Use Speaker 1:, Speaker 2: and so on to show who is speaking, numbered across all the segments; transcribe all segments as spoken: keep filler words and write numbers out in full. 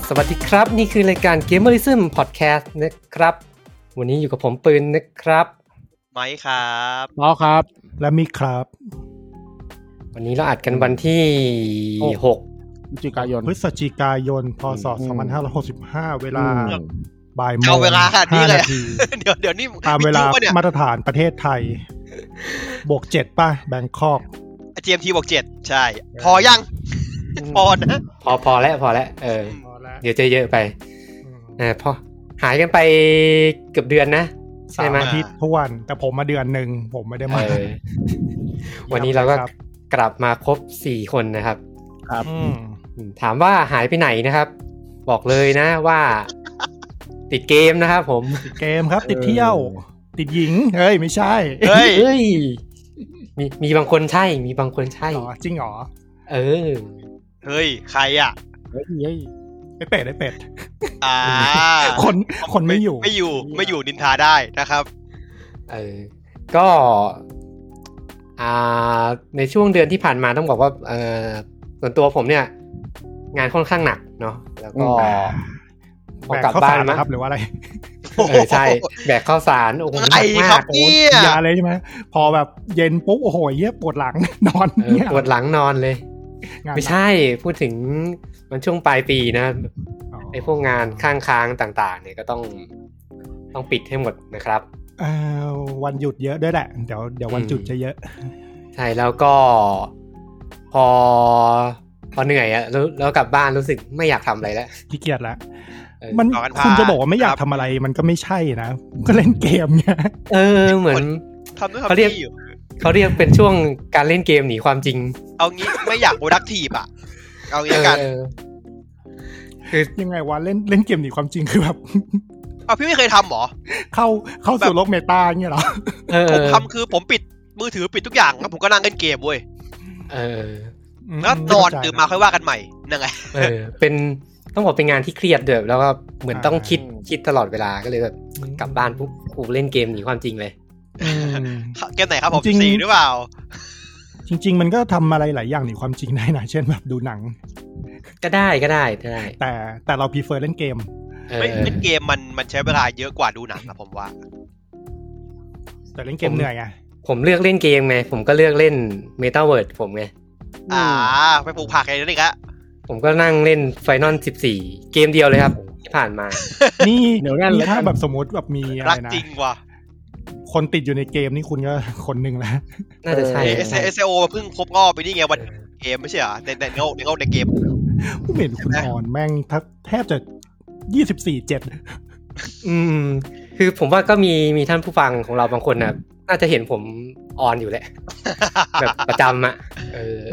Speaker 1: สวัสดีครับนี่คือรายการ Gamerism Podcast นะครับวันนี้อยู่กับผมปืนนะครับ
Speaker 2: ไมค์ครับ
Speaker 3: ล้อครับ
Speaker 4: และมิกครับ
Speaker 1: วันนี้เราอัดกันวันที่หก
Speaker 3: พฤศจิกายน
Speaker 4: พฤศจิกายนพ.ศ. สองพันห้าร้อยหกสิบห้าเวลาบ่ายโมง
Speaker 2: เอาเวลาขนาดนี้เลยเดี๋ยวเดี๋ยวนี่
Speaker 4: ตามเวลามาตรฐานประเทศไทยบวกเจ็ดป่ะแบงคอก
Speaker 2: จี เอ็ม ที บวกเจ็ดใช่พอยังพอนะ
Speaker 1: พอพอแล้วพอแล้วเออเดี๋ยวจะเยอะไปเออพอหายกันไปเกือบเดือนนะใช่ไหม
Speaker 4: อาทิตย์ทุกวันแต่ผมมาเดือนหนึ่งผมไม่ได้มา
Speaker 1: วันนี้เราก็กลับมาครบสี่คนนะครับ
Speaker 3: ครับ
Speaker 1: ถามว่าหายไปไหนนะครับบอกเลยนะว่าติดเกมนะครับผม
Speaker 4: ติดเกมครับติดเที่ยวติดหญิงเฮ้ยไม่ใช่
Speaker 1: เฮ้ยเฮ้ยมีมีบางคนใช่มีบางคนใช่
Speaker 4: อ๋อจริงเหรอ
Speaker 1: เออ
Speaker 2: เฮ้ยใครอ่ะ
Speaker 4: เฮ้ยเฮ้ยไอ้เป็ดไอ้เป็ด
Speaker 2: อ่า
Speaker 4: คนคนไม่อยู่
Speaker 2: ไม่อยู่ไม่อยู่นินทาได้นะครับ
Speaker 1: เออก็อ่าในช่วงเดือนที่ผ่านมาต้องบอกว่าเออส่วนตัวผมเนี่ยงานค่อนข้างหนักเนาะแล้วก็
Speaker 4: พอกลับบ้านนะครับหรือว่าอะไร
Speaker 1: เออใช่แบกข้าวสารโอ้โหหนักมาก
Speaker 4: ยาเลยใช่ไหมพอแบบเย็นปุ๊บโอ้โหเหี้ยปวดหลังนอน
Speaker 1: ปวดหลังนอนเลยไม่ใช่พูดถึงมันช่วงปลายปีนะไอ้พวกงานข้างค้างต่างๆเนี่ยก็ต้องต้องปิดให้หมดนะครับ
Speaker 4: เอ่อวันหยุดเยอะด้วยแหละเดี๋ยวเดี๋ยววันหยุดจะเยอะ
Speaker 1: ใช่แล้วก็พอพอเหนื่อยอะแล้วแล้วกลับบ้านรู้สึกไม่อยากทำอะไรแล้ว
Speaker 4: ขี้เกียจแล้วมันคุณจะบอกว่าไม่อยากทำอะไรมันก็ไม่ใช่นะก็เล่นเกมเนี่ย
Speaker 1: เออเหมือนเขาเรียกเขาเรียกเป็นช่วงการเล่นเกมหนีความจริง
Speaker 2: เอางี้ไม่อยากโปรดักทีฟอ่ะเอางี้กัน
Speaker 4: คือยังไงวะเล่นเล่นเกมหนีความจริงคือแบบ
Speaker 2: อ้าวพี่ไม่เคยทำหรอ
Speaker 4: เข้าเข้าสู่โลกเมตาเงี้ยหรอ
Speaker 2: ผมทำคือผมปิดมือถือปิดทุกอย่างแล้วผมก็นั่งเล่นเกมเว้ย
Speaker 1: เออ
Speaker 2: แล้วนอนตื่นมาค่อยว่ากันใหม่นั่นไง
Speaker 1: เออเป็นต้องบอกเป็นงานที่เครียดเด้อแล้วก็เหมือนต้องคิดคิดตลอดเวลาก็เลยแบบกลับบ้านปุ๊บกูเล่นเกมหนีความจริงเลย
Speaker 2: เกมไหนครับผมสี่หรือเปล่า
Speaker 4: จริงๆมันก็ทำอะไรหลายอย่างหนีความจริงได้นะเช่นแบบดูหนัง
Speaker 1: ก็ได้ก็ได้ได้
Speaker 4: แต่แต่เรา prefer เล่นเกม
Speaker 2: ไม่เล่นเกมมันมันใช้เวลาเยอะกว่าดูหนังนะผมว่า
Speaker 4: แต่เล่นเกมเหนื่อยไง
Speaker 1: ผมเลือกเล่นเกมไงผมก็เลือกเล่น Metaverse ผมไง
Speaker 2: อ่าไปปลูกผักอะไรนั่นเองอะ
Speaker 1: ผมก็นั่งเล่น Final สิบสี่เกมเดียวเลยครับที่ผ่านมา
Speaker 4: นี่เดี๋ยวนั่นถ้าแบบสมมติแบบมีอะไรนะ
Speaker 2: จริงว่ะ
Speaker 4: คนติดอยู่ในเกมนี่คุณก็คนนึงแล้ว
Speaker 1: น่าจะใช่
Speaker 2: เอส โอ เพิ่งครบรอบไปนี่ไงวันเกมไม่ใช่เหรอในในโลกในโลกในเกม
Speaker 4: ผมเห็นคุณออนแม่งแทบจะยี่สิบสี่ เจ็ด
Speaker 1: อืมคือผมว่าก็มีมีท่านผู้ฟังของเราบางคนน่ะน่าจะเห็นผมออนอยู่แหละแบบประจำอ่ะเออ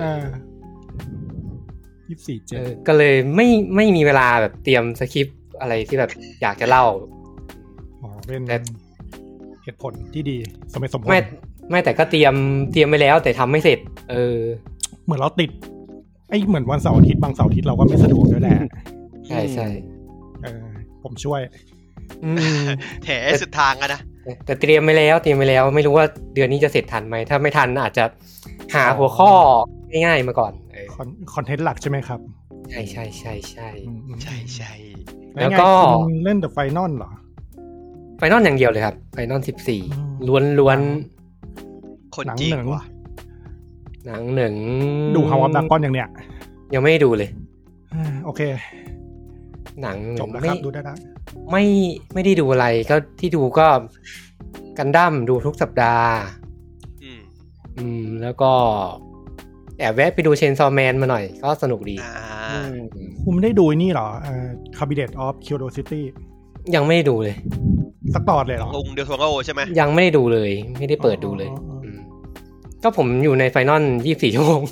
Speaker 4: ยี่สิบสี่ เจ็ด
Speaker 1: ก็เลยไม่ไม่มีเวลาแบบเตรียมสคริปต์อะไรที่แบบอยากจะเล่า
Speaker 4: อ๋อเป็นเหตุผลที่ดีสมัยสมผล
Speaker 1: ไม่ไม่แต่ก็เตรียมเตรียมไปแล้วแต่ทำไม่เสร็จเออ
Speaker 4: เหมือนเราติดไอ้เหมือนวันเสาร์อาทิตย์บางเสาร์อาทิตย์เราก็ไม่สะดวกด้วยแหละ
Speaker 1: ใช่ใช่
Speaker 4: เออผมช่วย
Speaker 2: แถสุดทางอะนะ
Speaker 1: แต่เตรียมไปแล้วเตรียมไปแล้วไม่รู้ว่าเดือนนี้จะเสร็จทันไหมถ้าไม่ทันอาจจะหาหัวข้อง่ายๆมาก่อน
Speaker 4: คอนเทนต์หลักใช่ไหมครับ
Speaker 1: ใช่ใช่ใช่ใช่
Speaker 2: ใช่ใช่
Speaker 4: แล้วก็เล่น The Final เหรอ
Speaker 1: Final อย่างเดียวเลยครับ Final สิบสี่ล้วน
Speaker 2: ๆคนจริงว่ะ
Speaker 1: หนังหนึ่ง
Speaker 4: ดู House of Dragon อย่างเนี้ย
Speaker 1: ยังไม่ดูเลย
Speaker 4: โอเค
Speaker 1: หนัง
Speaker 4: จบแล้วครับดูได้แล้ว
Speaker 1: ไม่ไม่ได้ดูอะไรก็ที่ดูก็กันดั้มดูทุกสัปดาห์อืมอืมแล้วก็แอบแวะไปดูเชนซอว์แมนมาหน่อยก็สนุกดี
Speaker 4: คุณไม่ได้ดูนี่หรอเอ่อ Cabinet of Curiosity
Speaker 1: ยังไม่ได้ดูเลย
Speaker 4: สักตอนเลยหรอ
Speaker 2: องค์เดียวทวงโอใช่ไหม
Speaker 1: ยังไม่ได้ดูเลยไม่ได้เปิดดูเลยก็ผมอยู่ในไฟนอลยี่สิบสี่ชั่วโมง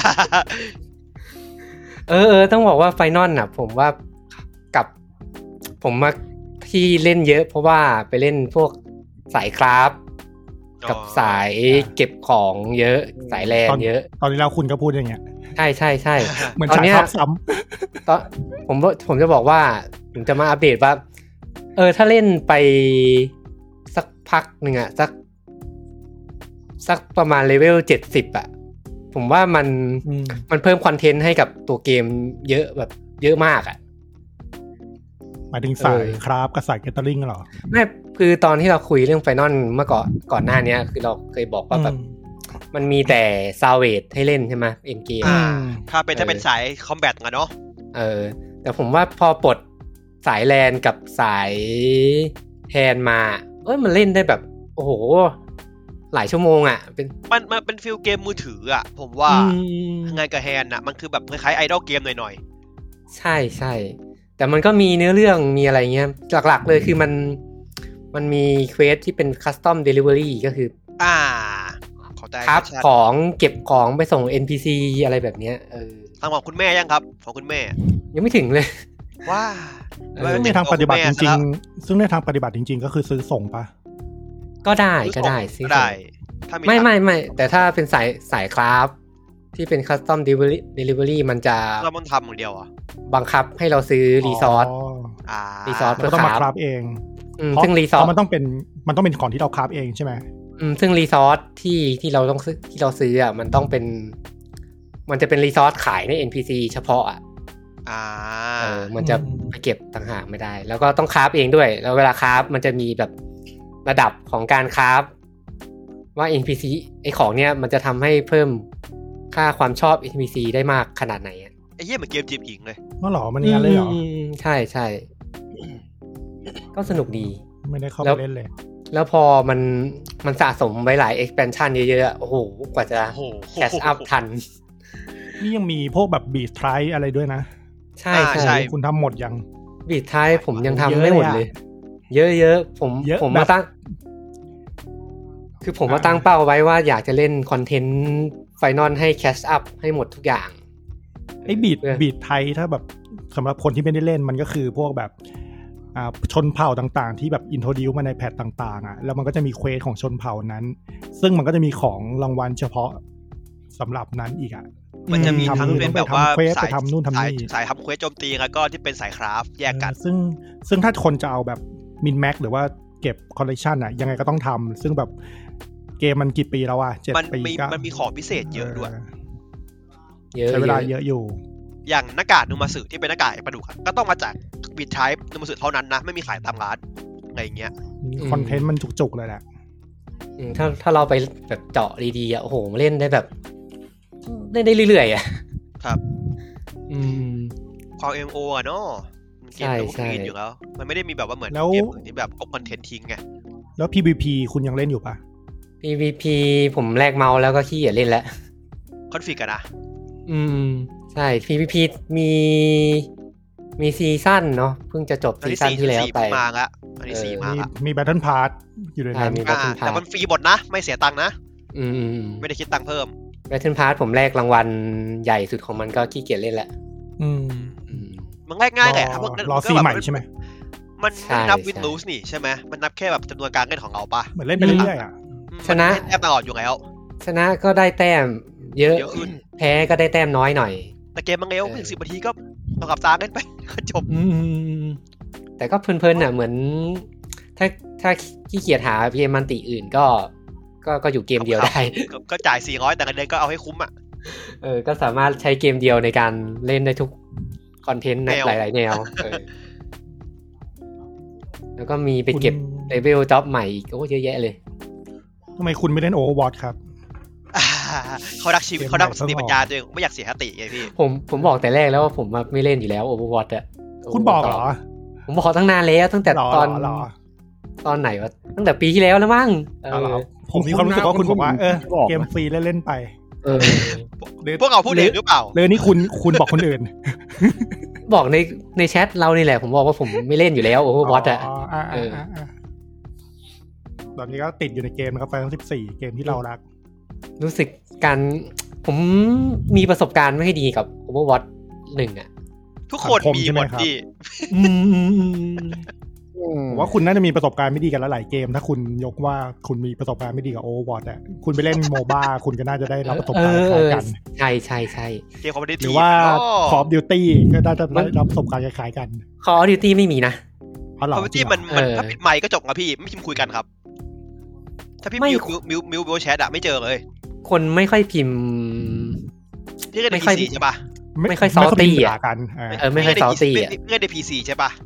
Speaker 1: เออเออต้องบอกว่าไฟนอลน่ะผมว่ากับผมมาที่เล่นเยอะเพราะว่าไปเล่นพวกสายคราฟกับสายเก็บของเยอะสายแลนเยอะ
Speaker 4: ตอนนี้เราคุณก็พูดอย่างเงี้ย
Speaker 1: ใช่ใช่ใช่
Speaker 4: เหมือนสายคราฟซ้
Speaker 1: ำตอนผมผมจะบอกว่าผมจะมาอัปเดตว่าเออถ้าเล่นไปสักพักหนึ่งอะสักสักประมาณเลเวลเจ็ดสิบอะผมว่ามันมันเพิ่มคอนเทนต์ให้กับตัวเกมเยอะแบบเยอะมากอะ
Speaker 4: หมายถึงสายคราฟกับสายเกตเตอร์ลิงเหรอ
Speaker 1: ไม่คือตอนที่เราคุยเรื่องไฟนอลเมื่อก่อนก่อนหน้านี้คือเราเคยบอกว่าแบบมันมีแต่ซาวเวทให้เล่นใช่ไหมเอ็นเกม
Speaker 2: ถ้าเป็นถ้าเป็นสายคอมแบทอะเนาะ
Speaker 1: เออแต่ผมว่าพอปลดสายแลนกับสายแฮนมาเอ้ยมันเล่นได้แบบโอ้โหหลายชั่วโมงอ่ะเป็น
Speaker 2: มันมันเป็นฟีลเกมมือถืออ่ะผมว่างานกับแฮนน่ะมันคือแบบคล้ายๆไอดอลเกมหน่อย
Speaker 1: ๆใช่ใช่แต่มันก็มีเนื้อเรื่องมีอะไรเงี้ยหลักๆเลยคือมันมันมีเควสที่เป็นคัสตอมเดลิเวอรี่ก็คือ
Speaker 2: อ่า
Speaker 1: ครับของเก็บของไปส่ง เอ็น พี ซี อะไรแบบเนี้ยเออ
Speaker 2: ทางของคุณแม่ยังครับของคุณแม่
Speaker 1: ยังไม่ถึงเลย
Speaker 2: ว่า
Speaker 4: ซึ่งในทางปฏิบัติจริงๆซึ่งในทางปฏิบัติจริงๆก็คือซื้อส่งปะ
Speaker 1: ก็ได้ก็ได้
Speaker 2: ซื้อได้
Speaker 1: ไม่ไม่ไม่แต่ถ้าเป็นสายสายคราฟที่เป็นคัสตอมเดลิเวอรี่มันจะ
Speaker 2: เรามันทำอย่างเดียวอ่ะ
Speaker 1: บังคับให้เราซื้อรีซอสรีซอสเพื่อ
Speaker 4: ต้องมาคราฟเอง
Speaker 1: ซึ่งรีซอส
Speaker 4: มันต้องเป็นมันต้องเป็นของที่เราคราฟเองใช่ไหม
Speaker 1: อืมซึ่งรีซอสที่ที่เราต้องซื้อที่เราซื้ออ่ะมันต้องเป็นมันจะเป็นรีซอสขายใน เอ็น พี ซี เฉพาะอ่ะ
Speaker 2: อ่า
Speaker 1: เออมันจะไปเก็บต่างหากไม่ได้แล้วก็ต้องคราฟเองด้วยแล้วเวลาคราฟมันจะมีแบบระดับของการคราฟว่า เอ็น พี ซี ไอของเนี้ยมันจะทำให้เพิ่มค่าความชอบ เอ็น พี ซี ได้มากขนาดไหนอ่ะ
Speaker 2: ไอ้เหี้ยเหมือนเกมจีบหญิงเลย
Speaker 4: ว่าหรอมันงั้นเลยเหรอ
Speaker 1: ใช่ใช่ก็สนุกดี
Speaker 4: ไม่ได้เข้าไปเล่นเลย
Speaker 1: แล้วพอมันมันสะสมไว้หลาย expansion เยอะๆโอ้โหกว่าจะ catch up ทัน
Speaker 4: นี่ยังมีพวกแบบบีทไทร์อะไรด้วยนะ
Speaker 1: ใช่ใช่
Speaker 4: คุณทำหมดยัง
Speaker 1: บีทไทร์ผมยังทำไม่หมดเลยเยอะๆผมผมมาตั้งคือผมมาตั้งเป้าไว้ว่าอยากจะเล่นคอนเทนต์ไฟนอลให้ catch up ให้หมดทุกอย่าง
Speaker 4: ไอ้บีทบีทไทร์ถ้าแบบสำหรับคนที่ไม่ได้เล่นมันก็คือพวกแบบชนเผ่าต่างๆที่แบบอินโทรดิวมาในแพทต่างๆอ่ะแล้วมันก็จะมีเควสของชนเผ่านั้นซึ่งมันก็จะมีของรางวัลเฉพาะสำหรับนั้นอีกอ่ะ
Speaker 2: มันจะมีทั้งเป็นแบบว่า
Speaker 4: สายทำนู่นทำนี่
Speaker 2: สายทำเควสโจมตีแล้วก็ที่เป็นสายคราฟแยกกัน
Speaker 4: ซึ่งซึ่งถ้าคนจะเอาแบบมินแม็กหรือว่าเก็บคอลเลกชันอ่ะยังไงก็ต้องทำซึ่งแบบเกมมันกี่ปีแล้วอ่ะเจ็ดปีก็
Speaker 2: มันมีของพิเศษเยอะด้วย
Speaker 4: ใช้เวลาเยอะอยู่
Speaker 2: อย่างหน้ากากนูมาสึที่เป็นหน้ากากปลาดุกก็ต้องมาจากบีทไทป์นูมาสึเท่านั้นนะไม่มีขายตามร้านอะไรอย่างเงี้ย
Speaker 4: คอนเทนต์มันจุกๆเลยแหละ
Speaker 1: ถ้าถ้าเราไปแบบเจาะดีๆอ่ะโอ้โหเล่นได้แบบเล่นได้เรื่อยๆอ่ะ
Speaker 2: ครับ
Speaker 1: อืม
Speaker 2: ความ เอ็ม โอ อ่ะเนาะมันเกมแบบคลีนอยู่แล้วมันไม่ได้มีแบบว่าเหมือนเกมอื่นที่แบบกบคอนเทนต์ทิ้งไง
Speaker 4: แล้ว พี วี พี คุณยังเล่นอยู่ปะ
Speaker 1: พี วี พี ผมแลกเมาส์แล้วก็ขี้เกียจเล่นแล้ว
Speaker 2: คอนฟิกอะนะ
Speaker 1: อืมใช่ พี วี พี มีมีซีซั่นเนาะเพิ่งจะจบซีซั่นที่แล้วไป
Speaker 2: มาละอันนี้สี่มาละ
Speaker 4: มี Battle Pass อยู่ในนั้น
Speaker 2: แต่มันฟรีหมดนะไม่เสียตังค์นะ
Speaker 1: อืม
Speaker 2: ไม่ได้คิดตังค์เพิ่ม
Speaker 1: Battle Pass ผมแลกรางวัลใหญ่สุดของมันก็ขี้เกียจเล่นแหละ
Speaker 4: อืม
Speaker 2: มันง่ายๆแหละ
Speaker 4: รอซีใหม่ใช่ไหม
Speaker 2: มันไม่นับวินลูสนี่ใช่ไหมมันนับแค่แบบจำนวนการเล่นของเราปะ
Speaker 4: เหมือนเล่นไปเรื่อยๆอ่ะ
Speaker 1: ชนะ
Speaker 2: แต้มตลอดอยู่แล้ว
Speaker 1: ชนะก็ได้แต้มเยอะแพ้ก็ได้แต้มน้อยหน่อย
Speaker 2: แต่เกมมันเร็วไม่ถึงสิบนาทีก็ต่อกับตาเล่นไปก็จบ
Speaker 1: แต่ก็เพลินๆน่ะเหมือนถ้าถ้าขี้เกียจหาเกมมันติอื่นก็ก็ก็อยู่เกมเดียวได้
Speaker 2: ก็จ่ายสี่ร้อยแต่เงินเดือนก็เอาให้คุ้มอ่ะ
Speaker 1: เออก็สามารถใช้เกมเดียวในการเล่นได้ทุกคอนเทนต์ในหลายๆแนวเออแล้วก็มีไปเก็บเลเวลจ็อบใหม่อีกโอ้เยอะแยะเลย
Speaker 4: ทำไมคุณไม่เล่น Overwatch ครับ
Speaker 2: เขารักชีวิตเขารักสติปัญญาตัวเองไม่อยากเสียสติไงพี่
Speaker 1: ผมผมบอกแต่แรกแล้วว่าผมไม่เล่นอยู่แล้ว Overwatch อ่ะ
Speaker 4: คุณบอกเหรอ
Speaker 1: ผมบอกตั้งนานแล้วตั้งแต่ตอนตอนไหนวะตั้งแต่ปีที่แล้วแล้วมั้งเออ
Speaker 4: ผมมีความรู้สึกว่าคุณบอกว่าเออเกมฟรีเล่นๆไป
Speaker 1: เออ
Speaker 2: พวกเราพูดเองหรือเปล่า
Speaker 4: เลยนี่คุณคุณบอกคนอื่น
Speaker 1: บอกในในแชทเรานี่แหละผมบอกว่าผมไม่เล่นอยู่แล้ว Overwatch อ่ะเออ
Speaker 4: ตอนนี้ก็ติดอยู่ในเกมนะครับไฟนอลสิบสี่เกมที่เรารัก
Speaker 1: รู้สึกการผมมีประสบการณ์ไม่ค่อยดีกับ Overwatch หนึ่งอ่ะ
Speaker 2: ทุกคนมีหมดที่
Speaker 4: ผมว่าคุณน่าจะมีประสบการณ์ไม่ดีกันหลายเกมถ้าคุณยกว่าคุณมีประสบการณ์ไม่ดีกับ Overwatch อ่ะคุณไปเล่นโมบ้าคุณก็น่าจะได้รับประสบการณ์คล้ายกัน
Speaker 1: ใช่ใช่ใช่
Speaker 2: เกมคอมเพทิทีฟ
Speaker 4: หรือว่า Call of Duty ก็น่าจะได้รับประสบการณ์คล้ายกัน
Speaker 1: Call of Duty ไม่มีนะ
Speaker 2: Call of Duty มันมันถ้าปิดไมค์ก็จบครับพี่ไม่พิมพ์คุยกันครับถ้าพี่มิวมิวมิวมิวแชทอะไม่เจอเลย
Speaker 1: คนไม่ค่อยพิมพ์
Speaker 2: พี่เล่นใน พี ซี ใช่ป่ะ
Speaker 1: ไม่ค่อยซอลตี้อ่ะ
Speaker 4: กัน
Speaker 1: เออไม่ค่อยซอลตี้อ่ะ
Speaker 2: พี่เล่นใน พี ซี ใช่ป่ะ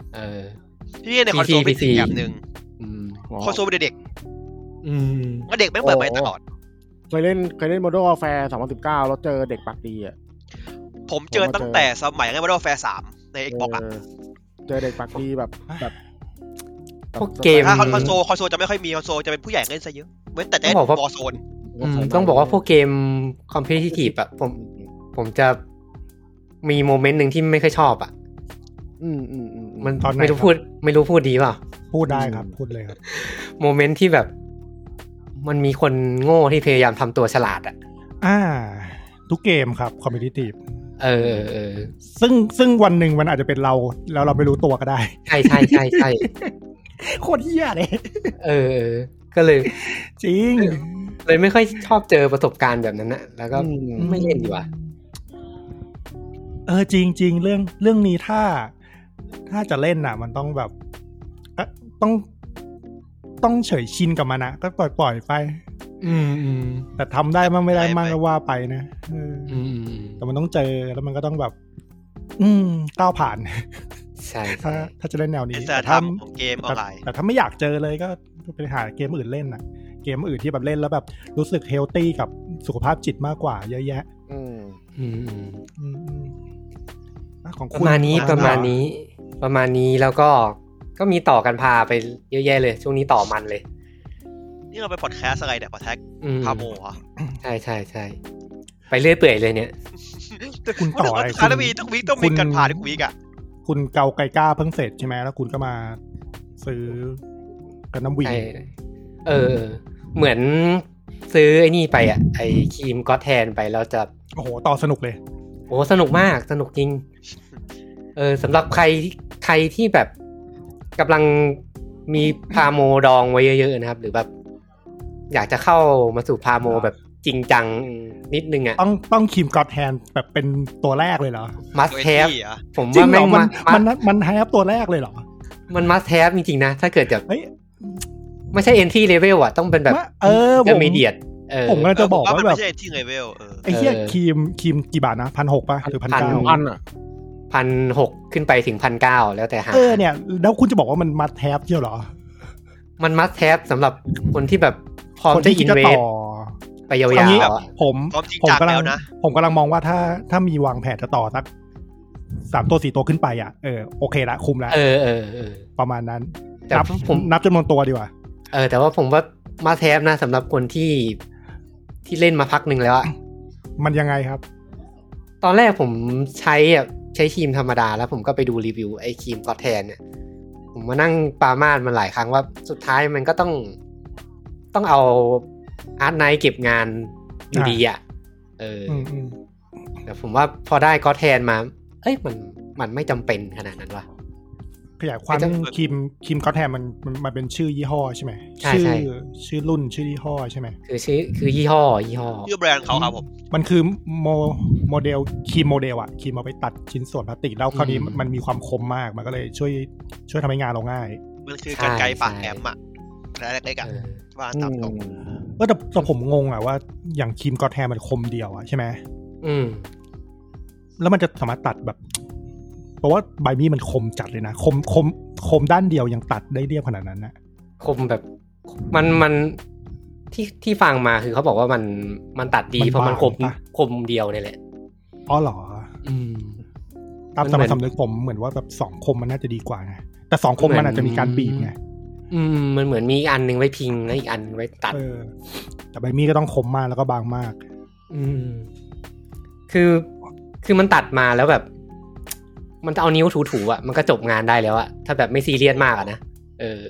Speaker 1: เออ
Speaker 2: ที่ในคอนโซลเป็นอีกแบบนึงคอนโซลเป็นเด็ก
Speaker 1: อืม
Speaker 2: ก็เด็กไม่เปิดไมค์ตลอด
Speaker 3: เคยเล่นเคยเล่น Modern Warfare สองพันสิบเก้าแล้วเจอเด็กปากดีอ่ะ
Speaker 2: ผมเจอตั้งแต่สมัยเล่น Modern Warfare สามใน Xbox อ่ะ
Speaker 3: เจอเด็กปากดีแบบแบบ
Speaker 1: พวกเกม
Speaker 2: ถ้าคอนโซลคอนโซลจะไม่ค่อยมีคอนโซลจะเป็นผู้ใหญ่เล่นซะเยอะเว้นแต่เล่น Warzone
Speaker 1: ต้องบอกว่าพวกเกม competitive อ่ะผมผมจะมีโมเมนต์นึงที่ไม่ค่อยชอบอ่ะ
Speaker 3: อืมๆๆ
Speaker 1: มันไม่รู้พูดไม่รู้พูดดีเปล่า
Speaker 4: พูดได้ครับพูดเลยครับ
Speaker 1: โมเมนต์ที่แบบมันมีคนโง่ที่พยายามทำตัวฉลาดอ่ะ
Speaker 4: อ่าทุกเกมครับ competitive
Speaker 1: เออเออ
Speaker 4: ซึ่งซึ่งวันหนึ่งมันอาจจะเป็นเราแล้วเราไม่รู้ตัวก็ได้
Speaker 1: ใช่ใช่ใช่ใช่
Speaker 4: โคตรเหี้ยเลย
Speaker 1: เออก็เลย
Speaker 4: จริง
Speaker 1: เลยไม่ค่อยชอบเจอประสบการณ์แบบนั้นนะแล้วก็ไม่เล่นดีกว่า
Speaker 4: เออจริงจริงเรื่องเรื่องนี้ถ้าถ้าจะเล่นน่ะมันต้องแบบต้องต้องเฉยชินกับมันนะก็ปล่อยปล่อยไป
Speaker 1: อืมอืม
Speaker 4: แต่ทำได้มั่งไม่ได้มั่งก็ว่าไปนะเออแต่มันต้องเจอแล้วมันก็ต้องแบบอืมก้าวผ่าน
Speaker 1: ใช่
Speaker 4: ถ้าถ้าจะเล่นแนวนี้
Speaker 2: แต่ทำเกมออนไลน์
Speaker 4: แต่ถ้าไม่อยากเจอเลยก็ไปหาเกมอื่นเล่นน่ะเกมอื่นที่แบบเล่นแล้วแบบรู้สึกเฮลตี้กับสุขภาพจิตมากกว่าเยอะแยะ
Speaker 3: อืม
Speaker 1: อืม
Speaker 4: อืม
Speaker 1: ของคุณประมาณนี้ประมาณนี้ประมาณนี้แล้วก็ก็มีต่อกันพาไปเยอะแยะเลยช่วงนี้ต่อมันเลย
Speaker 2: นี่เราไปพอดแคสต์อะไรเนี่ยพอดแคสต์พาโมเหรอ
Speaker 1: ใช่ใช่ใช่ไปเรื่อยเปื่อยเลยเนี่ย
Speaker 4: คุณต่ออะไร
Speaker 2: คุณต้องมีต้องมีต้องมีกันพาทุกวีกอ่ะ
Speaker 4: คุณเกาไก่ก้าเพิ่งเสร็จใช่ไหมแล้วคุณก็มาซื้อกันน้ำวี
Speaker 1: เออเหมือนซื้อไอ้นี่ไปอ่ะไอ้ครีมก็อตแทนไปแล้วจะ
Speaker 4: โอ้โหต่อสนุกเลย
Speaker 1: โอ้สนุกมากสนุกจริงเออสำหรับใครใครที่แบบกำลังมีพาโมดองไว้เยอะๆนะครับหรือแบบอยากจะเข้ามาสู่พาโมแบบจริงจังนิดนึงอ่ะ
Speaker 4: ต้องต้องครีมก็อตแทนแบบเป็นตัวแรกเลยเหรอ
Speaker 1: must have ผมว่าแม่ง
Speaker 4: มันมันมันแฮปตัวแรกเลยเหรอ
Speaker 1: มัน must have จริงๆนะถ้าเกิดแบบไม่ใช่ entry level อ่ะต้องเป็นแบบ
Speaker 4: เออ
Speaker 1: intermediate เออ
Speaker 4: ผมก็จะบอกว่าแบบ
Speaker 2: ไม่ใช่ entry level เออ
Speaker 4: ไอ้เหี้ยครีมครีมกี่บาทนะ หนึ่งพันหกร้อย ป่ะหรือ หนึ่งพันเก้าร้อย
Speaker 3: พันอ่ะ
Speaker 1: หนึ่งพันหกร้อย ขึ้นไปถึง หนึ่งพันเก้าร้อย แล้วแต่หา
Speaker 4: เออเนี่ยแล้วคุณจะบอกว่ามัน must have เหี้ยเหรอ
Speaker 1: มัน must have สำหรับคนที่แบบพร้อมจะ invest ไปยาว
Speaker 4: ๆผมผมกำลังผมกำลังมองว่าถ้าถ้ามีวางแผนจะต่อสักสามตัวสี่ตัวขึ้นไปอ่ะเออโอเคละคุมละ
Speaker 1: เออเออเออ
Speaker 4: ประมาณนั้นนับผมนับจำนวนตัวดีกว่า
Speaker 1: เออแต่ว่าผมว่ามาแทบนะสำหรับคนที่ที่เล่นมาพักหนึ่งแล้วอ่ะ
Speaker 4: มันยังไงครับ
Speaker 1: ตอนแรกผมใช้อ่ะใช้ครีมธรรมดาแล้วผมก็ไปดูรีวิวไอ้ครีมก็อตแทนเนี่ยผมมานั่งปามาดมันหลายครั้งว่าสุดท้ายมันก็ต้องต้องเอาอาร์ตไนท์เก็บงานอยู่ดีอ่ะเออแต่ผมว่าพอได้ก็อตแทนมาเอ้ยมันมันไม่จำเป็นขนาดนั้นว่ะ
Speaker 4: ขยายความครีมครีมก็อตแทนมันมันเป็นชื่อยี่ห้อใช่ไหมชื่อชื่อรุ่นชื่อยี่ห้อใช่ไหม
Speaker 1: คือชื่อคือยี่ห้อยี่ห้อ
Speaker 2: ชื่อแบรนด์เขาครับผม
Speaker 4: มันคือโมโมเดลครีมโมเดลอะครีมเอาไปตัดชิ้นส่วนพลาสติกแล้วคราวนี้มันมีความคมมากมันก็เลยช่วยช่วยทำให้งานเราง่าย
Speaker 2: มันคือกรรไกรปากแอมอะแล้วเล็กๆอะว่าตามตรง
Speaker 4: เออแต่แต่ผมงงอะว่าอย่างครีมก็อตแทนมันคมเดียวอะใช่ไหม
Speaker 1: อืม
Speaker 4: แล้วมันจะสามารถตัดแบบเพราะว่าใบมีดมันคมจัดเลยนะคมคมคมด้านเดียวยังตัดได้เรียบขนาดนั้นนะ
Speaker 1: คมแบบมันมันที่ที่ฟังมาคือเขาบอกว่ามันมันตัดดีเพราะมันคมคมเดียวนี่แหละ
Speaker 4: อ๋อเหรอ
Speaker 1: อืม
Speaker 4: ตามสำนึกผมเหมือนว่าแบบสองคมมันน่าจะดีกว่าไงแต่สองคมมันอาจจะมีการบีบไง
Speaker 1: อืมมันเหมือนมีอันนึงไว้พิงแล้วอีกอันไว้ตัด
Speaker 4: เออแต่ใบมีดก็ต้องคมมากแล้วก็บางมาก
Speaker 1: อืมคือคือมันตัดมาแล้วแบบมันจะเอานิ้วถูๆอ่ะมันก็จบงานได้แล้วอ่ะถ้าแบบไม่ซีเรียสมากอ่ะนะเออ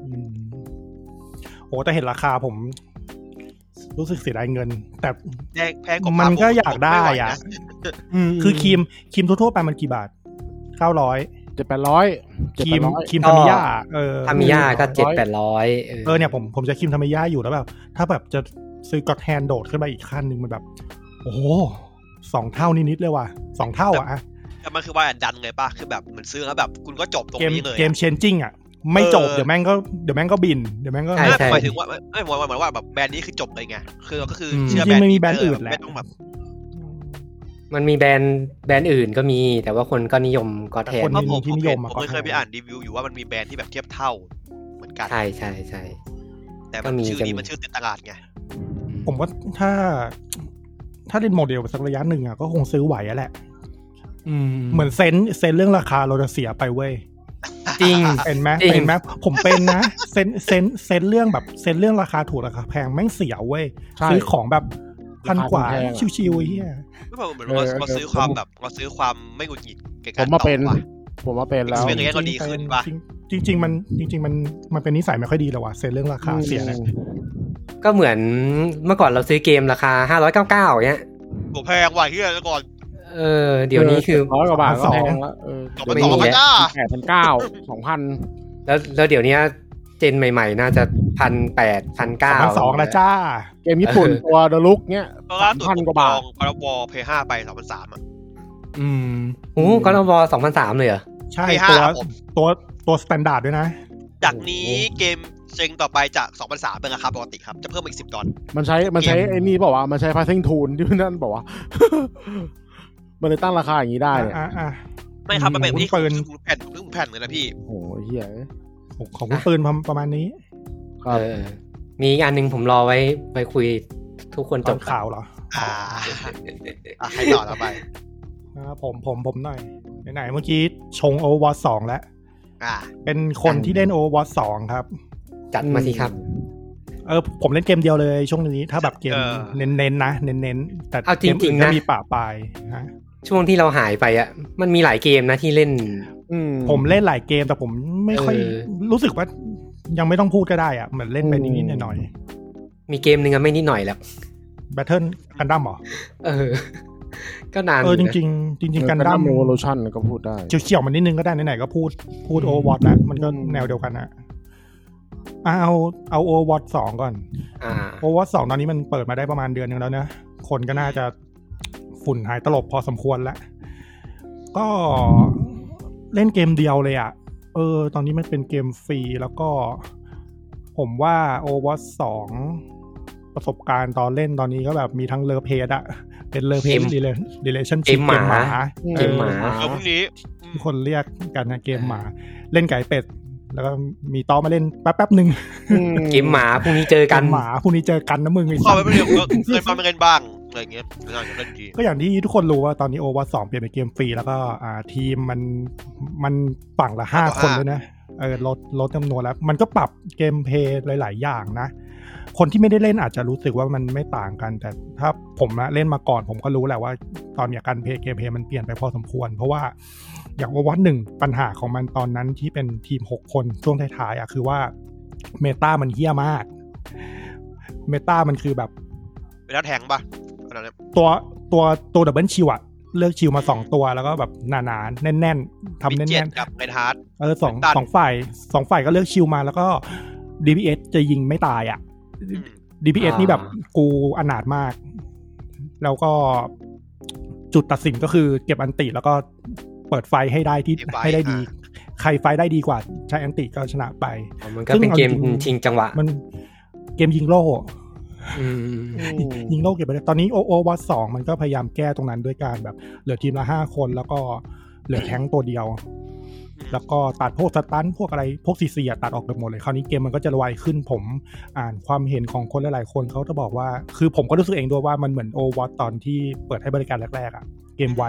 Speaker 4: โอ้แต่เห็นราคาผมรู้สึกเสียดายเงินแต่
Speaker 2: แพงกว่า
Speaker 4: มันก็อยากได้อ่ะคือครีมครีมทั่วๆไปมันกี่บาทเก้าร้อย
Speaker 3: เจ็ดแปดร้อย
Speaker 4: ครีมครีมทามิยาเออ
Speaker 1: ทามิยาก็เจ็ดแปดร้อย
Speaker 4: เออเนี่ยผมผมจะครีมทามิยาอยู่แล้วแบบถ้าแบบจะซื้อก็อตแทนโดดขึ้นไปอีกขั้นนึงมันแบบโอ้สองเท่านิดๆเลยว่ะสองเท่าอ่ะ
Speaker 2: แต่มันคือว่าดันเลยป่ะคือแบบเหมือนซื้อแล้วแบบคุณก็จบตรงนี้เลย
Speaker 4: เกมเชนจิ้งอ่ะไม่จบเดี๋ยวแม่งก็เดี๋ยวแม่งก็บินเดี๋ยวแม่งก็
Speaker 2: หมายถึงว่าไม่หมายหมายว่าแบบแบรนด์นี้คือจบเลยไงคือก็คือ
Speaker 4: เชื่อแบรนด์ไม่มีแบรนด์อื่นแหละ
Speaker 2: ไม่ต้องแบบ
Speaker 1: มันมีแบรนด์แบรนด์อื่นก็มีแต่ว่าคนก็นิยมก็แทน
Speaker 4: คน
Speaker 2: ที่
Speaker 4: นิยม
Speaker 2: ผมเคยไปอ่านรีวิวอยู่ว่ามันมีแบรนด์ที่แบบเทียบเท่าเหมือนกัน
Speaker 1: ใช่ใช่ใช่
Speaker 2: แต่มันชื่อนี้มันชื่อติดตลาดไง
Speaker 4: ผมว่าถ้าถ้าเล่นโมเดลสักระยะหนึ่งอ่ะก็คงซื้อไหวอ่ะแหละเหมือนเซนเซนเรื่องราคาเราจะเสียไปเว้ย
Speaker 1: จริง
Speaker 4: เป็นไหมเป็นไหมผมเป็นนะเซนเซนเซนเรื่องแบบเซนเรื่องราคาถูกราคาแพงแม่งเสียเว้ยซื้อของแบบพันกว่าชิวๆเฮีย
Speaker 2: ไม่เหมือนเราเราซื้อความแบบเราซื้อความไม่หงุดหงิดแก่การ
Speaker 3: ผมมาเป็นผมมาเป็นแล้ว
Speaker 2: เป็นอย่างนี้ก็ดีขึ้นป่ะ
Speaker 4: จริงๆมันจริงๆมันมันเป็นนิสัยไม่ค่อยดีเลยว่ะเซนเรื่องราคาเสียนะ
Speaker 1: ก็เหมือนเมื่อก่อนเราซื้อเกมราคาห้าร้อยเก้าสิบเก้าเงี้ย
Speaker 2: โหแพงว่ะเฮียแล้วก่อน
Speaker 1: เออเดี๋ยวนี้คือ
Speaker 3: ร้อยกว่าบาทก็แพงแล้วเออ
Speaker 2: สองพันสองพันจ้า
Speaker 3: แปดพันเก้าสองพัน
Speaker 1: แล้วแล้วเดี๋ยวนี้เจนใหม่ๆน่าจะพันแปดพันเก้า
Speaker 4: สองแล้วจ้า
Speaker 3: เกมญี่ปุ่นตัวเดลุกเนี้ยพันกว่าบาท
Speaker 2: กอล์ฟวอลเพย์ห้าไปสองพันสามอ่ะ
Speaker 1: อืมโอ้กอล์ฟวอลสองพันสามเลยเหรอ
Speaker 4: ใช่ตัวตัวตัวสแตนดาร์ดด้วยนะ
Speaker 2: จากนี้เกมเซ็งต่อไปจากสองพันสามเป็นราคาปกติครับจะเพิ่มอีกสิบดอล
Speaker 3: มันใช้มันใช้ไอ้นี่บอกว่ามันใช้ pricing tool ที่นั่นบอกว่ามันเลยตั้งราคาอย่างนี้ได้เนี่ย
Speaker 2: ไม่ครับมันเป็นที่ปืนแผ่นทุกแผ่นเลยนะพี่
Speaker 3: โอ้ยเหี้ย
Speaker 4: ของคุณปืนประมาณนี้
Speaker 1: ครับมีอีกอันนึงผมรอไว้ไปคุยทุกคนจบ
Speaker 4: ข่าวเหรอ
Speaker 2: อ่าอ่ะใครต่อต่อไป
Speaker 4: ผมผมผมหน่อยไหนๆเมื่อกี้ชง Overwatch สองแล้ว
Speaker 2: อ่า
Speaker 4: เป็นคนที่เล่น Overwatch สองครับ
Speaker 1: จัดมาสิครับ
Speaker 4: เออผมเล่นเกมเดียวเลยช่วงนี้ถ้าแบบเกมเน้นๆนะเน้นๆแต่
Speaker 1: เอาจริงๆนะ
Speaker 4: มีป่าปลายฮะ
Speaker 1: ช่วงที่เราหายไปอ่ะมันมีหลายเกมนะที่เล่น
Speaker 4: ผมเล่นหลายเกมแต่ผมไม่ค่อยรู้สึกว่ายังไม่ต้องพูดก็ได้อ่ะเหมือนเล่นไปนิดๆหน่อย
Speaker 1: ๆมีเกมนึงอ่ะไม่นิดหน่อยแล้ว
Speaker 4: Battle Gundam เหรอ
Speaker 1: เออก็นาน
Speaker 4: เออจริงๆจริงๆ Gundam
Speaker 3: Evolution ก็พูดได้
Speaker 4: เฉียวๆมันนิดนึงก็ได้ไหนๆก็พูดพูด Overwatch แล้วมันก็แนวเดียวกันนะเอาเอา Overwatch สองก่อน
Speaker 1: อ่า
Speaker 4: Overwatch สองตอนนี้มันเปิดมาได้ประมาณเดือนนึงแล้วนะคนก็น่าจะฝุ่นหายตลบพอสมควรแล้วก็เล่นเกมเดียวเลยอ่ะเออตอนนี้มันเป็นเกมฟรีแล้วก็ผมว่า Overwatch สองประสบการณ์ตอนเล่นตอนนี้ก็แบบมีทั้งเลิฟเพจอะเป็นเลิฟเพจรีเลชั่นชิพเกมหมา
Speaker 1: เกมหมา
Speaker 2: เอาพวกนี้
Speaker 4: คนเรียกกันนะเกมหมาเล่นไก่เป็ดแล้วก็มีต้อมาเล่นแป๊บๆนึง
Speaker 1: เกมหมาพรุ่งนี้เจอกัน
Speaker 4: หมาพรุ่งนี้เจอกันนะมึง
Speaker 2: เข้าไปไม่เรียกก็เคยฟังไม่กันบ้างอะไรเงี้ย
Speaker 4: ก็อย่างที่ทุกคนรู้ว่าตอนนี้ Overwatch สองเปลี่ยนเป็นเกมฟรีแล้วก็อ่าทีมมันมันฝั่งละห้าคนเลยนะเออลดลดจำนวนแล้วมันก็ปรับเกมเพลย์หลายๆอย่างนะคนที่ไม่ได้เล่นอาจจะรู้สึกว่ามันไม่ต่างกันแต่ถ้าผมเล่นมาก่อนผมก็รู้แหละว่าตอนนี้การเพลย์เกมเพลย์มันเปลี่ยนไปพอสมควรเพราะว่าอย่าง Overwatch หนึ่งปัญหาของมันตอนนั้นที่เป็นทีมหกคนช่วงท้ายๆอ่ะคือว่าเมตามันเหี้ยมากเมตามันคือแบบ
Speaker 2: เป็นแล้วแทงป่ะ
Speaker 4: ตัวตัวตัวดับเบิลชิวอะเลือกชิวมาสองตัวแล้วก็แบบหนาๆแน่นๆทำแน่น
Speaker 2: ๆกับไนท์ฮาร์ด
Speaker 4: เออสองสองฝ่ายสองฝ่ายก็เลือกชิวมาแล้วก็ ดี พี เอส จะยิงไม่ตายอ่ะ ดี พี เอส นี่แบบกูอนาถมากแล้วก็จุดตัดสินก็คือเก็บอันติแล้วก็เปิดไฟให้ได้ที่ให้ได้ดีใครไฟได้ดีกว่าใช้อันติก็ชนะไป
Speaker 1: มันก็เป็นเกมชิงจังหวะ
Speaker 4: มันเกมยิงโล่ยิงโล่เก็บไปตอนนี้ Overwatch สองมันก็พยายามแก้ตรงนั้นด้วยการแบบเหลือทีมละห้าคนแล้วก็เหลือแทงค์ตัวเดียวแล้วก็ตัดพวกสตันพวกอะไรพวกซีซีตัดออกไปหมดเลยคราวนี้เกมมันก็จะไวขึ้นผมอ่านความเห็นของคนหลายๆคนเขาจะบอกว่าคือผมก็รู้สึกเองด้วยว่ามันเหมือน Overwatch ตอนที่เปิดให้บริการแรกๆอ่ะเกมไว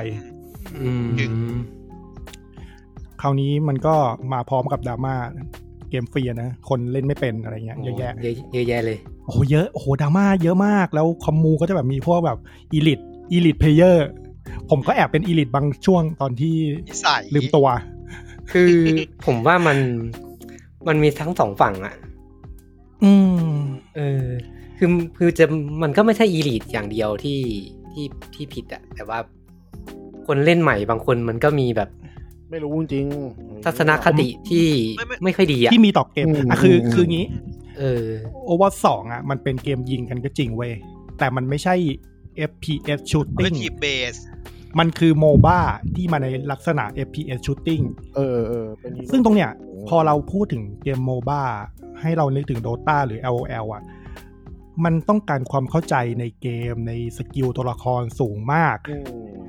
Speaker 4: คราวนี้มันก็มาพร้อมกับดราม่าเกมฟรีนะคนเล่นไม่เป็นอะไรเงี้ยเยอะแยะ
Speaker 1: เยอะแยะเลย
Speaker 4: โอ้โหเยอะโอ้โหดราม่าเยอะมากแล้วคอมมูก็จะแบบมีพวกแบบอีลิทอีลิทเพลเยอร์ผมก็แอบเป็นอีลิทบางช่วงตอนที่ลืมตัว
Speaker 1: คือผมว่ามันมันมีทั้งสองฝั่งอ่ะ
Speaker 4: อืม
Speaker 1: เออคือคือจะมันก็ไม่ใช่อีลิทอย่างเดียวที่ที่ที่ผิดอ่ะแต่ว่าคนเล่นใหม่บางคนมันก็มีแบบ
Speaker 3: ไม่รู้จริง
Speaker 1: ทัศนคติที่ไม่ค่อยดีอ่ะ
Speaker 4: ที่มีต่อเกมอ่ะคือคืองี้
Speaker 1: เออ
Speaker 4: Overwatch สองอ่ะมันเป็นเกมยิงกันก็จริงเว้ยแต่มันไม่ใช่ เอฟ พี เอส shooting มันคือโมบ้าที่มาในลักษณะ เอฟ พี เอส shooting
Speaker 3: เออเออเป็น
Speaker 4: ซึ่งตรงเนี้ยพอเราพูดถึงเกมโมบ้าให้เรานึกถึง Dota หรือ แอล โอ แอล อ่ะมันต้องการความเข้าใจในเกมในสกิลตัวละครสูงมาก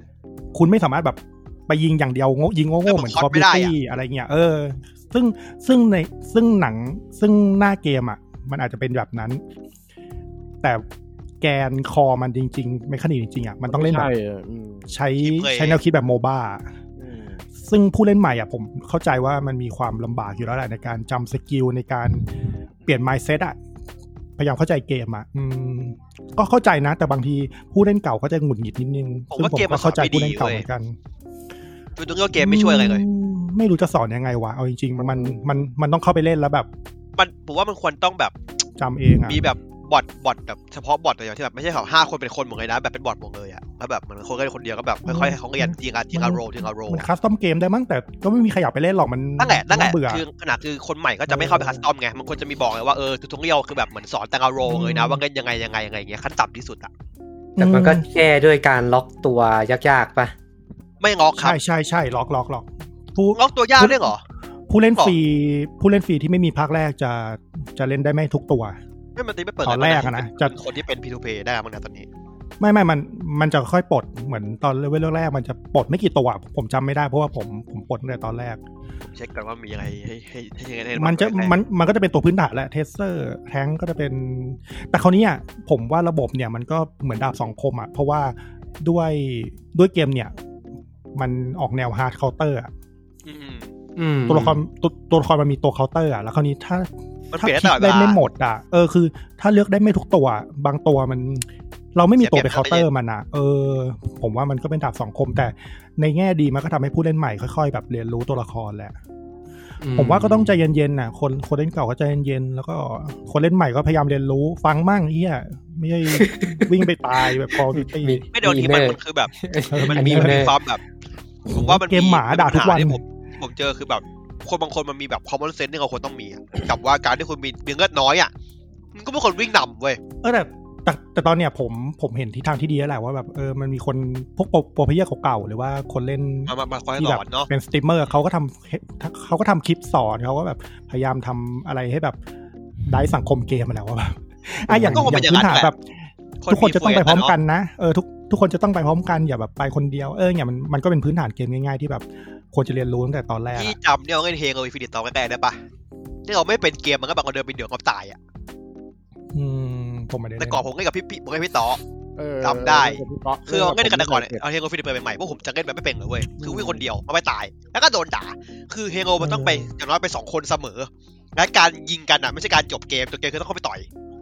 Speaker 4: คุณไม่สามารถแบบไปยิงอย่างเดียวงยิงโง่ๆเหมือน Call of Duty อะไรเงี้ยเออซึ่งซึ่งในซึ่งหนังซึ่งหน้าเกมอ่ะมันอาจจะเป็นแบบนั้นแต่แกนคอมันจริงๆเมคานิกจริงๆอ่ะมันต้องเล่นแบบใช้ใช้แนวคิดแบบโมบ้าซึ่งผู้เล่นใหม่อ่ะผมเข้าใจว่ามันมีความลำบากอยู่แล้วแหละในการจำสกิลในการเปลี่ยน mindset อ่ะพยายามเข้าใจเกมอ่ะอืมก็เข้าใจนะแต่บางทีผู้เล่นเก่าก็จะหงุดหงิดนิดนึงซึ่งผมก็เข้าใจผู้เล่นเก่าเหมือนกัน
Speaker 2: คือตัวเกมไม่ช่วยอะไรเลย
Speaker 4: ไม่รู้จะสอนยังไงวะเอาจริงๆมันมันมันต้องเข้าไปเล่นแล้วแบบ
Speaker 2: มันผมว่ามันควรต้องแบบ
Speaker 4: จำเองอ่ะ
Speaker 2: มีแบบบอทบอทแบบเฉพาะบอทตัวอย่างที่แบบไม่ใช่เขาห้าคนเป็นคนหมดเลยนะแบบเป็นบอทหมดเลยอ่ะแล้วแบบมันคนก็คนเดียวก็แบบค่อยๆเขาเรียนทีละทีละโรทีละโร
Speaker 4: มันคัสตอมเกมได้มั้งแต่ก็ไม่มีใครอยากไปเล่นหรอกมัน
Speaker 2: นั่นแหละนั่นแหละคือขนาดคือคนใหม่ก็จะไม่เข้าไปคัสตอมไงมันควรจะมีบอกเลยว่าเออทุกเรียวคือแบบเหมือนสอนแต่ละโรเลยนะว่าเล่นยังไงยังไงยังไงอย่างเงี้ยขั้นต่ำที่สุดอ่ะ
Speaker 1: แต่มันก็แก้ด้วยการล็อกตัวยากๆป่ะ
Speaker 2: ไม่ล็อกครับ
Speaker 4: ใช่ใช่ใช่ล็อกล็อกล็อก
Speaker 2: ล็อกตัวยากด้วยเหรอ
Speaker 4: ผู้เล่นฟรีผู้เล่นฟรีที่ไม่มีภาคแรกจะจะเล่นได้ไม่ทุกตัว
Speaker 2: ไม่มันตีไม่เปิด
Speaker 4: ตอนแรกนะ
Speaker 2: จะคนที่เป็น พี ทู พี ได้มั้งนะตอนนี้
Speaker 4: ไม่ไม่มันมันจะค่อยปลดเหมือนตอนเลเวลแรกมันจะปลดไม่กี่ตัวผมจำไม่ได้เพราะว่าผมผมปลดตั้งแต่ตอนแรก
Speaker 2: เช็คกันว่ามีอะไรให้ให้ให้
Speaker 4: มันจะมันมันก็จะเป็นตัวพื้นฐานแหละเทสเซอร์แทงก็จะเป็นแต่คราวนี้อ่ะผมว่าระบบเนี่ยมันก็เหมือนดาบสองคมอ่ะเพราะว่าด้วยด้วยเกมเนี่ยมันออกแนวฮาร์ดเคาน์เตอร์อ่ะตัวละครตัวตัวละครมันมีตัวเคาน์เตอร์อ่ะแล้วคราวนี้ถ้าถ้าคิดได้ไม่หมดอ่ะเออคือถ้าเลือกได้ไม่ทุกตัวบางตัวมันเราไม่มีตัวไปเคาน์เตอร์มันอ่ะเออผมว่ามันก็เป็นดาบสองคมแต่ในแง่ดีมันก็ทำให้ผู้เล่นใหม่ค่อยๆแบบเรียนรู้ตัวละครแหละผมว่าก็ต้องใจเย็นๆน่ะคนคนเล่นเก่าก็ใจเย็นๆแล้วก็คนเล่นใหม่ก็พยายามเรียนรู้ฟังมั่งเหี้ยไม่ใช่วิ่งไปตายแบบพอตี
Speaker 2: ไม่โดนทีมันคือแบบมันมีมันมีความแบบผมว่ามัน
Speaker 4: เกมหมาด่าทุกวัน
Speaker 2: ผมผมเจอคือแบบคนบางคนมันมีแบบ common sense ที่เราควรต้องมีกับว่าการที่คุณมีเลือดน้อยอ่ะมันก็เป็นคนวิ่งนำเว้ย
Speaker 4: เออแต่แต่แต่ตอนเนี้ยผมผมเห็นทิศทางที่ดีแล้วแหละว่าแบบเออมันมีคนพวกโปรเพลเยอร์เก่าๆหรือว่าคนเล่น
Speaker 2: ที่แบบ
Speaker 4: เป็นสตรีมเมอร์เขาก็ทำเขาก็ทำคลิปสอนเขาก็แบบพยายามทำอะไรให้แบบได้สังคมเกมมาแล้วว่าแบบอ่ะอย่างอย่างพื้นฐานแบบทุกคนจะต้องไปพร้อมกันนะเออทุกทุกคนจะต้องไปพร้อมกันอย่าแบบไปคนเดียวเออเนี่ยมันมันก็เป็นพื้นฐานเกมง่ายๆที่แบบควรจะเรียนรู้ตั้งแต่ตอนแรก
Speaker 2: ที่จำเนี่ยเล่นเฮงเอาอินฟินิตตอนแรกได้ปะที่เราไม่เป็นเกมมันก็แบบเราเดินไปเดือดกับตายอ่ะ
Speaker 4: อืมผมไม่ได้
Speaker 2: แต่ก่อนผมเล่นกับพี่พี่ผมเล่นพี่ต่อจำได้คือเราเล่นกันแต่ก่อนเอาเฮงเอาอินฟินิตไปใหม่พวกผมจะเล่นแบบไม่เป็นเลยเว้ยคือวิ่งคนเดียวมาไม่ตายแล้วก็โดนด่าคือเฮงเอามันต้องไปอย่างน้อยไปสองคนเสมอและการยิงกันอ่ะไม่ใช่การจบเกมจบเกมคือต้องเข้าไปต่อย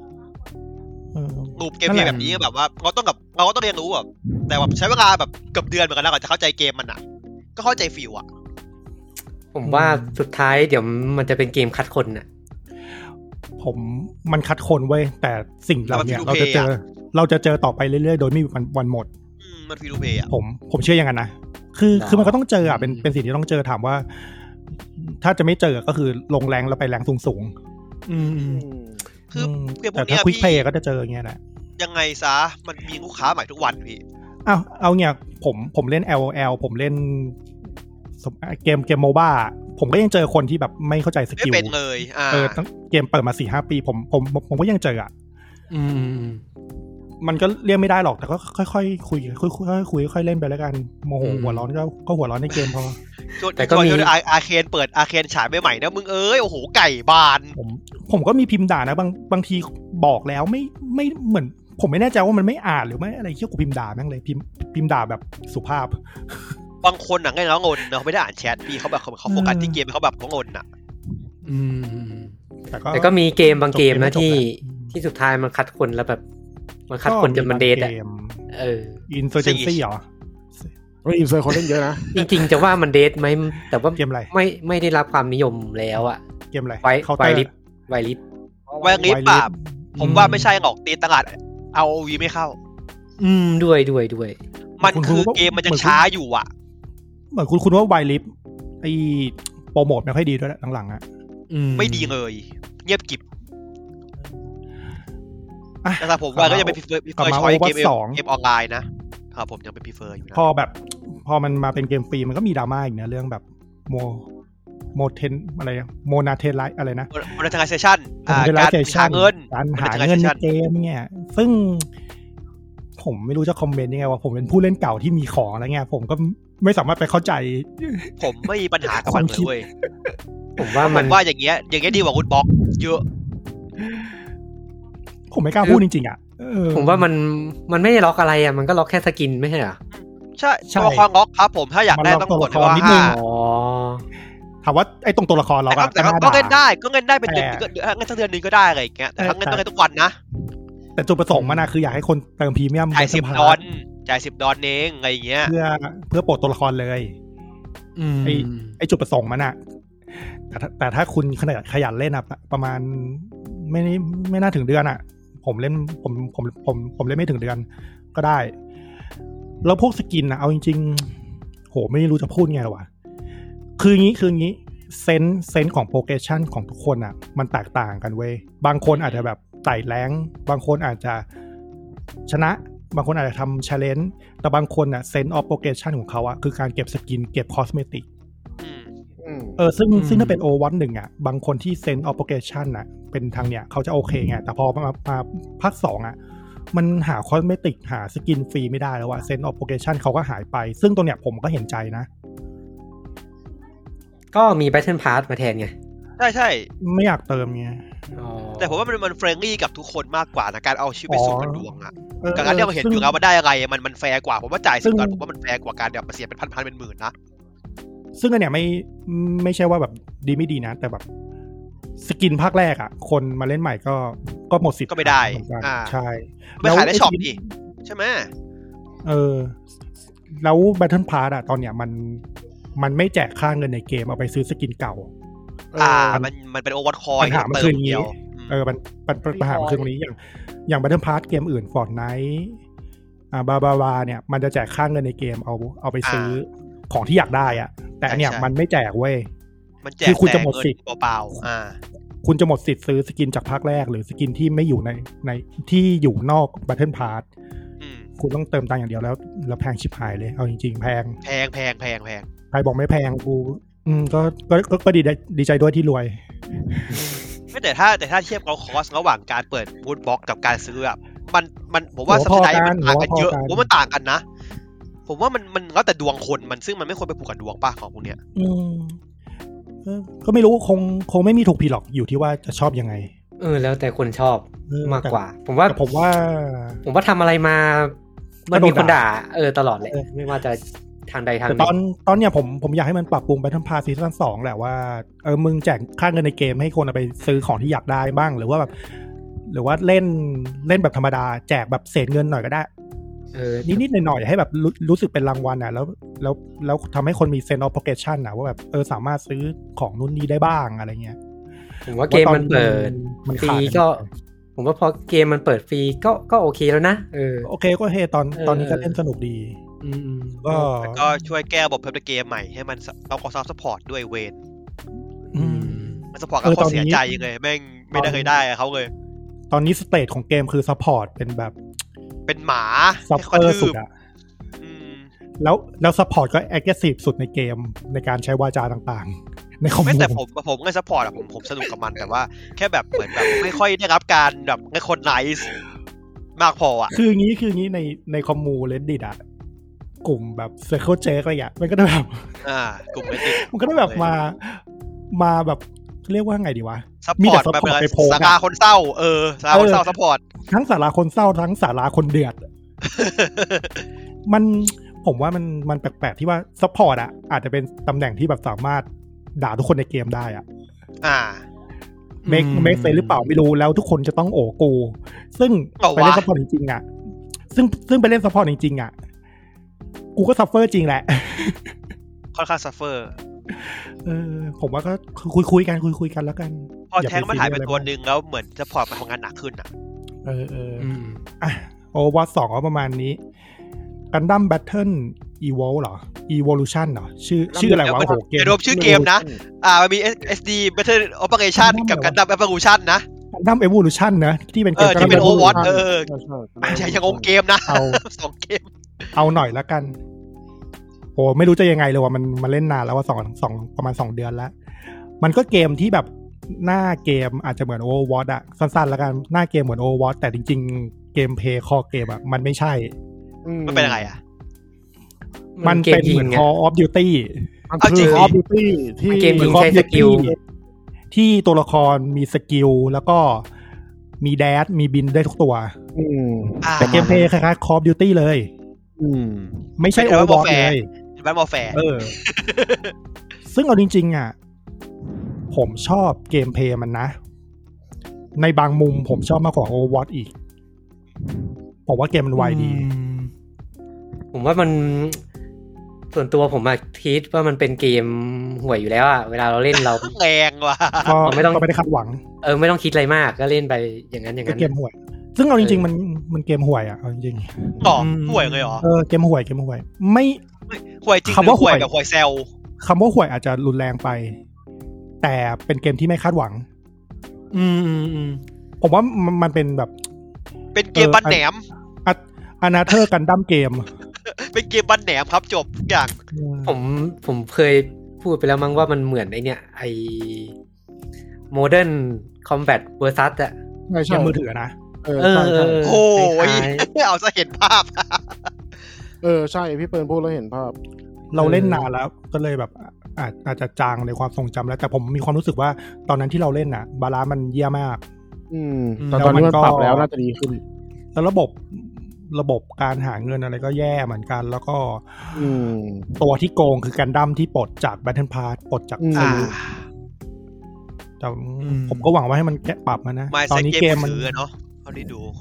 Speaker 2: รูปเกมแบบนี้แบบว่าเราต้องกับเราก็ต้องเรียนรู้แบบแต่แบบใช้เวลาแบบเกือบเดือนเหมือนกันนะก่อนจะเข้าใจเกมมันอ่ะก็เข้าใจฟีลอ่ะ
Speaker 1: ผมว่าสุดท้ายเดี๋ยวมันจะเป็นเกมคัดคนน่ะ
Speaker 4: ผมมันคัดคนเว้ยแต่สิ่งเหล่านี้เราจะเจอเราจะเจอต่อไปเรื่อยๆโดยไม่มีวันหมด
Speaker 2: มันฟีลเพย์อ่ะ
Speaker 4: ผมผมเชื่ออย่างนั้นนะคือคือมันก็ต้องเจออ่ะเป็นเป็นสิ่งที่ต้องเจอถามว่าถ้าจะไม่เจอก็คือลงแรงแล้วไปแรงสูงๆอืม
Speaker 2: คือ
Speaker 4: แต่ถ้าควิกเพย์ก็จะเจออย่างเงี้ยแหละ
Speaker 2: ยังไงซะมันมีลูกค้าใหม่ทุกวันพี่
Speaker 4: อ้าวเอาเนี่ยผมผมเล่น แอล โอ แอล ผมเล่นเกมเกมโมบ้าผมก็ยังเจอคนที่แบบไม่เข้าใจสกิล
Speaker 2: ไม่เป็นเลยอ่า
Speaker 4: เออเกมเปิดมา สี่ห้า ปีผมผมผมก็ยังเจออ่ะ
Speaker 1: อืม
Speaker 4: มันก็เรียกไม่ได้หรอกแต่ก็ค่อยๆคุยค่อยๆคุยค่อยๆเล่นไปแล้วกันโมโหหัวร้อนก็ก็หัวร้อนในเกมพอ
Speaker 2: แต่ก็มีอาร์เคนเปิดอาร์เคนฉายใหม่ๆนะมึงเอ้ยโอ้โหไก่บาน
Speaker 4: ผมผมก็มีพิมพ์ด่านะบางบางทีบอกแล้วไม่ไม่เหมือนผมไม่แน่ใจว่ามันไม่อ่านหรือไม่อะไรเชี่ยกูพิมพ์ด่าแม่งเลยพิมพ์พิมพ์ด่าแบบสุภาพ
Speaker 2: บางคนอ่ะง่ายแล้วงนเนาะไม่ได้อ่านแชทพี่เขาแบบเขาโฟกัสที่เกมเขาแบบเขางนอ่ะ
Speaker 1: อืมแต่ก็มีเกมบางเกมนะที่ที่สุดท้ายมันคัดคนแล้วแบบมันคัดคนจนมันเดทอ่ะเออ
Speaker 4: Insurgency เหรอ
Speaker 3: เฮ้ย Insurgency คนเล่นเยอะนะ
Speaker 1: จริงๆจะว่ามันเดทมั้ยแต่ว่า
Speaker 4: เกมอะไร
Speaker 1: ไม่ไม่ได้รับความนิยมแล้วอ่ะ
Speaker 4: เกมอะไร
Speaker 1: ไวไวลิฟไวลิฟ
Speaker 2: ไวลิฟป่ะผมว่าไม่ใช่หรอกตีตลาด อาร์ โอ วี ไม่เข้า
Speaker 1: อืมด้วยด้วยด้วย
Speaker 2: มันคือเกมมันจะช้าอยู่อ่ะ
Speaker 4: เหมือนคุณคุณว่าไวลิฟไอ้โปรโมทไม่ค่อยดีด้วยหลังๆอ่ะ
Speaker 2: ไม่ดีเลยเงียบกิบแต่ถ้าผมว่าก็ยังเป็น prefer prefer ช้อยเกมเกมออนไลน์นะครับผมยังเป็น prefer อยู่นะ
Speaker 4: พอแบบพอมันมาเป็นเกมฟรีมันก็มีดราม่าอีกนะเรื่องแบบโมโมเทนอะไรโมนาเทนไลท์อะไรนะ
Speaker 2: โมนาเทนไลเซชั่นการหาเงิน
Speaker 4: การหาเงินในเกมเนี่ยซึ่งผมไม่รู้จะคอมเมนต์ยังไงว่าผมเป็นผู้เล่นเก่าที่มีของอะไรเงี้ยผมก็ไม่สามารถไปเข้าใจ
Speaker 2: ผมไม่มีปัญหากับมันเลยเว้ย
Speaker 1: ผมว่ามัน
Speaker 2: ว่าอย่างเงี้ยอย่างเงี้ยดีกว่าวูดบ็อกเยอะ
Speaker 4: ผมไม่กล้าพูดจริงๆอ่ะ
Speaker 1: ผมว่ามันมันไม่ได้ล็อกอะไรอ่ะมันก็ล็อกแค่สกินไม่ใช่เหรอ
Speaker 2: ใช่ตัวละครล็อกครับผมถ้าอยากได้ต้องกดว่าห้า
Speaker 4: ถามว่าไอ้ตรงตัวละครล็อก
Speaker 2: แต่ก็เล่นได้ก็เล่นได้เป็นเดือนก็เล่นทั้งเดือนนึงก็ได้อะไรอย่างเงี้ยแต่ทั้งเล่นต้องเล่นทุกวันนะ
Speaker 4: แต่จุดประสงค์มันนะคืออยากให้คนเติมพรีเมียม
Speaker 2: จ่ายสิบดอลจ่ายสิบดอลเองอะไรอย่างเงี้ย
Speaker 4: เพื่อเพื่อโปรดตัวละครเลยไอ้ไอ้จุดประสงค์มันอะแต่แต่ถ้าคุณขนาดขยันเล่นอะประมาณไม่ไม่น่าถึงเดือนอะผมเล่นผมผมผมผมเล่นไม่ถึงเดือนก็ได้แล้วพวกสกินนะเอาจริงๆโหไม่รู้จะพูดไงหรอวะคืองี้คืองี้เซนส์เซนส์ของโปรเกรสชั่นของทุกคนอะมันแตกต่างกันเว้ยบางคนอาจจะแบบไต่แรงบางคนอาจจะชนะบางคนอาจจะทำ challenge แต่บางคนอะเซนส์ออฟโปรเกรสชั่นของเขาอะคือการเก็บสกินเก็บคอสเมติกเออซึ่งซึ่งถ้าเป็น โอ วัน หนึ่งอ่ะบางคนที่เซนส์ออฟโปรเกรสชั่นอ่ะเป็นทางเนี้ยเขาจะโอเคไงแต่พอมามาภาคสองอ่ะมันหาคอสเมติกหาสกินฟรีไม่ได้แล้วอะเซนส์ออฟโปรเกรสชั่นเขาก็หายไปซึ่งตัวเนี้ยผมก็เห็นใจนะ
Speaker 1: ก็มี Battle Pass มาแทนไง
Speaker 2: ใช่ใช่
Speaker 4: ไม่อยากเติมไง
Speaker 2: แต่ผมว่ามันมันเฟรนลี่กับทุกคนมากกว่านะการเอาชีวิตไปสู่กับดวงอ่ะการที่เราเห็นอยู่แล้วว่าได้อะไรมันมันแฟร์กว่าผมว่าจ่ายสิบดอลผมว่ามันแฟร์กว่าการเดี๋ยวมาเสียเป็นพันๆเป็นหมื่นนะ
Speaker 4: ซึ่งอันเนี้ยไม่ไม่ใช่ว่าแบบดีไม่ดีนะแต่แบบสกินภาคแรกอ่ะคนมาเล่นใหม่ก็ก็หมดสิทธิ์
Speaker 2: ก็ไม่ได้
Speaker 4: อ่าใช่
Speaker 2: ไม่ขายในช็อปดิใช่ไหม
Speaker 4: เออแล้ว Battle Pass อ่ะตอนเนี้ยมันมันไม่แจกค่าเงินในเกมเอาไปซื้อสกินเก่า
Speaker 2: อ่ามันมันเป็นโอเวอร์คอย
Speaker 4: ปัญหามันคืออย่างงี้เออมันปัญหามันคือตรงนี้อย่างอย่าง Battle Pass เกมอื่น Fortnite อ่าบาบาบาเนี่ยมันจะแจกค่าเงินในเกมเอาเอาไปซื้อของที่อยากได้อ่ะแต่อันเนี้ยมันไม่แจกเว้ย
Speaker 2: คือ
Speaker 4: คุณจะหมดสิทธิ์
Speaker 2: เปล่าๆอ่า
Speaker 4: คุณจะหมดสิทธิ์ซื้อสกินจากภาคแรกหรือสกินที่ไม่อยู่ในในที่อยู่นอก Battle Pass คุณต้องเติมตังค์อย่างเดียวแล้วแล้วแพงชิบหายเลยเอาจริงๆแพง
Speaker 2: แพงแพงแพงแพง
Speaker 4: ใครบอกไม่แพงกูอืมก็ก็ก็ดีดีใจด้วยที่รวย
Speaker 2: ไม่แต่ถ้าแต่ถ้าเทียบกับคอสระหว่างการเปิดบูทบ็อกกับการซื้ออ่ะมันมันผมว่าซับไซด์มันต่างกันเยอะผมว่ามันต่างกันนะผมว่ามันมันแล้วแต่ดวงคนมันซึ่งมันไม่ควรไปผูกกับดวงป่ะของพวกเนี้ย
Speaker 4: อืมก็ไม่รู้คงคงไม่มีถูกผิดหรอกอยู่ที่ว่าจะชอบยังไง
Speaker 1: เออแล้วแต่คนชอบมากกว่าผมว่า
Speaker 4: ผมว่า
Speaker 1: ผมว่าทำอะไรมามันมีคนด่าเออตลอดเลยไม่ว่าจะทางใดทางหนึ่ง
Speaker 4: ตอนตอนเนี้ยผมผมอยากให้มันปรับปรุง Battle Pass ซีซั่นสองแหละว่าเออมึงแจกค่าเงินในเกมให้คนเอาไปซื้อของที่อยากได้บ้างหรือว่าแบบหรือว่าเล่นเล่นแบบธรรมดาแจกแบบเศษเงินหน่อยก็ได้เออนิดๆหน่อยๆให้แบบรู้สึกเป็นรางวัลอ่ะแล้วแล้วแล้วทำให้คนมีเซนส์ออฟโปรเกรสชั่นอ่ะว่าแบบเออสามารถซื้อของนู่นนี่ได้บ้างอะไรเงี้ย
Speaker 1: ผมว่าเกมมันเปิดฟรีก็ผมว่าพอเกมมันเปิดฟรีก็ก็โอเคแล้วนะเออ
Speaker 4: โอเคก็เฮตอนตอนนี้ก็เล่นสนุกดี
Speaker 2: ก็ก็ช่วยแก้ระบบเพิ่มเกมใหม่ให้มันเอาคอซัพพอร์ตด้วยเวนมันซัพพอร์ตกับคนเสียใจยังไงแม่งไม่ได้เคยได้เขาเลย
Speaker 4: ตอนนี้สเตจของเกมคือซัพพอร์ตเป็นแบบ
Speaker 2: เป็นหมา
Speaker 4: ซัพเปอร์สุดอ่ะแล้วแล้วซัพพอร์ตก็แอคทีฟสุดในเกมในการใช้วาจาต่างๆในคอมมูน
Speaker 2: แต่ผมผมก็ซัพพอร์ตอ่ะผมผมสนุกกับมันแต่ว่าแค่แบบเหมือนแบบไม่ค่อยได้รับการแบบให้คนไนซ์มากพออ่ะ
Speaker 4: คืองี้คืองี้ในในคอมมู Reddit อ่ะกลุ่มแบบ Circle Jerk อะไรอย่างมันก็ได้แบบ
Speaker 2: อ่ากลุ่ม Reddit
Speaker 4: มันก็ได้แบบมามาแบบเรียกว่าไงดีวะ
Speaker 2: มีแต่ซัพพอร์ตไปโพสสาราคนเศร้าเออสาราคนเศร้าซัพพอร์ต
Speaker 4: ทั้งสาราคนเศร้าทั้งสาราคนเดือดมันผมว่ามันมันแปลกๆที่ว่าซัพพอร์ตอ่ะอาจจะเป็นตำแหน่งที่แบบสามารถด่าทุกคนในเกมได้อ่ะ
Speaker 2: อ่า
Speaker 4: เมคเมคเฟซหรือเปล่าไม่รู้แล้วทุกคนจะต้องโอ้กูซึ่งไปเล่นซัพพอร์ตจริงๆอ่ะซึ่งซึ่งไปเล่นซัพพอร์ตจริงๆอ่ะกูก็ซัฟเฟอร์จริงแหละ
Speaker 2: ค่อนข้างซัฟเฟอร์
Speaker 4: เออผมว่าก็คุยคุยกันคุยคุยกันแล้วกัน
Speaker 2: พอแทงมาถ่ายเป็นตัวนึงแล้วเหมือนจะพอร์ตมาทำงานหนักขึ้นอ่ะ
Speaker 4: เออเอออ่ะโอวอตสองก็ประมาณนี้กันดั้มแบทเทิลอีโวเหรอ Evolution เหรอชื่อชื่ออะไรวะโห
Speaker 2: เกมรวมชื่อเกมนะอ่ามันมี เอส ดี Battle Operation กับ Gundam Evolution นะ
Speaker 4: Gundam Evolution นะที่เป็นเกม
Speaker 2: ที่เป็น Overwatch เออใช่ยังงงเกมนะสองเกม
Speaker 4: เอาหน่อยละกันโอ้ไม่รู้จะยังไงเลยว่ามันมาเล่นนานแล้วว่าสองสองประมาณสองเดือนแล้วมันก็เกมที่แบบหน้าเกมอาจจะเหมือน Overwatch อ่ะสั้นๆแล้วกันหน้าเกมเหมือน Overwatch แต่จริงเกมเพลย์คอเกมอ่ะมันไม่ใช่
Speaker 2: มันเป็นยังไงอ่ะ
Speaker 4: มันเป็นเหมือน Call of Duty
Speaker 3: มันคือ Call of Duty ที่
Speaker 1: เกมยิงใช้สกิล
Speaker 4: ที่ตัวละครมีสกิลแล้วก็มีแดชมีบินได้ทุกตัวแต่เกมเพลย์คล้ายๆ Call of Duty เลยไม่ใช่ Overwatch เลย
Speaker 2: แบทวอร์แฟร์
Speaker 4: เออซึ่งเอาจริงๆอ่ะผมชอบเกมเพลย์มันนะในบางมุมผมชอบมากกว่า Overwatch อีกผมว่าเกมมันไวดี
Speaker 1: ผมว่ามันส่วนตัวผมอะคิดว่ามันเป็นเกมห่วยอยู่แล้วอะเวลาเราเล่นเรา
Speaker 2: แรงว่ะ
Speaker 4: ก็ไม่ต้องไม่ได้คาดหวัง
Speaker 1: เออไม่ต้องคิดอะไรมากก็เล่นไปอย่างนั้นอย่างนั้น
Speaker 4: เกมห่วยซึ่งเอาจริงๆมันมันเกมห่วยอะเอาจริง
Speaker 2: ๆอ๋อห่วยเลยเหรอ
Speaker 4: เออเกมห่วยเกมห่วยไม่
Speaker 2: ห่วยจริงหรือห่วยแบบห่วยเซล
Speaker 4: คำว่าห่วยอาจจะรุนแรงไปแต่เป็นเกมที่ไม่คาดหวัง
Speaker 1: อืม
Speaker 4: ผมว่ามันเป็นแบบ
Speaker 2: เป็นเกมบันแหนม
Speaker 4: อนาเธอร์กันดั้มเกม
Speaker 2: เป็นเกมบันแหนมครับจบทุกอย่าง
Speaker 1: ผมผมเคยพูดไปแล้วมั้งว่ามันเหมือนไอเนี้ยไอ Modern Combat Versus อะ
Speaker 4: ใช่มือถือนะ
Speaker 1: เออ
Speaker 2: โอ้ยเอาซะเห็นภาพ
Speaker 3: เออใช่พี่เปิ้ลพูดแล้วเห็นภาพ
Speaker 4: เราเล่นนานแล้วก็เลยแบบอาจอาจจะจางในความทรงจำแล้วแต่ผมมีความรู้สึกว่าตอนนั้นที่เราเล่นน่ะบาลานซ์มันเยี่ยมมาก
Speaker 3: อืมแต่ตอนนี้มันปรับแล้วน่าจะดีขึ้น
Speaker 4: แล้วระบบระบบการหาเงินอะไรก็แย่เหมือนกันแล้วก็ตัวที่โกงคือกันดั้มที่ปลดจาก Battle Pass ปลดจากซื้อแต่ผมก็หวังว่าให้มันแก้ปรับมานะ
Speaker 2: ตอนนี้เกมมันเนาะเขาได้ดู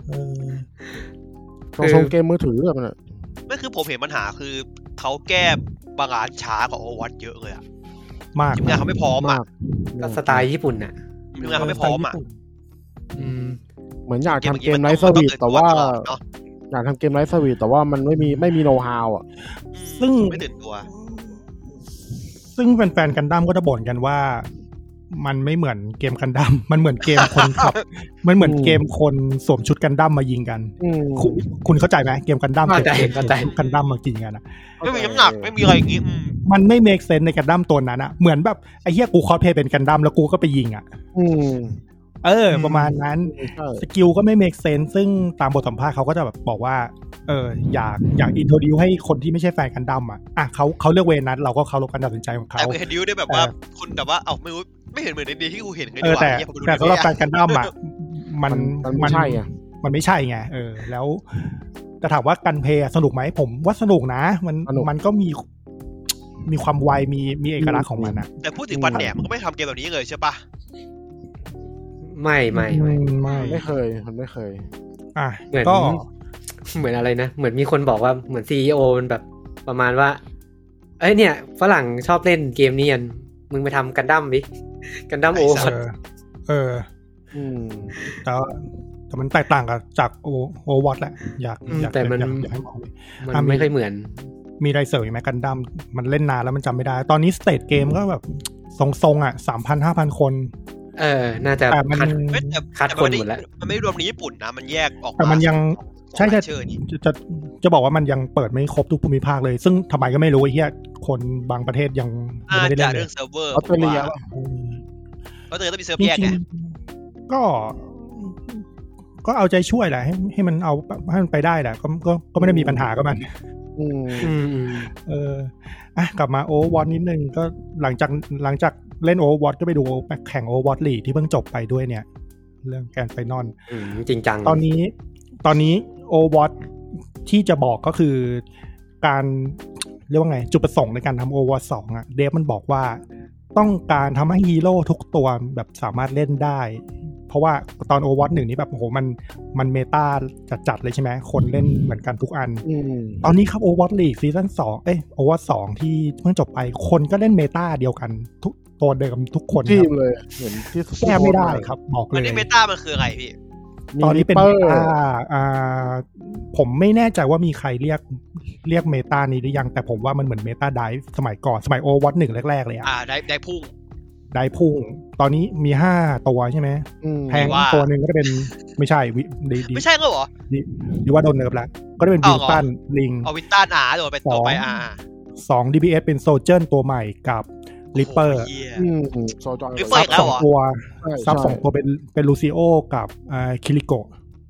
Speaker 3: ทรงเกมมือถือแบบนั้น
Speaker 2: นั่นคือผมเห็นปัญหาคือเขาแก้บางอันช้ากว่า Overwatch เยอะเลยอะ
Speaker 4: มาก
Speaker 2: ทีมงานเขาไม่พร้อมอะ
Speaker 1: ก็สไตล์ญี่ปุ่นน่ะ
Speaker 2: ทีมงานเขาไม่พร้อมอะ
Speaker 3: เหมือนอยากทำเกมไลฟ์เซอร์วิสแต่ว่าอยากทำเกมไลฟ์เซอร์วิสแต่ว่ามันไม่มีไม่มีโน้ตฮาวอ่ะ
Speaker 4: ซึ่ง
Speaker 2: ไม่ตื่นตัว
Speaker 4: ซึ่งแฟนๆกันดั้มก็จะบ่นกันว่ามันไม่เหมือนเกมกันดั้มมันเหมือนเกมคนขับมันเหมือนเกมคนสวมชุดกันดั้มมายิงกันคุณคุณเข้าใจไหมเกมกันดั้ม
Speaker 1: เข้าใจ
Speaker 4: เข้าใจกันดั้มมายิงกันอ่ะ
Speaker 2: ไม่มีน้ำหนักไม่มีอะไรอย่างงี้
Speaker 4: มันไม่เมคเซนส์ในกันดั้มตัวนั้นอ่ะเหมือนแบบไอ้เหี้ยกูคอสเพลย์เป็นกันดั้มแล้วกูก็ไปยิงอ่ะเออประมาณนั้นสกิลก็ไม่เมคเซนส์ซึ่งตามบทสัมภาษณ์เขาก็จะแบบบอกว่าเอออยากอยากอินโทรดิวให้คนที่ไม่ใช่แฟนกันดั้มอ่ะอ่ะเขาเขาเลือกเวนั้นเราก็เคารพการตัดสินใจของเขา
Speaker 2: แต่อินโทรดิวได้แบบว่าคนแบบว่าเอ้าไม่รู้ไม่เห็นเหมือนในดีที่กูเห็นไงดี
Speaker 4: กว่าแต่แต่สำหรับแฟนกันดั้มอ่ะมัน
Speaker 3: มันไม่ใช่ไง
Speaker 4: มันไม่ใช่ไงเออแล้วแต่ถามว่ากันเพย์สนุกไหมผมว่าสนุกนะมันมันก็มีมีความไวมีมีเอกลักษณ์ของมันอ่ะ
Speaker 2: แต่พูดถึงบันแหนมมันก็ไม่ทำเกมแบบนี้เลยใช่ปะ
Speaker 1: ไม่ไม่
Speaker 3: ไม่ไม่ไม่เคยมันไม่เคย
Speaker 4: อ่ะ
Speaker 1: เหมือนก็เหมือนอะไรนะเหมือนมีคนบอกว่าเหมือน ซี อี โอ มันแบบประมาณว่าเอ้ยเนี่ยฝรั่งชอบเล่นเกมนี้กันมึงไปทำกันดั้มดิกันดั้มโอ
Speaker 4: เออเออแต่แต่มันแตกต่างกับจากโอโอวอตแหละอยากอยาก
Speaker 1: แต่มัน
Speaker 4: อยากให้มอง
Speaker 1: มันไม่ค่อยเหมือน
Speaker 4: มีไรเสริมไหมกันดั้มมันเล่นนานแล้วมันจำไม่ได้ตอนนี้สเตทเกมก็แบบทรงๆอ่ะ สามพัน ห้าพัน คน
Speaker 1: เออน่าจะคัดคัดคนหมดแล้ว
Speaker 2: มันไม่รวมในญี่ปุ่นนะมันแยกออก
Speaker 4: แต่มันยังใช่ๆจะจะจะบอกว่ามันยังเปิดไม่ครบทุกภูมิภาคเลยซึ่งทำไมก็ไม่รู้ไอ้เหี้ยคนบางประเทศยัง
Speaker 2: ไม่ได้เล่นเรื่องเซิร์ฟเวอร์ออสเตรเลียออสเตรเลียต้องมีเซิร์ฟแยกไง
Speaker 4: ก็ก็เอาใจช่วยแหละให้ให้มันเอาให้มันไปได้แหละก็ก็ก็ไม่ได้มีปัญหากับมัน
Speaker 3: อืม
Speaker 4: เอออ่ะกลับมาโอเวอร์วอทนิดนึงก็หลังจากหลังจากเล่นโอเวอร์วอทก็ไปดูแข่งโอเวอร์วอทลีกที่เพิ่งจบไปด้วยเนี่ยเรื่องแกรนด์ไฟนอล
Speaker 1: จริงจัง
Speaker 4: ตอนนี้ตอนนี้โอเวอร์วอทที่จะบอกก็คือการเรียกว่าไงจุดประสงค์ในการทำโอเวอร์วอทสองอ่ะเดฟมันบอกว่าต้องการทำให้ฮีโร่ทุกตัวแบบสามารถเล่นได้เพราะว่าตอนโอเวอร์วอทหนึ่งนี้แบบโอ้โหมันมันเมตาจัดๆเลยใช่ไหมคนเล่นเหมือนกันทุกอันตอนนี้ครับโอเวอร์วอทลีกซีซั่นสองเอ้ยโอเวอร์วอทสองที่เพิ่งจบไปคนก็เล่นเมตาเดียวกันทุกตัวเดิมทุกคน
Speaker 3: ทีมเลยเหมือนที่
Speaker 4: แก้ไม่ได้ครับบอกเลย
Speaker 2: อันนี้เมตามันคืออะไรพี่
Speaker 4: ตอนนี้เป็นเมตาอ่าผมไม่แน่ใจว่ามีใครเรียกเรียกเมตานี้หรือยังแต่ผมว่ามันเหมือนเมตาไดฟ์สมัยก่อนสมัยโอเวอร์วอทหนึ่งแรกๆเลยอ่ะ
Speaker 2: อ่าไดฟ์ไดฟ์พุ่ง
Speaker 4: ได้พุ่งตอนนี้มีห้าตัวใช่ไหมแพงตัวหนึ่งก็จะเป็นไม่ใช่วิ
Speaker 2: ดีไม่ใช่ก็เหรอ
Speaker 4: ดีว่าโดนเนิร์ฟแล้วก็จะเป็นวินตันลิง
Speaker 2: เอาวินตันอ่าโดนไปตัวไปอ่า
Speaker 4: สอง ดี บี เอส เป็นโซเจอร์ตัวใหม่กับริปเปอร์ซับสองตัวซับสองตัวเป็นเป็นลูซิโอกับอ่าคิริโกะ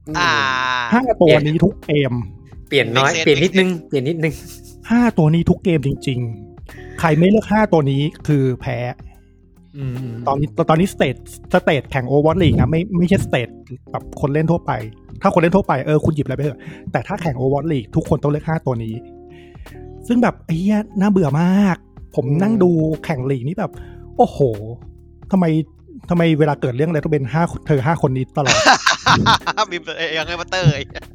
Speaker 2: อ่า
Speaker 4: ห้าตัวนี้ทุกเกม
Speaker 1: เปลี่ยนน้อยเปลี่ยนนิดนึงเปลี่ยนนิดนึง
Speaker 4: ห้าตัวนี้ทุกเกมจริงๆใครไม่เลือกห้าตัวนี้คือแพ้ตอนนี้ตอนนี้สเตทสเตทแข่ง Overwatch League นะไม่ไม่ใช่สเตทแบบคนเล่นทั่วไปถ้าคนเล่นทั่วไปเออคุณหยิบอะไรไปเถอะแต่ถ้าแข่ง Overwatch League ทุกคนต้องเลือกห้าตัวนี้ซึ่งแบบไอ้เหี้ยน่าเบื่อมากผมนั่งดูแข่งลีกนี่แบบโอ้โหทำไมทำไมเวลาเกิดเรื่องอะไรต้องเป็นห้าเธอห้าคนนี้ตลอด
Speaker 2: มียังไงมาเตอร์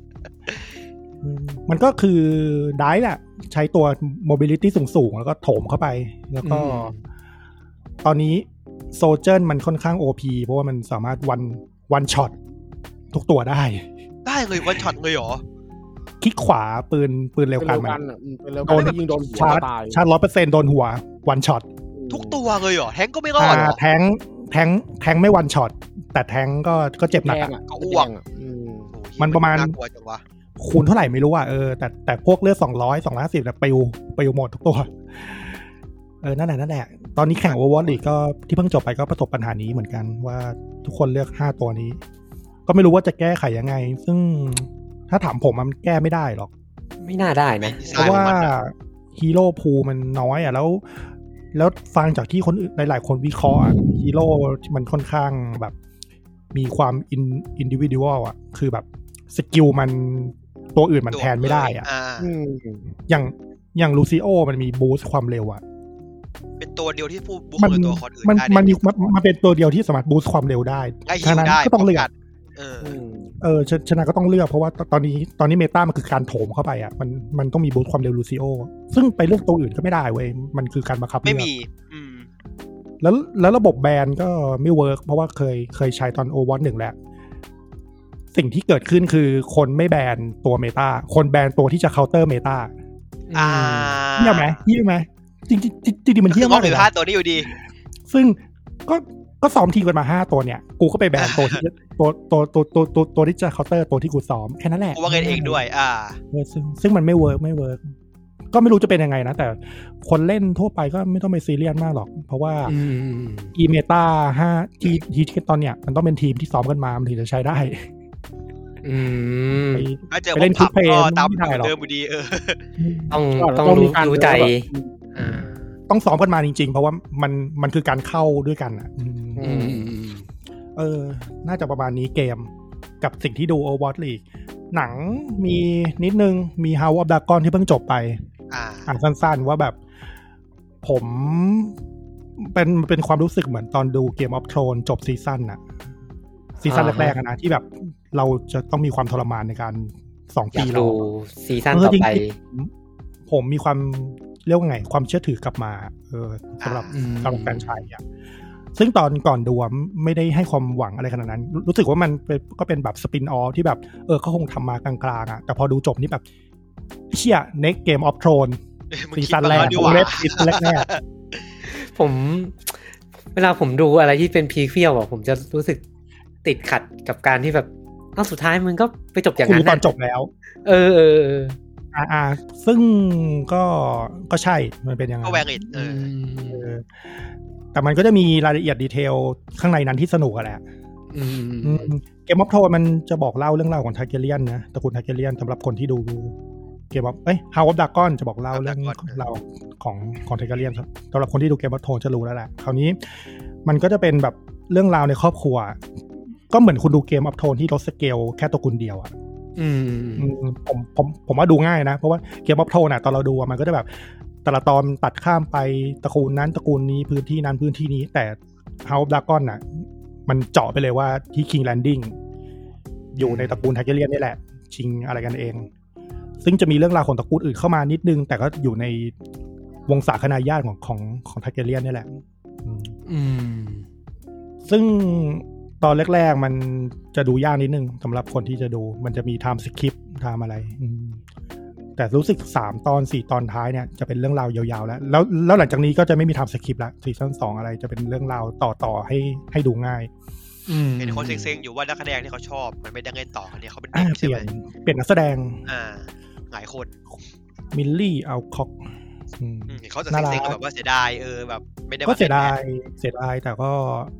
Speaker 4: มันก็คือได้แหละใช้ตัว mobility สูงๆแล้วก็โถมเข้าไปแล้วก็ตอนนี้โซเจอร์มันค่อนข้าง โอ พี เพราะว่ามันสามารถวันวันช็อตทุกตัวได้
Speaker 2: ได้เลยวันช็อตเลยเหรอ
Speaker 4: คลิกขวาปืนปืนเร็วกันมัน
Speaker 3: โดนยิงโดน
Speaker 4: ชาร์จชาร์จ ร้อยเปอร์เซ็นต์ โดนหัววันช็อต
Speaker 2: ทุกตัวเลยเหรอแทงก็ไม่รอดเหรอ
Speaker 4: แทงแทงแทงไม่วันช็อตแต่แทงก็ก็เจ็บหนักอ่ะ
Speaker 2: ก็อ้วก
Speaker 4: มันประมาณคูณเท่าไหร่ไม่รู้อ่ะเออแต่แต่พวกเลือดสองร้อย สองร้อยห้าสิบน่ะปิวปิวหมดทุกตัวเออนั่นแหละนั่นแหละตอนนี้แข่ง Overwatch League ก็ที่เพิ่งจบไปก็ประสบปัญหานี้เหมือนกันว่าทุกคนเลือกห้าตัวนี้ก็ไม่รู้ว่าจะแก้ไขยังไงซึ่งถ้าถามผมมันแก้ไม่ได้หรอก
Speaker 1: ไม่น่าได้นะ
Speaker 4: เพราะว่าฮีโร่พูลมันน้อยอ่ะแล้วแล้วฟังจากที่คนอื่นหลายๆคนวิเคราะห์ฮีโร่มันค่อนข้างแบบมีความอินดิวิวดัลอ่ะคือแบบสกิลมันตัวอื่นมันแทนไม่ได้อ่ะอย่างอย่างลูซิโอมันมีบูสต์ความเร็วอ่ะ
Speaker 2: เป็นตัวเดียวที่พูดบูสต์ตัวคนอื่นได้
Speaker 4: มันมันมันเป็นตัวเดียวที่สามารถบูสต์ความเร็วได้ฉะนั้นก็ต้องเลือกเออเออชนะก็ต้องเลือกเพราะว่าตอนนี้ตอนนี้เมตามันคือการโถมเข้าไปอ่ะมันมันต้องมีบูสต์ความเร็วลูซิโอซึ่งไปเลือกตัวอื่นก็ไม่ได้เว้ยมันคือการบังคับ
Speaker 2: ไม่มี
Speaker 4: แล้วแล้วระบบแบนก็ไม่เวิร์กเพราะว่าเคยเคยใช้ตอน Overwatch หนึ่งแล้วสิ่งที่เกิดขึ้นคือคนไม่แบนตัวเมตาคนแบนตัวที่จะเคาน์เตอร์เมตา
Speaker 2: อ่า
Speaker 4: เหี้ยไหมเหี้ยไหมจริงจริงจริงมันเหี้ยมาก
Speaker 2: เลยนะตัวนี้อยู่ดี
Speaker 4: ซึ่งก็ก็ซ้อมทีกันมาห้าตัวเนี่ยกูก็ไปแบนตัวที่ตัวตัวตัวตัวตัวตัวที่จะเคาน์เตอร์ตัวที่กูซ้อมแค่นั้นแหละ
Speaker 2: กูว่าเงินเองด้วยอ่า
Speaker 4: ซึ่งซึ่งมันไม่เวิร์กไม่เวิร์กก็ไม่รู้จะเป็นยังไงนะแต่คนเล่นทั่วไปก็ไม่ต้องไปซีเรียสมากหรอกเพราะว่าอีเมตาห้าที่ที่ตอนเนี้ยมันต้องเป็นทีมที่ซ้อมกันมามันถึงจะใช้ได้
Speaker 1: อืม
Speaker 2: ไปเล่นคุกเพย์ตามเดิมดีเออ
Speaker 1: ต้องต้องรู้ใจ
Speaker 4: ต้องซ้อมกันมาจริงๆเพราะว่ามันมันคือการเข้าด้วยกันอ่ะเออน่าจะประมาณนี้เกมกับสิ่งที่ดู Overwatch League หนังมีนิดนึงมี House of Dragon ที่เพิ่งจบไปอ่านสั้นๆว่าแบบผมเป็นเป็นความรู้สึกเหมือนตอนดู Game of Thrones จบซีซั่นน่ะซีซั่นแรกๆนะที่แบบเราจะต้องมีความทรมานในการสองปี
Speaker 1: เราซีซั่นต่อไป
Speaker 4: ผมมีความเรียกว่าไงความเชื่อถือกลับมาเออสำหรับสำหรับแฟนชายอ่ะซึ่งตอนก่อนดูไม่ได้ให้ความหวังอะไรขนาดนั้นรู้สึกว่ามันก็เป็นแบบสปินออฟที่แบบเออเขาคงทำมากลางๆอ่ะแต่พอดูจบนี่แบบเชี่ย Next Game of Thrones ซีซั่นแรกผมเล่นซีซั่นแรก
Speaker 1: ผมเวลาผมดูอะไรที่เป็นพีเฟียลอ่ะผมจะรู้สึกติดขัดกับการที่แบบเอ้าสุดท้ายมันก็ไปจบอย่างนั้น
Speaker 4: ตอนจบแล้ว
Speaker 1: เออเออ
Speaker 4: อ่าอ่าซึ่งก็ก็ใช่มันเป็นยังไง
Speaker 2: ก็แวงอิดเออ
Speaker 4: แต่มันก็จะมีรายละเอียดดีเทลข้างในนั้นที่สนุกอะแหละเกมออฟโทนมันจะบอกเล่าเรื่องราวของทาร์แกเรียนนะตระกูลทาร์แกเรียนสำหรับคนที่ดูเกมออฟเอ้ย House of Dragon จะบอกเล่าเรื่องราวของของทาร์แกเรียนสำหรับคนที่ดูเกมออฟโทนจะรู้แล้วแหละคราวนี้มันก็จะเป็นแบบเรื่องราวในครอบครัวก็เหมือนคุณดูเกมออฟโทนที่ลดสเกลแค่ตระกูลเดียวอ่ะผมผมผมว่าดูง่ายนะเพราะว่าเกมออฟโทนอ่ะตอนเราดูมันก็จะแบบแต่ละตอนตัดข้ามไปตระกูลนั้นตระกูลนี้พื้นที่นั้นพื้นที่นี้แต่ House of Dragon น่ะมันเจาะไปเลยว่าที่ King Landing อยู่ในตระกูลทาร์แกเรียนนี่แหละชิงอะไรกันเองซึ่งจะมีเรื่องราวของตระกูลอื่นเข้ามานิดนึงแต่ก็อยู่ในวงศาคณาญาติของของของทาร์แกเรียนนี่แหละ
Speaker 1: อืม
Speaker 4: ซึ่งตอนแรกๆมันจะดูยากนิดนึงสำหรับคนที่จะดูมันจะมี time skip ไทม์อะไรแต่รู้สึกสามตอนสี่ตอนท้ายเนี่ยจะเป็นเรื่องราวยาวๆแล้วแล้วแล้วหลังจากนี้ก็จะไม่มี time skip แล้วซีซั่นสองอะไรจะเป็นเรื่องราวต่อๆให้ให้ดูง่าย
Speaker 2: เห็นคนเซ็งๆอยู่ว่านักแสดงที่เขาชอบมันไม่ได้เล่นต่อกันเนี่ยเขาเป็นเด็กใช่ไหม
Speaker 4: เปลี่ยนนักแสดง
Speaker 2: อ่าหลายคน
Speaker 4: มิลลี่อัลคอก
Speaker 2: เขาจะเซ็งๆแบบว่าเสียดายเออแบบไม่ได้
Speaker 4: ก็เสียดายเสียดายแต่ก็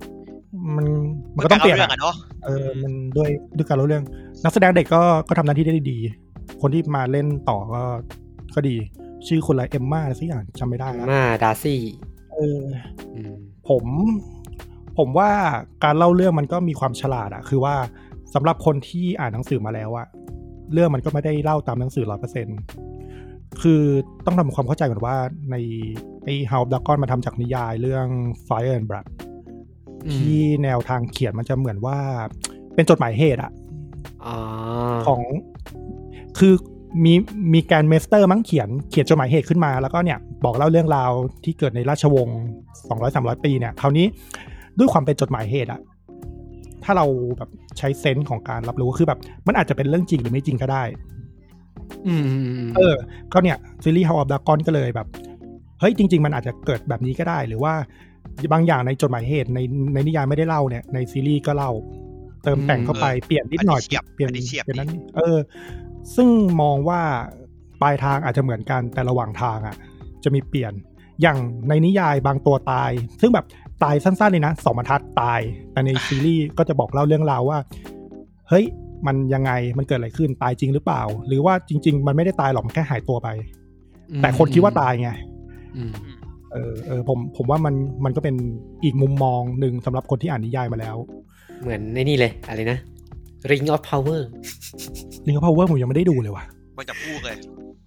Speaker 4: มันมันก็ต้องเปลี่ยน
Speaker 2: อะเนาะ
Speaker 4: เออมันด้วยด้วยการเล่าเรื่องนักแสดงเด็กก็ก็ทำหน้าที่ได้ดีคนที่มาเล่นต่อก็ก็ดีชื่อคนอะไรเอมม่าอะไรสักอย่างจำไม่ได้แล้ว
Speaker 1: มาดาร์ซี่
Speaker 4: เออผมผมว่าการเล่าเรื่องมันก็มีความฉลาดอะคือว่าสำหรับคนที่อ่านหนังสือมาแล้วอะเรื่องมันก็ไม่ได้เล่าตามหนังสือ ร้อยเปอร์เซ็นต์ คือต้องทำความเข้าใจก่อนว่าในไอ้ House of Dragon มาทำจากนิยายเรื่อง Fire and Blood ที่แนวทางเขียนมันจะเหมือนว่าเป็นจดหมายเหตุอะของคือมีมีการเมสเตอร์มั้งเขียนเขียนจดหมายเหตุขึ้นมาแล้วก็เนี่ยบอกเล่าเรื่องราวที่เกิดในราชวงศ์สองร้อย สามร้อยปีเนี่ยคราวนี้ด้วยความเป็นจดหมายเหตุอะถ้าเราแบบใช้เซนส์ของการรับรู้คือแบบมันอาจจะเป็นเรื่องจริงหรือไม่จริงก็ได้
Speaker 1: อืม
Speaker 4: เออก็เนี่ยซีรีส์ House of Dragon ก็เลยแบบเฮ้ยจริงๆมันอาจจะเกิดแบบนี้ก็ได้หรือว่าบางอย่างในจดหมายเหตุในในนิยายไม่ได้เล่าเนี่ยในซีรีส์ก็เล่าเติมแต่งเข้าไปเปลี่ยนนิดหน่อยเปลี่ยนเป็นนั้นเออซึ่งมองว่าปลายทางอาจจะเหมือนกันแต่ระหว่างทางอ่ะจะมีเปลี่ยนอย่างในนิยายบางตัวตายซึ่งแบบตายสั้นๆเลยนะสองบรรทัดตายแต่ในซีรีส์ก็จะบอกเล่าเรื่องราวว่าเฮ้ยมันยังไงมันเกิดอะไรขึ้นตายจริงหรือเปล่าหรือว่าจริงๆมันไม่ได้ตายหรอกมันแค่หายตัวไปแต่คนคิดว่าตายไงเออเออผมผมว่ามันมันก็เป็นอีกมุมมองหนึ่งสำหรับคนที่อ่านนิยายมาแล้ว
Speaker 1: เหมือนในนี่เลยอะไรนะ Ring of Power
Speaker 4: Ring of Power ผมยังไม่ได้ดูเลยว่ะ
Speaker 2: มันจะพูดเลย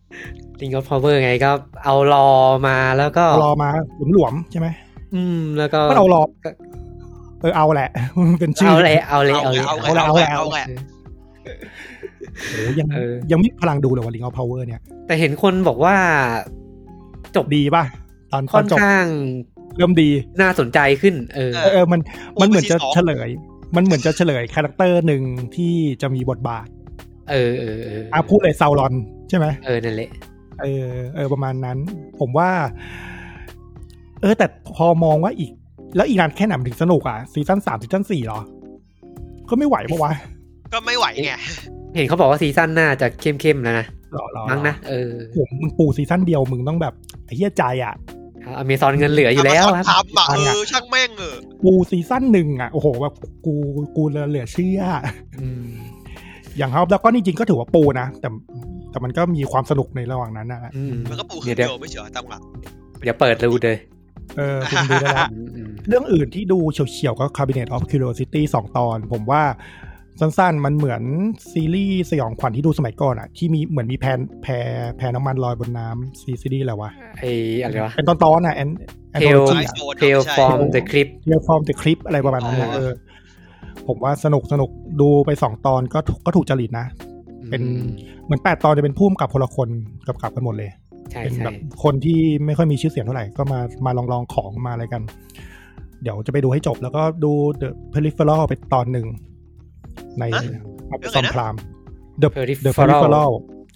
Speaker 1: Ring of Power ไงก็เอารอมาแล้วก็
Speaker 4: รอมาหลวมๆใช่ไหม
Speaker 1: อืมแล้วก็
Speaker 4: มันเอารอเออเอาแหละเป็นชื่อ
Speaker 1: เอาแหละเอาแหละเอาแหละ
Speaker 2: เอาแหละเอาแหละเอาแหละ
Speaker 4: โอ้ยังยังมีพลังดูเลยว่า Ring of Power เนี่ย
Speaker 1: แต่เห็นคนบอกว่า
Speaker 4: จบดีป่ะตอน
Speaker 1: ค่อนข้าง
Speaker 4: เริ่มดี
Speaker 1: น่าสนใจขึ้นเออ
Speaker 4: เออมันมันเหมือนจะเฉลยมันเหมือนจะเฉลยคาแรคเตอร์หนึ่งที่จะมีบทบาท
Speaker 1: เออเออเออ
Speaker 4: อ่ะพูดเลยซาวรอนใช่ไหม
Speaker 1: เออนั่นแหละ
Speaker 4: เออเออประมาณนั้นผมว่าเออแต่พอมองว่าอีกแล้วอีกนานแค่ไหนถึงสนุกอ่ะซีซั่นสามซีซั่นสี่หรอก็ไม่ไหวปะวะ
Speaker 2: ก็ไม่ไหวไง
Speaker 1: เห็นเขาบอกว่าซีซั่นหน้าจะเข้มๆแล้วนะมั้งนะเออ
Speaker 4: ผมมึงปูซีซั่นเดียวมึงต้องแบบไอ้เหี้ยใจอ่ะ
Speaker 1: อเมซอนเงินเหลืออยู่แล้วครับ
Speaker 2: ทำอ่ะเออช่างแม่งเออ
Speaker 4: ปูซีซั่นหนึ่งอ่ะโอ้โหแบบกูกูเหลือเชื่ออย่างครับแล้วก็จริงๆก็ถือว่าปูนะแต่แต่มันก็มีความสนุกในระหว่างนั้นนะ
Speaker 2: มันก็ปูคือเดียวไม่เฉยตั้งหลัก
Speaker 1: อย่าเปิดดูเลย
Speaker 4: เออคุณดูได้แล้วเรื่องอื่นที่ดูเฉียวๆก็ Cabinet of Curiosity สองตอนผมว่าสั้นๆมันเหมือนซีรีส์สยองขวัญที่ดูสมัยก่อนอ่ะที่มีเหมือนมีแพนแพแพน้ำมันลอยบนน้ำซีรีส์อะไรวะ
Speaker 1: ไอ้อะไรวะ
Speaker 4: เป็นตอนๆอ่ะแอน
Speaker 1: แอนโทจีเทลฟอร์มเดอะคลิป
Speaker 4: เทลฟอร์มเดอะคลิปอะไรประมาณนั้นเออผมว่าสนุกสนุกดูไปสองตอนก็ก็ถูกจริตนะเป็นเหมือนแปดตอนจะเป็นพุ่มกับคนละคนกับกับกันหมดเลยเป็นแบบคนที่ไม่ค่อยมีชื่อเสียงเท่าไหร่ก็มามาลองลองของมาอะไรกันเดี๋ยวจะไปดูให้จบแล้วก็ดู The Peripheral ไปตอนหนึ่งในซอมพราม The Peripheral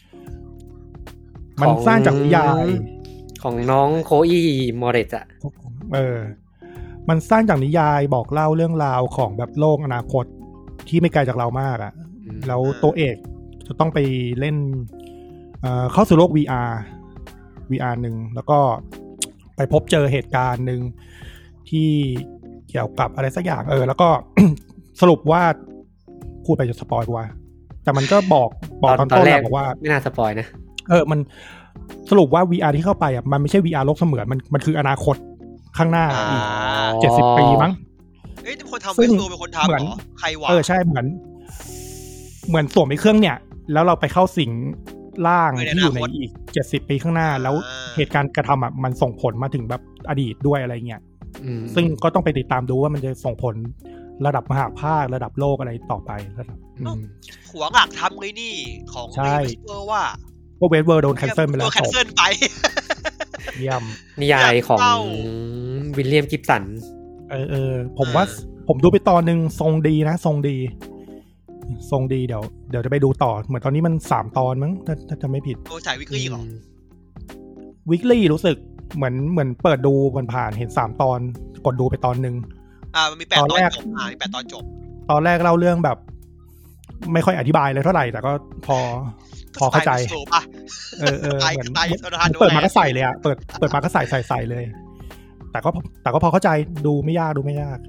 Speaker 4: มันสร้างจากนิยาย
Speaker 1: ของน้องโคอีมอเรตอะ
Speaker 4: เออมันสร้างจากนิยายบอกเล่าเรื่องราวของแบบโลกอนาคตที่ไม่ไกลจากเรามากอะแล้วตัวเอกจะต้องไปเล่นเอ่อเข้าสู่โลก วี อาร์ วี อาร์ หนึ่งแล้วก็ไปพบเจอเหตุการณ์หนึ่งที่เกี่ยวกับอะไรสักอย่างเออแล้วก็ สรุปว่าพูดไปจะสปอยล์กว่าแต่มันก็บอกบอกตอนต้นแล้วบอกว่า
Speaker 1: ไม่น่าสปอยล์นะ
Speaker 4: เออมันสรุปว่า วี อาร์ ที่เข้าไปอ่ะมันไม่ใช่ วี อาร์ โลกเสมือนมันมันคืออนาคตข้างหน้าอีกเจ็ดสิบปีมั้ง
Speaker 2: เอ้ยคนทำเวสโตเป็นคนทำเหรอใครวะ
Speaker 4: เออใช่เหมือนเหมือนสวมไอ้เครื่องเนี่ยแล้วเราไปเข้าสิงร่างที่อยู่ในอีกเจ็ดสิบปีข้างหน้าแล้วเหตุการณ์กระทำอ่ะมันส่งผลมาถึงแบบอดีตด้วยอะไรเงี้ยซึ่งก็ต้องไปติดตามดูว่ามันจะส่งผลระดับมหาภาคระดับโลกอะไรต่อไประดับ
Speaker 2: หัวหงักทำเลยนี่ของเวสเวอร์ว่า
Speaker 4: พวกเวสเวอร์โดนแคนเซิลไปแล้ว
Speaker 2: โดนแคนเซิลไป
Speaker 4: เยี่ยม
Speaker 1: นิยายของวิลเลียมกิบสัน
Speaker 4: เออเออผมว่าผมดูไปตอนนึงทรงดีนะทรงดีทรงดีเดี๋ยวเดี๋ยวจะไปดูต่อเหมือนตอนนี้มันสามตอนมั้งถ้าถ้าจำไม่ผิด
Speaker 2: โอ้ใช่วิกลี่หรอ
Speaker 4: วิกลี่รู้สึกเหมือนเหมือนเปิดดูผ่านๆเห็นสามตอนกดดูไปตอนนึง
Speaker 2: อ่ามันมีแปดตอนจบอ่ามีแปดตอนจบ
Speaker 4: ตอนแรกเล่าเรื่องแบบไม่ค่อยอธิบายเลยเท่าไหร่แต่ก็พอพอเข้าใจเออเออเหมือนเปิดมาก็ใส่เลยอ่ะเปิดเปิดมาก็ใส่ใส่ใส่เลยแต่ก็แต่ก็พอเข้าใจดูไม่ยากดูไม่ยาก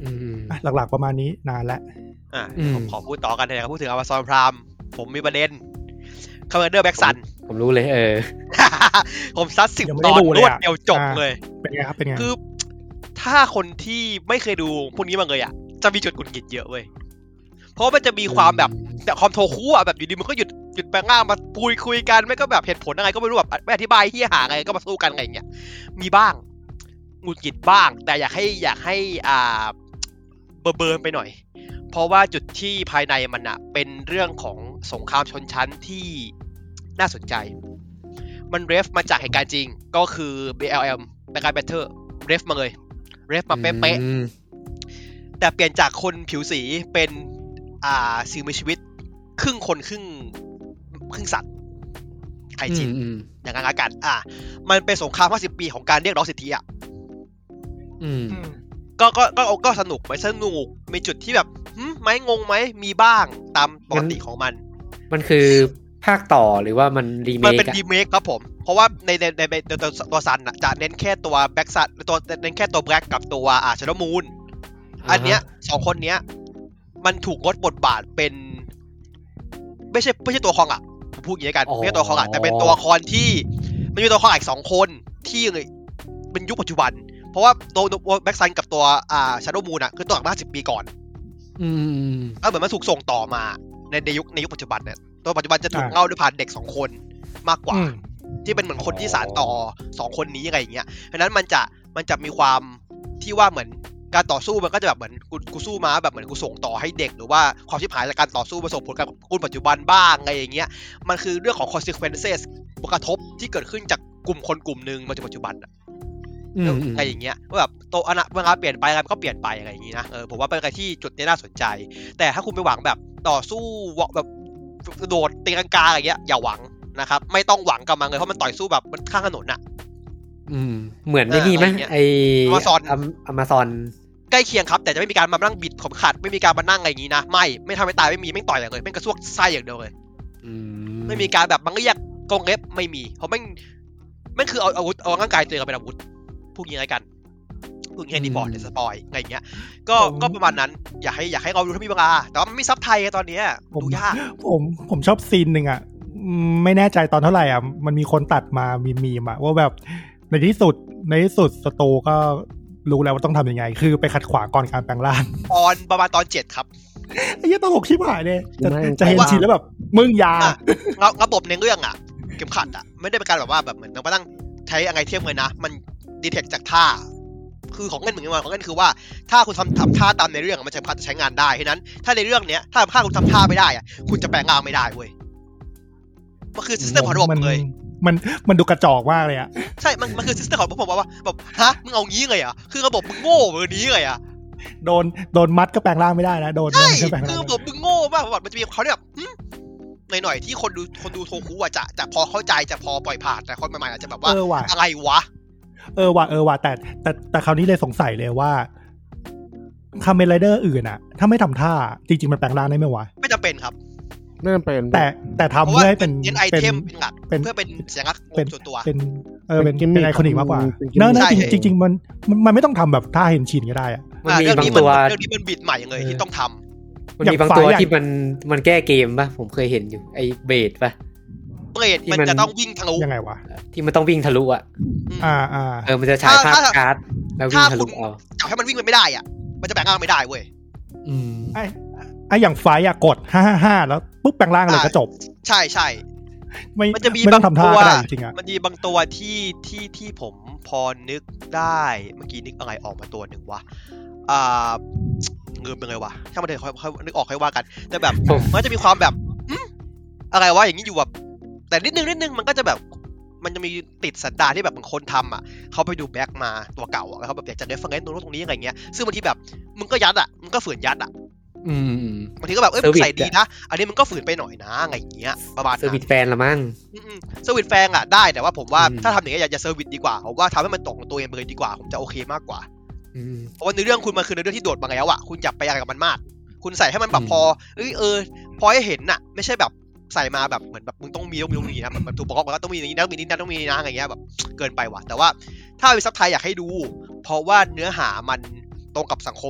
Speaker 4: อ่ะหลักๆประมาณนี้นานแล้ว
Speaker 2: อ่ะผมขอพูดต่อกันเลยครับพูดถึง Amazon Prime ผมมีประเด็น Commander Black Sun
Speaker 1: ผมรู้เลยเออ
Speaker 2: ผมซัดสิบตอนรวดเดียวจบเลย
Speaker 4: เป็นไงครับเป็นไง
Speaker 2: คือถ้าคนที่ไม่เคยดูพวกนี้มาเลยอ่ะจะมีจุดกุนกิจเยอะเว้ยเพราะมันจะมีความแบบแบบคอมโทคุอ่ะแบบอยู่ดีมันก็หยุดหยุดแปลงร่างมาคุยคุยกันไม่ก็แบบเหตุผลอะไรก็ไม่รู้แบบไม่อธิบายที่หาอะไรก็มาสู้กันอะไรอย่างเงี้ยมีบ้างกุนกิจบ้างแต่อยากให้อยากให้อ่าเบอร์เบิร์นไปหน่อยเพราะว่าจุดที่ภายในมันอ่ะเป็นเรื่องของสงครามชนชั้นที่น่าสนใจมันเรฟมาจากเหตุการณ์จริงก็คือ บี แอล แอม Black Panther เรฟมาเลยเรฟมาเป๊ะๆแต่เปลี่ยนจากคนผิวสีเป็นอ่าสิ่งมีชีวิตครึ่งคนครึ่งครึ่งสัตว์ไคจินอย่างนั้นละกันอ่ะมันเป็นสงครามห้าสิบปีของการเรียกร้องสิทธิอ่ะอืมก็ก็ก็ก็สนุกไหมสนุกมีจุดที่แบบหึไหมงงไหมมีบ้างตามปกติของมัน
Speaker 1: มันคือภาคต่อหรือว่ามันรีเมค
Speaker 2: มันเป็นรีเมคครับผมเพราะว่าในในในในตัวตัวซันอ่ะจะเน้นแค่ตัวแบล็กซันตัวเน้นแค่ตัวแบล็กกับตัวอ่าชาโดว์มูนอันเนี้ยสองคนเนี้ยมันถูกงดบทบาทเป็นไม่ใช่ไม่ใช่ตัวคองอ่ะผมพูดอย่างนี้กันไม่ใช่ตัวคองอ่ะแต่เป็นตัวละครที่มันมีตัวละครอีกสองคนที่เป็นยุคปัจจุบันเพราะว่าตัวแบ็กซันกับตัวอ่าชาโดว์มูนอ่ะคือตัวหลักมาห้าสิบปีก่อนอืมก็เหมือนมันถูกส่งต่อมาในในยุคในยุคปัจจุบันเนี่ยตัวปัจจุบันจะถูกเล่าด้วยผ่านเด็กสองคนมากกว่าที่เป็นเหมือนคนที่สานต่อสองคนนี้อะไรอย่างเงี้ยเพราะนั้นมันจะมันจะมีความที่ว่าเหมือนการต่อสู้มันก็จะแบบเหมือนกูกูสู้มาแบบเหมือนกูส่งต่อให้เด็กหรือว่าความชิบหายจากการต่อสู้ประสบผลกับคนปัจจุบันบ้างอะไรอย่างเงี้ยมันคือเรื่องของ consequences ผลกระทบที่เกิดขึ้นจากกลุ่มคนกลุ่มนึงมาถึงปัจจุบันอะไรอย่างเงี้ยว่าแบบโตอนาเวลาเปลี่ยนไปอะไรมันก็เปลี่ยนไปอะไรอย่างงี้นะเออผมว่าเป็นอะไรที่จุดนี้น่าสนใจแต่ถ้าคุณไปหวังแบบต่อสู้แบบโดดตีลังกาอะไรเงี้ยอย่าหวังนะครับไม่ต้องหวังกับมันเลยเพราะมันต่อยสู้แบบมันข้างถนนอ่ะ
Speaker 1: อืมเหมือนนี่มั้ยไอ้
Speaker 2: Amazon
Speaker 1: Amazon
Speaker 2: ใกล้เคียงครับแต่จะไม่มีการมานั่งบิดขมขัดไม่มีการมานั่งอะไรอย่างงี้นะไม่ไม่ทำให้ตายไม่มีไม่ต่อยอย่างเลยไม่กระซวกไส้อย่างเดียวเลยอืมไม่มีการแบบบังเรียกกงเล็บไม่มีเพราะไม่ไม่คือเอาอาวุธเอาร่างกายตัวเองเป็นอาวุธพูดอย่างไรกันพูดอย่างนี้ดีพอร์ตสปอยอะไรอย่างเงี้ยก็ก็ประมาณนั้นอยากให้อยากให้เราดูถ้ามีเวลาแต่ว่ามันไม่ซับไทยตอนนี้ดูยาก
Speaker 4: ผมผมชอบซีนนึงอ่ะไม่แน่ใจตอนเท่าไหร่อ่ะมันมีคนตัดมามีมีมอ่ะว่าแบบในที่สุดในที่สุดสโตก็รู้แล้วว่าต้องทำยังไงคือไปขัดขวางก่อนการแปลงร่าง
Speaker 2: ตอนประมาณตอนเจ็ดครับ
Speaker 4: ไอ้เหี้ยตลกชิบหายเลยจะจะเห็นชินแล้วแบบมึงยา
Speaker 2: ระบบในเรื่องอ่ะเข็มขัดอ่ะไม่ได้เป็นการแบบว่าแบบเหมือนต้องมาตั้งใช้อะไรเทียบเลยนะมันดีเทคจากท่าคือของเงินเหมือนกันของเงินคือว่าถ้าคุณทำทำท่าตามในเรื่องมันจะพอจะใช้งานได้ฉะนั้นถ้าในเรื่องเนี้ยถ้าถ้าคุณทำท่าไม่ได้อ่ะคุณจะแปลงร่างไม่ได้เว้ยมันคือซิสเต็มของระบบเลย
Speaker 4: มันมันดูกระจอกมากเลยอ่ะ
Speaker 2: ใช่มันมันคือซิสเต็มของผมบอกว่าแบบฮะมึงเอางี้เลยอ่ะคือระบบมึงโง่เบอร์นี้เลยอ่ะ
Speaker 4: โดนโดนมัดก็แปลงร่างไม่ได้นะโดน
Speaker 2: ใช่คือระบบมึงโง่มากแบบมันจะมีเขาเนี่ยหน่อยๆที่คนดูคนดูโทคุอ่ะจะจะพอเข้าใจจะพอปล่อยผ่านแต่คนใหม่ๆอาจจะแบบว่าอะไรวะ
Speaker 4: เออว่ะเออว่ะแต่แต่แต่คราวนี้เลยสงสัยเลยว่าคาเมนไรเดอร์อื่นอ่ะถ้าไม่ทำท่าจริงๆมันแปลงร่างได้ไหมวะ
Speaker 2: ไม่จำเป็นครับ
Speaker 3: ไม่จำเป็น
Speaker 4: แต่แต่ทำเพื่อให้เป็น
Speaker 2: เป็นไอเทมเป็นหลักเพื่อเป็นสัญลักษณ์ส่วนตัว
Speaker 4: เป็นเออเป็นเป็นไอคอนิกมากกว่าเนอะจริงจริงมันมันไม่ต้องทำแบบท่าเห็นชินก็ได้อ่ะ
Speaker 1: มันมีบางตัว
Speaker 2: เรื่องนี้มันบิดใหม่เลยที่ต้องทำ
Speaker 1: มันมีบางตัวที่มันมันแก้เกมป่ะผมเคยเห็นอยู่ไอเบดป่ะ
Speaker 2: เบรดมันจะต้องวิ่งทะลุ
Speaker 4: ยังไงวะ
Speaker 1: ที่มันต้องวิ่งทะลุอ่ะ
Speaker 4: อ่าอ่า
Speaker 1: เออมันจะฉายภาพการ์ดแล้ววิ่งทะลุเอา
Speaker 2: จับให้มันวิ่งไปไม่ได้อ่ะมันจะแปลงร่างไม่ได้เว้ย
Speaker 4: อืมไอ้ไอ้อย่างไฟอ่ะกดห้าห้าห้าแล้วปุ๊บแปลงร่างเลยก็จบ
Speaker 2: ใช่ใช่
Speaker 4: มัน
Speaker 2: จะมี
Speaker 4: บางตัวจริงๆอ่ะ
Speaker 2: มันมีบางตัวที่ที่ที่ผมพอนึกได้เมื่อกี้นึกอะไรออกมาตัวหนึ่งวะอ่าเงินเป็นไงวะถ้ามันเถอะค่อยนึกออกค่อยว่ากันแต่แบบมันจะมีความแบบอะไรวะอย่างนี้อยู่แบบแต่นิดนึงนิดนึงมันก็จะแบบมันจะมีติดสันดานที่แบบบางคนทำอ่ะเขาไปดูแบ็คมาตัวเก่าอ่ะแล้วเขาแบบอยากจะได้ฟังเล่นตรงนู้นตรงนี้อะไรเงี้ยซึ่งบางทีแบบมึงก็ยัดอ่ะมึงก็ฝืนยัดอ่ะบางทีก็แบบเอ้ยมึงใส่ดีนะอันนี้มึงก็ฝืนไปหน่อยนะอะไรเงี้ยประมาณนั้น
Speaker 1: เซอร์วิสแฟนละมั้ง
Speaker 2: เซอร์วิสแฟนอ่ะได้แต่ว่าผมว่าถ้าทำอย่างเงี้ยอยากจะเซอร์วิสดีกว่าผมว่าทำให้มันตรงกับตัวเองเลยดีกว่าผมจะโอเคมากกว่าเพราะว่าในเรื่องคุณมันคือในเรื่องที่โดดมาแล้วอ่ะคุณอย่าไปอะไรกับมันมากคุณใส่ให้มันแบบพอเอ้ยเออพอให้เห็นน่ะไม่ใช่แบบใส่มาแบบเหมือนแบบมึงต้องมีต้องมีต้องมีนะแบบถูกบอกว่าต้องมีนี้นะมีนี้นะต้องมีนี้นะอะไรเงี้ยแบบเกินไปว่ะแต่ว่าถ้าเป็นซับไทยอยากให้ดูเพราะว่าเนื้อหามันตรงกับสังคม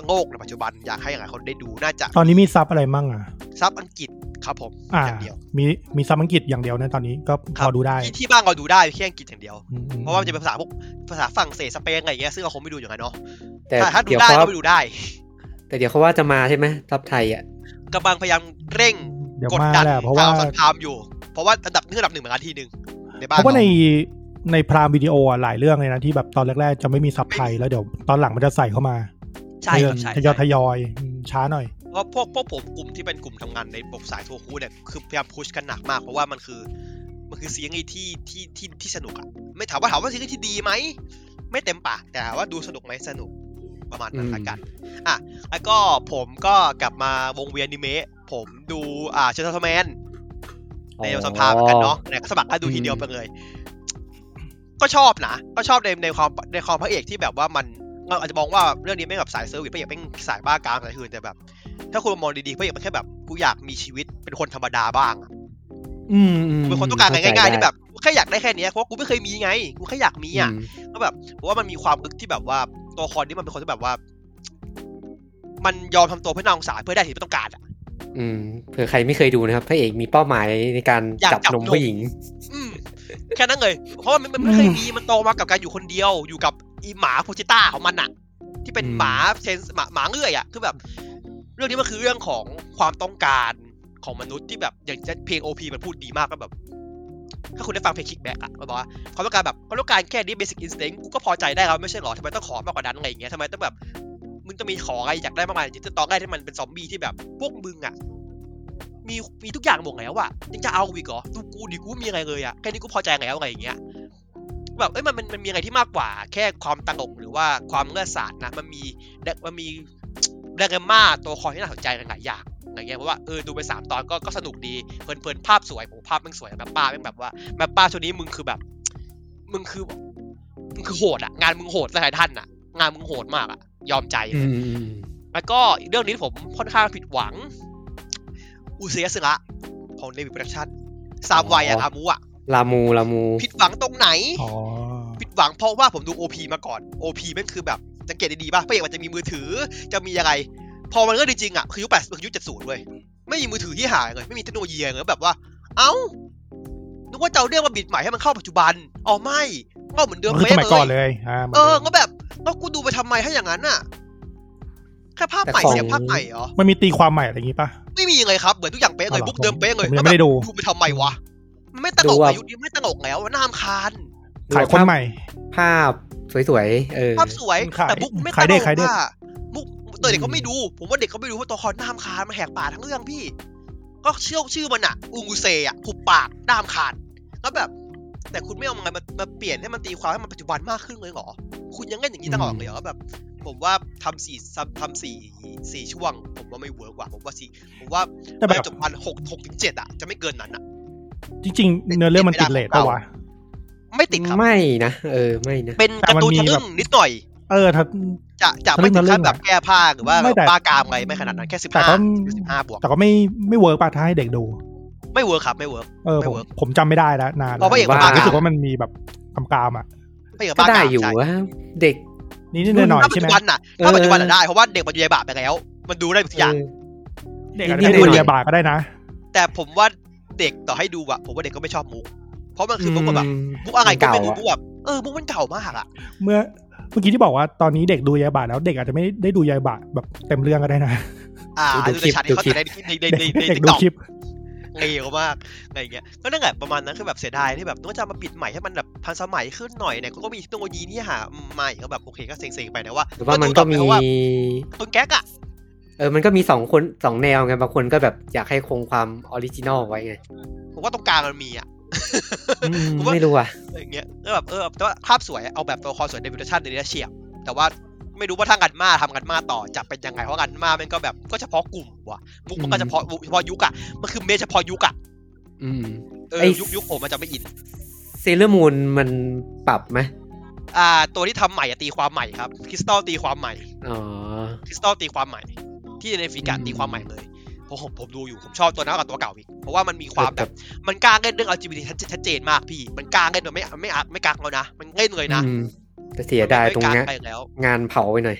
Speaker 2: โลกในปัจจุบันอยากให้หลายคนได้ดูน่าจะ
Speaker 4: ตอนนี้มีซับอะไรมั่งอ่ะ
Speaker 2: ซับอังกฤษครับผม
Speaker 4: อย่างเดียวมีมีซับอังกฤษอย่างเดียวในตอนนี้ก็พอดูได้
Speaker 2: ที่ที่บ้านเราดูได้แค่อังกฤษอย่างเดียวเพราะว่ามันจะเป็นภาษาพวกภาษาฝรั่งเศสสเปนอะไรอย่างเงี้ยซึ่งเราคงไม่ดูอย่างนั้นเนาะแต่ถ้าดูได้ก็ไปดูได้
Speaker 1: แต่เดี๋ยวเขาว่าจะมาใช่ไหมซับไทยอ่ะ
Speaker 2: กำลังพยายามเร่งกดดันเพราะว่าทำอยู่เพราะว่าอันดับนึงอันดับหนึ่งเหมือนกันทีนึงในบ้าน
Speaker 4: เพราะว่าในในพรามวิดีโออ่ะหลายเรื่องเลยนะที่แบบตอนแรกๆจะไม่มีซับไทยแล้วเดี๋ยวตอนหลังมันจะใส่เข้ามา
Speaker 2: ใช่ครับใช่
Speaker 4: ทยอยทยอยช้าหน่อย
Speaker 2: เพราะพวกพวกผมกลุ่มที่เป็นกลุ่มทำงานในระบบสายโทคูเนี่ยคือพยายามพุชกันหนักมากเพราะว่ามันคือมันคือซีรีส์ที่ที่ที่ที่สนุกอ่ะไม่ถามว่าถามว่าซีรีส์ที่ดีไหมไม่เต็มปากแต่ว่าดูสนุกไหมสนุกประมาณนั้นละกันอ่ะแล้วก็ผมก็กลับมาวงเวียนอนิเมะผมดูอ่าเชนทอร์แมนในสัมภาษณ์เหมือนกันเนาะเนี่ยก็สมัครก็ดูทีเดียวไปเลยก็ชอบนะก็ชอบในในความในความพระเอกที่แบบว่ามันเราอาจจะมองว่าเรื่องนี้ไม่แบบสายเซอร์วิสพระเอกเป็นสายบ้ากามอะไรอื่นแต่แบบถ้าคุณมองดีๆพระเอกมันแค่แบบกูอยากมีชีวิตเป็นคนธรรมดาบ้าง
Speaker 1: อืม
Speaker 2: เป็นคนต้องการง่ายๆที่แบบกูแค่อยากได้แค่นี้เพราะกูไม่เคยมีไงกูแค่อยากมีอ่ะก็แบบเพราะว่ามันมีความลึกที่แบบว่าตัวละครนี้มันเป็นคนที่แบบว่ามันยอมทำตัวเพื่อนองศาเพื่อได้สิ่งที่ต้องการอ่ะ
Speaker 1: อืมเผื่อใครไม่เคยดูนะครับพระเอกมีเป้าหมายในการจับนมผู้หญิง
Speaker 2: อืมแค่นั้นเลยเพราะว่ามันมันไม่เคยมีมันโตมากับการอยู่คนเดียวอยู่กับอีหมาโพจิต้าของมันอ่ะที่เป็นหมาเชนหมาหมาเงื่อยอ่ะคือแบบเรื่องนี้มันคือเรื่องของความต้องการของมนุษย์ที่แบบอย่างเพลง โอ พี มันพูดดีมากก็แบบถ้าคุณได้ฟังเพลง Kickback อ่ะมันบอกว่าเขาต้องการแบบเขาต้องการแค่นี้ basic instinct กูก็พอใจได้แล้วไม่ใช่หรอทำไมต้องขอมากกว่านั้นอะไรอย่างเงี้ยทำไมต้องแบบมึงต้องมีขออะไรอยากได้มากมายที่ตอนแรกที่มันเป็นซอมบี้ที่แบบพวกมึงอ่ะมีมีทุกอย่างหมดแล้วอ่ะยังจะเอาอีกเหรอดูกูดิกูมีอะไรเลยอ่ะแค่นี้กูพอใจแล้วอะไรอย่างเงี้ยแบบเอ้ยมันมันมันมีอะไรที่มากกว่าแค่ความตลกหรือว่าความเลือดสาดนะมันมีมันมีแดกม่าตัวคอยที่น่าสนใจหลายอย่างอะไรเงี้ยเพราะว่าเออดูไปสามตอนก็ก็สนุกดีเพลินๆภาพสวยผมภาพมันสวยแบบป้าเป็นแบบว่าแบบป้าช่วงนี้มึงคือแบบมึงคือมึงคือโหดอ่ะงานมึงโหดหลายท่านอ่ะงานมึงโหดมากอ่ะยอมใจแล้วก็เรื่องนี้ผมค่อนข้างผิดหวังอุเซยสึระของเดวิดโปรดักชั่นสามวัยอะอามูอะ
Speaker 1: ลามูลามู
Speaker 2: ผิดหวังตรงไหนผิดหวังเพราะว่าผมดู โอ พี มาก่อน โอ พี แม่งคือแบบสังเกตดีๆป่ะพระเอกมันจะมีมือถือจะมีอะไรพอมันก็จริงๆอะคือยุคแปดสิบยุคเจ็ดสิบเว้ยไม่มีมือถือที่หายเลยไม่มีเทคโนโลยีอะไรเลยแบบว่าเอ้านึกว่าจะเอาเรื่องมาบิดใหม่ให้มันเข้าปัจจุบันอ๋อไม่ก็เหมือนเดิมเป๊ะ
Speaker 4: เลย
Speaker 2: เออก็แบบแล้วกูดูไปทำไมถ้าอย่างนั้นน่ะแค่ภาพใหม่เสียภาพใหม่เหรอ
Speaker 4: มันมีตีความใหม่อะไรอย่างงี้ป่ะ
Speaker 2: ไม่มีเลยครับเหมือนทุกอย่างเป๊ะเลยบุ๊กเดิมเป๊ะเลย
Speaker 4: ไม่ได้ดู
Speaker 2: ดูไปทำไมวะมันไม่ตลกอายุนี้ไม่ตลกแล้วน่ารำคาญ
Speaker 4: ขายคนใหม่
Speaker 1: ภาพสวยๆเออ
Speaker 2: ภาพสวยแต่บุ๊กไม่ตลกว่าบุ๊กตัวเด็กเขาไม่ดูผมว่าเด็กเขาไม่ดูเพราะตัวคอนน่ารำคาญมันแหกปากทั้งเรื่องพี่ก็เชื่อชื่อมันอะอุงูเซอะผูกปากน่ารำคาญแล้วแบบแต่คุณไม่เอามันมาเปลี่ยนให้มันตีความให้มันปัจจุบันมากขึ้นเลยเหรอคุณยังเล่นอย่างนี้ตลอดเลยเหรอแบบผมว่าทำสี่ทำสี่สี่ช่วงผมว่าไม่เวิร์กกว่าผมว่าสี่ผมว่าแต่แบบจบวันหกหกถึงเจ็ดอ่ะจะไม่เกินนั้นอ่ะ
Speaker 4: จริงๆเนื้อเรื่องมันติดเลทป่ะวะ
Speaker 2: ไม่ติดครับ
Speaker 1: ไม่นะเออไม่นะ
Speaker 2: เป็นการ์ตูนทะลึ่งนิดหน่อย
Speaker 4: เออถ้า
Speaker 2: จะจะไม่ถึงขั้นแบบแก้ผ้าหรือว่าบ้ากามอะไรไม่ขนาดนั้นแค่สิบห้าสิบห้าบวก
Speaker 4: แต่ก็ไม่ไม่เวิร์กป่ะถ้าให้เด็กดู
Speaker 2: ไม่เวิร์กครับไม่เวิร์ก
Speaker 4: เออผมจำไม่ได้แล้วนาน
Speaker 2: เพราะว่า
Speaker 4: รู้สึกว่ามันมีแบบกำกามอ่ะ
Speaker 1: ก็ได้อยู่ว่าเด็ก
Speaker 4: นี่นี่หน่อยใช่ไหม
Speaker 2: ปัจจุบันน่ะถ้าปัจจุบันได้เพราะว่าเด็กมันดูยาบาไปแล้วมันดูได้ทุกอย่าง
Speaker 4: เด็กนี่ดูยาบาก็ได้นะ
Speaker 2: แต่ผมว่าเด็กต่อให้ดูอะผมว่าเด็กก็ไม่ชอบมุกเพราะมันคือมุกแบบมุกอะไรก็ไม่รู้มุกแบบเออมุกมันเก่ามากอะ
Speaker 4: เมื่อเมื่อกี้ที่บอกว่าตอนนี้เด็กดูยาบาแล้วเด็กอาจจะไม่ได้ดูยาบาแบบเต็มเรื่องก็ได้นะ
Speaker 2: อ่าดูคลิปดูคลิปในในในใน
Speaker 4: ดูคลิป
Speaker 2: เร็วมากอะไรเงี้ยก็นั่นแหละประมาณนั้นคือแบบเสียดายที่แบบต้องจะมาปิดใหม่ให้มันแบบทันสมัยขึ้นหน่อยเนี่ยก็มีเทคโนโลยีที่หาใหม่ก็แบบโอเคก็เซ็งๆไปนะว่า
Speaker 1: ว่ามันก็มี
Speaker 2: ต้นแก๊กอะ
Speaker 1: เออมันก็มีสองคนสองแนวไงบางคนก็แบบอยากให้คงความออริจินอลไว้ไง
Speaker 2: ผมว่าตรงกลางมันมีอะ
Speaker 1: ไม่รู้อะ
Speaker 2: อย่างเงี้ยก็แบบเออแต่ว่าภาพสวยเอาแบบตัวละครสวยในวิดีโอชั่นในนี้เฉียบแต่ว่าไม่รู้ว่าทางกันมาทำกันมาต่อจะเป็นยังไงเพราะกันมามันก็แบบก็เฉพาะกลุ่มว่ะมุกมันก็เฉพาะเฉพาะยุคอะมันคือเมเฉพาะยุคอะ
Speaker 1: อืม
Speaker 2: เออยุคยุคผมมันจะไม่อิน
Speaker 1: เซเลอร์มูนมันปรับไหม
Speaker 2: อ่าตัวที่ทำใหม่ตีความใหม่ครับคริสตัลตีความใหม่
Speaker 1: อ๋อ
Speaker 2: คริสตัลตีความใหม่ที่ในฟิกาตีความใหม่เลยผมผมดูอยู่ผมชอบตัวนั้นกับตัวเก่าอีกเพราะว่ามันมีความแบบมันกล้าเล่นเรื่อง แอล จี บี ที ชัดเจนมากพี่มันกล้าเล่นโดยไม่ไม่ไม่กักแล้วนะมันเล่นเลยนะ
Speaker 1: แต่เสียดายตรงนี้งานเผาไปหน่อย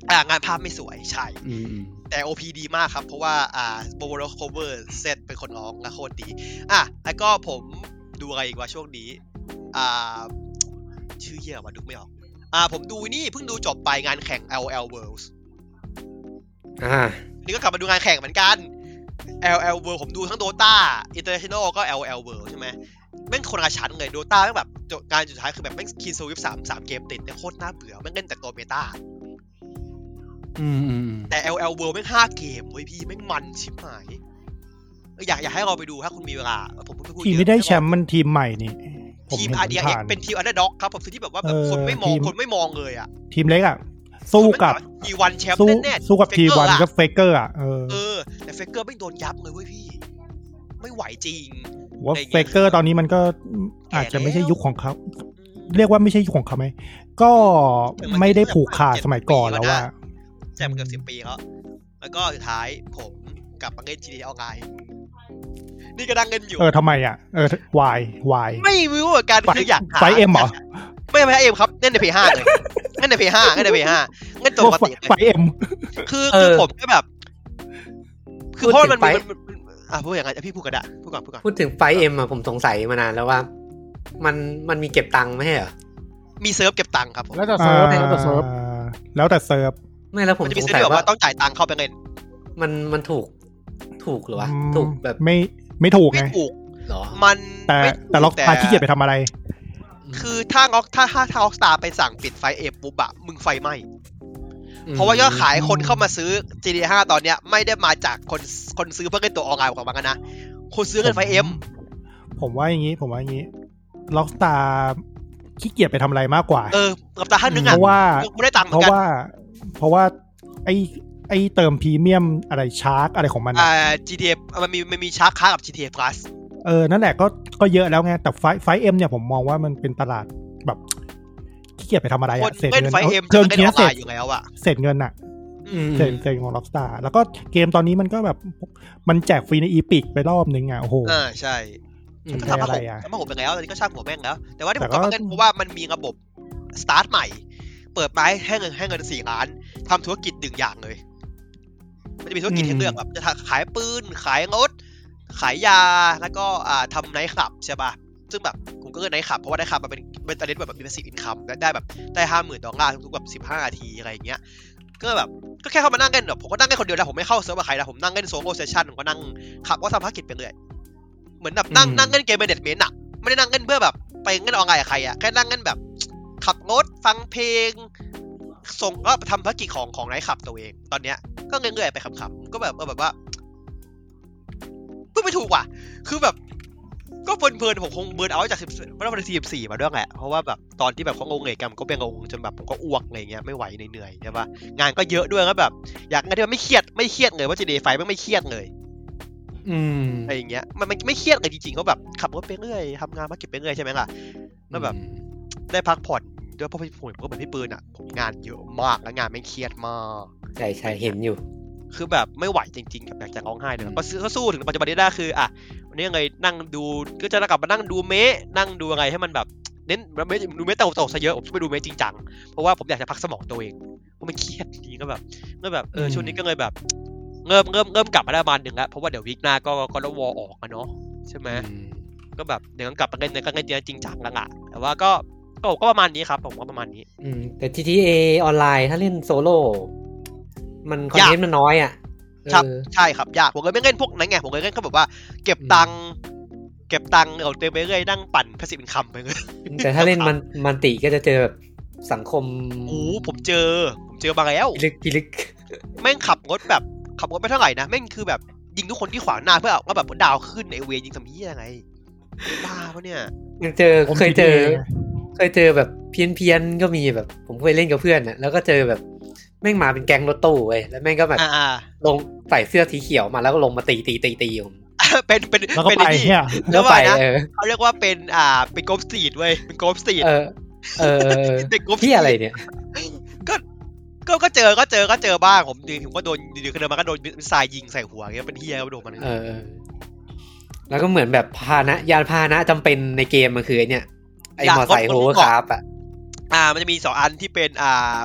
Speaker 2: อ่างานภาพไม่สวยใช่แต่ โอ พี ดีมากครับเพราะว่าอ่าโบโบโรโคเวอร์เซตเป็นคนร้องและโคตรดีอ่ะแล้วก็ผมดูอะไรอีกว่าช่วงนี้อ่าชื่อเหี้ยว่านึกไม่ออกอ่าผมดูนี่เพิ่งดูจบไปงานแข่ง แอล แอล Worlds
Speaker 1: อ่า
Speaker 2: นี่ก็กลับมาดูงานแข่งเหมือนกัน แอล แอล World ผมดูทั้ง Dota International ก็ แอล แอล World ใช่ไหมแม่งคนละชั้นเลย Dota แม่งแบบการสุดท้ายคือแบบแม่งคีนโซวิฟสาม สามเกมติดเนี่ยโคตรน่าเบื่อแม่งเล่นแต่ตัวเมตา
Speaker 1: อืม
Speaker 2: แต่ แอล แอล World แม่งห้าเกมเว้ยพี่แม่งมันชิบหายอยากอยากให้เราไปดูถ้าคุณมีเวลาผมพูด
Speaker 4: ทีมไม่ได้แชมป์มันทีมใหม่นี่
Speaker 2: ทีม อาร์ ดี เอ็กซ์ เป็นทีม Underdog ครับผมที่แบบว่าแบบคนไม่มองคนไม่มองเลยอ่ะ
Speaker 4: ทีมเล็กอ่ะสู้กับ
Speaker 2: ที วัน แชมป์แน่ๆ
Speaker 4: สู้กับ ที วัน กับเฟเกอร์อ่ะเออ
Speaker 2: เออแต่เฟเกอร์ไม่โดนยับเลยเว้ยพี่ไม่ไหวจริง
Speaker 4: ว่าเฟเกอร์ตอนนี้มันก็อาจจะไม่ใช่ยุคของเขาเรียกว่าไม่ใช่ยุคของเขาไหมก็ไม่ได้ผูกขาดสมัยก่อนแล้วว่า
Speaker 2: แจ่มเกือบสิบปีแล้วแล้วก็สุดท้ายผมกลับมาเล่น จี ที เอ ออนไลน์นี่ก็ดังเงินอยู่
Speaker 4: เออทำไมอ่ะเออ why why
Speaker 2: ไม่รู้เหมือนกันคืออยาก
Speaker 4: หาไฟเอ็มเหรอ
Speaker 2: ไม่ไม่ไฟเอ็มครับเล่นใน พี ห้า เลยเล่นใน พี ห้า เล่นใน พี ห้า เล่นตัวปกติ
Speaker 4: ไฟเอ็ม
Speaker 2: คือคือผมก็แบบคือเพราะมันมันอ่ะพูดอย่างไรพี่พูดกันได้พูดก่อนพูดก่อน
Speaker 1: พูดถึงไฟเอ็มอ่ะผมสงสัยมานานแล้วว่ามันมันมีเก็บตังค์ไม่ใช่เหรอ
Speaker 2: มีเซิร์ฟเก็บตังค์ครับผม
Speaker 3: แล้วแต่เซิร์ฟแล้วแต่เซิร์ฟ
Speaker 4: แล้วแต่เซิร์ฟ
Speaker 1: ไม่แล้วผม
Speaker 2: สงสัยว่าต้องจ่ายตังค์เข้าไปเงิน
Speaker 1: มันมันถูกถูกหรือวะถูกแบบ
Speaker 4: ไม่ไม่ถูกไง
Speaker 2: ไม่ถูก
Speaker 1: หรอ
Speaker 2: มัน
Speaker 4: แต่แต่ล็อกสตาร์ขี้เกียจไปทำอะไร
Speaker 2: คือถ้าล็อกถ้าถ้าถ้าล็อกสตาร์ไปสั่งปิดไฟเอฟปุ๊บอะมึงไฟไหม้เพราะว่ายอดขายคนเข้ามาซื้อ จี ที เอ ห้า ตอนเนี้ยไม่ได้มาจากคนคนซื้อเพื่อเล่นตัวออนไลน์ของมันนะคนซื้อเงินไฟเอ็ม
Speaker 4: ผมว่าอย่างนี้ผมว่าอย่างนี้ล็อกสตาร์ขี้เกียจไปทำอะไรมากกว่า
Speaker 2: เออกับตาท่านนึงอะ
Speaker 4: เพราะว่า
Speaker 2: ไม่ได้ตังค์เหมื
Speaker 4: อน
Speaker 2: กัน
Speaker 4: เพราะว่าเพราะว่าไอไอเติมพรีเมียมอะไรชาร์กอะไรของมัน
Speaker 2: อ่า จี ที เอ มันมีมันมีชาร์กค้ากับ จี ที เอ Plus
Speaker 4: เออนั่นแหละก็ก็เยอะแล้วไงแต่ไฟไฟเอ็มเนี่ยผมมองว่ามันเป็นตลาดแบบขี้เกียจไปทำอะไรอะ
Speaker 2: เศษเงินไฟเอ็มจะได้เศษอยู่แล้วอะ
Speaker 4: เศษเงินอะเศษเศษของล็อกสตาร์แล้วก็เกมตอนนี้มันก็แบบมันแจกฟรีในอีพิกไปรอบนึงอะโอ้โห
Speaker 2: อ่าใช่
Speaker 4: ทำอะไรอะ
Speaker 2: ทำมาผมไปแล้วตอนนี้ก็ช่างหัวแม่งแล้วแต่ว่าที่ผมกลับมาเล่นเพราะว่ามันมีระบบสตาร์ทใหม่เปิดไม้ให้เงินให้เงินสี่ล้านทำธุรกิจหนึ่งอย่างเลยมันจะมีธุรกิจให้เลือกแบบจะขายปืนขายรถขายยาแล้วก็อ่าทำไนท์คลับใช่ป่ะซึ่งแบบผมก็เลือกไนท์คลับเพราะว่าไนท์คลับมันเป็นเป็นอะไรแบบมีพาสซีฟอินคัมได้แบบได้ห้าหมื่นดอลลาร์ทุกๆแบบสิบห้านาทีอะไรอย่างเงี้ยก็แบบก็แค่เข้ามานั่งเล่นแบบผมก็นั่งเล่นคนเดียวแล้วผมไม่เข้าเซิร์ฟกับใครนะผมนั่งเล่นโซโล่เซสชั่นผมก็นั่งขับก็ทำภารกิจไปเรื่อยเหมือนแบบนั่งนั่งเล่นเกมเมเนจเมนต์อะไม่ได้นั่งเล่นเพื่อแบบไปเล่นออนไลน์กับใครอะแค่นั่งเล่นแบบขับรถฟังเพลงส่งก็ทำภารกิจของของไนท์คลับตัวเองตอนเนี้ยก็เรื่อยๆไปขำๆก็แบบเออแบบว่าพูดไม่ถูกว่ะคือแบบก็เพลินๆผมคงเบิร์นเอาจากสิบไม่ต้องเป็นสิบสี่มาด้วยแหละเพราะว่าแบบตอนที่แบบเขางงเงยกันก็เป็นงงจนแบบผมก็อ้วกอะไรเงี้ยไม่ไหวเหนื่อยใช่ป่ะงานก็เยอะด้วยแล้วแบบอยากงานที่มันไม่เครียดไม่เครียดเลยว่าจี ดี เอ ไฟมันไม่เครียดเลย
Speaker 1: อืม
Speaker 2: อะไรอย่างเงี้ยมันไม่เครียดเลยจริงๆเขาแบบขับรถไปเรื่อยทำงานมาเก็บไปเรื่อยใช่ไหมล่ะแล้วแบบได้พักผ่อนด้วยเพราะผมก็เหมือนพี่ปืนอ่ะผมงานเยอะมากแล้วงานไม่เครียดมาก
Speaker 1: ใช่ใช่เห็นอยู่
Speaker 2: คือแบบไม่ไหวจริงๆกับอยากจะร้องไห้เลยก็ซื้อสู้ถึงปัจจุบันนี้ได้คืออ่ะวันนี้ยังไงนั่งดูก็จะกลับมานั่งดูเมะนั่งดูอะไรให้มันแบบเน้นเมะดูเมะเต่าๆซะเยอะผมไปดูเมะจริงจังเพราะว่าผมอยากจะพักสมองตัวเองเพราะมันเครียดจริงก็แบบก็แบบเออช่วงนี้ก็เลยแบบเริ่มเริ่มเริ่มกลับมาได้ประมาณนึงแล้วเพราะว่าเดี๋ยววีคหน้าก็ก็ต้องวอออกอ่ะเนาะใช่ไหมก็แบบเดี๋ยวกลับมาเล่นก็เล่นจริงจังแล้วอ่ะแต่ว่าก็ก็ก็ประมาณนี้ครับผมว่าประมาณนี้
Speaker 1: อืมแต่ จี ที เอ ออนไลน์ถ้าเล่นโซโล่มันคอนเทนต์มันน้อยอ่ะ
Speaker 2: ครับใช่ครับยากผมเลยไม่เล่นพวกนั้นไงผมเลยเล่นเขาแบบว่าเก็บตังค์เก็บตังค์เอาเต็มไปเรื่อยนั่งปั่นพาสซีฟอินคัมไปเลย
Speaker 1: แต่ถ้าเล่นมันมันติก็จะเจอแบบสังคม
Speaker 2: โอ้ผมเจอผมเจอมาแล้ว
Speaker 1: พิลึกพิลึก
Speaker 2: แม่งขับรถแบบขับรถไม่เท่าไหร่นะแม่งคือแบบยิงทุกคนที่ขวางหน้าเพื่อเอาว่าแบบดาวขึ้นในเวยิงทำเหี้ยไงบ้าปะเนี่ย
Speaker 1: ยังเจอเคยเจอเคยเจอแบบเพี้ยนๆก็มีแบบผมเคยเล่นกับเพื่อนน่ะแล้วก็เจอแบบแม่งมาเป็นแก๊งรถตู้เว้ยแล้วแม่งก็แบบลงใส่เสื้อสีเขียวมาแล้วก็ลงมาตีตีตีตีผม
Speaker 2: เป็นเป็น
Speaker 4: เป็นนี่
Speaker 2: แล้วไปนะเขาเรียกว่าเป็นอ่าเป็นโกลฟสตรีทเว้ยเป็นโกลฟสตรีท
Speaker 1: เออเออที่อะไรเนี่ย
Speaker 2: ก็ก็ก็เจอก็เจอก็เจอบ้างผมผมก็โดนอยู่ๆเดินมาก็โดนทรายยิงใส่หัวเงี้ยเป็นเหี้ยก็โดนมัน
Speaker 1: เออแล้วก็เหมือนแบบพาหนะยานพาหนะจำเป็นในเกมมันคือไอ้เนี่ยไอ้มอไซค์โฮเวอร์คราฟต์อ่ะ
Speaker 2: อ่ามันจะมีสองอันที่เป็นอ่า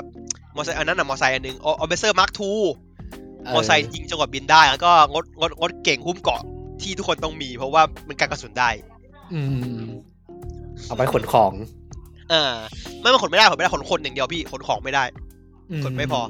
Speaker 2: มอไซค์อันนั้นน่ะมอไซค์อันนึงออเบเซอร์มาร์คทูมอไซค์ยิงจนกว่าบินได้แล้วก็งดงดงดเก่งหุ้มเกาะที่ทุกคนต้องมีเพราะว่ามันกันกระสุนได้
Speaker 1: อืมเอาไปขนของ
Speaker 2: เออไม่มันขนไม่ได้ขนไม่ได้ขนคนอย่างเดียวพี่ขนของไม่ได้ขนไม่พอ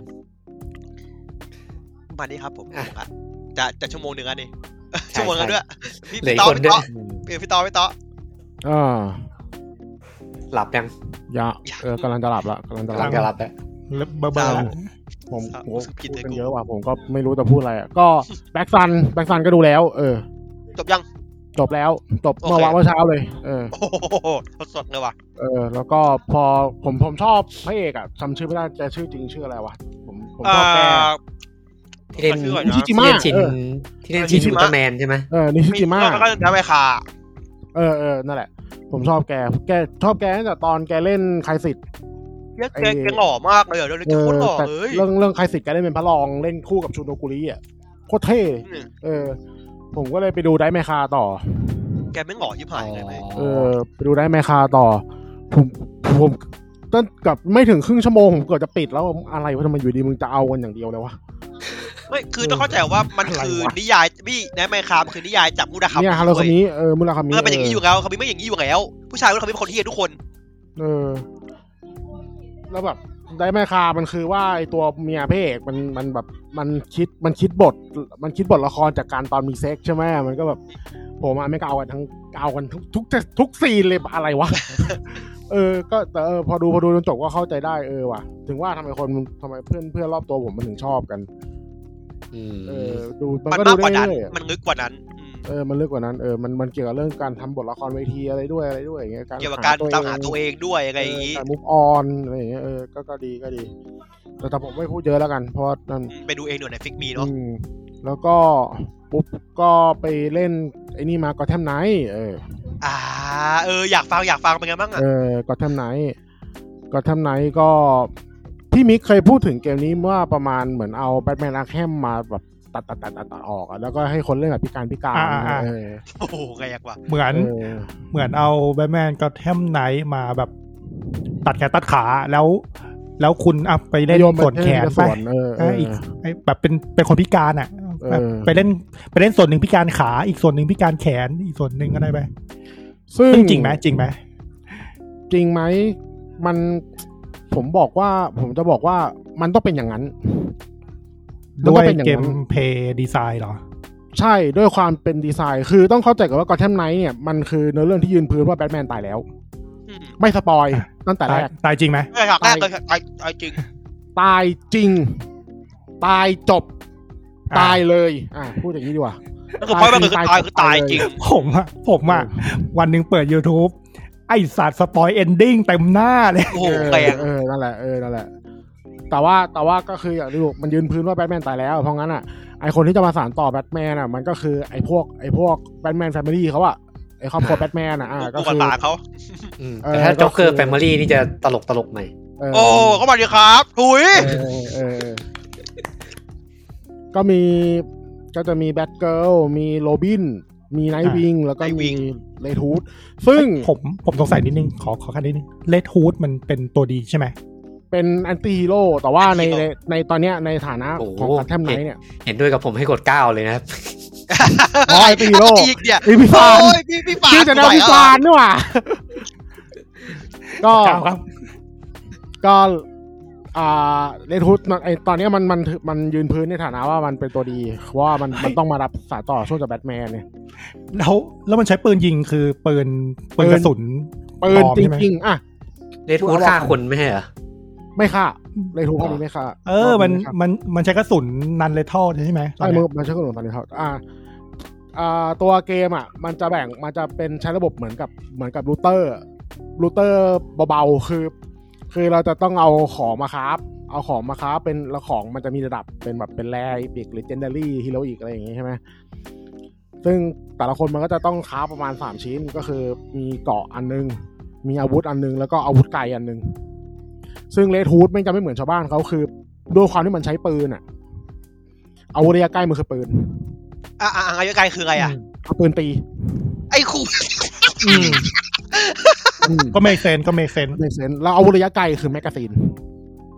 Speaker 2: มานี่ครับผมอ่ะจะจะชั่วโมงนึงอ่ะนี่ชั่วโมงกันด้วยพี่ต่อพี่ต่อพี่ต่อพี่ต่อ
Speaker 3: อ่า
Speaker 1: หลับยัง
Speaker 3: ยะเออกำลังจะหลับละกำลังจะหลับ
Speaker 1: จะหลับแล้ว
Speaker 4: เบอร์เบอร์
Speaker 3: ผมผมพูดกันเยอะว่ะผมก็ไม่รู้จะพูดอะไรอ่ะก็แบ็คซันแบ็คซันก็ดูแล้วเออ
Speaker 2: จบยัง
Speaker 3: จบแล้วจบเมื่อวันเมื่อเช้าเลยเออ
Speaker 2: โอ้โหสดเลยว่ะ
Speaker 3: เออแล้วก็พอผมผมชอบพระเอกอ่ะจำชื่อไม่ได้แกชื่อจริงชื่ออะไรวะผมผมชอบแก
Speaker 1: ที่เล่นนิชิจิมะที่เล่นชินอุลตร้าแมนใช่ไหม
Speaker 3: เออนิชิจิมะ
Speaker 2: แล้วก็ดาไมคา
Speaker 3: เออเออนั่นแหละผมชอบแกแกชอบแกตั้งแต่ตอนแกเล่นไคสิทธิ์
Speaker 2: แกแกหล่อมากเลยอ่ะเรื่องนี้โคตรหล่อเลย
Speaker 3: เรื่องเรื่องไคสิทธิ์แกเล่นเป็นพระรองเล่นคู่กับชุนโนกุริอ่ะโคตรเท่เออผมก็เลยไปดูไดไมคาต่อ
Speaker 2: แกไม่หล่อยิบหายเลยไหม
Speaker 3: เออไปดูไดไมคาต่อผมผมตั้งกับไม่ถึงครึ่งชั่วโมงผมเกือบจะปิดแล้วอะไรวะทำไมอยู่ดีมึงจะเอากันอย่างเดียวเลยวะ
Speaker 2: ไม่คือต้องเข้าใจว่ามันคือนิยายพี่ไดไมคาคือนิยายจากมุราคามิ
Speaker 3: เนี่ยฮารุคามิเออมุราคามิ
Speaker 2: มันเป็นอย่างนี้อยู่แล้วคามิไม่อย่างนี้อยู่แล้วผู้ชายมุราคามิเป็นคนเฮี้ยทุกคน
Speaker 3: เออแล้วแบบไดไมคามันคือว่าไอตัวเมียพระเอกมันมันแบบมันคิดมันคิดบทมันคิดบทละครจากการตอนมีเซ็กใช่ไหมมันก็แบบผมมาไม่เอากันทั้งเอากันทุกทุกทุกซีนเลยอะไรวะเออก็แต่เออพอดูพอดูจนจบก็เข้าใจได้เออว่ะถึงว่าทำไมคนทำไมเพื่อนเพื่อนรอบตัวผมมันถึงชอบกันเออดู
Speaker 2: มันก็ดูได้มันลึกกว่านั้น
Speaker 3: เออมันลึกกว่านั้นเออมันมันเกี่ยวกับเรื่องการทำบทละครเวทีอะไรด้วยอะไรด้วยอย่างเงี้ย
Speaker 2: เกี่ยวกับการตามหาตัวเองด้วยอะไรอย่างงี้
Speaker 3: การมุฟออนอะไรอย่างเงี้ยเออก็ก็ดีก็ดีแต่แต่ผมไม่พูดเยอะแล้วกันเพราะนั่น
Speaker 2: ไปดูเองหน่อยในฟิกมีเนาะ
Speaker 3: แล้วก็ปุ๊บก็ไปเล่นไอ้นี่มาก็แทมไนท์เออ
Speaker 2: อ่าเอออยากฟังอยากฟังเป็นไงบ้างอ่ะ
Speaker 3: เออก็แทมไนท์ก็แทมไนท์ก็พี่มิกเคยพูดถึงเกมนี้ว่าประมาณเหมือนเอาแบทแมนอาร์แคมมาแบบตัดตัดตัดตัดตัดออกอ่ะแล้วก็ให้คนเล่นแบบพิการพิการ
Speaker 2: เออโอ้โหไงอยากว่า
Speaker 4: เหมือนเหมือนเอาแบทแมนก็แทมไนท์มาแบบตัดแขนตัดขาแล้วแล้วคุณอ่ะไปเล่นส่วนแขนไปอีกแบบเป็นเป็นคนพิการอ่ะไปเล่นไปเล่นส่วนหนึ่งพิการขาอีกส่วนหนึ่งพิการแขนอีกส่วนหนึ่งก็ได้ไปซึ่งจริงไหมจริงไหม
Speaker 3: จริงไหมมันผมบอกว่าผมจะบอกว่ามันต้องเป็นอย่างนั้น
Speaker 4: ด้วยเกมเพย์ดีไซน์เหรอ
Speaker 3: ใช่ด้วยความเป็นดีไซน์คือต้องเข้าใจก่อนว่า Gotham Knight เนี่ยมันคือเนื้อเรื่องที่ยืนพื้นว่าแบทแมนตายแล้วไม่สปอยตั้งแต่แรก
Speaker 4: ตายจริงไหม
Speaker 2: ไม่ครับแรกเลยตายตายจริง
Speaker 3: ตายจริงตายจบตายเลยอ่ะพูดอย่างนี้ดีกว่า
Speaker 2: คือพอยมันคือตายคือตายจริง
Speaker 4: ผมอ่ะผมอ่ะวันนึงเปิด YouTube ไอ้สัตว์สปอยเอนดิ้งเต็มหน้าเลย
Speaker 2: โอ้โหแปลก
Speaker 3: เออนั่นแหละเออนั่นแหละแต่ว่าแต่ว่าก็คืออย่างที่บอกมันยืนพื้นว่าแบทแมนตายแล้วเพราะงั้นอ่ะไอคนที่จะมาสานต่อแบทแมนอ่ะมันก็คือไอพวกไอพวกแบทแมนแฟมิลี่เขาอ่ะไอครอบครัวแบทแมนอ่ะอ่าก็คือ
Speaker 2: เขา
Speaker 1: แต่ถ้าจ็อกเกอร์แฟมิลี่นี่จะตลกตลกหน่อย
Speaker 2: โอ้เข้ามาดีครับถุย
Speaker 3: ก็มีก็จะมีแบทเกิร์ลมีโรบินมีไนท์วิงแล้วก็มีเรดฮูดซึ่ง
Speaker 4: ผมผมสงสัยนิดนึงขอขอขั้นนิดนึงเรดฮูดมันเป็นตัวดีใช่ไหม
Speaker 3: เป็นแอนตี้ฮีโร่แต่ว่าในในในตอนเนี้ยในฐานะของการแทมไนท์เนี่ย
Speaker 1: เห็นด้วยกับผมให้กดเก้าเลยนะครับ
Speaker 3: อ๋อแอนตี้ฮีโร่พี่ฟานชื่อจะได้พี่ฟานนี่หว่าก็ก็อ่าเรดฮูดไอตอนนี้มันมันมันยืนพื้นในฐานะว่ามันเป็นตัวดีเพราะว่ามันมันต้องมารับสายต่อช่วงจากแบทแมนเนี่ย
Speaker 4: แล้วแล้วมันใช้ปืนยิงคือปืนปืนกระสุน
Speaker 3: ปืนจริงๆอ่ะ
Speaker 1: เรดฮูดฆ่าคนไม่ใช่เหรอ
Speaker 3: ไม่ค่ะเลยทูพวกนี้ไม่ค่ะ
Speaker 4: เออมันมันมันใช้กระสุนนันเลทอลใช่ไหม
Speaker 3: ใช่มันใช้กระสุนนันเลทอลอ่าอ่าตัวเกมอ่ะมันจะแบ่งมันจะเป็นใช้ระบบเหมือนกับเหมือนกับรูเตอร์รูเตอร์เบาๆคือคือเราจะต้องเอาของมาคราฟเอาของมาคราฟเป็นแล้วของมันจะมีระดับเป็นแบบเป็นแร่อีกหรือเจนเดอรี่ฮีโร่อีกอะไรอย่างงี้ใช่ไหมซึ่งแต่ละคนมันก็จะต้องคราฟประมาณสามชิ้นก็คือมีเกราะอันนึงมีอาวุธอันนึงแล้วก็อาวุธไกลอันนึงซึ่งเรดฮูดไม่จะไม่เหมือนชาวบ้านเขาคือด้วยความที่มันใช้ปืนอ่ะเอาระยะใกล้มันคือปืน
Speaker 2: อ่าระยะไกลคือไงอ่ะ
Speaker 3: เอาปืนตี
Speaker 2: ไอ้คู่
Speaker 4: ก็ไม่เซนก็ไม่เซน
Speaker 3: ไม่เซนแล้วเอาระยะไกลคือแมกกาซีน
Speaker 2: ฮ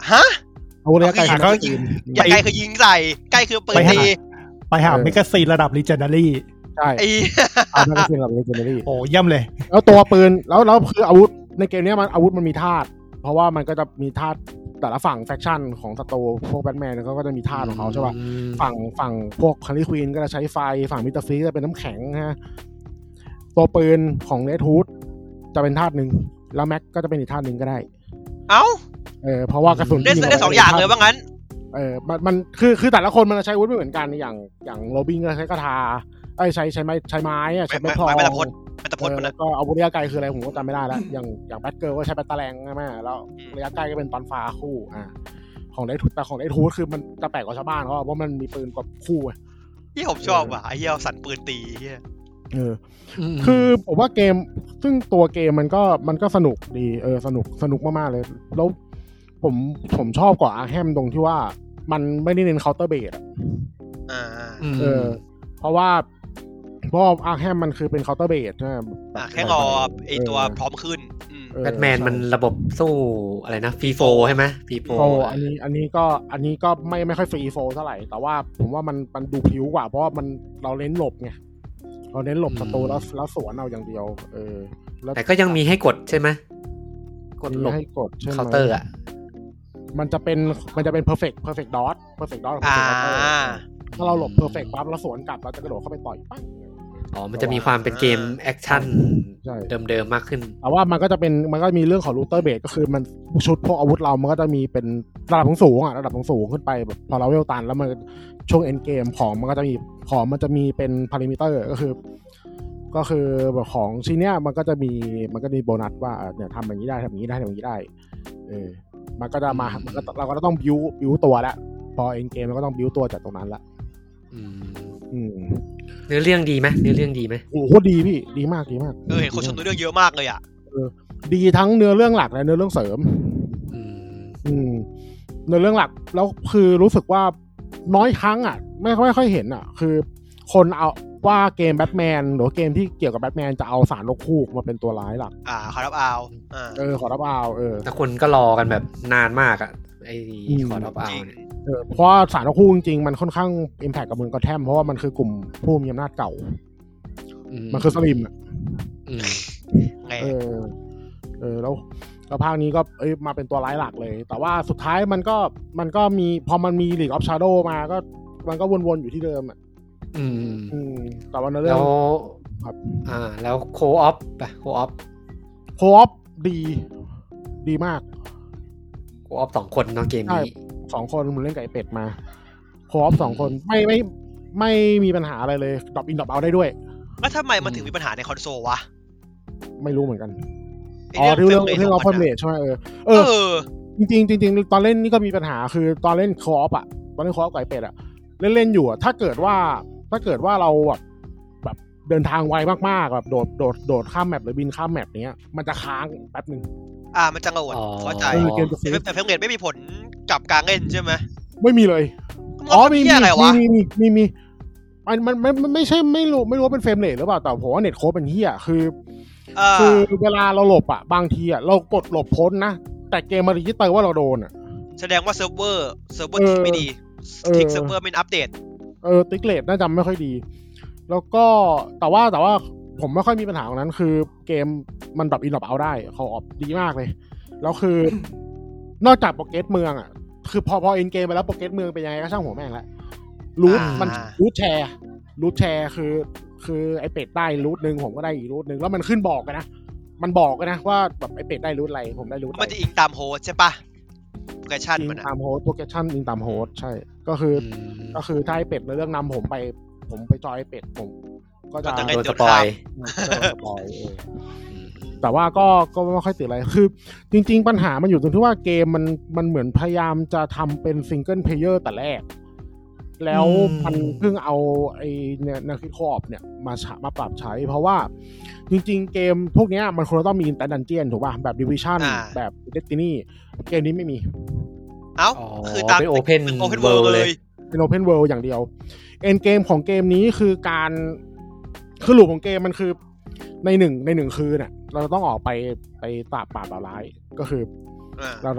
Speaker 2: ฮะ
Speaker 3: อาวุธระยะไกล
Speaker 2: คือยิงอย่าไกลคือยิงใส่ใกล้คือปืนตี
Speaker 4: ไปหาเมกาซีนระดับ Legendary
Speaker 3: ใช่เอาเมกาซีนระดับ Legendary
Speaker 4: โอ้ย่ำเลย
Speaker 3: แล้วตัวปืนแล้วแล้วคืออาวุธในเกมนี้มันอาวุธมันมีธาตุเพราะว่ามันก็จะมีธาตุแต่ละฝั่งแฟคชั่นของศัตรูพวกแบทแมนเขาก็จะมีธาตุของเขาใช่ป่ะฝั่งฝั่งพวกคาริควีนก็จะใช้ไฟฝั่งมิสเตอร์ฟรีจะเป็นน้ำแข็งฮะตัวปืนของเรดฮูดจะเป็นธาตุนึงแล้วแม็กก็จะเป็นอีกธาตุนึงก็ได้
Speaker 2: เอ้า
Speaker 3: เออเพราะว่ากระสุน
Speaker 2: ได้ได้สองอย่างเลยว่างั้น
Speaker 3: เออมันมันคือคือแต่ละคนมันจะใช้อาวุธไม่เหมือนกันอย่างอย่างโรบินก็ใช้กระทาไอ้ใช้ใช้ไม้ใช้ไม้อะใช้ไม้พลอง
Speaker 2: ไม้ตะพดไม้ตะพดมัน
Speaker 3: แล้วก็อาวุธระยะไกลคืออะไรผมก็จำไม่ได้แล้วอย่างอย่างแบทเกิร์ลก็ใช้แบตตะแรงใช่ไหมแล้วระยะไกลก็เป็นตอนฟ้าคู่อ่าของได้แต่ของได้ทูธคือมันจะแปลกกว่าชาวบ้านเพราะว่ามันมีปืนกับคู่
Speaker 2: ที่ผมชอบว่ะไอ้เหี้ยสั่นปืนตีเหี้ย
Speaker 3: เออคือผมว่าเกมซึ่งตัวเกมมันก็มันก็สนุกดีเออสนุกสนุกมากๆเลยแล้วผมผมชอบกว่าอาร์แฮมตรงที่ว่ามันไม่ได้เน้นเคาน์เตอร์เบสอ่ะเออเพราะว่าเพราะอาร์แฮมมันคือเป็นเคาน์เตอร์เบสใช่ไหม
Speaker 2: แค่รอไอตัวพร้อมขึ้น
Speaker 1: แบทแมนมันระบบสู้อะไรนะฟรีโฟใช่ไหมฟรีโฟ
Speaker 3: อันนี้อันนี้ก็อันนี้ก็ไม่ไม่ค่อยฟรีโฟเท่าไหร่แต่ว่าผมว่ามันมันดูผิวกว่าเพราะว่ามันเราเน้นหลบไงเราเน้นหลบศัตรูแล้วแล้วสวนเอาอย่างเดียวเออ
Speaker 1: แต่ก็ยังมีให้กดใช่ไหมกดหลบ
Speaker 3: ให้กดใช่ไหม
Speaker 1: เคาน์เตอร์อ่ะ
Speaker 3: มันจะเป็นมันจะเป็น perfect perfect dot perfect dot ของ perfect dot ถ้าเราหลบ perfect ปั๊บแล้วสวนกลับเราจะกระโดดเข้าไปต่อยปั๊บ
Speaker 1: อ๋อมันจะมีความเป็นเกมแอคชั่นเดิมๆมากขึ้น
Speaker 3: แต่ว่ามันก็จะเป็นมันก็มีเรื่องของรูเตอร์เบสก็คือมันชุดพวกอาวุธเรามันก็จะมีเป็นระดับสูงอ่ะระดับสูงขึ้นไปแบบพอเราเวลตันแล้วมันช่วงเอ็นเกมของมันก็จะมีของมันจะมีเป็นพารามิเตอร์ก็คือก็คือแบบของชิ้นเนี้ยมันก็จะมีมันก็มีโบนัสว่าเนี่ยทำอย่างนี้ได้ทำอย่างนี้ได้ทำอย่างนี้ได้เออมันก็จะมามันก็เราก็ต้องบิวบิวตัวแล้วพอเอ็นเกมมันก็ต้องบิวตัวจากตรงนั้นละ
Speaker 1: อืมอืมเนื้อเรื่องดีไหมเนื้อเรื่องดีไหม
Speaker 3: โอ้โหดีพี่ดีมากดีมาก
Speaker 2: เออเห็นคนชมเนื้อเรื่องเยอะมากเลยอ่ะ
Speaker 3: เออดีทั้งเนื้อเรื่องหลักและเนื้อเรื่องเสริมอืมอืมเนื้อเรื่องหลักแล้วคือรู้สึกว่าน้อยครั้งอ่ะไม่ไม่ค่อยเห็นอ่ะคือคนเอาว่าเกมแบทแมนหรือเกมที่เกี่ยวกับแบทแมนจะเอาสารนกฮูกมาเป็นตัวร้ายหลัก
Speaker 2: อ่าขอรับเอา
Speaker 3: อ่าเออขอรับเอาเออ
Speaker 1: แต่คนก็รอกันแบบนานมากอ่ะไอ้ขอรับเอา
Speaker 3: เออเพราะสารนกฮูกจริงๆมันค่อนข้างอิมแพคกับเมืองกอแทมเพราะว่ามันคือกลุ่มผู้มีอำนาจเก่ามันคือสลิมอ่ะเออเออแล้วแล้วภาคนี้ก็เอ้ยมาเป็นตัวร้ายหลักเลยแต่ว่าสุดท้ายมันก็มันก็มีพอมันมี League of Shadow มาก็มันก็วนๆอยู่ที่เดิมอ่ะอืมอืมแต่ว่าในเรื่อง
Speaker 1: ครับอ่าแล้วโคออฟป่ะโคออฟ
Speaker 3: โคออฟดีดีมาก
Speaker 1: โคออฟสองคนเนาะเกมนี้
Speaker 3: สองคนมันเล่นกับไอเป็ดมาโคออฟสองคนไม่ไม่ไม่มีปัญหาอะไรเลยดรอปอินดรอปเอาได้ด้วย
Speaker 2: แล้วทำไมมันถึงมีปัญหาในคอนโซลวะ
Speaker 3: ไม่รู้เหมือนกันอ๋อเรื่องเรื่องเราเฟรมเรทใช่ไหมเออเออจริงจริงจริงตอนเล่นนี่ก็มีปัญหาคือตอนเล่นโคออฟอ่ะตอนเล่นโคออฟกับไอเป็ดอ่ะเล่นเล่นอยู่อ่ะถ้าเกิดว่าถ้าเกิดว่าเราแบบแบบเดินทางไวมากๆแบบโดดโดดโดดข้ามแมปหรือบินข้ามแมปเนี้ยมันจะค้างแป๊บนึง
Speaker 2: อ่ามันจะกระโดดเข้าใจแต่เฟรมเรทไม่มีผลกับการเล่นใช่ไหม
Speaker 3: ไม่มีเลยอ๋อมีมีมีมีมีมีมันมันมันไม่ใช่ไม่รู้ไม่รู้ว่าเป็นเฟรมเรทหรือเปล่าแต่ผมว่าเน็ตโค้ดเป็นเหี้ยคือคือเวลาเราหลบอ่ะบางทีอ่ะเรากดหลบพ้นนะแต่เกมมันรีจิสเตอร์ว่าเราโดนอ่ะ
Speaker 2: แสดงว่าเซิร์ฟเวอร์เซิร์ฟเวอร์ทิกไม่ดีทิกเซิร์ฟเวอร์ไม่อัปเดต
Speaker 3: เออติ๊กเลทน่าจะไม่ค่อยดีแล้วก็แต่ว่าแต่ว่าผมไม่ค่อยมีปัญหาตรงนั้นคือเกมมันดับอินดับเอาได้เขาออกดีมากเลยแล้วคือนอกจากโปรเกรสเมืองอ่ะคือพอพอเอ็นเกมไปแล้วโปรเกรสเมืองเป็นยังไงก็ช่างหัวแม่งละรูทมันรูทแชร์รูทแชร์คือคือไอเป็ดได้รูทนึงผมก็ได้อีกรูทนึงแล้วมันขึ้นบอกกันนะมันบอกกันนะว่าแบบไอเป็ดได้รูทอะไรผมได้รูท
Speaker 2: มันจะอิงตามโฮสใช่ปะโปรแกรชั่นมัน
Speaker 3: ตามโฮสโปรแกรชั่นอิงตามโฮสใช่ก็คือก็คือถ้าไอเป็ดในเรื่องนำผมไปผมไปจอยไอเป็ดผมก็จะ
Speaker 2: โดนสปอย
Speaker 3: แต่ว่าก็ก็ไม่ค่อยติดอะไรคือจริงๆปัญหามันอยู่ตรงที่ว่าเกมมันมันเหมือนพยายามจะทำเป็นซิงเกิลเพลเยอร์แต่แรกแล้วมันเพิ่งเอาไอ้เนี่ยนาคิโคอปเนี่ยมามาปรับใช้เพราะว่าจริงๆเกมพวกนี้มันควรจะต้องมีแต่ดันเจียนถูกป่ะแบบดิวิชั่นแบบเดสตินีเกมนี้ไม่มี
Speaker 2: เอ้าคือตาม
Speaker 1: เป็นโอเพน
Speaker 2: โอเพนเวิลด์เลย
Speaker 3: เป็นโอเพนเวิลด์อย่างเดียวเอ็นเกมของเกมนี้คือการคือลูปของเกมมันคือในหนึ่งในหนึ่งคืนน่ะเราต้องออกไปไปปราบปราบร้ายก็คือเรา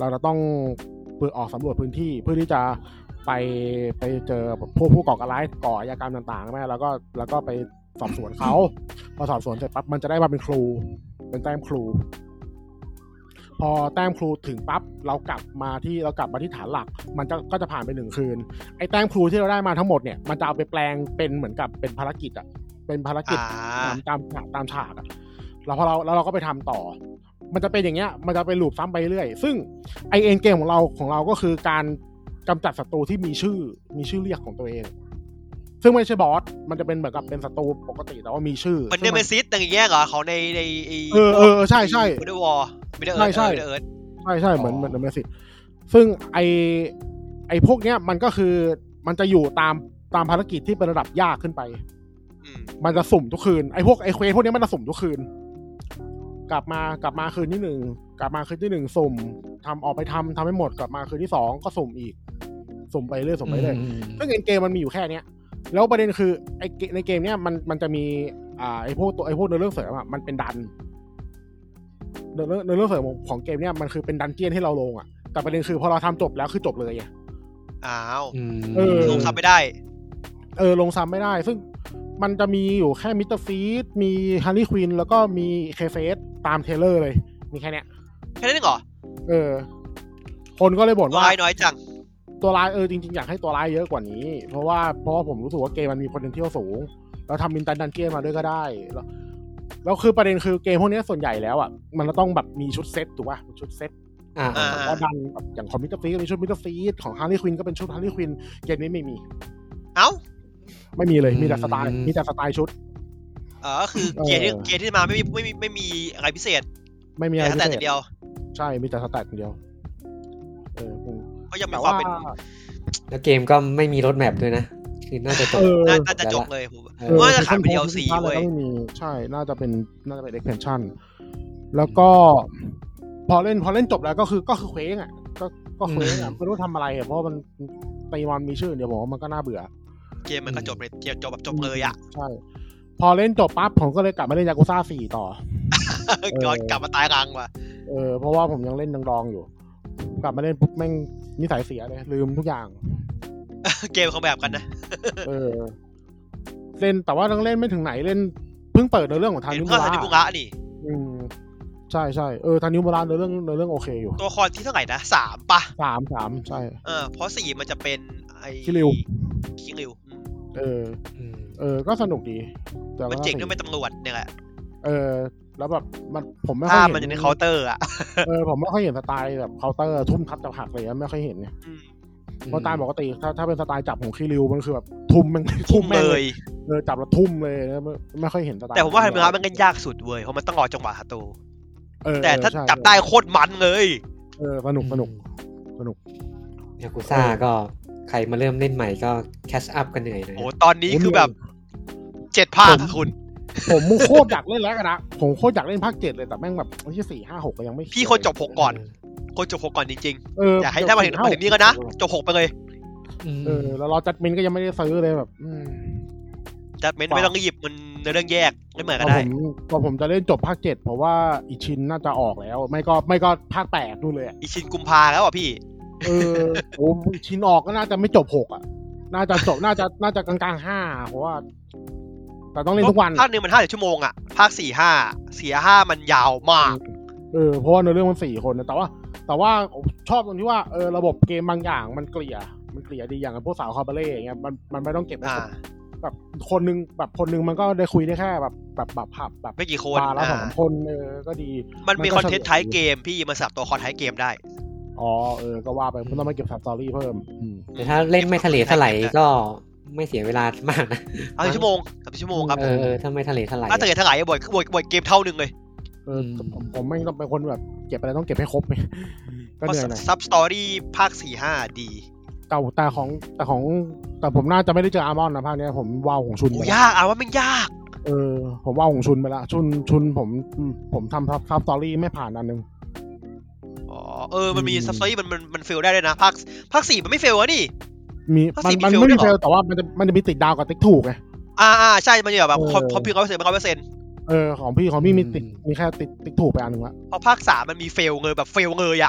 Speaker 3: เราจะต้องเปิดออกสำรวจพื้นที่เพื่อที่จะไปไปเจอพวกผู้ก่อการร้ายก่ออาชญากรรมต่างๆใช่ไหมแล้วก็แล้วก็ไปสอบสวนเขาพอสอบสวนเสร็จปั๊บมันจะได้มาเป็นครูเป็นแต้มครูพอแต้มครูถึงปั๊บเรากลับมาที่เรากลับมาที่ฐานหลักมันจะก็จะผ่านไปหนึ่งคืนไอ้แต้มครูที่เราได้มาทั้งหมดเนี่ยมันจะเอาไปแปลงเป็นเหมือนกับเป็นภารกิจอ่ะเป็นภารกิจตามตามตามฉากอ่ะแล้วพอเราแล้วเราก็ไปทำต่อมันจะเป็นอย่างเงี้ยมันจะเป็นลูปซ้ำไปเรื่อยซึ่งไอเอ็นเกมของเราของเราก็คือการกำจัดศัตรูที่มีชื่อมีชื่อเรียกของตัวเองซึ่งไม่ใช่บอสมันจะเป็นเหมือนกับเป็นศัตรูปกติแต่ว่ามีชื่อ
Speaker 2: มันเนเมซิสอย่างเงี้ยเหรอเขาในใน
Speaker 3: เออเออใช่ใช่
Speaker 2: มิดเดิลวอร์มิดเดิลเอิร์ธ
Speaker 3: ใช่ใช่ใช่เหมือนเหมือนเนเมซิสซึ่งไอไอพวกเนี้ยมันก็คือมันจะอยู่ตามตามภารกิจที่เป็นระดับยากขึ้นไปมันจะสุ่มทุกคืนไอพวกไอเควสพวกนี้มันจะสุ่มทุกคืนกลับมากลับมาคืนที่หนึ่งกลับมาคืนที่หนึ่งสุ่มทำออกไปทำทำให้หมดกลับมาคืนที่สองก็สุ่มอีกสุ่มไปเรื่อยสุ่มไปเรื่อยซึ่งเกมมันมีอยู่แค่เนี้ยแล้วประเด็นคือไอในเกมเนี้ยมันมันจะมีอ่าไอพวกตัวไอพวกเนื้อเรื่องเสริมอ่ะมันเป็นดันเนื้อเรื่องเนื้อเรื่องเสริมของเกมเนี้ยมันคือเป็นดันเจี้ยนให้เราลงอ่ะแต่ประเด็นคือพอเราทำจบแล้วคือจบเลยอ่ะ
Speaker 2: อ้าว
Speaker 3: เออ
Speaker 2: ลงซ้ำไม่ได้
Speaker 3: เออลงซ้ำไม่ได้ซึ่งมันจะมีอยู่แค่มิสเตอร์ฟีดมีฮาร์ลีควินแล้วก็มีเคเฟสตามเทเลอร์เลยมีแค่เนี้ย
Speaker 2: แค่นั้นเหรอ
Speaker 3: เออคนก็เลยบ่นว่า
Speaker 2: น้อยจัง
Speaker 3: ตัวร้ายเออจริงๆอยากให้ตัวร้ายเยอะกว่านี้เพราะว่าเพราะว่าผมรู้สึกว่าเกมมันมี potential สูงแล้วทำมินตันดันเจี้ยนมาด้วยก็ได้แล้วแล้วคือประเด็นคือเกมพวกนี้ส่วนใหญ่แล้วอ่ะมันต้องแบบมีชุดเซตถูกป่ะชุดเซตอ่าแล้วดันแบบอย่างของมิสเตอร์ฟีดก็มีชุดมิสเตอร์ฟีดของฮาร์ลีควินก็เป็นชุดฮาร์ลีควินเกมนี้ไม่มี
Speaker 2: เอ้า
Speaker 3: ไม่มีเลยมีแต่สไตล์มีแต่สไตล์ชุด
Speaker 2: เออคือเกมที่เกมที่มาไม่มีไม่มีไม่มีอะไรพิเศษ
Speaker 3: ไม่มีอะไรพิเศษ
Speaker 2: แต่เดียว
Speaker 3: ใช่มีแต่สแตทเดียวเออ
Speaker 2: ก็ยังมีความเป็น
Speaker 1: แล้วเกมก็ไม่มีรถแมปด้วยนะคือน่าจะจบ
Speaker 2: น่าจะจบเลยผมว่าจะขายเป็น ดี แอล ซี เว้ย
Speaker 3: ใช่น่าจะเป็นน่าจะเป็น expansion แล้วก็พอเล่นพอเล่นจบแล้วก็คือก็คือเควงอ่ะก็ก็เควงอ่ะไม่รู้ทำอะไรอ่ะเพราะมันตีมอนมีชื่อเดียวบอกว่ามันก็น่าเบื่อ
Speaker 2: เกมมันก็จบเลยเกมจบแบบจบเลยอ่ะ
Speaker 3: ใช่พอเล่นจบปั๊บผมก็เลยกลับมาเล่นยากุซ่าสี่ต่อ
Speaker 2: ก่อนกลับมาตายรังว่ะ
Speaker 3: เออเพราะว่าผมยังเล่นดองๆอยู่กลับมาเล่นปุ๊บแม่งนิสัยเสียเลยลืมทุกอย่าง
Speaker 2: เกมเขาแบบกันนะ
Speaker 3: เออเล่นแต่ว่าต้องเล่นไม่ถึงไหนเล่นเพิ่งเปิดในเรื่องของทานิมุระ
Speaker 2: ทานิมุระนี่
Speaker 3: อืมใช่ใช่เออทานิมุระในเรื่องในเรื่องโอเคอยู่
Speaker 2: ตัวคอนที่เท่าไหร่นะสามป่ะ
Speaker 3: สามสามใช่
Speaker 2: เออเพราะสี่มันจะเป็นไอ้
Speaker 3: คิริว
Speaker 2: คิริว
Speaker 3: เออเออก็สนุกดี
Speaker 2: แต่ว่ามันเจ๋งด้วยเป็นตำรวจเนี่ยแหละ
Speaker 3: เออแล้วแบบมันผมไม่ค่อยเห็น
Speaker 2: มันอยู่ในเคาน์เตอร์อ่ะ
Speaker 3: เออผมไม่ค่อยเห็นสไตล์แบบเคาน์เตอร์ทุ่มทับจะหักเลยไม่ค่อยเห็นเนี่ยเพราะตามปกติถ้าถ้าเป็นสไตล์จับของคิริวมันคือแบบทุ่มมัน
Speaker 2: ทุ่มเลย
Speaker 3: เออจับแล้วทุ่มเลยไม่ไม่ค่อยเห็นสไตล์
Speaker 2: แต่ผมว่าเนื้อมันกันยากสุดเว้ยเพราะมันต้องรอจังหวะฮัตโตแต่ถ้าจับได้โคตรมันเลย
Speaker 3: เออสนุกสนุกสนุก
Speaker 1: ยากุซ่าก็ใครมาเริ่มเล่นใหม่ก็แคชอัพกันเหนื่อยเลย
Speaker 2: โอ้ตอนนี้คือแบบเจ็ดภาคคุณ
Speaker 3: ผมโคตรอยากเล่นแล้วกันนะผมโคตรอยากเล่นภาคเจ็ดเลยแต่แม่งแบบวันที่สี่ห้าหกก็ยังไม่
Speaker 2: พี่คนจบหกก่อนคนจบหกก่อนจริงๆอยากให้ถ้ามาถึงมาถึงนี้ก็นะจบหกไปเลย
Speaker 3: เออแล้วรอจัดมินก็ยังไม่ได้ซื้อเลยแบบ
Speaker 2: จัดมินไม่ต้องหยิบมันในเรื่องแยกไม่เหมือนกันได้
Speaker 3: พอผมจะเล่นจบภาคเจ็ดเพราะว่าอิชินน่าจะออกแล้วไม่ก็ไม่ก็ภาคแปดนู่นเลย
Speaker 2: อิชินกุมภาแล้วอ่ะพี่
Speaker 3: เออโอ้อิชินออกก็น่าจะไม่จบหกอ่ะน่าจะจบน่าจะน่าจะกลางๆห้าเพราะว่าแต่ต้องเล่นทุกวัน
Speaker 2: ภาคนึงมันห้าชั่วโมงอ่ะภาคสี่ห้าสี่ห้ามันยาวมาก
Speaker 3: เออเพราะว่าในเรื่องมันสี่คนนะแต่ว่าแต่ว่าชอบตรงที่ว่าเออระบบเกมบางอย่างมันเกลี่ยมันเกลี่ยดีอย่างพวกสาวคาบาเล่อย่างเงี้ยมันมันไม่ต้องเก็บแบบคนนึงแบบคนนึงมันก็ได้คุยได้แค่แบบแบบแบบผับแบบ
Speaker 2: ไม่กี่คน
Speaker 3: บาร์ละสองคนเออก็ดี
Speaker 2: มันมีคอนเทนต์ท้ายเกมพี่มาสับตัวคอนท้ายเกมได้
Speaker 3: อ๋อเออก็ว่าไปไม่ต้องมาเก็บซับสตอรี่เพิ่ม
Speaker 1: แต่ถ้าเล่นไม่ทะเลทลายก็ไม่เสียเวลา มากนะ
Speaker 2: เอาชั่วโมงสามชั่วโมงครับ
Speaker 1: เออถ้าไม่ทะเลทลาย
Speaker 2: ถ้าทะเลทลายบ่อยบ่อยบ่อยเกมเท่านึงเลย
Speaker 3: เออผมผมไม่ต้องเป็นคนแบบเก็บอะไรต้องเก็บให้ครบไง
Speaker 2: ก็เหนื่อยหน่อยซับสตอรี่ภาคสี่ห้าดี
Speaker 3: แต่แต่ของแต่ของแต่ผมน่าจะไม่ได้เจออาร์มอนนะภาคนี้ผมว้าวของชุน
Speaker 2: ยากอ่ะว่ามันยาก
Speaker 3: เออผมว้าวของชุนไปละชุนชุนผมผมทำซับซับสตอรี่ไม่ผ่านอันนึง
Speaker 2: อ๋อเออมันมีซับสตอรี่มันมันมันเฟลได้เลยนะภาคภาคสี่มันไม่เฟลวะนี่
Speaker 3: มีมันมันไม่มีเฟลแต่ว่ามันจะมันจะมีติดดาวกับติ๊กถูกไง
Speaker 2: อ่าอ่าใช่มันจะแบบพอพี่เขาเปอร์เซ็นต์มันเขาเปอร์เซ็นต์
Speaker 3: เออของพี่ของพี่มีติดมีแค่ติดติ๊กถูกไปอันนึงละ
Speaker 2: เพราะภาคสามมันมีเฟลเงยแบบเฟลเงยอ่ะ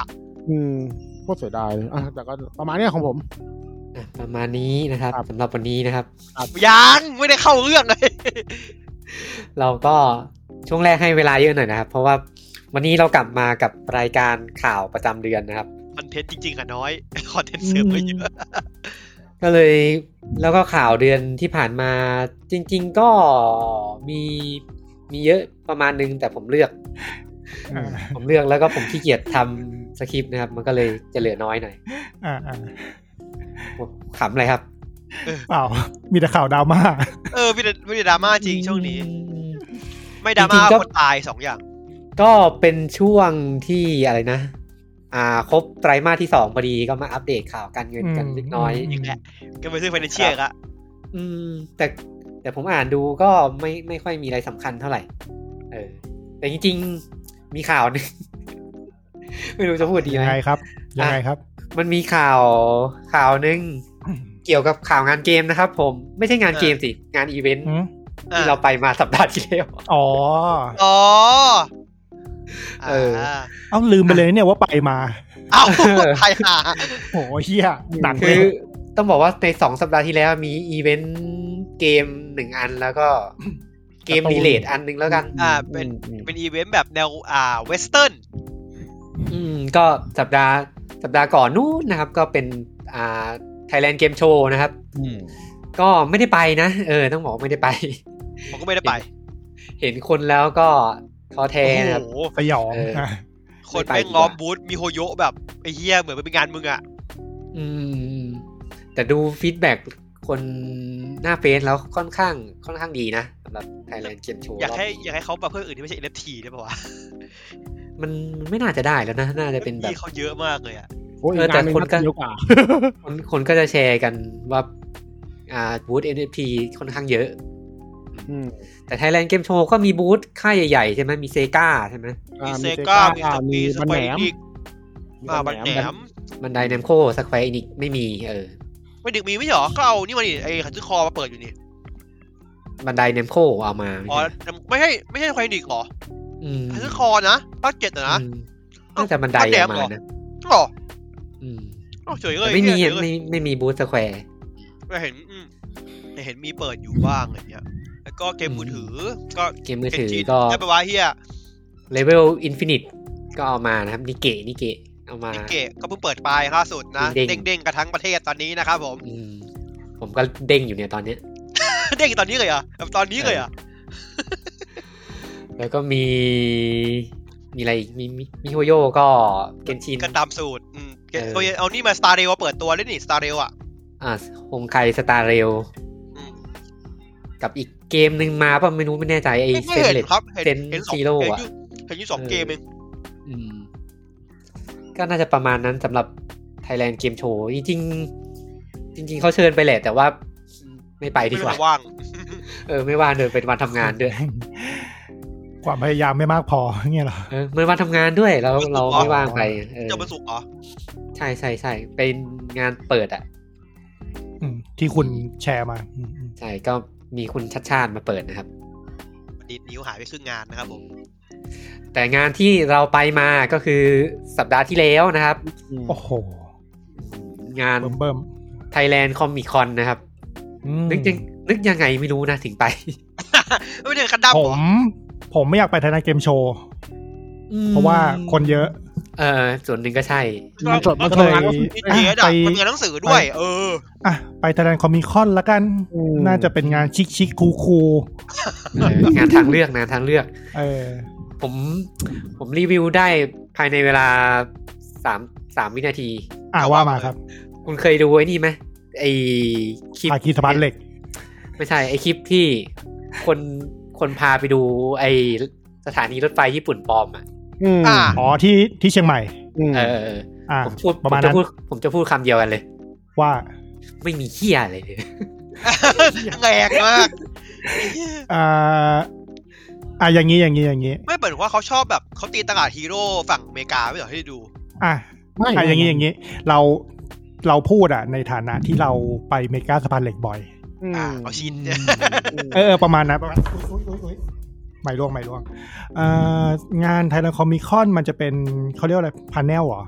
Speaker 3: อืมโคตรเสียดายเลยอ่ะแต่ก็ประมาณนี้ของผม
Speaker 1: ประมาณนี้นะครับสำหรับวันนี้นะครับ
Speaker 2: ยังไม่ได้เข้าเรื่องเลย
Speaker 1: เราก็ช่วงแรกให้เวลาเยอะหน่อยนะครับเพราะว่าวันนี้เรากลับมากับรายการข่าวประจำเดือนนะครับ
Speaker 2: คอนเทนต์จริงๆอะน้อยคอนเทนต์เสริมก็เยอะ
Speaker 1: ก็เลยแล้วก็ข่าวเดือนที่ผ่านมาจริงๆก็มีมีเยอะประมาณนึงแต่ผมเลือกผมเลือกแล้วก็ผมขี้เกียจทำสคริปต์นะครับมันก็เลยจะเหลือน้อยหน่อย
Speaker 4: อ่า
Speaker 1: ขำอะไรครับ
Speaker 4: เปล่ามีแต่ข่าวดราม่า
Speaker 2: เออมีแต่มีแต่ดราม่าจริงช่วงนี้ไม่ดราม่าคนตายสองอย่าง
Speaker 1: ก็เป็นช่วงที่อะไรนะอ่าครบไตรมาสที่สองพอดีก็มาอัปเดตข่าวการเงินกันเล็กน้อย
Speaker 2: อีกแหละก็ไปซื้อไฟแนนเชียลอ่ะ
Speaker 1: อืมแต่แต่ผมอ่านดูก็ไม่ไม่ค่อยมีอะไรสำคัญเท่าไหร่เออแต่จริงๆมีข่าวนึงไม่รู้จะพูดดีไหม
Speaker 4: ยังไงครับยังไงครับ
Speaker 1: มันมีข่าวข่าวนึงเกี่ยวกับข่าวงานเกมนะครับผมไม่ใช่งานเกมสิงานอีเวนต์ที่เราไปมาสัปดาห์ที่แล้ว
Speaker 4: อ๋อ
Speaker 2: อ๋อ
Speaker 1: เออ
Speaker 4: เอ้าลืมไปเลยเนี่ยว่าไปมา
Speaker 2: เอ้าใครหา
Speaker 4: โหเหี้ยหนัก
Speaker 1: คือต้องบอกว่าในสองสัปดาห์ที่แล้วมีอีเวนต์เกมหนึ่งอันแล้วก็เกมรีเลทอันนึงแล้วกัน
Speaker 2: อ่าเป็นเป็นอีเวนต์แบบแนวอ่าเวสเทิร์น
Speaker 1: อืมก็สัปดาห์สัปดาห์ก่อนนู้นนะครับก็เป็นอ่า Thailand Game Show นะครับอืมก็ไม่ได้ไปนะเออต้องบอกไม่ได้ไป
Speaker 2: ผมก็ไม่ได้ไป
Speaker 1: เห็นคนแล้วก็ท้อแท้นะครับ
Speaker 4: สยอง
Speaker 2: คนไปงอมบูธมีโฮโยะแบบไอ้เหี้ยเหมือนเป็นงานมึงอ่ะ
Speaker 1: อืมแต่ดูฟีดแบ็กคนหน้าเฟซแล้วค่อนข้างค่อนข้างดีนะสำหรับ Thailand Game Show
Speaker 2: อยากให้อยากให้เขาแบบเพื่ออื่นที่ไม่ใช่ เอ็น เอฟ ที ได้ป่าววะ
Speaker 1: มันไม่น่าจะได้แล้วนะน่าจะเป็นแบบ
Speaker 2: เขาเยอะมากเลยอ่ะ
Speaker 1: เออแต่คนก็คนคนก็จะแชร์กันว่าอ่าบูธ เอ็น เอฟ ที ค่อนข้างเยอะแต่ Thailand Game Show ก็มีบูธค่ายใหญ่ๆใช่ไหมมีเซกาใช่ไหม
Speaker 2: มีเซกามีสแควร์อินิกอ่าบันแหนม
Speaker 1: บันไดเนมโคสแควร์อินิกไม่มีเออ
Speaker 2: ไม่ดึกมีไม่หรอก็เอานี่มาดิไอ้ขันซื้อคอมาเปิดอยู่นี่
Speaker 1: บันไดเนมโคเอามา
Speaker 2: อ๋อไม่ใช่ไม่ใช่สแควร์อินิกหรอขันซื้อคอนะภาคเจ็ดนะ
Speaker 1: น่าจะบันไดเอามานะ
Speaker 2: หรอ
Speaker 1: อืม
Speaker 2: อ๋อเฉยเลย
Speaker 1: ไม่มีไม่ไม่มีบูธสแควร์
Speaker 2: ไม่เห็นเห็นมีเปิดอยู่บ้างอะไรเงี้ยแล้วก็เกมมือถือก็
Speaker 1: เกมมือถือก็
Speaker 2: ได้ไปว่าเฮีย
Speaker 1: Level Infinite ก็เอามานะครับนิเกะนิเกะเอามา
Speaker 2: นิเกะก็เพิ่งเปิดไปล่าสุดนะเด้งๆกันทั้งประเทศตอนนี้นะครับผม
Speaker 1: ผมก็เด้งอยู่เนี่ยตอนนี้
Speaker 2: เด้งตอนนี้เลยอ่ะตอนนี้เลยอ่ะ
Speaker 1: แล้วก็มีมีอะไรอีกมีมิโฮโย่ก็เกนชิน
Speaker 2: ก็ตามสูตรอืมเอานี่มา Star Rail มาเปิดตัวด้วยนี่ Star Rail อ่ะ
Speaker 1: อ่าฮงไค Star Railกับอีกเกมนึงมาป่ะไม่รู้ไม่แน่ใจไอ้เซนเลตเซนซีโร่อ่ะ
Speaker 2: เห็นอยู่สองเกมเอง
Speaker 1: อืมก็น่าจะประมาณนั้นสำหรับ Thailand Game Show จริงๆจริงๆเขาเชิญไปแหละแต่ว่าไม่ไปดีกว่า
Speaker 2: ไม่ว่าง
Speaker 1: เออไม่ว่างเลยเป็นวันทำงานด้วย
Speaker 4: ความพยายามไม่มากพอเงี้ยเหรอ
Speaker 1: เออเป็นวันทำงานด้วยแล้วเราไม่ว่างไป
Speaker 2: เออจะมาสุกเหรอ
Speaker 1: ใช่ใช่ใช่เป็นงานเปิดอ่ะ
Speaker 4: ที่คุณแชร์มา
Speaker 1: ใช่ก็มีคุณชัดชาติมาเปิดนะครับ
Speaker 2: ดิดนิ้วหายไปครึ่งงานนะครับผม
Speaker 1: แต่งานที่เราไปมาก็คือสัปดาห์ที่แล้วนะครับ
Speaker 4: โอ้โห
Speaker 1: งาน
Speaker 4: เบิ่ม
Speaker 1: Thailand Comic Con นะครับนึกยังนึกยังไงไม่รู้นะถึงไป
Speaker 2: ไม่ได้กันดั้ม
Speaker 4: ผมผมไม่อยากไป Thailand Game Show เพราะว่าคนเยอะ
Speaker 1: เออส่วนหนึ่งก็ใช่
Speaker 2: มันจดมันเลยไปมันงานหนังสือด้วยเออ
Speaker 4: อ่ะไป Thailand Comic Con ละกันน่าจะเป็นงานชิคๆคูล
Speaker 1: ๆงานทางเลือกนะทางเลือก
Speaker 4: เออ
Speaker 1: ผมผมรีวิวได้ภายในเวลาสาม สามวินาที
Speaker 4: อ่ะว่ามาครับ
Speaker 1: คุณเคยดูไอ้นี่ไหมไอ้
Speaker 4: คลิปอาคีสะพานเหล็ก
Speaker 1: ไม่ใช่ไอ้คลิปที่คนคนพาไปดูไอ้สถานีรถไฟญี่ปุ่นปลอมอ่ะ
Speaker 4: อ๋อที่ที่เชียงใหม่
Speaker 1: เออผมพูดผมจะพูดผมจะพูดคำเดียวกันเลย
Speaker 4: ว่า
Speaker 1: ไม่มีเหี้ยอะไรเลย
Speaker 2: แรงมาก
Speaker 4: อ่าอ่ะอย่างงี้อย่างงี้อย่างงี้
Speaker 2: ไม่เปิดว่าเขาชอบแบบเขาตีตลาดฮีโร่ฝั่งอเมริกาไม่เหรอให้ดู
Speaker 4: อ่ะไม่อ่ะอย่างงี้อย่างงี้เราเราพูดอ่ะในฐานะที่เราไปเมกาสะพานเหล็กบ่อย
Speaker 2: อ่าเอาชิน
Speaker 4: เออประมาณนั้นประมาณไม่ล่วงไม่ล่วงอ่างาน Thailand Comic Con มันจะเป็นเขาเรียกอะไรพาเนลเหรอ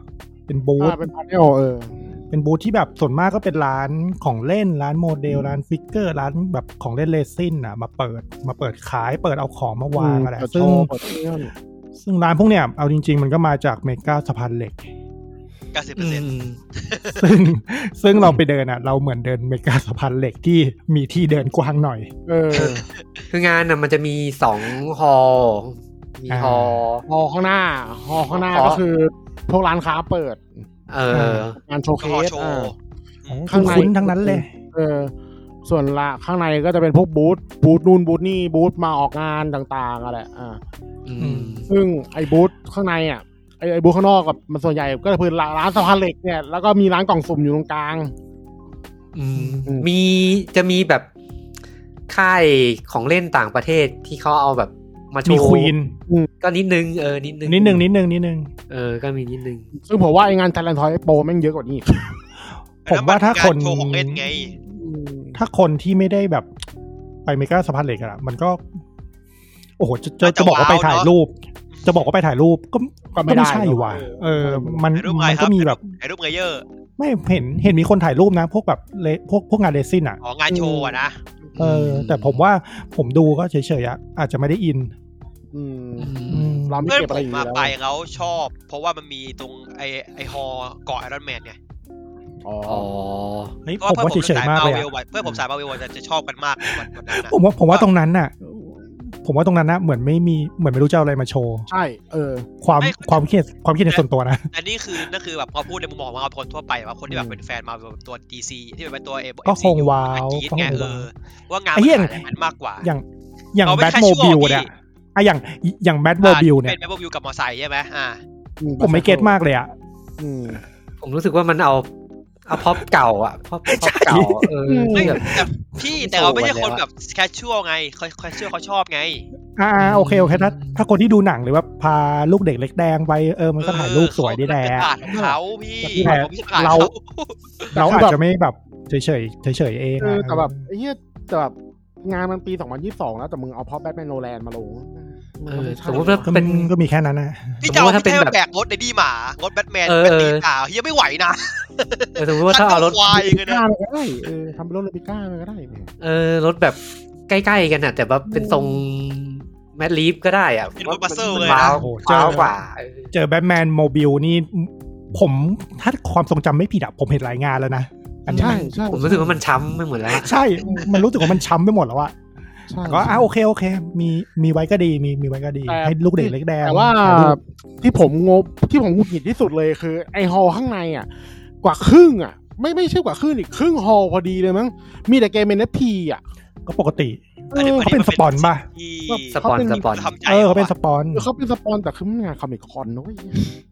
Speaker 4: เป็นบูธ
Speaker 3: เป็นพาร์เนลเออ
Speaker 4: เป็นบูธที่แบบส่วนมากก็เป็นร้านของเล่นร้านโมเดลร้านฟิกเกอร์ร้านแบบของเล่นเรซินอ่ะมาเปิดมาเปิดขายเปิดเอาของมาวางอะไรซึ่งซึ่งร้านพวกเนี้ยเอาจริงๆมันก็มาจากเมกาสะพานเหล็ก
Speaker 2: เก้าสิบเปอร์เซ็นต์
Speaker 4: ซึ่งซึ่งเราไปเดินอ่ะเราเหมือนเดินเมกาสะพานเหล็กที่มีที่เดินกว้างหน่อย
Speaker 3: เออ
Speaker 1: คืองานน่ะมันจะมีสองฮอลล์มีฮอลล์
Speaker 3: ฮอลล์ข้างหน้าฮอลล์ข้างหน้าก็คือพวกร้านค้าเปิด
Speaker 1: เอ
Speaker 3: องานโชว์เคส
Speaker 4: ข้างในทั้งนั้นเลย
Speaker 3: เออส่วนละข้างในก็จะเป็นพวกบูธบูธนู่นบูธนี่บูธมาออกงานต่างๆอะไรอ่าซึ่งไอ้บูธข้างในอ่ะไอ้ไอ้บูธข้างนอกกับมันส่วนใหญ่ก็จะเป็นร้านสะพานเหล็กเนี่ยแล้วก็มีร้านกล่องสุ่มอยู่ตรงกลาง
Speaker 1: มีจะมีแบบค่ายของเล่นต่างประเทศที่เขาเอาแบบมาโชว์
Speaker 4: มีควีน
Speaker 1: ก็นิดนึงเออนิดนึง
Speaker 4: นิดนึงนิดนึงนิดนึง
Speaker 1: เออก็มีนิดนึง
Speaker 3: ซึ่งผมว่าไอ้งาน Thailand Toy Expo แม่งเยอะกว่านี้
Speaker 4: ผมว่าถ้าคน
Speaker 2: โชว์ของเล่นไง
Speaker 4: ถ้าคนที่ไม่ได้แบบไปเมกาสะพานเหล็กอะมันก็โอ้โหจะจะจะบอกว่าไปถ่ายรูปจะบอกว่าไปถ่ายรูปก็ก็ไม่ใช่ว่ะเออมันมันก็มีแบบ
Speaker 2: ถ่ายรูปเยอะ
Speaker 4: ไม่เห็นเห็นมีคนถ่ายรูปนะพวกแบบพวกพวกงานเรซินอะ
Speaker 2: อ๋องานโชว์อะนะ
Speaker 4: เออแต่ผมว่าผมดูก็เฉยๆอะอาจจะไม่ได้อิน
Speaker 3: อืมเราไม่เก็บอะไรอยู่
Speaker 2: แล้วมาไปเขาชอบเพราะว่ามันมีตรงไอไอฮอเกาะไอรอนแมนไง
Speaker 1: อ๋อ
Speaker 4: เฮ้ยผมว่าเฉยๆมากเลย
Speaker 2: เพื่อผมสายมาวิวจะจะชอบกันมากวันวันนั้น
Speaker 4: ผมว่าผมว่าตรงนั้นน่ะผมว่าตรงนั้นนะเหมือนไม่มีเหมือนไม่รู้จะเอาอะไรมาโชว์
Speaker 3: ใช่เออ
Speaker 4: ความความคิดความคิดในส่วนตัวนะ
Speaker 2: อันนี้คือนั่นคือแบบพอพูดในมุมมองของคนทั่วไปว่าคนที่แบบเป็นแฟนมาตัว ดี ซี ที่เป็นตัวเอ
Speaker 4: ก็คงว้าว
Speaker 2: ไงเออว่างานมันมากกว่า
Speaker 4: อย่างอย่างแบทโมบิลเนี่ยอ่ะอย่างอย่างแบทโมบิลเนี่ย
Speaker 2: เป็นแบทโมบิลกับมอไซค์ใช่ไหมอ่า
Speaker 4: ผมไม่เก็ตมากเลยอ่ะ
Speaker 1: ผมรู้สึกว่ามันเอาเอาพ็อปเก่าอ่ะพ็อปเก่าเออ
Speaker 2: ไม่แบบพี่แต่เราไม่ใช่คนแบบแคชชวลไงแคชชวลเขาชอบไง
Speaker 4: อ่าโอเคโอเคถ้าถ้าคนที่ดูหนังหรือว่าพาลูกเด็กเล็กแดงไปเออมันก็ถ่ายรูปสวยดีแหละ
Speaker 2: เขาพี่
Speaker 4: เราเราอาจจะไม่แบบเฉยเฉยเฉยเฉยเอง
Speaker 3: แต่แบบไอ้เหี้ยแต่แบบงานมันปีสองพันยี่สิบสองแล้วแต่มึงเอาพ็อปแบทแมนโนแลนมาลง
Speaker 1: สมมติว่าเป็น
Speaker 4: ก็มีแค่นั้นนะ
Speaker 2: พี่จะเอาถ้าเป็นแบบแบกรถในดีหมารถแบทแมนเป็นตีนขาวเฮียไม่ไหวนะ
Speaker 1: สมมติว่าถ้าเอารถ
Speaker 3: ควายก็ได้เออทำเป็นรถเลปิก้าก็ได้
Speaker 1: เออรถแบบใกล้ๆกันน่ะแต่ว่าเป็นทรงแมดลีฟก็ได้อ่ะ
Speaker 2: เป็นรถบัสเซอร์เลย
Speaker 1: นะเจอกว่า
Speaker 4: เจอแบทแมนโมบิลนี่ผมถ้าความทรงจำไม่ผิดอ่ะผมเห็นหลายงานแล้วนะ
Speaker 3: ใช่ใช่
Speaker 1: ผมรู้สึกว่ามันช้ำไปหมดแล้ว
Speaker 4: ใช่มันรู้สึกว่ามันช้ำไปหมดแล้วอะก็อ่ะโอเคโอเคมีมีไว้ก็ดีมีมีไว้ก็ดีให้ลูกเด็กเล็กแดง
Speaker 3: แต่ว่าที่ผมงบที่ผมหงุดหงิดที่สุดเลยคือไอฮอลข้างในอ่ะกว่าครึ่งอ่ะไม่ไม่ใช่กว่าครึ่งอีกครึ่งฮอลพอดีเลยมั้งมีแต่เกม เอ็น เอฟ พี อ่ะ
Speaker 4: ก็ปกติเขาเป็นสปอนป่ะ
Speaker 1: สปอนสปอน
Speaker 4: เออเขาเป็นสปอน
Speaker 3: เขาเป็นสปอนแต่คือมันงานคอมิคคอนนะเว้ย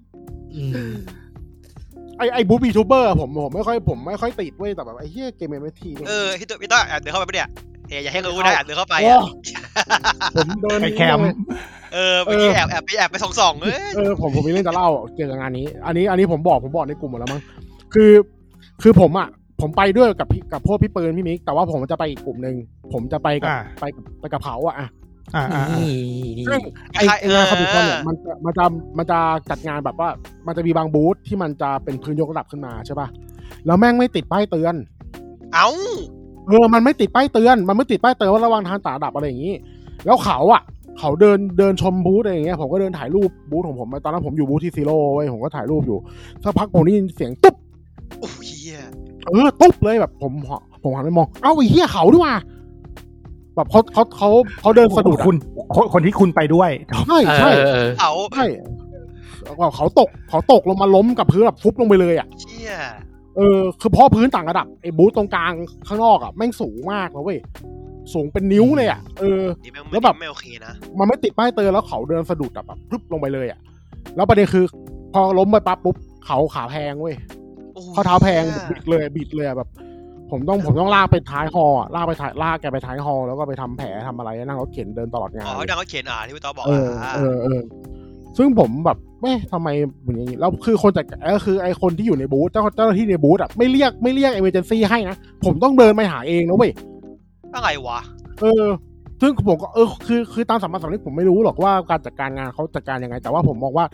Speaker 3: ไอไอบูบีทูเบอร์ผมผมไม่ค่อยผมไม่ค่อยติดเว้ยแต่แบบไอเหี้ยเกม เอ็น เอฟ พี
Speaker 2: เออพี่ตัวพี่ต้าแอบเดินเข้าไปปะเนี่ยเฮ้ยอย่าให้รู้ได้แอบเดินเข้าไปอ่ะ
Speaker 3: ผมเดิน
Speaker 4: ไปแคม
Speaker 2: เออเมื่อกี้แอบแอบไปแอบไปส่องๆเอ้ย
Speaker 3: เออผมผมมีเรื่องจะเล่าเกี่ยวกับงานนี้อันนี้อันนี้ผมบอกผมบอกในกลุ่มหมดแล้วมั้งคือคือผมอ่ะผมไปด้วยกับพี่กับพวกพี่ปืนพี่มิกแต่ว่าผมจะไปอีกกลุ่มนึงผมจะไปกับไปกับไปกับเขาอ่ะอ่ะซึ่งไอ้งานคอมพิวเตอร์เนี่ยมันมันจะมันจะจัดงานแบบว่ามันจะมีบางบูธที่มันจะเป็นพื้นยกระดับขึ้นมาใช่ป่ะแล้วแม่งไม่ติดป้ายเตือน
Speaker 2: เอ้า
Speaker 3: เออมันไม่ติดป้ายเตือนมันไม่ติดป้ายเตือนว่าระวังทางต่างระดับอะไรอย่างนี้แล้วเขาอ่ะเขาเดินเดินชมบูธอะไรอย่างเงี้ยผมก็เดินถ่ายรูปบูธของผมตอนนั้นผมอยู่บูธที่ซีโร่เว้ยผมก็ถ่ายรูปอยู่สักพักผมได้ยินเสียงตุ๊บ
Speaker 2: โอ้ยเหี้ย
Speaker 3: เออตุ๊บเลยแบบผมผมหันไปมองเอ้าไอ้เหี้ยเขาด้วยว่ะแบบเขาเขาเขาเขาเดินสะดุด
Speaker 4: คุณคนที่คุณไปด้วย
Speaker 3: ใช่ใช่
Speaker 2: เขา
Speaker 3: ใช่เขาตกเขาตกลงมาล้มกับพื้นแบบฟุบลงไปเลยอ่ะ
Speaker 2: เชี่ย
Speaker 3: เออคือเพราะพื้นต่างระดับไอ้บูธตรงกลางข้างนอกอ่ะแม่งสูงมากนะเว้ยสูงเป็นนิ้วเลยอ่ะเออแล้วแบบ
Speaker 2: ไม่โอเคนะ
Speaker 3: มันไม่ติดป้ายเตือนแล้วเขาเดินสะดุดแบบพึบลงไปเลยอ่ะแล้วประเด็นคือพอล้มไปปั๊บปุ๊บเขาขาแพงเว้ยข้อเท้าแพงบิดเลยบิดเลยแบบผมต้องผมต้องลากไปท้ายฮอลากไปท้ายลากแกไปท้ายฮอแล้วก็ไปทำแผลทำอะไรนั่งรถเข็นเดินตลอดงาน
Speaker 2: อ๋อนั่งรถเข็นอ่ะที่พี่ต้อบอก
Speaker 3: เออเออเออซึ่งผมแบบแม่ทำไมเหมือนอย่างนี้แล้วคือคนจัดก็คือไอคนที่อยู่ในบูธเจ้าเจ้าหน้าที่ในบูธอ่ะไม่เรียกไม่เรียกเอเมอร์เจนซี่ให้นะผมต้องเดินไปหาเองนะเว้ย
Speaker 2: อะไรวะ
Speaker 3: เออซึ่งผมก็เออคือคือตามสามัญสำนึกผมไม่รู้หรอกว่าการจัดการงานเขาจัดการยังไงแต่ว่าผมมองว่า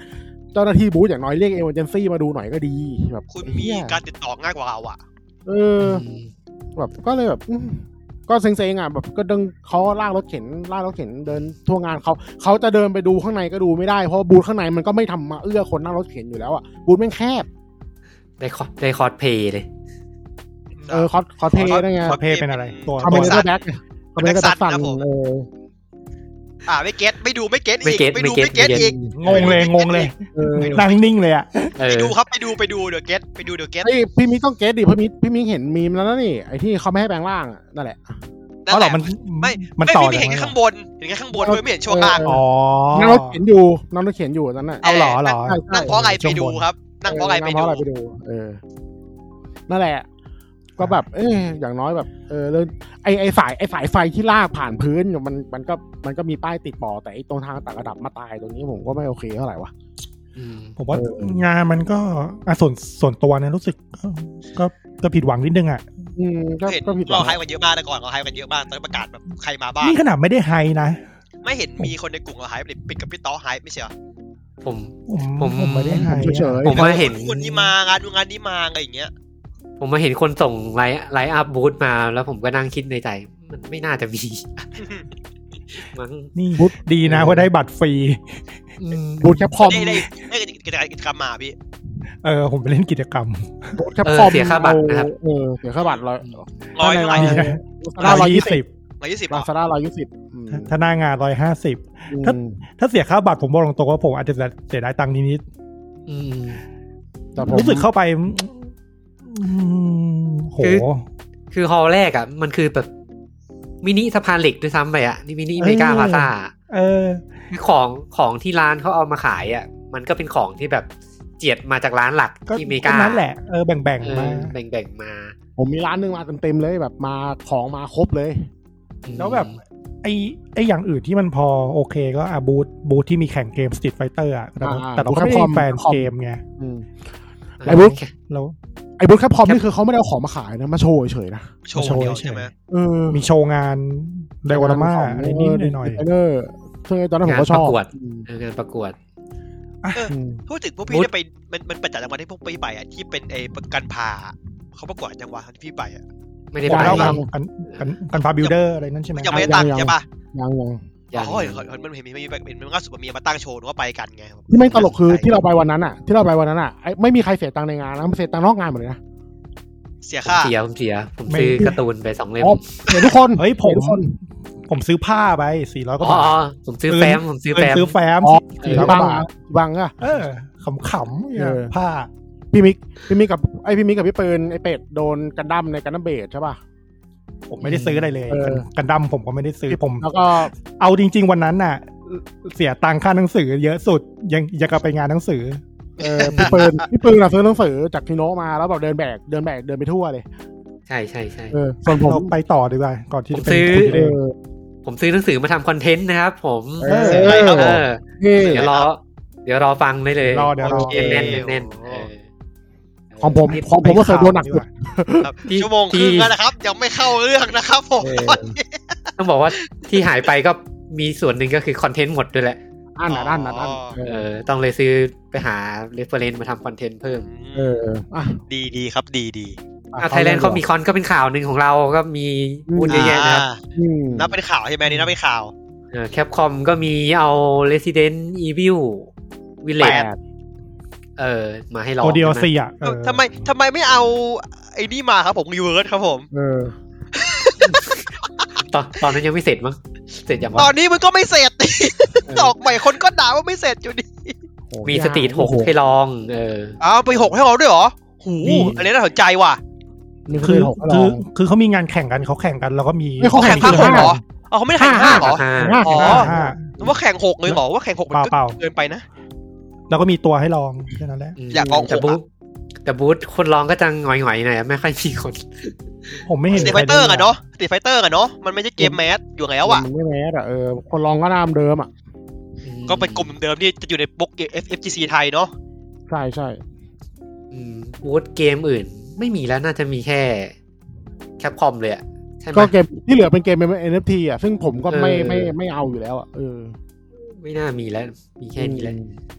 Speaker 3: เจ้าหน้าที่บูธอย่างน้อยเรียกเอเมอร์เจนซี่มาดูหน่อยก็ดีแบบ
Speaker 2: คุณมีการติดต่อง่ายกว่าเราอ่ะ
Speaker 3: เออแบบก็เลยแบบก็เซ็งๆอ่ะแบบก็ดึงเขาลากรถเข็นลากรถเข็นเดินทั่วงานเขาเขาจะเดินไปดูข้างในก็ดูไม่ได้เพราะบูธข้างในมันก็ไม่ทำมาเอื้อคนนั่งรถเข็นอยู่แล้วอ่ะบูธแม่งแคบ
Speaker 1: ได้คอสได้คอสเพย์เลย
Speaker 3: เออคอสคอสเพย์ได้ไง
Speaker 4: คอสเพย์เป็นอะไร
Speaker 3: ตัวคอมเมนต์แบ็คคอมเมนต์แบ็คสั่นเออ
Speaker 2: อ่าไม่เก็ตไม่ดูไม่เก็ตอีกไม่ดูไม่เก็ตอีก
Speaker 4: งงเลยงงเลยนั่งนิ่งเลยอ่ะ
Speaker 2: ไปดูครับไปดูไปดูเดี๋ยวเก็ตไปดูเดี๋ยวเก็ต
Speaker 3: พี่มิกต้องเก็ตดิเพราะมิกพี่มิกเห็นมีมแล้วนะนี่ไอ้ที่เขาไม่ให้แปลงร่างนั่นแหละ
Speaker 2: เพราะหรอมันไม่มันต่อเห็นแค่ข้างบนเห็นแค่ข้างบนเลยไม่เห็นช่วงล่าง
Speaker 3: อ๋อนั่งรถเข็นอยู่นั่งรถเข็นอยู่นั่นน่ะ
Speaker 4: เอาหรอหรอ
Speaker 2: นั่งเพราะอะไรไปดูครับนั่งเพราะอะไรไป
Speaker 3: ดูเออนั่นแหละก็แบบเอออย่างน้อยแบบเออเลยไอไอสายไอสายไฟที่ลากผ่านพื้นมันมันก็มันก็มีป้ายติดบอกแต่ไอตรงทางต่างระดับมาตายตรงนี้ผมก็ไม่โอเคเท่าไหร่วะ
Speaker 4: ผมว่างานมันก็อ่ะส่วนส่วนตัวเนี่ยรู้สึกก็ก็ผิดหวังนิดนึงอ่ะ
Speaker 3: อืมก็ผิด
Speaker 2: เราไฮกันเยอะมากแต่ก่อนเราไฮกันเยอะมากตอนประกาศแบบใครมาบ้าง
Speaker 4: นี่ขนาดไม่ได้ไฮนะ
Speaker 2: ไม่เห็นมีคนในกลุ่มเราไฮปิดกับพี่ต๊อไฮไม่ใช่เหรอ
Speaker 1: ผม
Speaker 4: ผมผมไม่ได้ไฮ
Speaker 3: เฉย
Speaker 1: ๆผมมาเห็น
Speaker 2: คนที่มางานดูงานนี้มาอะไรอย่างเงี้ย
Speaker 1: ผมมาเห็นคนส่งไลฟ์ไลฟ์อัพบูธมาแล้วผมก็นั่งคิดในใจมันไม่น่าจะมี
Speaker 4: มั้งนี่บูธดีนะว่าได้บัตรฟรี
Speaker 3: บูธแคปคอม
Speaker 2: ได้ได้กิจกรรมมาพี่
Speaker 4: เออผมไปเล่นกิจกรรม
Speaker 3: บูธแคปคอม
Speaker 1: เสียค่าบัตรนะครับ
Speaker 3: เออเสียค่าบัตรร้อย
Speaker 2: ร้อย
Speaker 3: ร้อยร้อยยี่สิบ
Speaker 2: ร้อยยี่สิบ
Speaker 3: ลาซาด้าร้อยยี่สิบ
Speaker 4: ถ้าหน้างานร้อยห้าสิบถ้าถ้าเสียค่าบัตรผมบอกตรงๆว่าผมอาจจะเสียดายตังค์นิดๆแต่ผมรู้สึกเข้าไป
Speaker 1: คือคือฮอลแรกอ่ะมันคือแบบมินิสะพานเหล็กด้วยซ้ำไปอ่ะนี่มินิเมกาพลาซ่า
Speaker 4: เออ
Speaker 1: คือของของที่ร้านเขาเอามาขายอ่ะมันก็เป็นของที่แบบเจียดมาจากร้านหลักที่เมกา
Speaker 4: นั่นแหละเออแบ่งๆมา
Speaker 1: แบ่งๆมา
Speaker 3: ผมมีร้านนึงมาเต็มๆเลยแบบมาของมาครบเลย
Speaker 4: แล้วแบบไอ้ไอ้อย่างอื่นที่มันพอโอเคก็อ่ะบูธบูธที่มีแข่งเกม Street Fighter อ่ะแต่เราก็ไม่ได้แฟนเกมไง
Speaker 3: ไอ้บูธแล้วไอ้บูธแคปคอมนี่คือเขาไม่ได้เอาของมาขายนะมาโชว์เฉยๆนะ
Speaker 2: โชว์เดียวใช่ไหม
Speaker 3: เออ
Speaker 4: มีโชว์งานไดวอร์มาอะไรนิดหน่อย
Speaker 3: เออซึ่งตอนนั้นผมก็ชอบ
Speaker 1: ประกวดงานประกวด
Speaker 2: พูดถึงพวกพี่จะไปมันมันเป็นจัดรางวัลที่พวกพี่ไปอ่ะที่เป็นไอ้กันพาเขาประกวดจังหวะที่พี่ไปอ่ะ
Speaker 1: ไม่ได้ไป
Speaker 4: กันกันกันพาบิลเดอร์อะไรนั่นใช่ไหม
Speaker 2: ยังไม่ได้ตั้งใช่ปะ
Speaker 3: ยัง
Speaker 2: ยังอ๋อมันเห็นมีมีมันล่าสุดมันมีมาตั้งโชว์ว่าไปกันไง
Speaker 3: ที่ไม่ตลกคือที่เราไปวันนั้นอ่ะที่เราไปวันนั้นอ่ะไม่มีใครเสียตังค์ในงานนะเสียตังค์นอกงานหมดเลยนะ
Speaker 2: เสียค่า
Speaker 1: เสียผมเสียผมซื้อการ์ตูนไปสองเล่ม
Speaker 3: เสียทุกคน
Speaker 4: เฮ้ยผมผมซื้อผ้าไปสี่ร้อยกว่าบาท
Speaker 1: อ๋อผมซื้อแฟ้มผมซื้อแฟ้ม
Speaker 4: ซื้อแฟ้ม
Speaker 3: สี่ร้อยกว่าบาทบังอ่ะ
Speaker 4: เออขำๆผ้า
Speaker 3: พี่มิกพี่มิกกับไอพี่มิกกับพี่ปืนไอเป็ดโดนกันดั้มในกันดั้มเบสใช่ป่ะ
Speaker 4: ผมไม่ได้ซื้ออะไรเลยกันดั้มผมก็ไม่ได้ซื้อผม
Speaker 3: แล้วก็
Speaker 4: เอาจริงๆวันนั้นน่ะเสียตังค่าหนังสือเยอะสุดยังยังกับไปงานหนังสือ
Speaker 3: เออพี่ปืนพี่ปืนอะซื้อหนังสือจากทีโนมาแล้วแบบเดินแบกเดินแบกเดินไปทั่วเลย
Speaker 1: ใช่ใช่ใช่
Speaker 3: เออส่วนผม
Speaker 4: ไปต่อดีกว่าก่อนที่จะ
Speaker 1: ซื้อผมซื้อหนังสือมาทำคอนเทนต์นะครับผมเออเดี๋ยวรอเดี๋ยวรอฟังได้เลย
Speaker 4: รอเดี๋ยวรอ
Speaker 1: แน่นแน่น
Speaker 3: ของผมของผมก็เคยโดนหนักสุด
Speaker 2: ชั่วโมงครึ่งแล้วนะครับยังไม่เข้าเรื่องนะครับผม
Speaker 1: ต้องบอกว่าที่หายไปก็มีส่วนหนึ่งก็คือคอนเทนต์หมดด้วยแหละ
Speaker 3: อ่านอ่านอ่าน
Speaker 1: เออต้องเลยซื้อไปหาเรฟเฟอเรนซ์มาทำคอนเทนต์เพิ่ม
Speaker 3: เอออ่ะ
Speaker 2: ดีดีครับดีดี
Speaker 1: อ่ะไทยแลนด์เขามีคอนก็เป็นข่าวหนึ่งของเราก็มีพูดเยอะแยะนะครับ
Speaker 2: นับเป็นข่าวใช่ไหมนี่นับเป็นข่าว
Speaker 1: เออแคปคอมก็มีเอา Resident Evil Village เออมาให้ลอง
Speaker 4: โอ ดี แอล ซี อ่ะ
Speaker 2: ทำไมทำไมไม่เอาไอ้นี่มาครับผมรีเวิร์สครับผม
Speaker 3: เออ
Speaker 1: ตอนตอนนั้นยังไม่เสร็จมั้งเสร็จยังวะ
Speaker 2: ตอนนี้มันก็ไม่เสร็จออกใหม่คนก็ด่าว่าไม่เสร็จอยู่ดี
Speaker 1: มีสตรีทหกให้ลองเออ
Speaker 2: อ้าวไปหกให้เราด้วยเหรอหูอันนี้น่าสนใจว่ะ
Speaker 4: คือคือคือเขามีงานแข่งกันเขาแข่งกันแล้วก็มี
Speaker 2: เขาแข่งภาคเหรออ๋อเขาไม่ได้แข่งห้าเหรออ๋อว่าแข่งหกเลยเหรอว่าแข่งหกมันเกินไปนะ
Speaker 4: แล้วก็มีตัวให้ลองแค่นั้นแหละ
Speaker 2: อยากลอง
Speaker 1: แต่บูธแต่บูธคนลองก็จะหงอยๆหน่อยไม่ค่อยมีคน
Speaker 4: ผมไม่เห็น
Speaker 2: Street Fighter อ่ะเนาะ Street Fighter อ่ะเนาะมันไม่ใช่เกมแมสอยู่แล้วอ่ะ
Speaker 3: มันไม่แมสอ่ะเออคนลองก็นามเดิมอ่ะ
Speaker 2: ก็เป็นกลุ่มเดิมที่จะอยู่ในโปรเกม เอฟ จี ซี ไทยเนาะ
Speaker 3: ใช่ใช่
Speaker 1: อืมบูธเกมอื่นไม่มีแล้วน่าจะมีแค่แคปคอมเลยอ่ะใช่ไหม
Speaker 3: ก็เกมที่เหลือเป็นเกม เอ็น เอฟ ที อ่ะซึ่งผมก็ไม่ไม่ไม่เอาอยู่แล้วอ่ะเออ
Speaker 1: ไม่น่ามีแล้วมีแค่นี้แหละ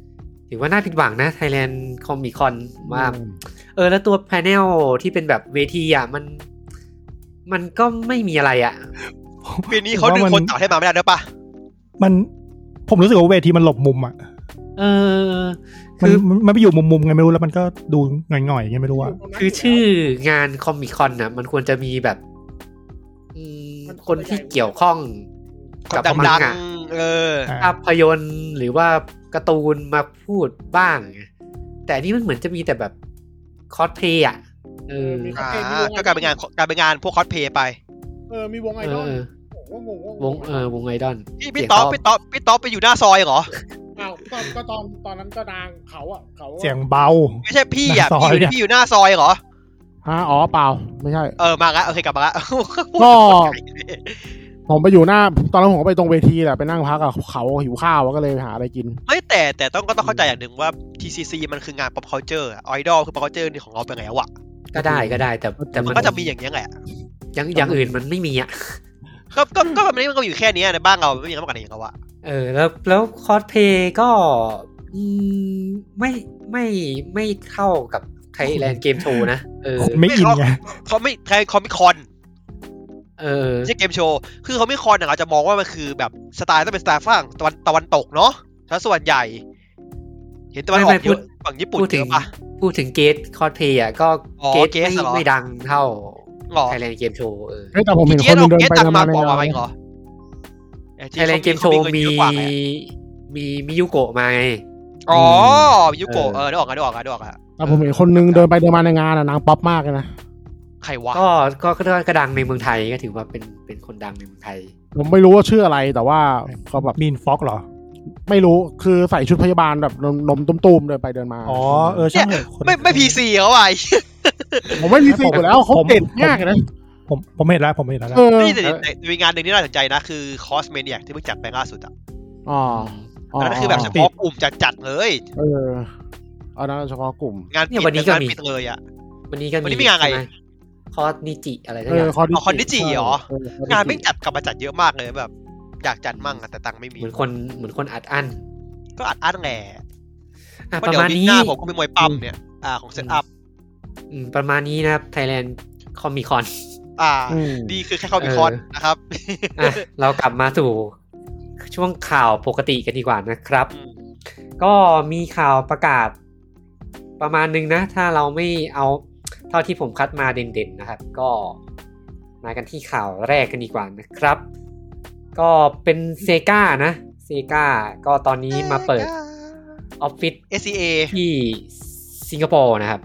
Speaker 1: ถือว่าน่าผิดหวังนะ Thailand Comic Con ว่าเออแล้วตัวแพนเนลที่เป็นแบบเวทีอ่ะมันมันก็ไม่มีอะไรอ่ะ
Speaker 2: ปีนี้เขาดึงคนต่างให้มาไม่ได้ด้วยป่ะ
Speaker 4: มันผมรู้สึกว่าเวทีมันหลบมุมอ่ะ
Speaker 1: เออ
Speaker 4: คือมันไปอยู่มุมๆไงไม่รู้แล้วมันก็ดูหง่อยๆไงไม่รู้อ่ะ
Speaker 1: คือชื่องานคอมิคอนน่ะมันควรจะมีแบบคนที่เกี่ยวข้องกับ
Speaker 2: ดังๆเออ
Speaker 1: ภาพยนตร์หรือว่าการ์ตูนมาพูดบ้างแต่นี่มันเหมือนจะมีแต่แบบคอสเพลย์อ่ะเออ
Speaker 2: ก็กลายเป็นงานกลายเป็นงานพวกคอสเพลย์ไป
Speaker 3: เออมีวงไอดอล
Speaker 1: วงเออวงไอดอล
Speaker 2: พี่พี่ต๊อบพี่ต๊อบพี่ต๊อบไปอยู่หน้าซอยเหรอ
Speaker 3: อ้าวก็ก็ตอนตอนนั้นก็ดังเขาอ่ะเขา
Speaker 4: เสียงเบา
Speaker 2: ไม่ใช่พี่อ่ะพี่อยู่พี่อยู่หน้าซอยเหรอ
Speaker 3: ฮะอ๋อเปล่าไม่ใช่
Speaker 2: เออมาละโอเคกลับมาละ
Speaker 3: ก็ผมไปอยู่หน้าตอนนั้นผมก็ไปตรงเวทีแหละไปนั่งพักกับเขาหิวข้าวก็เลยหาอะไรกิน
Speaker 2: ไม่แต่แต่ต้องก็ต้องเข้าใจอย่างหนึ่งว่า ที ซี ซี มันคืองาน pop culture ไอดอลคือ pop culture นี่ของเราไปแล้วอ่ะ
Speaker 1: ก็ได้ก็ได้แต่แต่
Speaker 2: มันก็จะมีอย่างเงี้ยแหละ
Speaker 1: อย่างอย่างอื่นมันไม่มีอ่ะ
Speaker 2: ก็ก็ก็มันมันก็อยู่แค่นี้ในบ้านเราไม่มีมากกว่านี้เขาว่า
Speaker 1: เออแล้วแล้วคอสเพย์ก็ไม่ไม่ไม่เข้ากับไทยแลนด์เกมโชว์นะเออ
Speaker 4: ไม่อินไง
Speaker 2: เขาไม่ไทยคอมิคอน
Speaker 1: เออ
Speaker 2: ไม่ใช่เกมโชว์คือเขาไม่คอนเนี่ยเราจะมองว่ามันคือแบบสไตล์ต้องเป็นสไตล์ฝรั่งตะวันตะวันตกเนาะถ้าส่วนใหญ่เห็นตะวันออกเยอะฝั่งญี่ปุ่นเยอะป่ะ
Speaker 1: พูดถึงเกตคอสเพย์อ่ะก็เกตไม่ไม่ดังเท่าไทยแลนด์เกมโชว์เออ
Speaker 3: แต่ผมเห็นคนเดินไปเดินมาในงาน
Speaker 1: ไทยแลนด์เกมโชว์มีมีมิยุโกะมาไง
Speaker 2: อ๋อมิยุโกะเออได้ออกกันได้ออกกันได้ออกอ่ะ
Speaker 3: แต่ผมเห็นคนนึงเดินไปเดินมาในงานอ่ะนางป๊อปมากเลยนะ
Speaker 2: ใครวะ
Speaker 1: ก็ก็ก็ดังในเมืองไทยก็ถือว่าเป็นเป็นคนดังในเมืองไทย
Speaker 3: ผมไม่รู้ว่าชื่ออะไรแต่ว่าเขาแบบ
Speaker 4: มีนฟ็อกเหรอ
Speaker 3: ไม่รู้คือใส่ชุดพยาบาลแบบนมตุ้มๆเดินไปเดินมา
Speaker 4: อ๋อเออใช่
Speaker 2: ไม่ไม่พีซีเขาไว้
Speaker 3: ผมไม่พีซีอยู่แล้วเขาเด่นมากเลยนะ
Speaker 4: ผมผมเห็นแล้วผมเห็นแล้ว
Speaker 2: นี่แต่มีงานหนึ่งที่น่าสนใจนะคือคอสเมเนียที่เพิ่งจัดไปล่าสุดอ่ะ
Speaker 3: อ๋อ
Speaker 2: อันนั้นคือแบบเฉพาะกลุ่มจัดๆเลย
Speaker 3: เอออันนั้นเฉพาะกลุ่ม
Speaker 2: งานปิดวันนี้ก็มีเลยอ่ะ
Speaker 1: วันนี้ก็มี
Speaker 2: วันนี้มีงานอะไร
Speaker 1: คอสนิจิอะไรทั้
Speaker 2: งอย่างอ๋อคอนนิจิเหรองานไม่จัดกลับมาจัดเยอะมากเลยแบบอยากจัดมั่งแต่ตังค์ไม่มี
Speaker 1: เหมือนคนเหมือนคนอัดอั้น
Speaker 2: ก็อัดอั้นแหละประมาณนี้ผมก็มีมวยปั๊มเนี่ยอ่าของเซตอัพ
Speaker 1: ประมาณนี้นะครับ Thailand Comic Con
Speaker 2: อ่าดีคือแค่Comic Conนะครับ
Speaker 1: เรากลับมาสู่ช่วงข่าวปกติกันดีกว่านะครับก็มีข่าวประกาศประมาณนึงนะถ้าเราไม่เอาเท่าที่ผมคัดมาเด่นๆนะครับก็มากันที่ข่าวแรกกันดีกว่านะครับก็เป็นเซกานะเซกาก็ตอนนี้มาเปิดออฟฟิศ
Speaker 2: เอส ซี เอ
Speaker 1: ที่สิงคโปร์นะครับ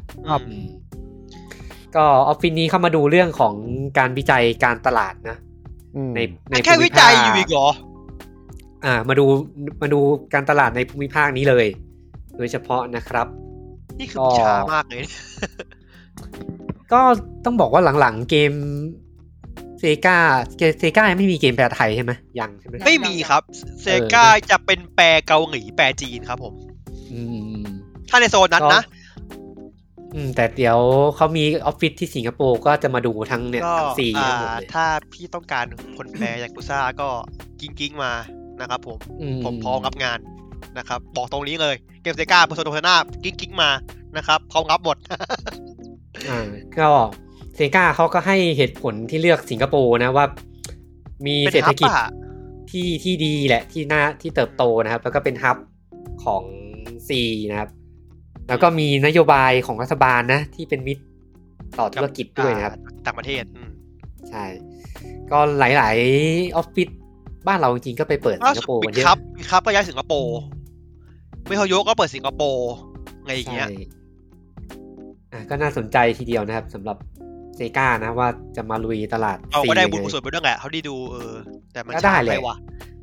Speaker 1: ก็ออฟฟิศนี้เข้ามาดูเรื่องของการวิจัยการตลาดนะใน
Speaker 2: ในแค่วิจัยอยู่อีกเหรอ
Speaker 1: อ่ามาดูมาดูการตลาดในภูมิภาคนี้เลยโดยเฉพาะนะครับ
Speaker 2: นี่คือช้ามากเลย
Speaker 1: ก็ต้องบอกว่าหลังๆเกมเซกาเซกายังไม่มีเกมแปลไทยใช่ไหมยังใช่ไหม
Speaker 2: ไม่มีครับเซกาจะเป็นแปลเกาหลีแปลจีนครับผมถ้าในโซนนั้นนะ
Speaker 1: อืมแต่เดี๋ยวเขามีออฟฟิศที่สิงคโปร์ก็จะมาดูทั้งเนี่ยทั้งสี่ทั้งหมดเลย
Speaker 2: ถ้าพี่ต้องการคนแปลยากุซ่าก็กิ้งๆมานะครับผมผมพร้อมรับงานนะครับบอกตรงนี้เลยเกมเซกาเพอร์โซนากิ้งๆมานะครับพร้อมรับหมด
Speaker 1: อ่าก็เซกาเขาก็ให้เหตุผลที่เลือกสิงคโปร์นะว่ามีเศรษฐกิจที่ที่ดีแหละที่น่าที่เติบโตนะครับแล้วก็เป็นฮับของซีนะครับแล้วก็มีนโยบายของรัฐบาลนะที่เป็นมิตรต่อธุรกิจด้วยนะครับ
Speaker 2: ต่างประเทศ
Speaker 1: ใช่ก็หลายๆออฟฟิศบ้านเราจริงๆก็ไปเปิดสิงคโปร์กันเยอะ
Speaker 2: ครับครับก็ย้ายสิงคโปร์ไม่เขายกก็เปิดสิงคโปร์ไงอย่างเงี้ย
Speaker 1: อ่ะก็น่าสนใจทีเดียวนะครับสำหรับเซกานะว่าจะมาลุยตลาด
Speaker 2: เอาก็ได้บุญกุศลไปด้วยแหละเขาดีดูเออแต่มันช้าไปว่ะ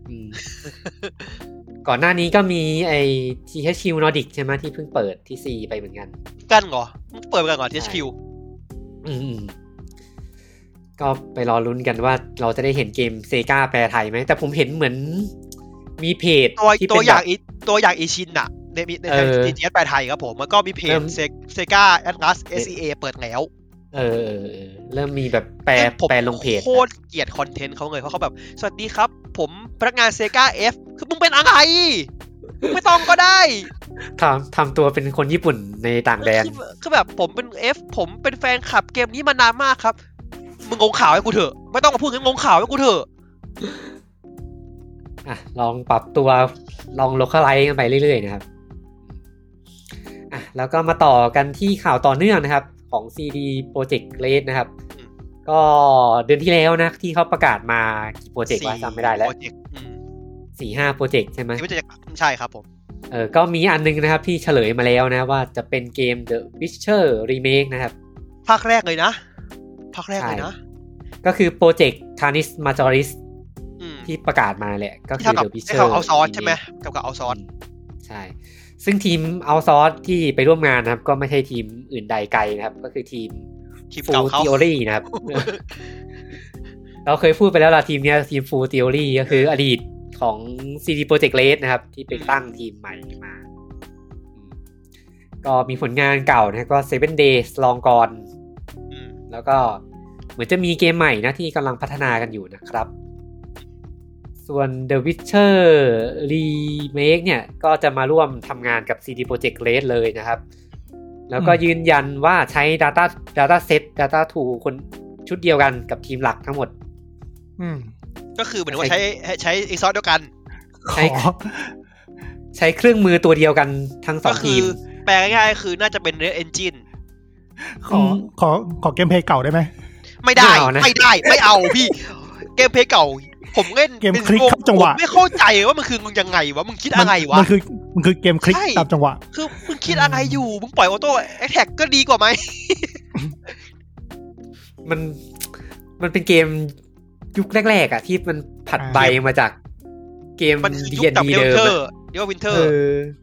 Speaker 1: ก่อนหน้านี้ก็มีไอ้ ที เอช คิว Nordic ใช่ไหมที่เพิ่งเปิดที่ C ไปเหมือนกัน
Speaker 2: กันเหรอเปิดไปกันก่อน ที เอช คิว
Speaker 1: อืมก็ไปรอลุ้นกันว่าเราจะได้เห็นเกมเซกาแปลไทยไหมแต่ผมเห็นเหมือนมีเพจ
Speaker 2: ที่ตัวอย่างตัวอย่างอีชินน่ะในในใน ที จี เอส แปลไทยครับผมมันก็มีเพจเซกา Atlas เอส ซี เอ เปิดแล้ว
Speaker 1: เออเริ่มมีแบบแปลแปลลงเพจ
Speaker 2: โคตรเกลียดคอนเทนต์เขาเลยเพราะเขาแบบสวัสดีครับผมพนักงานเซกา F คือมึงเป็นอะไรไม่ต้องก็ได้
Speaker 1: ทำทำตัวเป็นคนญี่ปุ่นในต่างแดน
Speaker 2: ก็แบบผมเป็น F ผมเป็นแฟนคลับเกมนี้มานานมากครับมึงงงข่าวให้กูเถอะไม่ต้องมาพูดถึงงงข่าวให้กูเถอะ
Speaker 1: อ่ะลองปรับตัวลองโลคอลไลซ์กันไปเรื่อยๆนะครับอ่ะแล้วก็มาต่อกันที่ข่าวต่อเนื่องนะครับของ ซี ดี Projekt Red นะครับก็เดือนที่แล้วนะที่เขาประกาศมากี่โปรเจกต์ว่าจำไม่ได้แล้วสี่ห้าโปรเจกต์ใช่ไหม
Speaker 2: ใช่ครับผม
Speaker 1: เออก็มีอันนึงนะครับที่เฉลยมาแล้วนะว่าจะเป็นเกม The Witcher Remake นะครับ
Speaker 2: ภาคแรกเลยนะภาคแรกเลยนะ
Speaker 1: ก็คือโปรเจกต์ Canis Majoris ที่ประกาศมาแหละก็คือ The Witcher
Speaker 2: เขาเอาซอสใช่ไหมกับกับเอาซอส
Speaker 1: ใช่ซึ่งทีมเอาซอสที่ไปร่วมงานนะครับก็ไม่ใช่ทีมอื่นใดไกลนะครับก็คือทีมFull Theory นะครับเราเคยพูดไปแล้วล่ะทีมนี้ทีม Full Theory ก็คืออดีตของ ซี ดี Projekt Red นะครับที่ไปตั้งทีมใหม่มาก็มีผลงานเก่านะก็ Seven Days Long Gone แล้วก็เหมือนจะมีเกมใหม่นะที่กำลังพัฒนากันอยู่นะครับส่วน The Witcher Remake เนี่ยก็จะมาร่วมทำงานกับ ซี ดี Projekt Red เลยนะครับแล้วก็ยืนยันว่าใช้ data data set data tool คนชุดเดียวกันกับทีมหลักทั้งหมด
Speaker 2: อืมก็คือเหมือนว่าใช้ใช้อีซอสเดียวกัน
Speaker 1: ใช้ใช้เครื่องมือตัวเดียวกันทั้งสองทีม
Speaker 2: แปลง่ายๆคือน่าจะเป็น Red Engine
Speaker 4: ขอขอขอเกมเพลย์เก่าได้ไหม
Speaker 2: ไม่ได้ไม่ได้ไม่เอาพี่เกมเพลย์เก่าผมเล่น
Speaker 4: เกมคลิกตามจังหวะ
Speaker 2: ไม่เข้าใจว่ามันคือมึงยังไงวะมึงคิดอะไรวะ
Speaker 4: มันคือมันคือเกมคลิกตามจังหวะ
Speaker 2: คือมึงคิดอะไรอยู่มึงปล่อยออโต้แอทแทคก็ดีกว่าไหม
Speaker 1: มันมันเป็นเกมยุคแรกๆอ่ะที่มันผัดใบมาจากเกม
Speaker 2: ดี แอนด์ ดี เดิมเรียกว่าวินเทอร์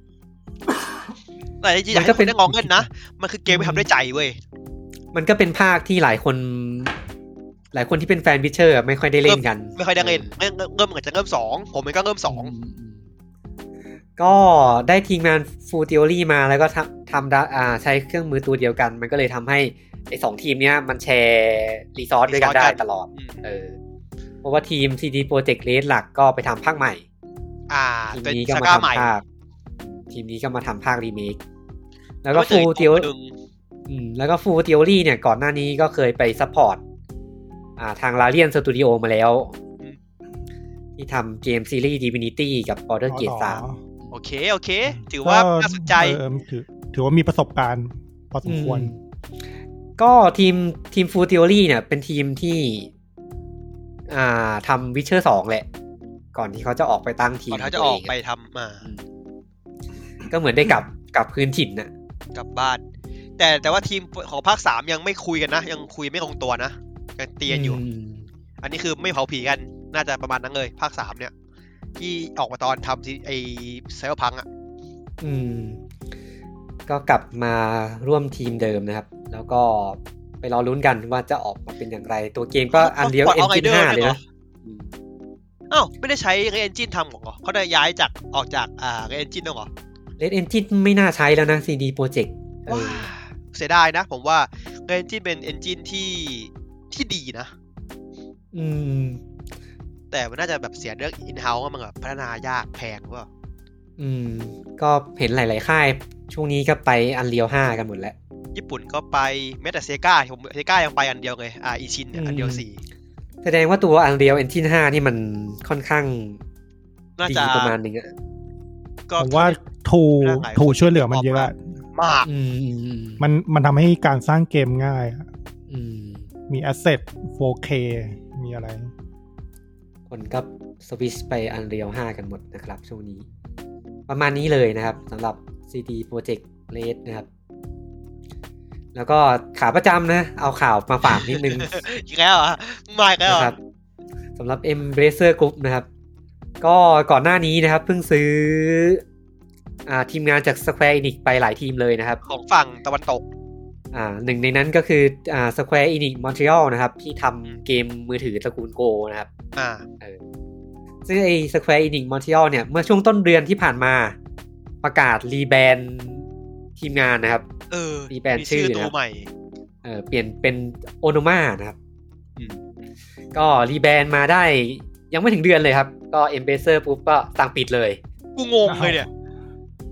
Speaker 2: แต่จริงๆอยากให้คนได้งองเงินนะมันคือเกมที่ทำด้วยใจเว้ย
Speaker 1: มันก็เป็นภาคที่หลายคนหลายคนที่เป็นแฟนวิชเชอร์ไม่ค่อยได้เล่นกัน
Speaker 2: ไม่ค่อยได้เล่นเริ่มเริ่มเหมือนจะเริ่มสองผมมันก็เริ่มสอง
Speaker 1: ก็ได้ทีมงาน Full Theory มาแล้วก็ทำทำอ่าใช้เครื่องมือตัวเดียวกันมันก็เลยทำให้ไอ้สองทีมเนี้ยมันแชร์รีซอสด้วยกันได้ตลอดเออเพราะว่าทีม ซี ดี Projekt Red หลักก็ไปทำภาคใหม่
Speaker 2: อ่า
Speaker 1: ทีมนี้ก็มาทำภาคทีมนี้ก็มาทำภาครีเมคแล้วก็ Full Theory อืมแล้วก็ Full Theory เนี่ยก่อนหน้านี้ก็เคยไปซัพพอร์ตอ่าทาง Larian Studio มาแล้วที่ทำเกมซีรีส์ Divinity กับ Baldur's Gate สาม
Speaker 2: โอเคโอเคถือว่าน่าสนใจ
Speaker 4: ถือถือว่ามีประสบการณ์พอสมควร
Speaker 1: ก็ทีมทีม Full Theory เนี่ยเป็นทีมที่อ่าทำ Witcher สองแหละก่อนที่เขาจะออกไปตั้งทีม
Speaker 2: ก่อนเขาจะออกไปทำมา
Speaker 1: ก็เหมือนได้กลับกลับพื้นถิ่นน่ะ
Speaker 2: กลับบ้านแต่แต่ว่าทีมของภาคสามยังไม่คุยกันนะยังคุยไม่ลงตัวนะยังเตียนอยู่อันนี้คือไม่เผาผีกันน่าจะประมาณนั้นเลยภาคสามเนี่ยที่ออกมาตอนทำไอ้ไซเบอร์พังอ่ะ
Speaker 1: อืมก็กลับมาร่วมทีมเดิมนะครับแล้วก็ไปรอลุ้นกันว่าจะออกมาเป็นอย่างไรตัวเกมก็ Unreal Engine ห้าเลยนะ
Speaker 2: อ้าวไม่ได้ใช้ Red Engine ทำหรอเขาได้ย้ายจากออกจากอ่า Red Engine แล้วเหรอ
Speaker 1: Red Engine ไม่น่าใช้แล้วนะ ซี ดี Projekt
Speaker 2: ว้าเสียดายนะผมว่า Red Engine เป็น engine ที่ที่ดีนะ
Speaker 1: อืม
Speaker 2: แต่มันน่าจะแบบเสียเรื่อง in-house มันแบบพัฒนายากแพงว่า
Speaker 1: อืมก็เห็นหลายๆค่ายช่วงนี้ก็ไป Unreal ห้ากันหมดแล้ว
Speaker 2: ญี่ปุ่นก็ไปแม้แต่เซก้าผมเซก้ายังไปอันเดียวเลยอ่าอีชินอันเดียวสี่
Speaker 1: แสดงว่าตัว Unreal Engine ห้านี่มันค่อนข้างดีประมาณนึงอ่ะ
Speaker 4: ผมว่าทูทูช่วยเหลือมันเยอะ
Speaker 2: มาก
Speaker 4: มันมันทำให้การสร้างเกมง่ายมีแอสเซท โฟร์เค มีอะไร
Speaker 1: คนก็สวิชไป Unreal ห้ากันหมดนะครับช่วงนี้ประมาณนี้เลยนะครับสำหรับ ซี ดี Projekt Red นะครับแล้วก็ขาประจำนะเอาข่าวมาฝากนิดนึง
Speaker 2: อีกแล้วอ่ะมาอีกแล้ว
Speaker 1: ครับสำหรับ Embracer Group นะครับก็ก่อนหน้านี้นะครับเพิ่งซื้ออ่าทีมงานจาก Square Enix ไปหลายทีมเลยนะครับ
Speaker 2: ของฝั่งตะวันตก
Speaker 1: อ่าหนึ่งในนั้นก็คืออ่า Square Enix Montreal นะครับที่ทำเกมมือถือตระกูลโกนะครับ
Speaker 2: อ่า
Speaker 1: เออซึ่งไอ้ Square Enix Montreal เนี่ยเมื่อช่วงต้นเดือนที่ผ่านมาประกาศรีแบรนด์ทีมงานนะครับ
Speaker 2: เออ
Speaker 1: รีแบรนด์ชื่อ
Speaker 2: ตัวใหม่
Speaker 1: เออเปลี่ยนเป็นโอโนมานะครับก็รีแบรนด์มาได้ยังไม่ถึงเดือนเลยครับก็ Embracer ปุ๊บก็สั่งปิดเลย
Speaker 2: กูงงเลยเนี่ย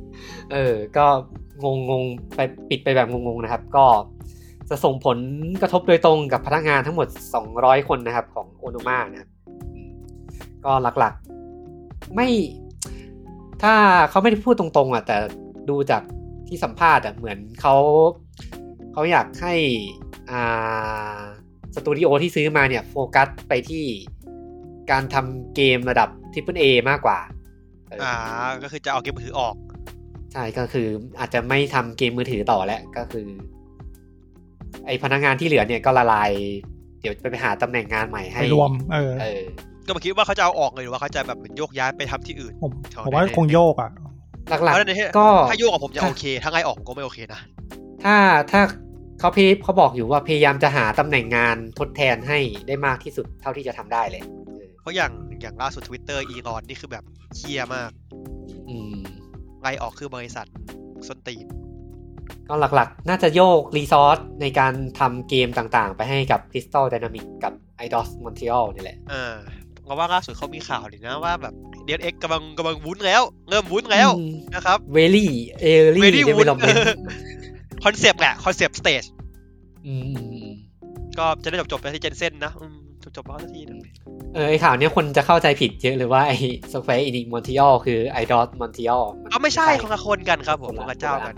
Speaker 1: เออก็งงงไปปิดไปแบบงงๆนะครับก็จะส่งผลกระทบโดยตรงกับพนักงานทั้งหมดสองร้อยคนนะครับของโอโนมานะครับก็หลักๆไม่ถ้าเขาไม่ได้พูดตรงๆอ่ะแต่ดูจากที่สัมภาษณ์อ่ะเหมือนเขาเขาอยากให้อ่าสตูดิโอที่ซื้อมาเนี่ยโฟกัสไปที่การทำเกมระดับ Triple A มากกว่า
Speaker 2: อ่าก็คือจะเอาเกมมือถือออก
Speaker 1: ใช่ก็คืออาจจะไม่ทำเกมมือถือต่อแล้วก็คือไอพนักงานที่เหลือเนี่ยก็ละลายเดี๋ยวไปหาตำแหน่งงานใหม่ให้
Speaker 4: รวมเออ
Speaker 1: เออ
Speaker 2: ก็มาคิดว่าเขาจะเอาออกเลยหรือว่าเขาจะแบบโยกย้ายไปทำที่อื่น
Speaker 4: ผมผมว่าคงโยกอ่ะ
Speaker 1: หลักๆก็
Speaker 2: ถ้าโยกกับผมจะโอเคถ้าไงออกผมก็ไม่โอเคนะ
Speaker 1: ถ้าถ้าเขาพีเขาบอกอยู่ว่าพยายามจะหาตำแหน่งงานทดแทนให้ได้มากที่สุดเท่าที่จะทำได้เลย
Speaker 2: เพราะอย่างอย่างล่าสุด Twitter อีลอนนี่คือแบบเคี้ยมาก
Speaker 1: อืม
Speaker 2: ไล่ออกคือบริษัทส้นตีน
Speaker 1: ก็หลักๆน่าจะโยกรีซอสในการทำเกมต่างๆไปให้กับ Crystal Dynamics กับ ไอ ดี โอ เอส Montreal นี่แหละ
Speaker 2: อ่าเพราะว่าล่าสุดเขามีข่าวดินะว่าแบบ ดี เอส เอ็กซ์ กำลังกำลังวุ้นแล้วเริ่มวุ้นแล้วนะครับ
Speaker 1: Very Early Development
Speaker 2: คอนเซปต์แหละคอนเซปต์สเตจ
Speaker 1: อืม
Speaker 2: ก็จะได้จบๆไปที่เจนเซ่นนะจบๆแล้วสักทีนึง
Speaker 1: เออไอข่าวนี้คนจะเข้าใจผิดเยอะเลยว่าไอ Square Enix Montreal คือ ไอ ดี โอ เอส Montreal
Speaker 2: อ๋อไม่ใช่คนละคนกันครับผมคนละเจ้ากัน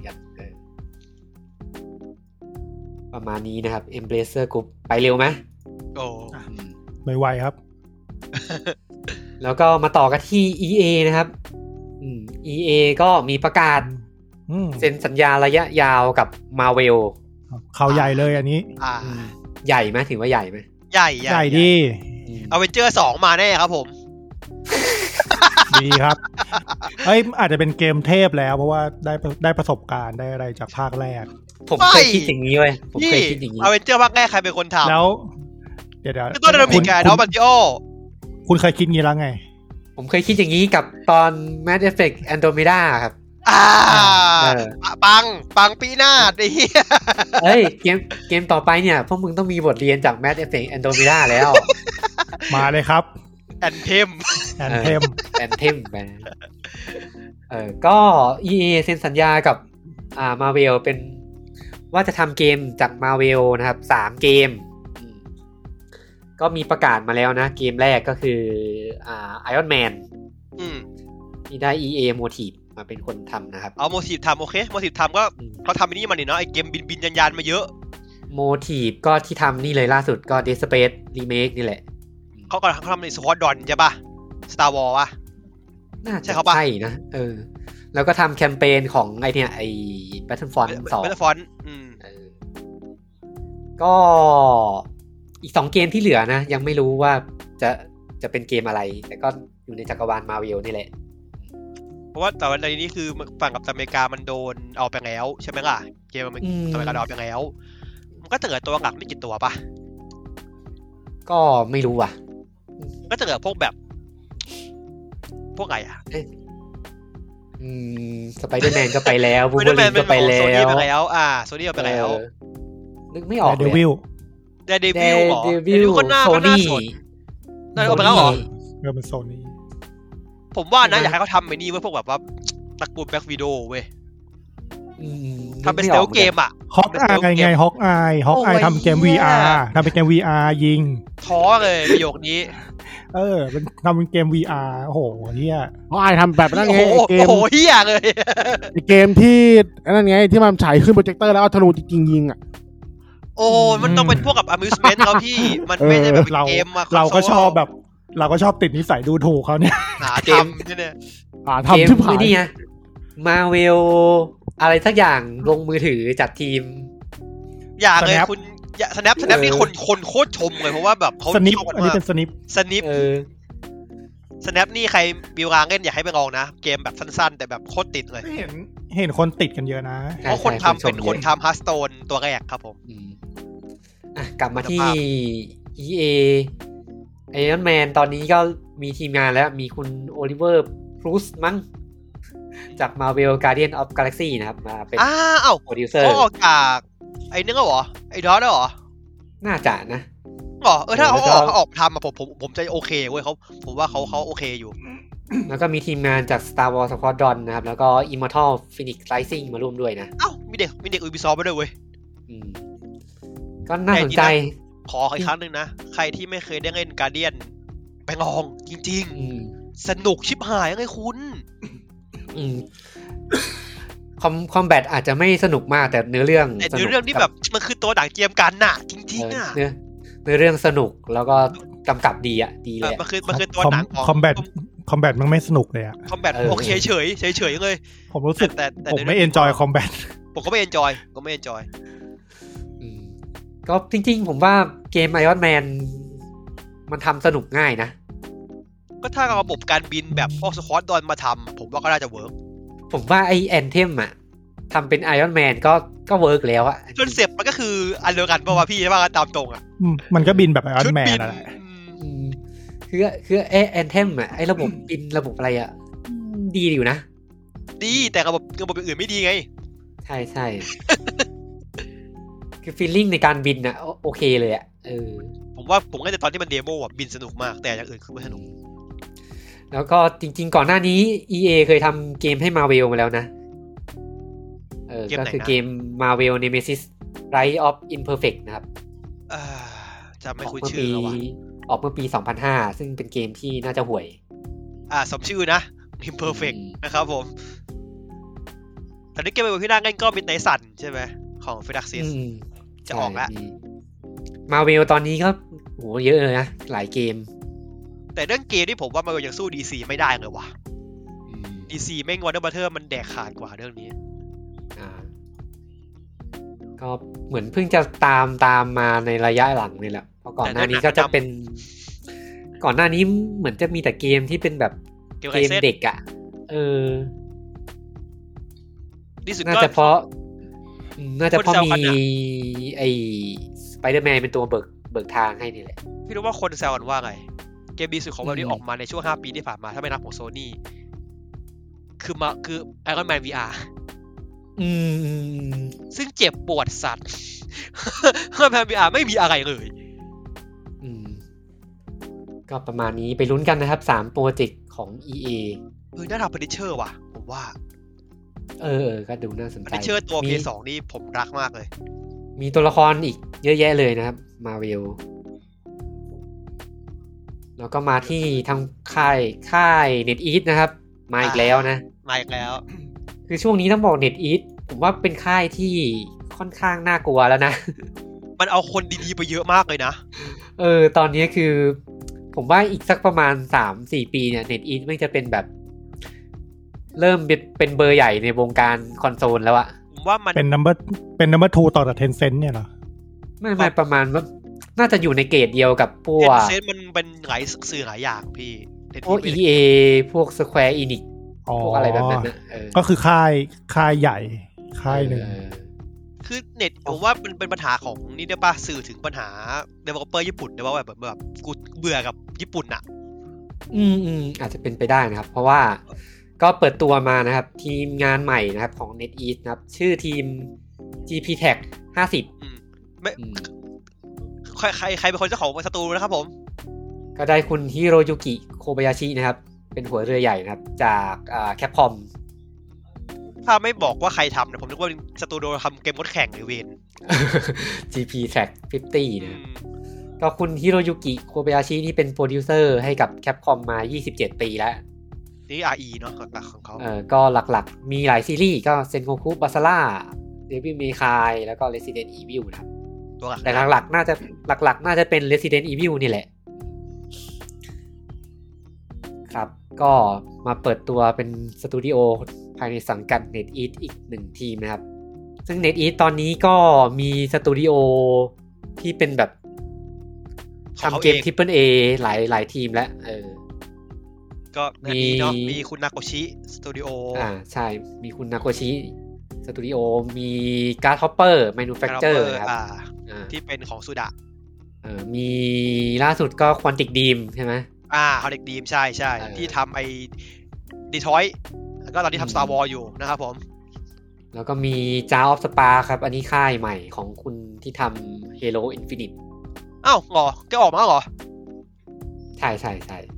Speaker 1: ประมาณนี้นะครับ Embracer Group ไปเร็วไหม
Speaker 2: โอ้
Speaker 4: ไม่ไวครับ
Speaker 1: แล้วก็มาต่อกันที่ อี เอ นะครับอืม อี เอ ก็มีประกาศเซ็นสัญญาระยะยาวกับ Marvel
Speaker 4: ข่าวใหญ่เลยอันนี้
Speaker 2: อ่า
Speaker 1: ใหญ่ไหมถือว่าใหญ่ไหม
Speaker 2: ใหญ่
Speaker 4: ใหญ่ดี
Speaker 2: Avengers สองมาแน่ครับผม
Speaker 4: ดีครับเอ้ยอาจจะเป็นเกมเทพแล้วเพราะว่าได้ได้ประสบการณ์ได้อะไรจากภาคแรก
Speaker 1: ผมเคยคิดอย่างนี้เว้ยผมเคยคิดอย่างนี้
Speaker 2: Avengers ภาคแรกใครเป็นคนทำ
Speaker 4: แล้วเดี๋ยว
Speaker 2: ๆต้นเดมิกาดอมันติโอ
Speaker 4: คุณเคยคิดงี้แล้วไง
Speaker 1: ผมเคยคิดอย่างนี้กับตอน Mass Effect Andromeda ครับ
Speaker 2: อ่าปังปังปีหน้าไอ้เหี้ย
Speaker 1: เฮ้ยเกมเกมต่อไปเนี่ยพวกมึงต้องมีบทเรียนจาก Mass Effect Andromeda แล้ว
Speaker 4: มาเลยครับ
Speaker 2: แอนเทม
Speaker 4: แอนเทม
Speaker 1: แอนเทมไปเออก็ อี เอ เซ็นสัญญากับอ่า Marvel เป็นว่าจะทำเกมจาก Marvel นะครับสามเกมก็มีประกาศมาแล้วนะเกมแรกก็คืออ่า Iron Man
Speaker 2: อืม
Speaker 1: มีได้ อี เอ Motive มาเป็นคนทำนะครับ
Speaker 2: เอา Motive ทำโอเค Motive ทำก็เขาทำอันนี้มานี่เนาะไอเกมบินบินยันๆมาเยอะ
Speaker 1: Motive ก็ที่ทำนี่เลยล่าสุดก็ Dead Space Remake นี่แหละ
Speaker 2: เขาก็ทำใน Squadron ใช่ป่ะ Star Wars ป่ะ
Speaker 1: น่าจะใช่นะเออแล้วก็ทำแคมเปญของไอเนี่ยไอ Battlefront สอง
Speaker 2: Battlefront อืม
Speaker 1: ก็อีกสองเกมที่เหลือนะยังไม่รู้ว่าจะจะเป็นเกมอะไรแต่ก็อยู่ในจักรวาล Marvel นี่แหละ
Speaker 2: เพราะว่าแต่วันนี้คือฝั่งกับอเมริกามันโดนเอาไปแล้วใช่ไหมล่ะเกมอเมริกาโดนเอาไปแล้วมันก็จะเหลือตัวหลักไม่กี่ตัวป่ะ
Speaker 1: ก็ไม่รู้ว่ะ
Speaker 2: ก็จะเหลือพวกแบบพวกไงอ่ะ
Speaker 1: อืมสไปเดอร์แมนก็ไปแล้วบูเบอร์ลินก็ไปแล้วโซนี่
Speaker 2: ไปแล้วอ่าโซนี่ไปแล้ว
Speaker 1: นึกไม่ออกเลย
Speaker 4: เดวิล
Speaker 2: เดวิลเหรอเดวิลก็น่าก็น่าสนได้เอาไปแล้วเหรอ
Speaker 4: เออเป็นโซนี่
Speaker 2: ผมว่านะอยากให้เขาทำไอ้นี่ไว้พวกแบบว่าตระกูลแบ็ควิโดว์เว้ยทำเป็นสเตลเกมอ่ะ
Speaker 4: ฮอกอายไงฮอกอายฮอกอายทำเกม วี อาร์ ทำเป็นเกม วี อาร์ ยิง
Speaker 2: ท้อเลยประโยคนี้
Speaker 4: เออเป็นทำเป็นเกม วี อาร์ โอ้โหเฮีย
Speaker 3: ฮอกอายทำแบบนั้นไง
Speaker 2: เกมโอ้โหเฮียเลย
Speaker 3: เกมที่นั่นไงที่มันฉายขึ้นโปรเจคเตอร์แล้วเอาธนูจริงๆยิงอ่ะ
Speaker 2: โอ้มันต้องเป็นพวกกับ amusement เขาพี่มันไม่ใช่แบบเกมมา
Speaker 4: เราก็ชอบแบบเราก็ชอบติดนิสัยดูถูกเขาเนี่ย
Speaker 2: หาทำเนี่ย
Speaker 3: หาทำที่ผ่าน
Speaker 1: นี่ไง Marvel อะไรสักอย่างลงมือถือจัดทีม
Speaker 2: อย่างเลยคุณสแนปสแนปนี่คนคนโคตรชมเลยเพราะว่าแบบเขา
Speaker 4: สนิปอันนี้เป็นสนิป
Speaker 2: สนิปสแนปนี่ใครบิวรางเล่นอยากให้ไปลองนะเกมแบบสั้นๆแต่แบบโคตรติดเลย
Speaker 4: เห็นเห็นคนติดกันเยอะนะ
Speaker 2: เพราะคนทำเป็นคนทำฮัสโตนตัวแรกครับผม
Speaker 1: อ่ะกลับมาที่ อี เอ Iron Man ตอนนี้ก็มีทีมงานแล้วมีคุณโอลิเวอร์พรูสมั้งจาก Marvel Guardian of Galaxy นะครับมาเป็นโปรดิวเซอร์
Speaker 2: เขาออกจากไอ้นึกเหรอไอ้ดอทเหรอ
Speaker 1: น่าจะนะ
Speaker 2: อ๋อเออถ้าเขาออกเขาออกทำมาผมผมผมจะโอเคเว้ยเขาผมว่าเขาเขาโอเคอยู่
Speaker 1: แล้วก็มีทีมงานจาก Star Wars Squadron นะครับแล้วก็ Immortal Phoenix Rising มาร่วมด้วยนะ
Speaker 2: เอ้ามีเด็กมีเด็ก Ubisoft มาด้วยเว้ย
Speaker 1: ก็น่าสนใจ
Speaker 2: ขออีกครั้งนึงนะใครที่ไม่เคยได้เล่น Guardian ไปลองจริงๆสนุกชิบหายไงคุณ
Speaker 1: คอมคอมแบทอาจจะไม่สนุกมากแต่เนื้อเรื่อง
Speaker 2: แต่เนื้อเรื่องที่แบบมันคือตัวหนังเกมกันน่ะจริงๆอ่ะ
Speaker 1: เนื้อเนื้อเรื่องสนุกแล้วก็กำกับดีอ่ะดีเลย
Speaker 2: มันคือมันคือตัวหนังของ
Speaker 4: คอมแบทคอมแบทมันไม่สนุกเลยอ่ะ
Speaker 2: คอมแบทโอเคเฉยเฉยเฉยเลย
Speaker 4: ผมรู้สึกแต่ผมไม่เอนจอยคอมแบท
Speaker 2: ผมก็ไม่เอนจอยก็ไม่เอนจอย
Speaker 1: ก็จริงๆผมว่าเกม Iron Man มันทำสนุกง่ายนะ
Speaker 2: ก็ถ้าเอาระบบการบินแบบพวกสควอตดอนมาทำผมว่าก็น่าจะเวิร์ก
Speaker 1: ผมว่าไอแอนเทมอะทำเป็น Iron Man ก็ก็เวิร์กแล้วอะ
Speaker 2: คอนเซ็ปต์มันก็คืออันเดียวกันป่าวพี่ว่าตามตรงอะ
Speaker 4: มันก็บินแบบ Iron Man นั่นแหละ
Speaker 1: คือคือไอแอนเทมอะไอระบบบินระบบอะไรอะดีอยู่นะ
Speaker 2: ดีแต่ระบบระบบอื่นไม่ดีไง
Speaker 1: ใช่ใช่คือฟีลลิ่งในการบินอะโอเคเลยอะเออ
Speaker 2: ผมว่าผมก็แต่ตอนที่มันเดโมอะบินสนุกมากแต่อย่างอื่นคือไม่สนุก
Speaker 1: แล้วก็จริงๆก่อนหน้านี้ อี เอ เคยทำเกมให้ Marvel มาแล้วนะเออก็คือเกม Marvel Nemesis Rise of Imperfect นะครับ
Speaker 2: อ่าจะไม่คุ้นชื่อแล้วว่ะ
Speaker 1: ออกเมื่อปีสองพันห้าซึ่งเป็นเกมที่น่าจะห่วย
Speaker 2: อ่าสมชื่อนะ Imperfect นะครับผมตอนนี้เกมที่น่าเล่นก็ Midnight Sun ใช่ไหมของ Firaxis จะออกแล้ว
Speaker 1: Marvel ตอนนี้ก็โหเยอะเลยนะหลายเกม
Speaker 2: แต่เรื่องเกมที่ผมว่ามันยังสู้ ดี ซี ไม่ได้เลยว่ะ ดี ซี แม่ง Warner Brother มันแดกขาดกว่าเรื่องนี้
Speaker 1: อ่าก็เหมือนเพิ่งจะตามตามมาในระยะหลังนี่แหละเพราะก่อนหน้านี้ก็จะเป็นก่อนหน้านี้เหมือนจะมีแต่เกมที่เป็นแบบเกมเด็กอ่ะเออน่าจะเพราะน่าจะเพราะมีไอ้ Spider-Man เป็นตัวเบิกเบิกทางให้นี่แหละ
Speaker 2: พี่รู้ว่าคนแซวกันว่าไงเกมดีสุดของเราที่ออกมาในช่วงห้าปีที่ผ่านมาถ้าไม่นับของ Sony คือมาคือ Iron Man วี อาร์
Speaker 1: อืม
Speaker 2: ซึ่งเจ็บปวดสัตว์ Iron Man วี อาร์ ไม่มีอะไรเลย
Speaker 1: อืมก็ประมาณนี้ไปลุ้นกันนะครับสามโปรเจกต์ของ อี เอ
Speaker 2: เออน่าทำ Punisher ว่ะผมว่า
Speaker 1: เออๆก็ดูน่าสนใจ
Speaker 2: Punisher ตัว พี สอง นี่ผมรักมากเลย
Speaker 1: มีตัวละครอีกเยอะแยะเลยนะครับ Marvelแล้วก็มาที่ทางค่ายค่าย NetEase นะครับมาอีกแล้วนะ
Speaker 2: มาอีกแล้ว
Speaker 1: คือช่วงนี้ต้องบอก NetEase ผมว่าเป็นค่ายที่ค่อนข้างน่ากลัวแล้วนะ
Speaker 2: มันเอาคนดีๆไปเยอะมากเลยนะ
Speaker 1: เออตอนนี้คือผมว่าอีกสักประมาณ สามสี่ ปีเนี่ย NetEase มันจะเป็นแบบเริ่มเป็นเบอร์ใหญ่ในวงการคอนโซลแล้วอะ
Speaker 2: ผมว่ามัน
Speaker 4: เป็น number เป็น number ทูต่อจาก Tencent เนี่ยเหรอ
Speaker 1: ไม่ไม่ประมาณว่าน่าจะอยู่ในเกรดเดียวกับพวก
Speaker 2: Tencent มันเป็นหลายสื่อหลายอย่างพี่
Speaker 1: พวก อี เอ พวก Square Enix พวกอะไรแบบนั้นนะ
Speaker 4: ก็คือค่ายค่ายใหญ่ค่ายนึง
Speaker 2: คือเน็ตผมว่ามันเป็นปัญหาของนี่ได้ป่ะสื่อถึงปัญหา developer ญี่ปุ่นได้ป่ะแบบแบบกูเบื่อกับญี่ปุ่นอ่ะ
Speaker 1: อืมอืมอาจจะเป็นไปได้นะครับเพราะว่าก็เปิดตัวมานะครับทีมงานใหม่นะครับของ NetEase นะครับชื่อทีม จี พี ที เอ ซี ห้าสิบ
Speaker 2: อืมไม่ใครใครใครเป็นคนเจ้าของสตูนะครับผม
Speaker 1: ก็ได้คุณฮิโรยุกิโคบายาชินะครับเป็นหัวเรือใหญ่นะครับจากอ่า Capcom
Speaker 2: ถ้าไม่บอกว่าใครทำเนี่ยผมนึกว่าสตูดิโอทำเกมรถแข่งหรือเวน
Speaker 1: จี พี ที เอ ซี ห้าสิบนะก็คุณฮิโรยุกิโคบายาชินี่เป็นโปรดิวเซอร์ให้กับ Capcom มายี่สิบเจ็ดปีแล้ว
Speaker 2: นี่ อาร์ อี เนาะหลักๆของเขา
Speaker 1: เออก็หลักๆมีหลายซีรีส์ก็ Sengoku Basara Devil May Cry แล้วก็ Resident Evil นะครับแต่หลักๆน่าจะหลักๆน่าจะเป็น Resident Evil นี่แหละครับก็มาเปิดตัวเป็นสตูดิโอภายในสังกัด NetEase อีกหนึ่งทีมนะครับซึ่ง NetEase ตอนนี้ก็มีสตูดิโอที่เป็นแบบทำเกม Triple A หลายหลายทีมแล้วเออ
Speaker 2: ก็มีเนาะมีคุณนาโกชิสตูดิโอ
Speaker 1: อ่าใช่มีคุณนาโกชิสตูดิโอมีการ์ดฮอปเปอร์แมนูแฟคเจอร์ครับ
Speaker 2: ที่เป็นของซูดะ
Speaker 1: เออมีล่าสุดก็ควอนติกดีมใช่ไหม
Speaker 2: อ่าควอนติกดีมใช่ใช่ที่ทำไอ้ดีทรอยต์แล้วก็ตอนที่ทำ Star Wars อยู่นะครับผม
Speaker 1: แล้วก็มีจาออฟสปาครับอันนี้ค่ายใหม่ของคุณที่ทำ Halo Infinite
Speaker 2: อ้าวเหรอแกออกมาเหรอ
Speaker 1: ใช่ใช่ใช่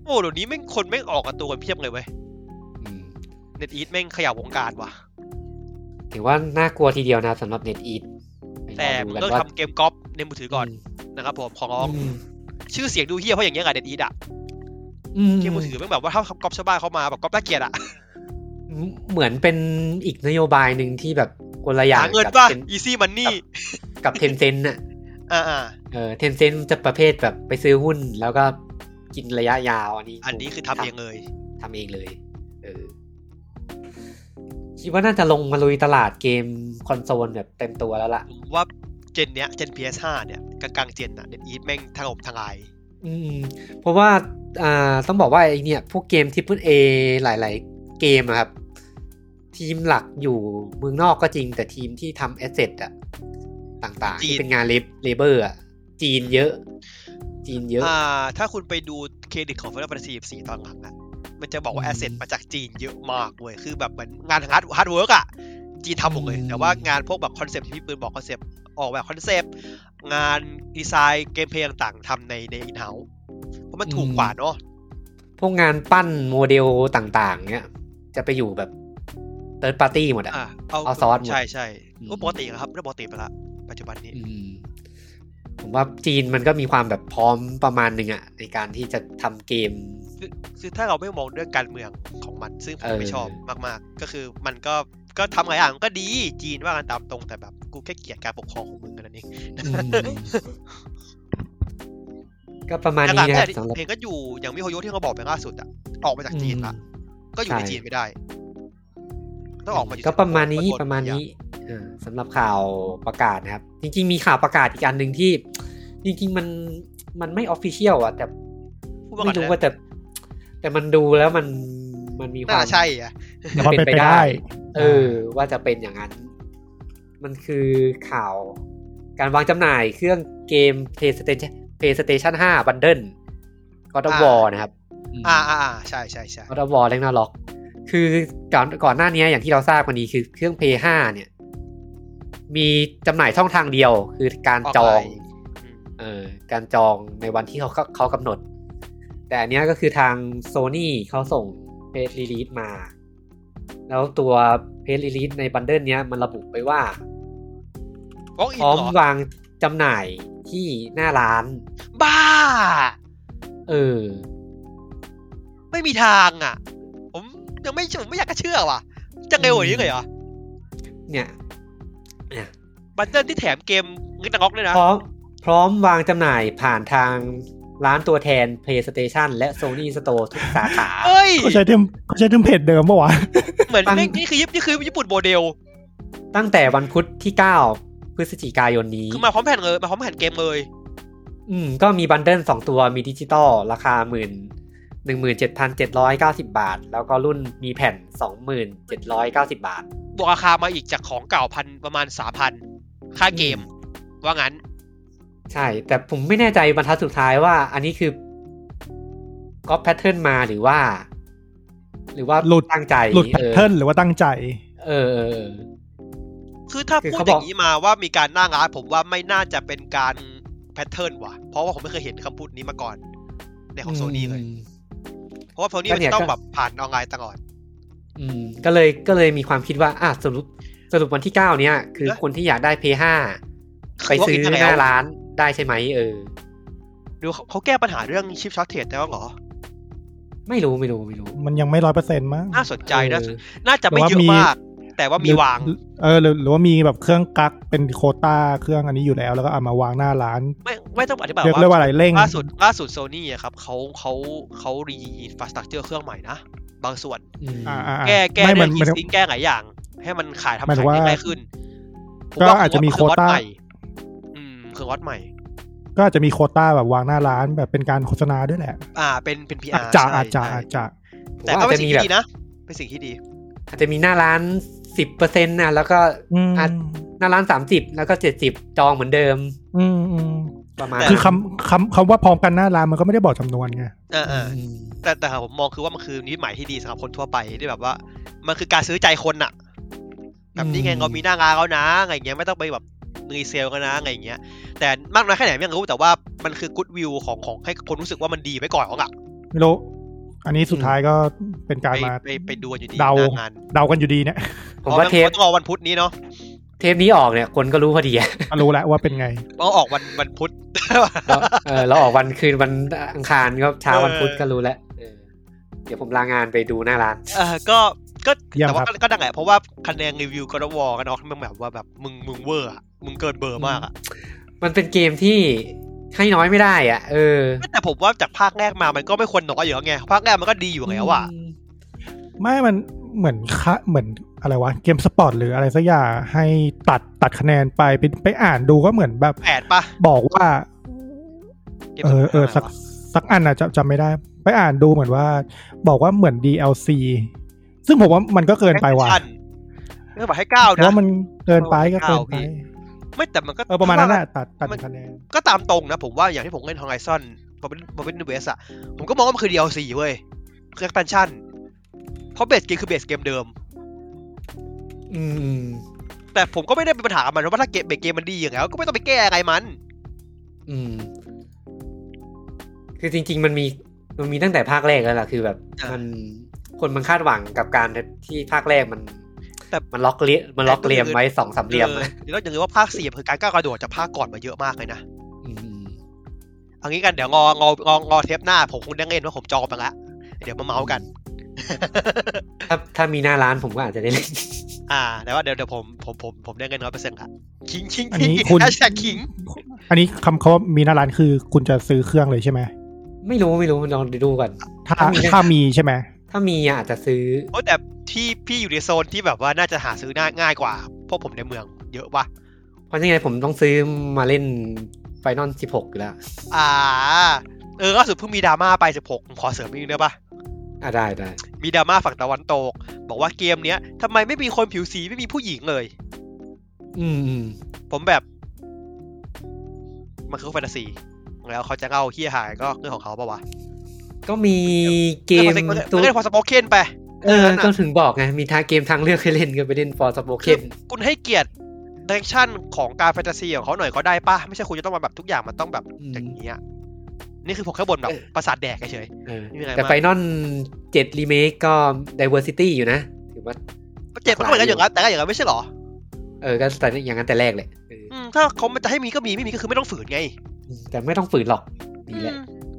Speaker 2: โอ้เดี๋ยวนี้แม่งคนแม่งออกการ์ตูนกันเพียบเลยเว้ยเน็ตอีทแม่งขยับวงการว่ะ
Speaker 1: ถือว่าน่ากลัวทีเดียวนะสำหรับเน็ตอีท
Speaker 2: แต่มันต้องทำเกมก๊อปในมือถือก่อนนะครับผมขอร้องชื่อเสียงดูเฮี้ยเพราะอย่างเงี้ยกับเน็ตอีทอ่ะเกมมือถือแม่งแบบว่าถ้าก๊อปชาวบ้านเข้ามาแบบก๊อปน่าเกลียดอ่ะ
Speaker 1: เหมือนเป็นอีกนโยบายหนึ่งที่แบบคนละอย่าง
Speaker 2: หาเงินป่ะ easy money
Speaker 1: กับ Tencent น่ะ
Speaker 2: อ่า
Speaker 1: ๆเออ Tencent จะประเภทแบบไปซื้อหุ้นแล้วก็กินระยะยาวอันนี้
Speaker 2: อันนี้คือทำเองเลย
Speaker 1: ทำเองเลยเออคิดว่าน่าจะลงมาลุยตลาดเกมคอนโซลแบบเต็มตัวแล้วล่ะ
Speaker 2: ผมว่าเจนเนี้ยเจน พี เอส ห้า เนี่ยกลางๆเจนน่ะเน็ตอีทแม่งถล่มทลาย
Speaker 1: อืมเพราะว่าอ่าต้องบอกว่าไอเนี่ยพวกเกม Triple A หลายๆเกมอะครับทีมหลักอยู่เมืองนอกก็จริงแต่ทีมที่ทำแอสเซทอะต่างๆที่เป็นงานเลเบอร์อะจีนเยอะจีนเยอะ
Speaker 2: อ่าถ้าคุณไปดูเครดิตของ Final Fantasy สิบสี่ตอนหลังอะมันจะบอกว่าแอสเซทมาจากจีนเยอะมากเว้ยคือแบบเหมือนงานฮาร์ดฮาร์ดเวิร์กอะจีนทำหมดเลยแต่ว่างานพวกแบบคอนเซปต์ที่พี่ปืนบอกคอนเซปต์ออกแบบคอนเซปต์งานดีไซน์เกมเพลย์ต่างๆทำในในอินเฮ้าส์เพราะมันถูกกว่าเนาะ
Speaker 1: พวกงานปั้นโมเดลต่างๆเนี้ยจะไปอยู่แบบเติร์ดปาร์ตี้หมดอ่ะเอาซอสหมด
Speaker 2: ใช่ใช่ก็ปกติครับเรื่องปกติไปละปัจจุบันนี้
Speaker 1: ผมว่าจีนมันก็มีความแบบพร้อมประมาณนึงอ่ะในการที่จะทำเกม
Speaker 2: คือคือถ้าเราไม่มองเรื่องการเมืองของมันซึ่งผมไม่ชอบมากๆก็คือมันก็ก็ทำหลายอย่างก็ดีจีนว่ากันตามตรงแต่แบบกูแค่เกลียดการปกครองของมึงกันนั่นเอง
Speaker 1: ก็ประมาณนี้นะ
Speaker 2: สำหรับเพลงก็อยู่อย่างมิโฮโยที่เขาบอกไปล่าสุดอ่ะออกมาจากจีนละก็อยู่ในจีนไม่ได้ต้องออกมา
Speaker 1: ก็ประมาณนี้ประมาณนี้สำหรับข่าวประกาศนะครับจริงๆมีข่าวประกาศอีกอันหนึ่งที่จริงๆมันมันไม่ออฟฟิเชียลอ่ะแต่ไม่รู้ว่าแต่แต่มันดูแล้วมันมันมีความ
Speaker 2: ใช่อ่ะ
Speaker 1: เป็นไปได้เออว่าจะเป็นอย่างนั้นมันคือข่าวการวางจำหน่ายเครื่องเกม PlayStation PlayStation ห้า Bundle God of War นะครับ
Speaker 2: อ่าๆๆใช่ๆๆ
Speaker 1: God of War Ragnarok คือก่อนก่อนหน้านี้อย่างที่เราทราบกันดีคือเครื่อง พี เอส ห้า เนี่ยมีจำหน่ายช่องทางเดียวคือการจองเอ่อการจองในวันที่เขาเขากำหนดแต่อันนี้ก็คือทาง Sony เขาส่ง Press Release มาแล้วตัว Press Release ในบันเดิลเนี้ยมันระบุไว้ว่าพร้อมวางจำหน่ายที่หน้าร้าน
Speaker 2: บ้า
Speaker 1: เออ
Speaker 2: ไม่มีทางอ่ะผมยังไม่ผมไม่อยากจะเชื่อว่ะจะเร็วกว่านี้เลยเหรอ
Speaker 1: เนี่ยเนี่ย
Speaker 2: บันเดิลที่แถมเกมเงินตะงอกเลยนะ
Speaker 1: พร้อมพร้อมวางจำหน่ายผ่านทางร้านตัวแทน PlayStation และ Sony Store ทุกสาขา
Speaker 2: เฮ้ย
Speaker 4: เขาใช้เทมเขาใช้เทมเพลตเดิมป่ะวะ
Speaker 2: เหมือนนี่คือนี่คือญี่ปุ่นโมเดล
Speaker 1: ตั้งแต่วันพุธที่เก้าพฤศจิกายนนี้
Speaker 2: คือมาพร้อมแผ่นเลยมาพร้อมแผ่นเกมเลย
Speaker 1: อืมก็มีบันเดิลสองตัวมีดิจิตอลราคาหมื่น หนึ่งหมื่นเจ็ดพันเจ็ดร้อยเก้าสิบบาทแล้วก็รุ่นมีแผ่น สองหมื่นเจ็ดร้อยเก้าสิบบาท
Speaker 2: บวกราคามาอีกจากของเก่าพันประมาณ สามพัน ค่าเกมว่างั้น
Speaker 1: ใช่แต่ผมไม่แน่ใจบรรทัดสุดท้ายว่าอันนี้คือก๊อปแพทเทิร์นมาหรือว่าหรือว่า
Speaker 4: หลุด
Speaker 1: ตั้งใจ
Speaker 4: หลุดแพทเทิร์นหรือว่าตั้งใจ
Speaker 1: เออ
Speaker 2: คือถ้าพูดอย่างนี้มาว่ามีการหน้างานผมว่าไม่น่าจะเป็นการแพทเทิร์นว่ะเพราะว่าผมไม่เคยเห็นคำพูดนี้มาก่อนในของ Sony เลยเพราะว่า Sony มันจะต้องแบบผ่านออนไลน์ตลอด
Speaker 1: อืมก็เลยก็เลยมีความคิดว่าอ่ะสรุปสรุปวันที่เก้าเนี้ยคือคนที่อยากได้ พี เอส ห้า ไปซื้อหน้าร้านได้ใช่ไหมเออ
Speaker 2: ดูเขาแก้ปัญหาเรื่องชิปช็อตเทจได้หรอ
Speaker 1: ไม่รู้ไม่รู้ไม่รู้
Speaker 4: มันยังไม่ ร้อยเปอร์เซ็นต์ มั้ง
Speaker 2: น่าสนใจนะน่าจะไม่เยอะมากแต่ว่ามีวาง
Speaker 4: เออหรือว่ามีแบบเครื่องกักเป็นโควต้าเครื่องอันนี้อยู่แล้วแล้วก็เอามาวางหน้าร้าน
Speaker 2: ไม่ไม่ต้องอธิบาย
Speaker 4: ว่าเรียกว่าอะไรเร่ง
Speaker 2: ล่าสุดล่าสุด Sony อ่ะครับเขาเขาเขารีอินฟราสตรัคเจอร์เครื่องใหม่นะบางส่วนแก้แก้เรื่องฮีทซิงค์แก้หลายอย่างให้มันขายทำขายได้ง่ายขึ้น
Speaker 4: ก็อาจจะมีโควต้า
Speaker 2: อืมเครื่องวัดใหม่
Speaker 4: ก็อาจจะมีโควต้าแบบวางหน้าร้านแบบเป็นการโฆษณาด้วยแหละ
Speaker 2: อ่าเป็นเป็น พี อาร์
Speaker 4: อาจจะอาจจะอาจจะ
Speaker 2: แต่ก็เป็นสิ่งที่ดีนะเป็นสิ่งที่ดี
Speaker 1: อาจจะมีหน้าร้าน สิบเปอร์เซ็นต์ นะแล้วก็หน้าร้านสามสิบแล้วก็เจ็ดสิบจองเหมือนเดิม
Speaker 4: อืมๆประมาณคือคำคำคำว่าพร้อมกันหน้าร้านมันก็ไม่ได้บอกจำนวนไง
Speaker 2: เออๆแต่แต่ผมมองคือว่ามันคือนิมิตใหม่ที่ดีสำหรับคนทั่วไปที่แบบว่ามันคือการซื้อใจคนน่ะแบบนี้ไงเรามีหน้างานแล้วนะอะไรอย่างเงี้ยไม่ต้องไปแบบรีเซลกันนะอะไรอย่างเงี้ยแต่มากน้อยแค่ไหนไม่รู้แต่ว่ามันคือกู๊ดวิวของของให้คนรู้สึกว่ามันดีไว้ก่อนของอ่ะ
Speaker 4: ไม่รู้อันนี้สุดท้ายก็เป็นการมา
Speaker 2: ไปไปดูอยู่ดี
Speaker 4: เดาเดากันอยู่ดีเนี่ย
Speaker 1: ผมว่าเทป
Speaker 2: ต้องรอวันพุธนี้เนาะ
Speaker 1: เทปนี้ออกเนี่ยคนก็รู้พอดี
Speaker 4: อ่ะรู้แล้วว่าเป็นไง
Speaker 2: เราออกวันวันพุธ
Speaker 1: เออเราออกวันคืนวันอังคารก็เช้าวันพุธก็รู้แล้วเดี๋ยวผมลางานไปดูหน้าร้าน
Speaker 2: เออก็ก็แต่ว่าก็ดังแหละเพราะว่าคะแนนรีวิวก็วอกันเนาะมันแบบว่าแบบมึงมึงเวอร์อ่ะมึงเกินเบอร์มากอ่ะ
Speaker 1: มันเป็นเกมที่ให้น้อยไม่ได้อ่ะเออ
Speaker 2: แต่ผมว่าจากภาคแรกมามันก็ไม่ควรน้อยอยู่แล้วไงภาคแรกมันก็ดีอยู่แล้วอ่ะ
Speaker 4: ไม่มันเหมือนคะเหมือนอะไรวะเกมสปอร์ตหรืออะไรสักอย่างให้ตัดตัดคะแนนไปไปไปอ่านดูก็เหมือนแบบ
Speaker 2: แปดป่ะ
Speaker 4: บอกว่าเออเออสักสักอันอ่ะจำจำไม่ได้ไปอ่านดูเหมือนว่าบอกว่าเหมือน ดี แอล ซี ซึ่งผมว่ามันก็เกินไปว่ะ
Speaker 2: เรื่องแบบให้เก้านะ
Speaker 4: ว่ามันเกินไปก็เกินไป
Speaker 2: ไม่แต่มันก็
Speaker 4: เออประมาณนั้นแหละตัดตัดคะแนน
Speaker 2: ก็ตามตรงนะผมว่าอย่างที่ผมเล่น Horizon พอเป็นพอเป็น West อ่ะผมก็มองว่ามันคือ ดี แอล ซี เว้ยคือ expansion เพราะเบสเกมคือเบสเกมเดิม
Speaker 1: อืม
Speaker 2: แต่ผมก็ไม่ได้เป็นปัญหากับมันเพราะว่าถ้าเกมเบสเกมมันดีอย่างแล้วก็ไม่ต้องไปแก้อะไรมัน
Speaker 1: อืมคือจริงๆมันมีมันมีตั้งแต่ภาคแรกแล้วล่ะคือแบบมันคนมันคาดหวังกับการที่ภาคแรกมันแต่มันล็อกเลียมันล็อกเลียมไว้สองสามเหลี่ยม
Speaker 2: แล้วอย่างนี้ว่าภาคสี่คือการก้าวกระโดดจากภาคก่อนมาเยอะมากเลยนะเอางี้กันเดี๋ยวงองององอเทปหน้าผมคงได้เล่นว่าผมจองไปละเดี๋ยวมาเมาส์กัน
Speaker 1: ถ้าถ้ามีหน้าร้านผมก็อาจจะได้เล่น
Speaker 2: อ่าแต่ว่าเดี๋ยวเดี๋ยวผมผมผมผมได้เงินร้อยเปอร์เซ็นต์ครับคิงคิง
Speaker 4: อันนี้คุณ
Speaker 2: แฮชแท็กคิง
Speaker 4: อันนี้คำเขาว่ามีหน้าร้านคือคุณจะซื้อเครื่องเลยใช่ไหม
Speaker 1: ไม่รู้ไม่รู้ลองดูก่อน
Speaker 4: ถ้าถ้ามีใช่ไหม
Speaker 1: ถ้ามีอาจจะซื้อ
Speaker 2: โอ้แต่ที่พี่อยู่ในโซนที่แบบว่าน่าจะหาซื้อง่ายกว่าพวกผมในเมืองเยอะป่ะ
Speaker 1: เพราะยังไงผมต้องซื้อมาเล่น Final สิบหกอยู่แล้ว
Speaker 2: อ่าเออล่าสุดเพิ่งมีดราม่าไปสิบหกผมขอเสริมอีกได้ป่ะ
Speaker 1: อ่าได้ได้
Speaker 2: มีดราม่าฝั่งตะวันตกบอกว่าเกมเนี้ยทำไมไม่มีคนผิวสีไม่มีผู้หญิงเลย
Speaker 1: อืม
Speaker 2: ผมแบบมันคือแฟนตาซีแล้วเขาจะเล่าเหี้ยหายก็เรื่องของเขาป่ะวะ
Speaker 1: ก็มีเกม
Speaker 2: ตัวเล่นฟอร์สโปเคนไป
Speaker 1: เออก็ถึงบอกไงมีทางเกมทางเลือกให้เล่นก็ไปเล่นฟอร์สโปเคน
Speaker 2: คุณให้เกียรติดิเรกชั่นของการแฟนตาซีของเขาหน่อยก็ได้ป่ะไม่ใช่คุณจะต้องมาแบบทุกอย่างมันต้องแบบอย่างนี้อ่ะนี่คือผมแค่บ่นแบบประสาทแดกเฉย
Speaker 1: ๆแต่ Final เจ็ด Remake ก็ Diversity อยู่นะถือว่า
Speaker 2: เจ็ดมันก็เหมือนกันอย่างนั้นแต่ก็อย่างนั้นไม่ใช่หรอ
Speaker 1: เออก็แต่อย่างนั้นแต่แรกเลย
Speaker 2: ถ้าเขาจะให้มีก็มีไม่มีก็คือไม่ต้องฝืนไง
Speaker 1: แต่ไม่ต้องฝืนหรอกดีแหละ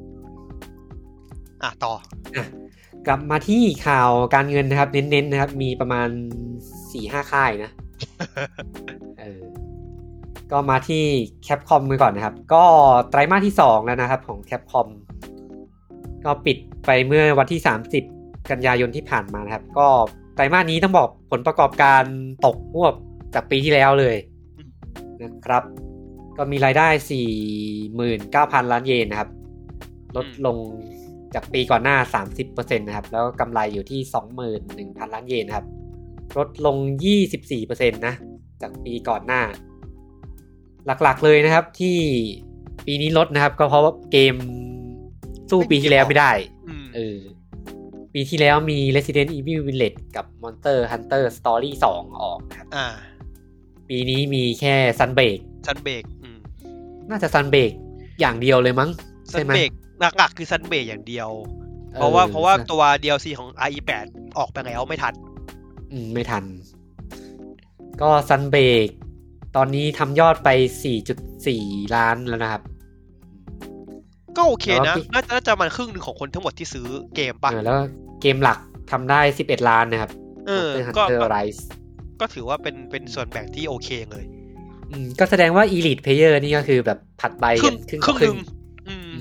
Speaker 2: อ่ะต่ออ่ะ
Speaker 1: กลับมาที่ข่าวการเงินนะครับเน้นๆนะครับมีประมาณ สี่ห้า ค่ายนะเออก็มาที่ Capcom กันก่อนนะครับก็ไตรมาสที่สองแล้วนะครับของ Capcom ก็ปิดไปเมื่อวันที่สามสิบกันยายนที่ผ่านมานะครับก็ไตรมาสนี้ต้องบอกผลประกอบการตกฮวบจากปีที่แล้วเลยนะครับก็มีรายได้ สี่หมื่นเก้าพัน ล้านเยนนะครับลดลงจากปีก่อนหน้า สามสิบเปอร์เซ็นต์ นะครับแล้วกำไรอยู่ที่ สองหมื่นหนึ่งพัน ล้านเยนนะครับลดลง ยี่สิบสี่เปอร์เซ็นต์ นะจากปีก่อนหน้าหลักๆเลยนะครับที่ปีนี้ลดนะครับก็เพราะว่าเกมสู้ปีที่แล้วไม่ได้เออปีที่แล้วมี Resident Evil Village กับ Monster Hunter Story สองออกนะครับ
Speaker 2: อ่า
Speaker 1: ปีนี้มีแค่ Sunbreak
Speaker 2: Sunbreak อืม
Speaker 1: น่าจะ Sunbreak อย่างเดียวเลยมั้งใช่มั้ย
Speaker 2: Sunbreak หลักๆคือ Sunbreak อย่างเดียวเพราะว่าเพราะว่าตัว ดี แอล ซี ของ อาร์ อี แปด ออกไปแล้วไม่ทัน
Speaker 1: อืมไม่ทันก็ Sunbreak ตอนนี้ทำยอดไป สี่จุดสี่ ล้านแล้วนะครับ
Speaker 2: ก็โอเคนะน่าจะน่าจะมันครึ่งนึงของคนทั้งหมดที่ซื้อเกมป่ะ
Speaker 1: แล้วเกมหลักทำได้สิบเอ็ดล้านนะครับ
Speaker 2: เออก็ก็ถือว่าเป็นเป็นส่วนแบ่งที่โอเคเลย
Speaker 1: อืมก็แสดงว่า Elite Player นี่ก็คือแบบผัดใบกันครึ่งต่อครึ่งอืม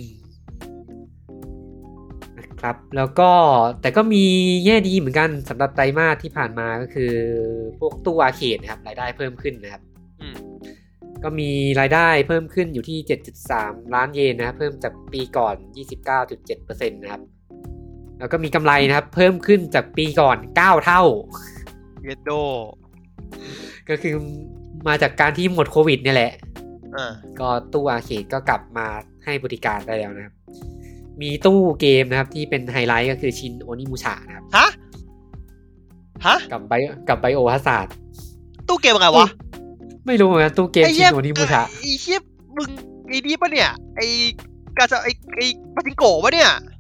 Speaker 1: นะครับแล้วก็แต่ก็มีแง่ดีเหมือนกันสำหรับไตรมาสที่ผ่านมาก็คือพวกตู้อาร์เคดนะครับรายได้เพิ่มขึ้นนะครับก็มีรายได้เพิ่มขึ้นอยู่ที่ เจ็ดจุดสาม ล้านเยนนะครับเพิ่มจากปีก่อน ยี่สิบเก้าจุดเจ็ดเปอร์เซ็นต์ นะครับแล้วก็มีกำไรนะครับเพิ่มขึ้นจากปีก่อนเก้าเท่า
Speaker 2: เยดโด
Speaker 1: ก็คือมาจากการที่หมดโควิดเนี่ยแหละก็ตู้อาร์เคดก็กลับมาให้บริการได้แล้วนะครับมีตู้เกมนะครับที่เป็นไฮไลท์ก็คือชินโอนิมูชะนะครับ
Speaker 2: ฮะฮะ
Speaker 1: กับไบกับไบโอฮาซาร์ด
Speaker 2: ตู้เกมอะไรวะ
Speaker 1: ไม่รู้เหมือนกันตู้เกมชินโอนิมูชะ
Speaker 2: ไอ้เหี้ยมึงไอ้นี่ปะเนี่ยไอ้กาจะไอ้ไอ้ปาจิงโกะปะเนี่ย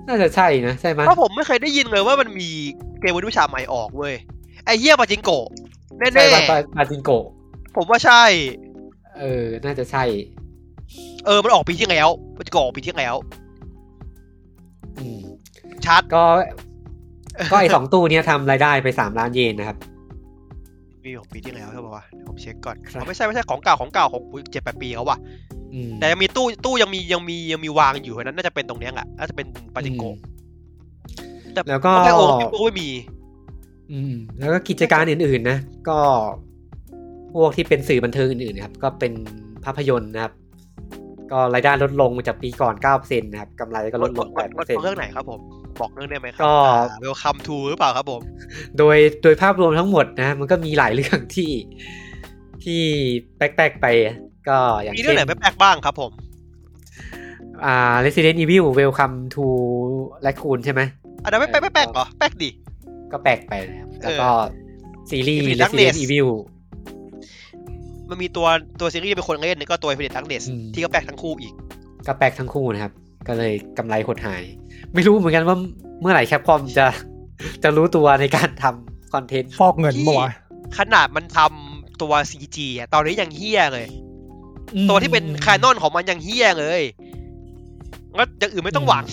Speaker 1: น่าจะใช่นะใช่ไหม
Speaker 2: เพราะผมไม่เคยได้ยินเลยว่ามันมีเกมวิชาใหม่ออกเว้ยไอ้เหี้ยปาจิงโกะแน่ๆ
Speaker 1: ปาจิงโกะ
Speaker 2: ผมว่าใช่
Speaker 1: เออน่าจะใช่
Speaker 2: เออมันออกปีที่แล้วปาจิงโกะปีที่แล้ว
Speaker 1: อืม
Speaker 2: ชัด
Speaker 1: ก็ก็ไอ้สองตู้เนี้ยทำรายได้ไปสามล้านเยนนะครับ
Speaker 2: มีของปีที่แล้วใช่ป่าววะผมเช็คก่อนไม่ใช่ไม่ใช่ของเก่าของเก่าของเจ็ดแปดปีเขาว่ะแต่ยังมีตู้ตู้ยังมียังมียังมีวางอยู่เพราะนั้นน่าจะเป็นตรงนี้แหละน่าจะเป็นปาจิงโกะ
Speaker 1: แต่แล้วก็
Speaker 2: โอ้โหไม่มี
Speaker 1: อืมแล้วก็กิจการอื่นๆนะก็พวกที่เป็นสื่อบันเทิงอื่นๆนะครับก็เป็นภาพยนตร์นะครับก็รายได้ลดลงจากปีก่อน เก้าเปอร์เซ็นต์ นะครับกำไรก็ลดลง แปดเปอร์เซ็นต์
Speaker 2: เรื่องไหนครับผมบอกเรื่องได้ไหมครับ
Speaker 1: ก็
Speaker 2: Welcome to หรือเปล่าครับผม
Speaker 1: โดยโดยภาพรวมทั้งหมดนะมันก็มีหลายเรื่องที่ที่แปลกๆไปก็อย่างเช่น
Speaker 2: มีเรื่องไหนแปลกๆบ้างครับผม
Speaker 1: อ่า Resident Evil Welcome to Raccoon ใช่ไหม
Speaker 2: อันนั้นไม่แปลกไม่แปลกเหรอแปลกดิ
Speaker 1: ก็แปลกไปนะครับแล้วก็ซีรีส์ Resident Evil
Speaker 2: มันมีตัวตัวซีรีส์เป็นคนเล่นนี่ก็ตัว Infinite Darkness ที่ก็แปลกทั้งคู่อีก
Speaker 1: ก็แปลกทั้งคู่นะครับก็เลยกำไรหดหายไม่รู้เหมือนกันว่าเมื่อไหร่แคปคอมจะจะรู้ตัวในการทำคอนเทนต์
Speaker 4: ฟอกเงินมั้ว
Speaker 2: ขนาดมันทำตัว ซี จี อ่ะตอนนี้ยังเฮี้ยเลยตัวที่เป็นคานอนของมันยังเฮี้ยเลยงั้นอย่างอื่นไม่ต้องหวัง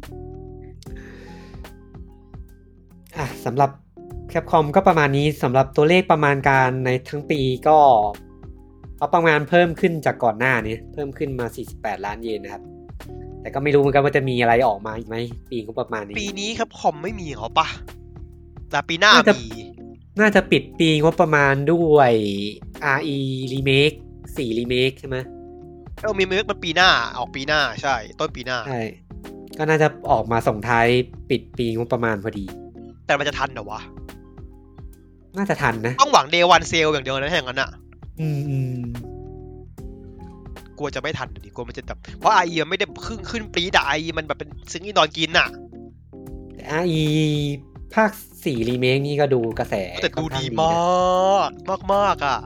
Speaker 1: อ่ะสำหรับแคปคอมก็ประมาณนี้สำหรับตัวเลขประมาณการในทั้งปีก็เอาประมาณเพิ่มขึ้นจากก่อนหน้านี้เพิ่มขึ้นมาสี่สิบแปดล้านเยนนะครับแต่ก็ไม่รู้เหมือนกันว่าจะมีอะไรออกมาอีกไหมปีก็ประมาณนี้
Speaker 2: ปีนี้ครับคอมไม่มีเหรอปะแต่ปีหน้ามี
Speaker 1: น่าจะปิดปีงบประมาณด้วย อาร์ อี Remake สี่ Remake ใช่ไหม
Speaker 2: เออมีRemakeมันปีหน้าออกปีหน้าใช่ต้นปีหน้า
Speaker 1: ใช่ก็น่าจะออกมาส่งท้ายปิดปีงบประมาณพอดี
Speaker 2: แต่มันจะทันเหรอวะ
Speaker 1: น่าจะทันนะ
Speaker 2: ต้องหวัง Day One Sale อย่างเดียวนะอย่างนั้นอ่ะ
Speaker 1: อืม
Speaker 2: กลัวจะไม่ทันดิกลัวมันจะแบบเพราะ อาร์ อี มันไม่ได้ขึ้นขึ้นปรีด อาร์ อี มันแบบเป็นซึ้งอีนอนกินน่ะ
Speaker 1: อาร์ อี ภาคสี่รีเมคนี่ก็ดูกระแส
Speaker 2: แต่ดูดีมากมากมากอ่ะ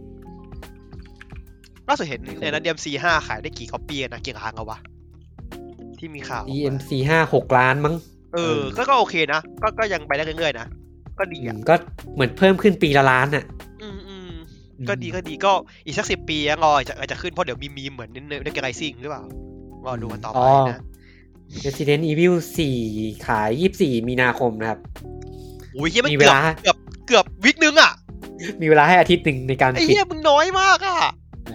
Speaker 2: ล่าสุดเห็นในนั้น ดี เอ็ม ซี ห้าขายได้กี่คอปปี้นะกี่ครั้งเอาวะที่มีข่าว
Speaker 1: ดี เอ็ม ซี ห้า หกล้านมั้ง
Speaker 2: เออก็ก็โอเคนะก็ก็ยังไปได้เรื่อยๆนะก็ดีอ่ะ
Speaker 1: ก็เหมือนเพิ่มขึ้นปีละล้านอ่ะ
Speaker 2: ก็ดีก็ดีก็อีกสักสิบปียังรอจะอาจจะขึ้นเพราะเดี๋ยวมีมีเหมือนในในเกมไรซิ่งหรือเปล่ารอดูกันต่อไปนะ
Speaker 1: Resident Evil สี่ขายยี่สิบสี่มีนาคมนะครับ
Speaker 2: โอ้ยเหี้ยมันเกือบเกือบเกือบวิคนึงอ่ะ
Speaker 1: มีเวลาให้อาทิตย์นึงในการปิด
Speaker 2: ไอ้เหี้ยมึงน้อยมากอ่ะ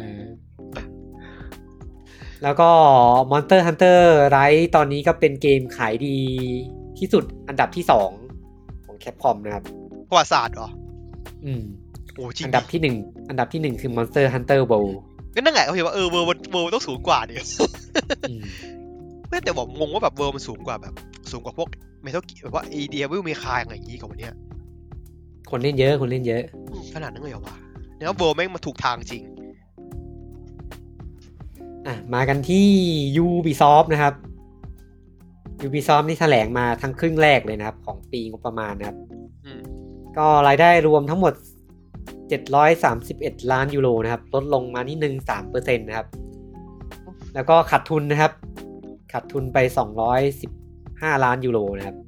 Speaker 1: แล้วก็ Monster Hunter Rise ตอนนี้ก็เป็นเกมขายดีที่สุดอันดับที่สองของ Capcom นะครับ
Speaker 2: ประวัติศาสตร์เหรอ
Speaker 1: อืมอันดับที่หนึ่งอันดับที่หนึ่งคือ Monster Hunter World
Speaker 2: ก็นั่นแหละเขาเห็นว่าเออ World World ต้องสูงกว่าเนี่ยไม่แต่บอกงงว่าแบบ World มันสูงกว่าแบบสูงกว่าพวก Metal Gear แบบว่า เอ ดี Devil May Cry อะไรอย่างงี้กับวันเนี้ย
Speaker 1: คนเล่นเยอะคนเล่นเยอะ
Speaker 2: ขนาดนั้นเลยเหรอวะเนี่ย World แม่งมาถูกทางจริง
Speaker 1: อ่ะมากันที่ Ubisoft นะครับ Ubisoft นี่แถลงมาทั้งครึ่งแรกเลยนะครับของปีงบประมาณนะครับก็รายได้รวมทั้งหมดเจ็ดร้อยสามสิบเอ็ดล้านยูโรนะครับลดลงมานิดนึง สามเปอร์เซ็นต์ นะครับแล้วก็ขาดทุนนะครับขาดทุนไปสองร้อยสิบห้าล้านยูโรนะครับ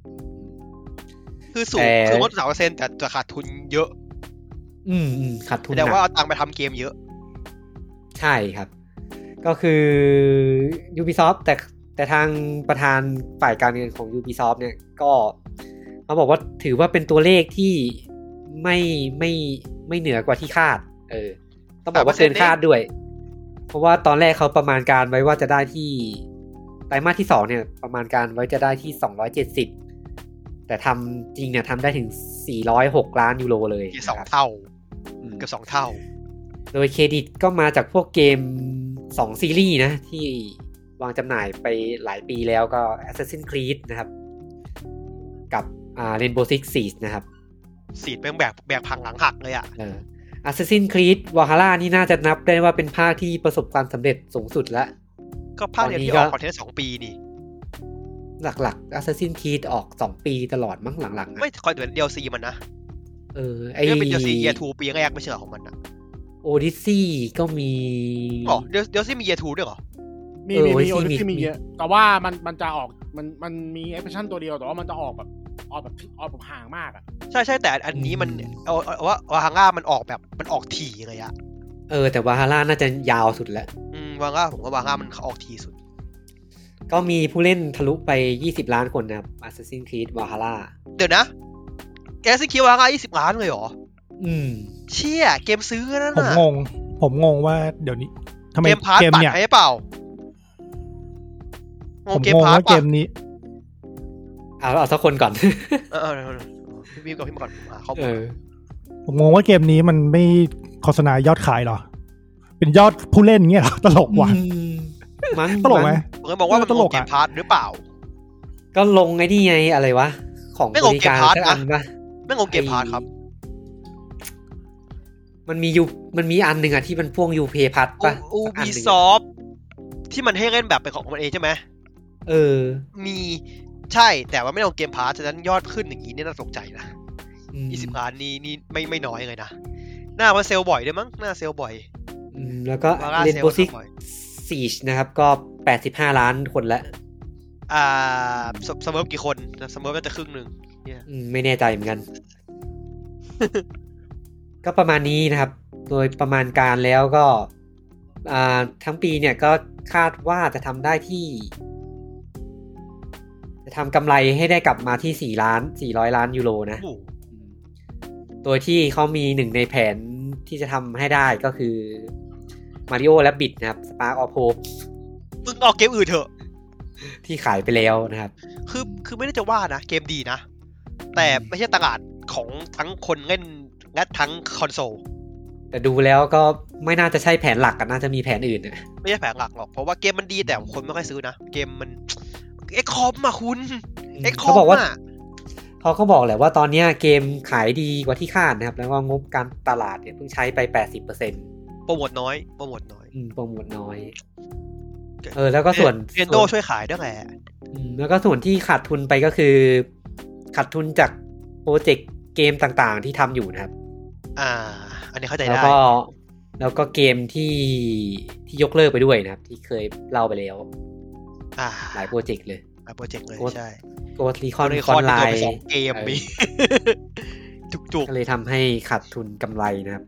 Speaker 2: คือสูงคือลด สามเปอร์เซ็นต์ แต่จะขาดทุนเยอะ
Speaker 1: อืมๆขาดทุน
Speaker 2: แต่ว่าเอาตังค์ไปทำเกมเยอะ
Speaker 1: ใช่ครับก็คือ Ubisoft แต่แต่ทางประธานฝ่ายการเงินของ Ubisoft เนี่ยก็เขาบอกว่าถือว่าเป็นตัวเลขที่ไม่ไม่ไม่เหนือกว่าที่คาดเออต้องบอกว่าเกินคาดด้วยเพราะว่าตอนแรกเขาประมาณการไว้ว่าจะได้ที่ไตรมาสที่สองเนี่ยประมาณการไว้จะได้ที่สองร้อยเจ็ดสิบแต่ทำจริงเนี่ยทำได้ถึงสี่ร้อยหกล้านยูโรเลย
Speaker 2: สองเท่าเกือบสองเท่า
Speaker 1: โดยเครดิตก็มาจากพวกเกมสองซีรีส์นะที่วางจำหน่ายไปหลายปีแล้วก็ Assassin's Creed นะครับกับอ่า Rainbow Six Siege นะครับ
Speaker 2: สีดเป็นแบกแบกพังหลังหักเลยอ่ะ
Speaker 1: เออ Assassin's Creed Valhalla นี่น่าจะนับได้ว่าเป็นภาคที่ประสบความสำเร็จสูงสุดแล้ว
Speaker 2: ก็ภาคเดียวที่ออกคอนเทนต์สองปีนี่
Speaker 1: หลักๆ Assassin's Creed ออกสองปีตลอดมั้งหลังๆ
Speaker 2: ไม่คอยเป็น ดี แอล ซี มันนะ
Speaker 1: เออไอ้
Speaker 2: เป็น ดี แอล ซี Year ทูปีแรกไม่ใช่ของมันนะ
Speaker 1: Odyssey ก็มี
Speaker 2: อ๋อ ดี แอล ซี มี Year ทูด้วยเหรอ
Speaker 3: มีมีมีโอดิซี่มีเยอะแต่ว่ามันมันจะออกมันมันมีแอปพลิเคชันตัวเดียวแต่ว่ามันจะออกแบบออกแบบออกแบบห่างมากอ่ะ
Speaker 2: ใช่ใช่แต่อันนี้มันเอาว่าวาฮาง่ามันออกแบบมันออกถี่เลยอะ
Speaker 1: เออแต่วาฮาร่าน่าจะยาวสุดแล้ว
Speaker 2: อืมวาฮาง่าผมว่าวาฮาง่ามันออกถี่สุด
Speaker 1: ก็มีผู้เล่นทะลุไปยี่สิบล้านคนนะครับ Assassin's Creed Valhalla
Speaker 2: เดี๋ยวนะ Assassin's Creed Valhalla ยี่สิบล้านเลยเหรอ
Speaker 1: อืม
Speaker 2: เชี่ยเกมซื้อนั่น
Speaker 4: น่ะผมงงผมงงว่าเดี๋ยวนี้ทำไม
Speaker 2: เกมเนี่ยให้เปล่า
Speaker 4: ผมงงว่าเกมนี้
Speaker 1: เอาเอาสักคนก่อน
Speaker 2: เออๆพี่ก่อนพี่ก่อนหาข้อมูล
Speaker 4: ผมงงว่าเกมนี้มันไม่โฆษณายอดขายหรอเป็นยอดผู้เล่นเงี้ยหรอตลกว่ะ
Speaker 1: มั้ง
Speaker 4: ตลกไหม
Speaker 2: ผมก็บอกว่ามันตลกเกมพาร์ทหรือเปล่า
Speaker 1: ก็ลงไอ้นี่ไงอะไรวะของบริการสักอันป่ะ
Speaker 2: ไม่งงเกมพาร์ทครับ
Speaker 1: มันมียูมันมีอันนึงอ่ะที่มันพ่วง Uplay Plus ป่ะ
Speaker 2: Ubisoft ที่มันให้เล่นแบบเป็นของมันเองใช่ไหม
Speaker 1: เออ
Speaker 2: มีใช่แต่ว่าไม่ลงเกมพาร์ทฉะนั้นยอดขึ้นอย่างนี้เนี่ยน่าตกใจนะยี่สิบล้านนี่นี่ไม่ไม่น้อยเลยนะหน้ามันเซลบ่อยด้วยมั้งหน้าเซลบ่อย
Speaker 1: อืมแล้วก็เล่นโบซิกSiege นะครับก็แปดสิบห้าล้านคนแล้ว
Speaker 2: อ่าสมมติกี่คนสมมติว่าจะครึ่งนึงเนี่ย
Speaker 1: ไม่แน่ใจเหมือนกัน ก็ประมาณนี้นะครับโดยประมาณการแล้วก็อ่าทั้งปีเนี่ยก็คาดว่าจะทำได้ที่จะทำกำไรให้ได้กลับมาที่สี่ล้านสี่ร้อยล้านยูโรนะโดยที่เขามีหนึ่งในแผนที่จะทำให้ได้ก็คือ Mario Rabbids นะครับ Spark of Hope
Speaker 2: มึงออกเกมอื่นเถอะ
Speaker 1: ที่ขายไปแล้วนะครับ
Speaker 2: คือคือไม่ได้จะว่านะเกมดีนะแต่ไม่ใช่ตลาดของทั้งคนเล่นและทั้งคอนโซล
Speaker 1: แต่ดูแล้วก็ไม่น่าจะใช่แผนหลักกันน่าจะมีแผนอื่นนะ
Speaker 2: ไม่ใช่แผนหลักหรอกเพราะว่าเกมมันดีแต่คนไม่ค่อยซื้อนะเกมมันเอ็กคอมอ่ะคุณเอ็กคอมอ่ะ
Speaker 1: เขาก็บอกแหละว่าตอนนี้เกมขายดีกว่าที่คาดนะครับแล้วก็งบการตลาดเนี่ยเพิ่งใช้ไป แปดสิบเปอร์เซ็นต์
Speaker 2: โปรโมทน้อยโปรโมทน้อย
Speaker 1: อืมโปรโมทน้อยเออแล้วก็ส่วน
Speaker 2: Nintendo ช่วยขายด้วยแหละ
Speaker 1: อืมแล้วก็ส่วนที่ขาดทุนไปก็คือขาดทุนจากโปรเจกต์เกมต่างๆที่ทำอยู่นะครับ
Speaker 2: อ่าอันนี้เข้าใจได้
Speaker 1: แล้วก็แล้วก็เกมที่ที่ยกเลิกไปด้วยนะครับที่เคยเล่าไปแล้ว
Speaker 2: อ่า
Speaker 1: หลายโปรเจกต์เลย
Speaker 2: หลายโปรเจกต์เลยใช่
Speaker 1: โกสรีคอนคอนไลน์
Speaker 2: สองเกมมีจุกๆ
Speaker 1: ก็เลยทำให้ขาดทุนกำไรนะครับ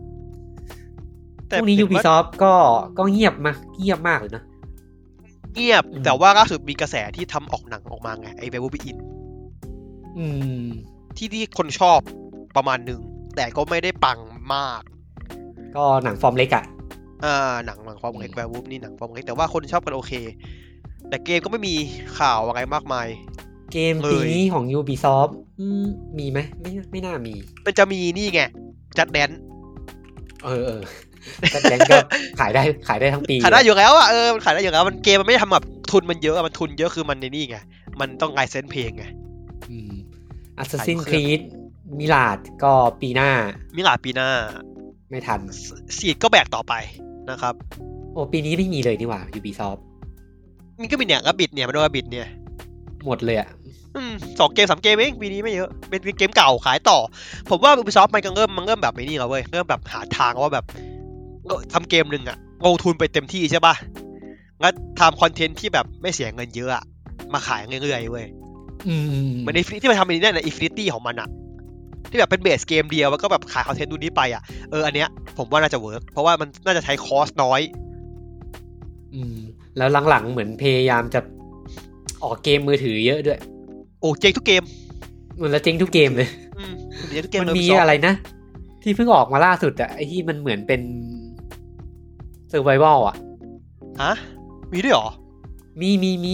Speaker 1: พวกนี้ Ubisoft ก็ก็เงียบมาเงียบมากเลยนะ
Speaker 2: เงียบแต่ว่าล่าสุดมีกระแสที่ทำออกหนังออกมาไงไอ้ Werewolf In
Speaker 1: อืม
Speaker 2: ที่ที่คนชอบประมาณนึงแต่ก็ไม่ได้ปังมาก
Speaker 1: ก็หนังฟอร์มเล็กอ่ะ
Speaker 2: อ่าหนังหนังฟอร์มเล็ก Werewolf นี่หนังฟอร์มเล็กแต่ว่าคนชอบกันโอเคแต่เกมก็ไม่มีข่าวอะไรมากมาย
Speaker 1: เกมปีนี้ของ Ubisoft อืมมีไหมไม่ไม่น่ามี
Speaker 2: มันจะมีนี่ไงจัดแดน
Speaker 1: เออเออจัดแดนก็ขายได้ขายได้ทั้งปี
Speaker 2: ขายได้อยู่แล้วอ่ะเออมันขายได้อยู่แล้วมันเกมมันไม่ได้ทำแบบทุนมันเยอะมันทุนเยอะคือมันในนี่ไงมันต้องไลเซนส์เพลงไง
Speaker 1: อืม Assassin's Creed มิลาดก็ปีหน้า
Speaker 2: มิลาดปีหน้า
Speaker 1: ไม่ทัน
Speaker 2: ซีดก็แบกต่อไปนะครับ
Speaker 1: โอ้ปีนี้ไม่มีเลยนี่หว่า Ubisoft
Speaker 2: มันก็มีเนี่ยRabbidsเนี่ยมันโดนRabbidsเนี่ย
Speaker 1: หมดเลยอ่ะ
Speaker 2: อืมสองเกมสามเกมเองปีนี้ไม่เยอะเป็นเกมเก่าขายต่อผมว่า Ubisoft มันก็เริ่มมันเริ่มแบบไอ้นี่แล้วเว้ยเริ่มแบบหาทางว่าแบบทำเกมนึงอ่ะลงทุนไปเต็มที่ใช่ป่ะงั้นทำคอนเทนต์ที่แบบไม่เสียเงินเยอะอ่ะมาขายเรื่อยๆเว้ย
Speaker 1: อืม
Speaker 2: เหมือนในที่มันทำอันนี้เนี่ยใน Infinity ของมันอ่ะที่แบบเป็นเบสเกมเดียวแล้วก็แบบขายคอนเทนต์ดูนี้ไปอ่ะเอออันเนี้ยผมว่าน่าจะเวิร์กเพราะว่ามันน่าจะใช้คอสน้อย
Speaker 1: อืมแล้วหลังๆเหมือนพยายามจะออกเกมมือถือเยอะด้วย
Speaker 2: โอ้เจ๊งทุกเกม
Speaker 1: มันละเจ๊งทุกเกมเลย
Speaker 2: อืม
Speaker 1: มันมีอะไรนะที่เพิ่งออกมาล่าสุดอ่ะไอ้ที่มันเหมือนเป็นเซอร์ไววัลอ่ะ
Speaker 2: ฮะมีด้วยเหรอ
Speaker 1: มีมีมี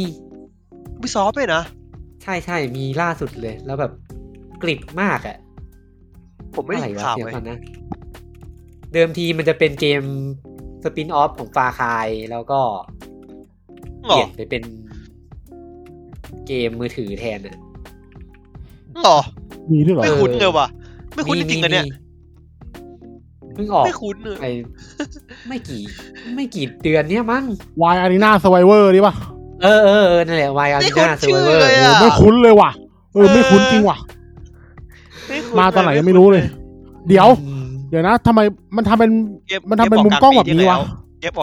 Speaker 2: Ubisoft ด้วยนะ
Speaker 1: ใช่ใช่มีล่าสุดเลยแล้วแบบกริบมากอ่ะ
Speaker 2: ผมไม่ได้ข่าวเลย
Speaker 1: นะเดิมทีมันจะเป็นเกมสปินออฟของฟาคายแล้วก็เปลี่ยนไปเป็นเกมมือถือแทนอ่ะ
Speaker 2: หรอ
Speaker 3: มีด้วยเหรอ
Speaker 2: ไม่คุ้นเลยว่ะไม่คุ้นจริงๆนะเนี่ย
Speaker 1: เพิ่งออก
Speaker 2: ไม่คุ้นเลย
Speaker 1: ไอ้ไม่กี่ไม่กี่เดือนเนี้ยมั้ง
Speaker 3: Y Arena Survivor ดิป่ะ
Speaker 1: เออเออนั่นแหละ Y Arena Survivor
Speaker 3: ไม่คุ้นเลยว่ะเออไม่คุ้นจริงว่ะมาตอนไหนยังไม่รู้เลยเดี๋ยวเดี๋ยวนะทำไมมันทำเป็นมันทำเป็นมุมกล้องแบบนี้วะ
Speaker 2: เก็บอด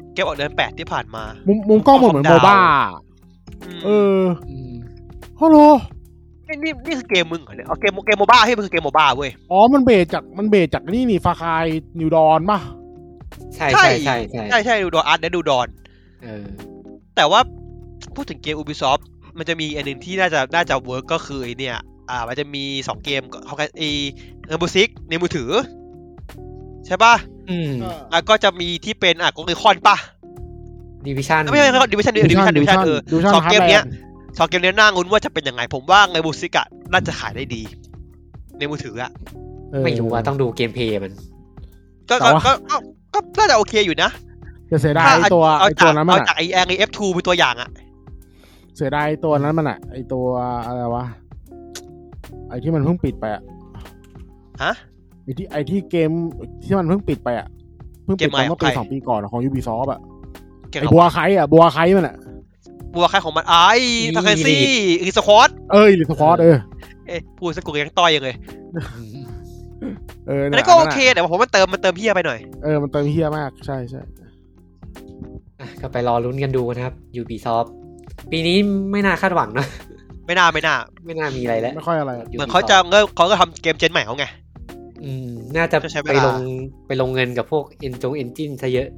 Speaker 2: เกมออกเดือนแปดที่ผ่านมา
Speaker 3: มุมมุมกล้องเหมือนโมบ้าเออฮัลโหล
Speaker 2: นี่นี่คือเกมมึงเหรอเนี่ยเอาเกมเกมโมบ้าให้มันคือเกมโมบ้าเว้ย
Speaker 3: อ๋อมันเบสจากมันเบสจากนี่นี่ฟาคายนิวดอนป่ะ
Speaker 1: ใช่ใช่ใช่ใช่
Speaker 2: ใช่ใช่นิวดอนอาร์ตและนิวดอน
Speaker 1: เออ
Speaker 2: แต่ว่าพูดถึงเกม Ubisoft มันจะมีอันนึงที่น่าจะน่าจะเวิร์กก็คือไอเนี่ยอ่ามันจะมีสองเกมเขาไอเออร์บูซิกในมือถือใช่ป่ะ
Speaker 1: อืม
Speaker 2: แล้วก็จะมีที่เป็นอ่ะก็คือคอนป่ะ
Speaker 1: ดิวิชั่น
Speaker 2: ไม่ใช่ดิวิชั่นดิวิชั่นดิวิชั่นเออสองเกมเนี้ยสองเกมนี้น่าลุ้นว่าจะเป็นยังไงผมว่าในบูซิกะน่าจะขายได้ดีในมือถืออะ
Speaker 1: ไม่รู้ว่าต้องดูเกมเพลย์มัน
Speaker 2: ก็ก็ก็ก็น่าจะโอเคอยู่นะ
Speaker 3: จะเสียดายไอตัวไอตัวนั้นมัน
Speaker 2: เอาจากไอแองไอเอฟทูเป็นตัวอย่างอะ
Speaker 3: เสียดายตัวนั้นมันอะไอตัวอะไรวะไอที่มันเพิ่งปิดไปอะ
Speaker 2: ฮะ
Speaker 3: ไอที่ไอที่เกมที่มันเพิ่งปิดไปอะเพิ่งปิดไปเมื่อปีสองปีก่อนของ Ubisoft อะไอบัวไคอะบัวไคมันอะ
Speaker 2: บัวไคของมันไอ้ทาเคซี่อีสควอต
Speaker 3: เอ้ยอีสควอตเออ
Speaker 2: เอ๊ะพูดสกุลยังต้อยยังเลย
Speaker 3: เออ
Speaker 2: นั่นก็โอเคแต่ว่าผมมันเติมมันเติมเฮียไปหน่อย
Speaker 3: เออมันเติมเฮียมากใช่ใช่
Speaker 1: ก็ไปรอลุ้นกันดูนะครับ Ubisoft ปีนี้ไม่น่าคาดหวังนะ
Speaker 2: ไม่น่าไม่น่า
Speaker 1: ไม่น่ามีอะไรแล้ว
Speaker 3: ไม่ค่อยอะไร
Speaker 2: เหมือนเขาจะเขาก็ทำเกมเจนใหม่เขาไง
Speaker 1: อืมน่าจะไปลงไปลงเงินกับพวกเอ็นจงเอนจินซะเยอะ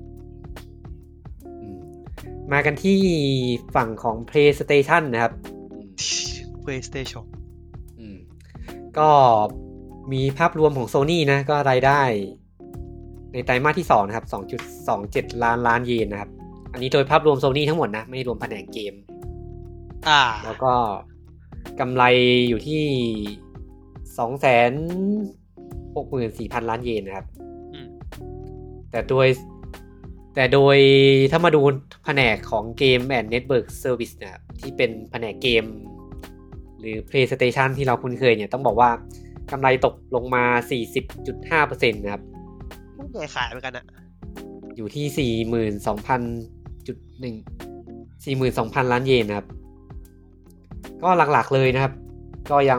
Speaker 1: มากันที่ฝั่งของ PlayStation นะครับ
Speaker 2: PlayStation
Speaker 1: อืมก็มีภาพรวมของ Sony นะก็รายได้ในไตรมาสที่สองนะครับ สองจุดสองเจ็ด ล้านล้านเยนนะครับอันนี้โดยภาพรวม Sony ทั้งหมดนะไม่รวมแผนกเกม
Speaker 2: อ่า
Speaker 1: แล้วก็กำไรอยู่ที่ สองแสนหกหมื่นสี่พัน ล้านเยนนะครับแต่โดยแต่โดยถ้ามาดูแผนกของเกม and Network Service นะครับที่เป็นแผนกเกมหรือ PlayStation ที่เราคุ้นเคยเนี่ยต้องบอกว่ากำไรตกลงมา สี่สิบจุดห้าเปอร์เซ็นต์ นะครับ
Speaker 2: ไม่ได้ขายเหมือนกันอะ
Speaker 1: อยู่ที่ สี่หมื่นสองพันจุดหนึ่ง สี่หมื่นสองพัน ล้านเยนนะครับก็หลักๆเลยนะครับก็ยัง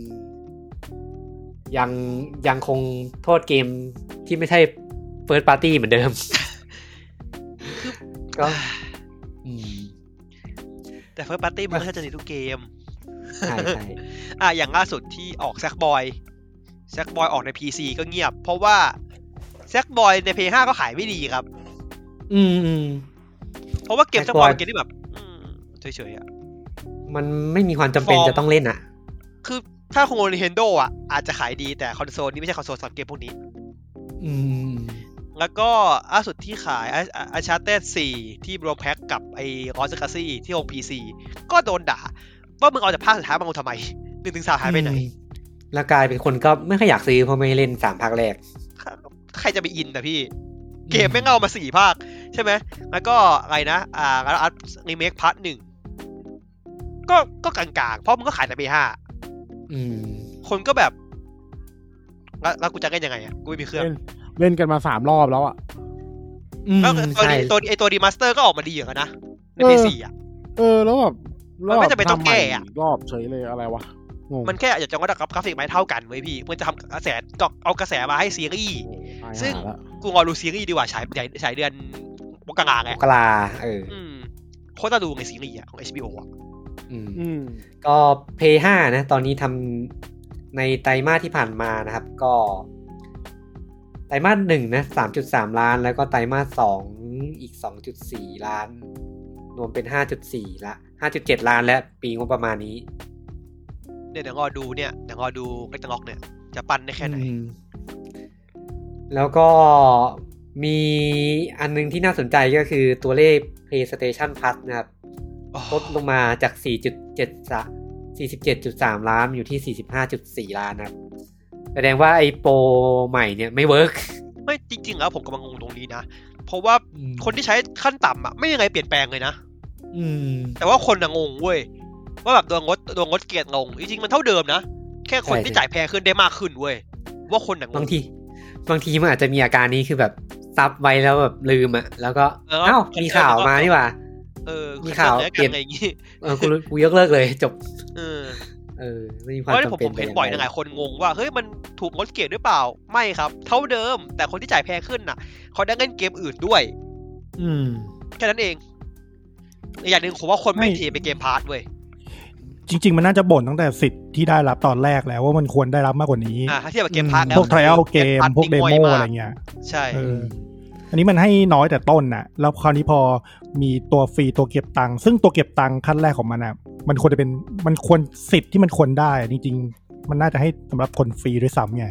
Speaker 1: ยังยังคงโทษเกมที่ไม่ใช่ First Party เหมือนเดิมก็
Speaker 2: แต่ First Party มันก็จะดีทุกเกม
Speaker 1: ใช่ใช่
Speaker 2: อ่ะอย่างล่าสุดที่ออก Sackboy Sackboy ออกใน พี ซี ก็เงียบเพราะว่า Sackboy ใน พี เอส ห้า ก็ขายไม่ดีครับ
Speaker 1: อืม
Speaker 2: เพราะว่าเกม Sackboy เป็นเกมที่แบบเฉยๆอ่ะ
Speaker 1: มันไม่มีความจำเป็นจะต้องเล่นอ่ะ
Speaker 2: คือถ้าคง Nintendo อ่ะอาจจะขายดีแต่คอนโซลนี้ไม่ใช่คอนโซลสำหรับเกมพวกนี้
Speaker 1: อืม
Speaker 2: แล้วก็ล่าสุดที่ขาย Uncharted สี่ที่รวมแพ็คกับไอ้ Lost Legacy ที่ลง พี ซี ก็โดนด่าว่ามึงเอาจากภาคสุดท้ายมาลงทำไม หนึ่งถึงสาม หายไปไหน
Speaker 1: แล้วกลายเป็นคนก็ไม่ค่อยอยากซื้อเพราะไม่เล่นสามภาคแรก
Speaker 2: ใครจะไปอินน่ะพี่เกมไม่เงามาสี่ภาคใช่ไหมแล้วก็อะไรนะอ่าแล้วอัพรีเมคพาร์ทหนึ่งก็ก็กลางๆเพราะมันก็ขายแต่ พี เอส ห้า
Speaker 1: อืม
Speaker 2: คนก็แบบแล้วกูจะเล่นยังไงอ่ะกูไม่มีเครื่อง
Speaker 3: เล่นกันมาสามรอบแล้วอ่ะ
Speaker 2: แล้วตัวตัวไอตัวรีมาสเตอร์ก็ออกมาดีอย่างนะใน พี ซี อ่ะ
Speaker 3: เออแล้วแบบ
Speaker 2: มันไม่จะเป็นต้องแก้อ่ะ
Speaker 3: รอบเฉยเลยอะไรวะ
Speaker 2: มันแค่อยากจะว่าดับกราฟิกไม่เท่ากันเว้ยพี่มันจะทำกระแสก็เอากระแสมาให้ซีรีส์ซึ่งกูรอดูซีรีส์ดีกว่าฉายฉายเดือนมกราไง
Speaker 1: มกราเออ
Speaker 2: เพราะจะดูในซีรีส์ของ เอช บี โอ อ่ะ
Speaker 1: อืมก็ พี เอส ห้า นะตอนนี้ทำในไตรมาสที่ผ่านมานะครับก็ไตรมาสหนึ่งนะ สามจุดสาม ล้านแล้วก็ไตรมาสสองอีก สองจุดสี่ ล้านรวมเป็น ห้าจุดสี่ ละ ห้าจุดเจ็ด ล้านและปีงบประมาณนี้
Speaker 2: เนี่ยเดี๋ยวรอดูเนี่ยเดี๋ยวรอดูไอ้ตังล็อกเนี่ยจะปั้นได้แค่ไหน
Speaker 1: แล้วก็มีอันนึงที่น่าสนใจก็คือตัวเลข PlayStation Plus นะครับลดลงมาจาก สี่จุดเจ็ด สี่สิบเจ็ดจุดสาม ล้านอยู่ที่ สี่สิบห้าจุดสี่ ล้านนะครับแสดงว่าไอ้โปรใหม่เนี่ยไม่เวิร์ก
Speaker 2: ไม่จริงๆแล้วผมกำลังงงตรงนี้นะเพราะว่าคนที่ใช้ขั้นต่ำอ่ะไม่ยังไงเปลี่ยนแปลงเลยนะแต่ว่าคนน่ะงงเว้ยว่าแบบตัวงดตัวงดเกียรติงงจริงๆมันเท่าเดิมนะแค่คนที่จ่ายแพงขึ้นได้มากขึ้นเว้ยว่าคนน่ะงง
Speaker 1: บางทีบางทีมันอาจจะมีอาการนี้คือแบบซับไว้แล้วแบบลืมอ่ะแล้วก็เอ้ามีข่าวมานี่หว่า
Speaker 2: เออ
Speaker 1: มีข่าวเปลี่ยนอะไรอย่างงี้เออกูกูยกเลิกเลยจบเออเออไม่มีความจำเป็น
Speaker 2: ผมเห็นบ่อยนะหลายคนงงว่าเฮ้ยมันถูกงดเกียรติหรือเปล่าไม่ครับเท่าเดิมแต่คนที่จ่ายแพงขึ้นน่ะเขาได้เล่นเกมอื่นด้วย
Speaker 4: อืม
Speaker 2: แค่นั้นเองอีกอย่างนึงผมว่าคนไม่เทไปเกมพาร์ทเว้ย
Speaker 4: จริงๆมันน่าจะบ่นตั้งแต่สิทธิ์ที่ได้รับตอนแรกแล้วว่ามันควรได้รับมากกว่านี้
Speaker 2: อ่าถ้าเทียบกับเกมพาร์ทแล้ว
Speaker 4: พวก trial เกมพวกเดโมอะไรเงี้ย
Speaker 2: ใช่
Speaker 4: อันนี้มันให้น้อยแต่ต้นน่ะแล้วคราวนี้พอมีตัวฟรีตัวเก็บตังค์ซึ่งตัวเก็บตังค์ขั้นแรกของมันน่ะมันควรจะเป็นมันควรสิทธิ์ที่มันควรได้จริงๆมันน่าจะให้สำหรับคนฟรีด้วยซ้ำไง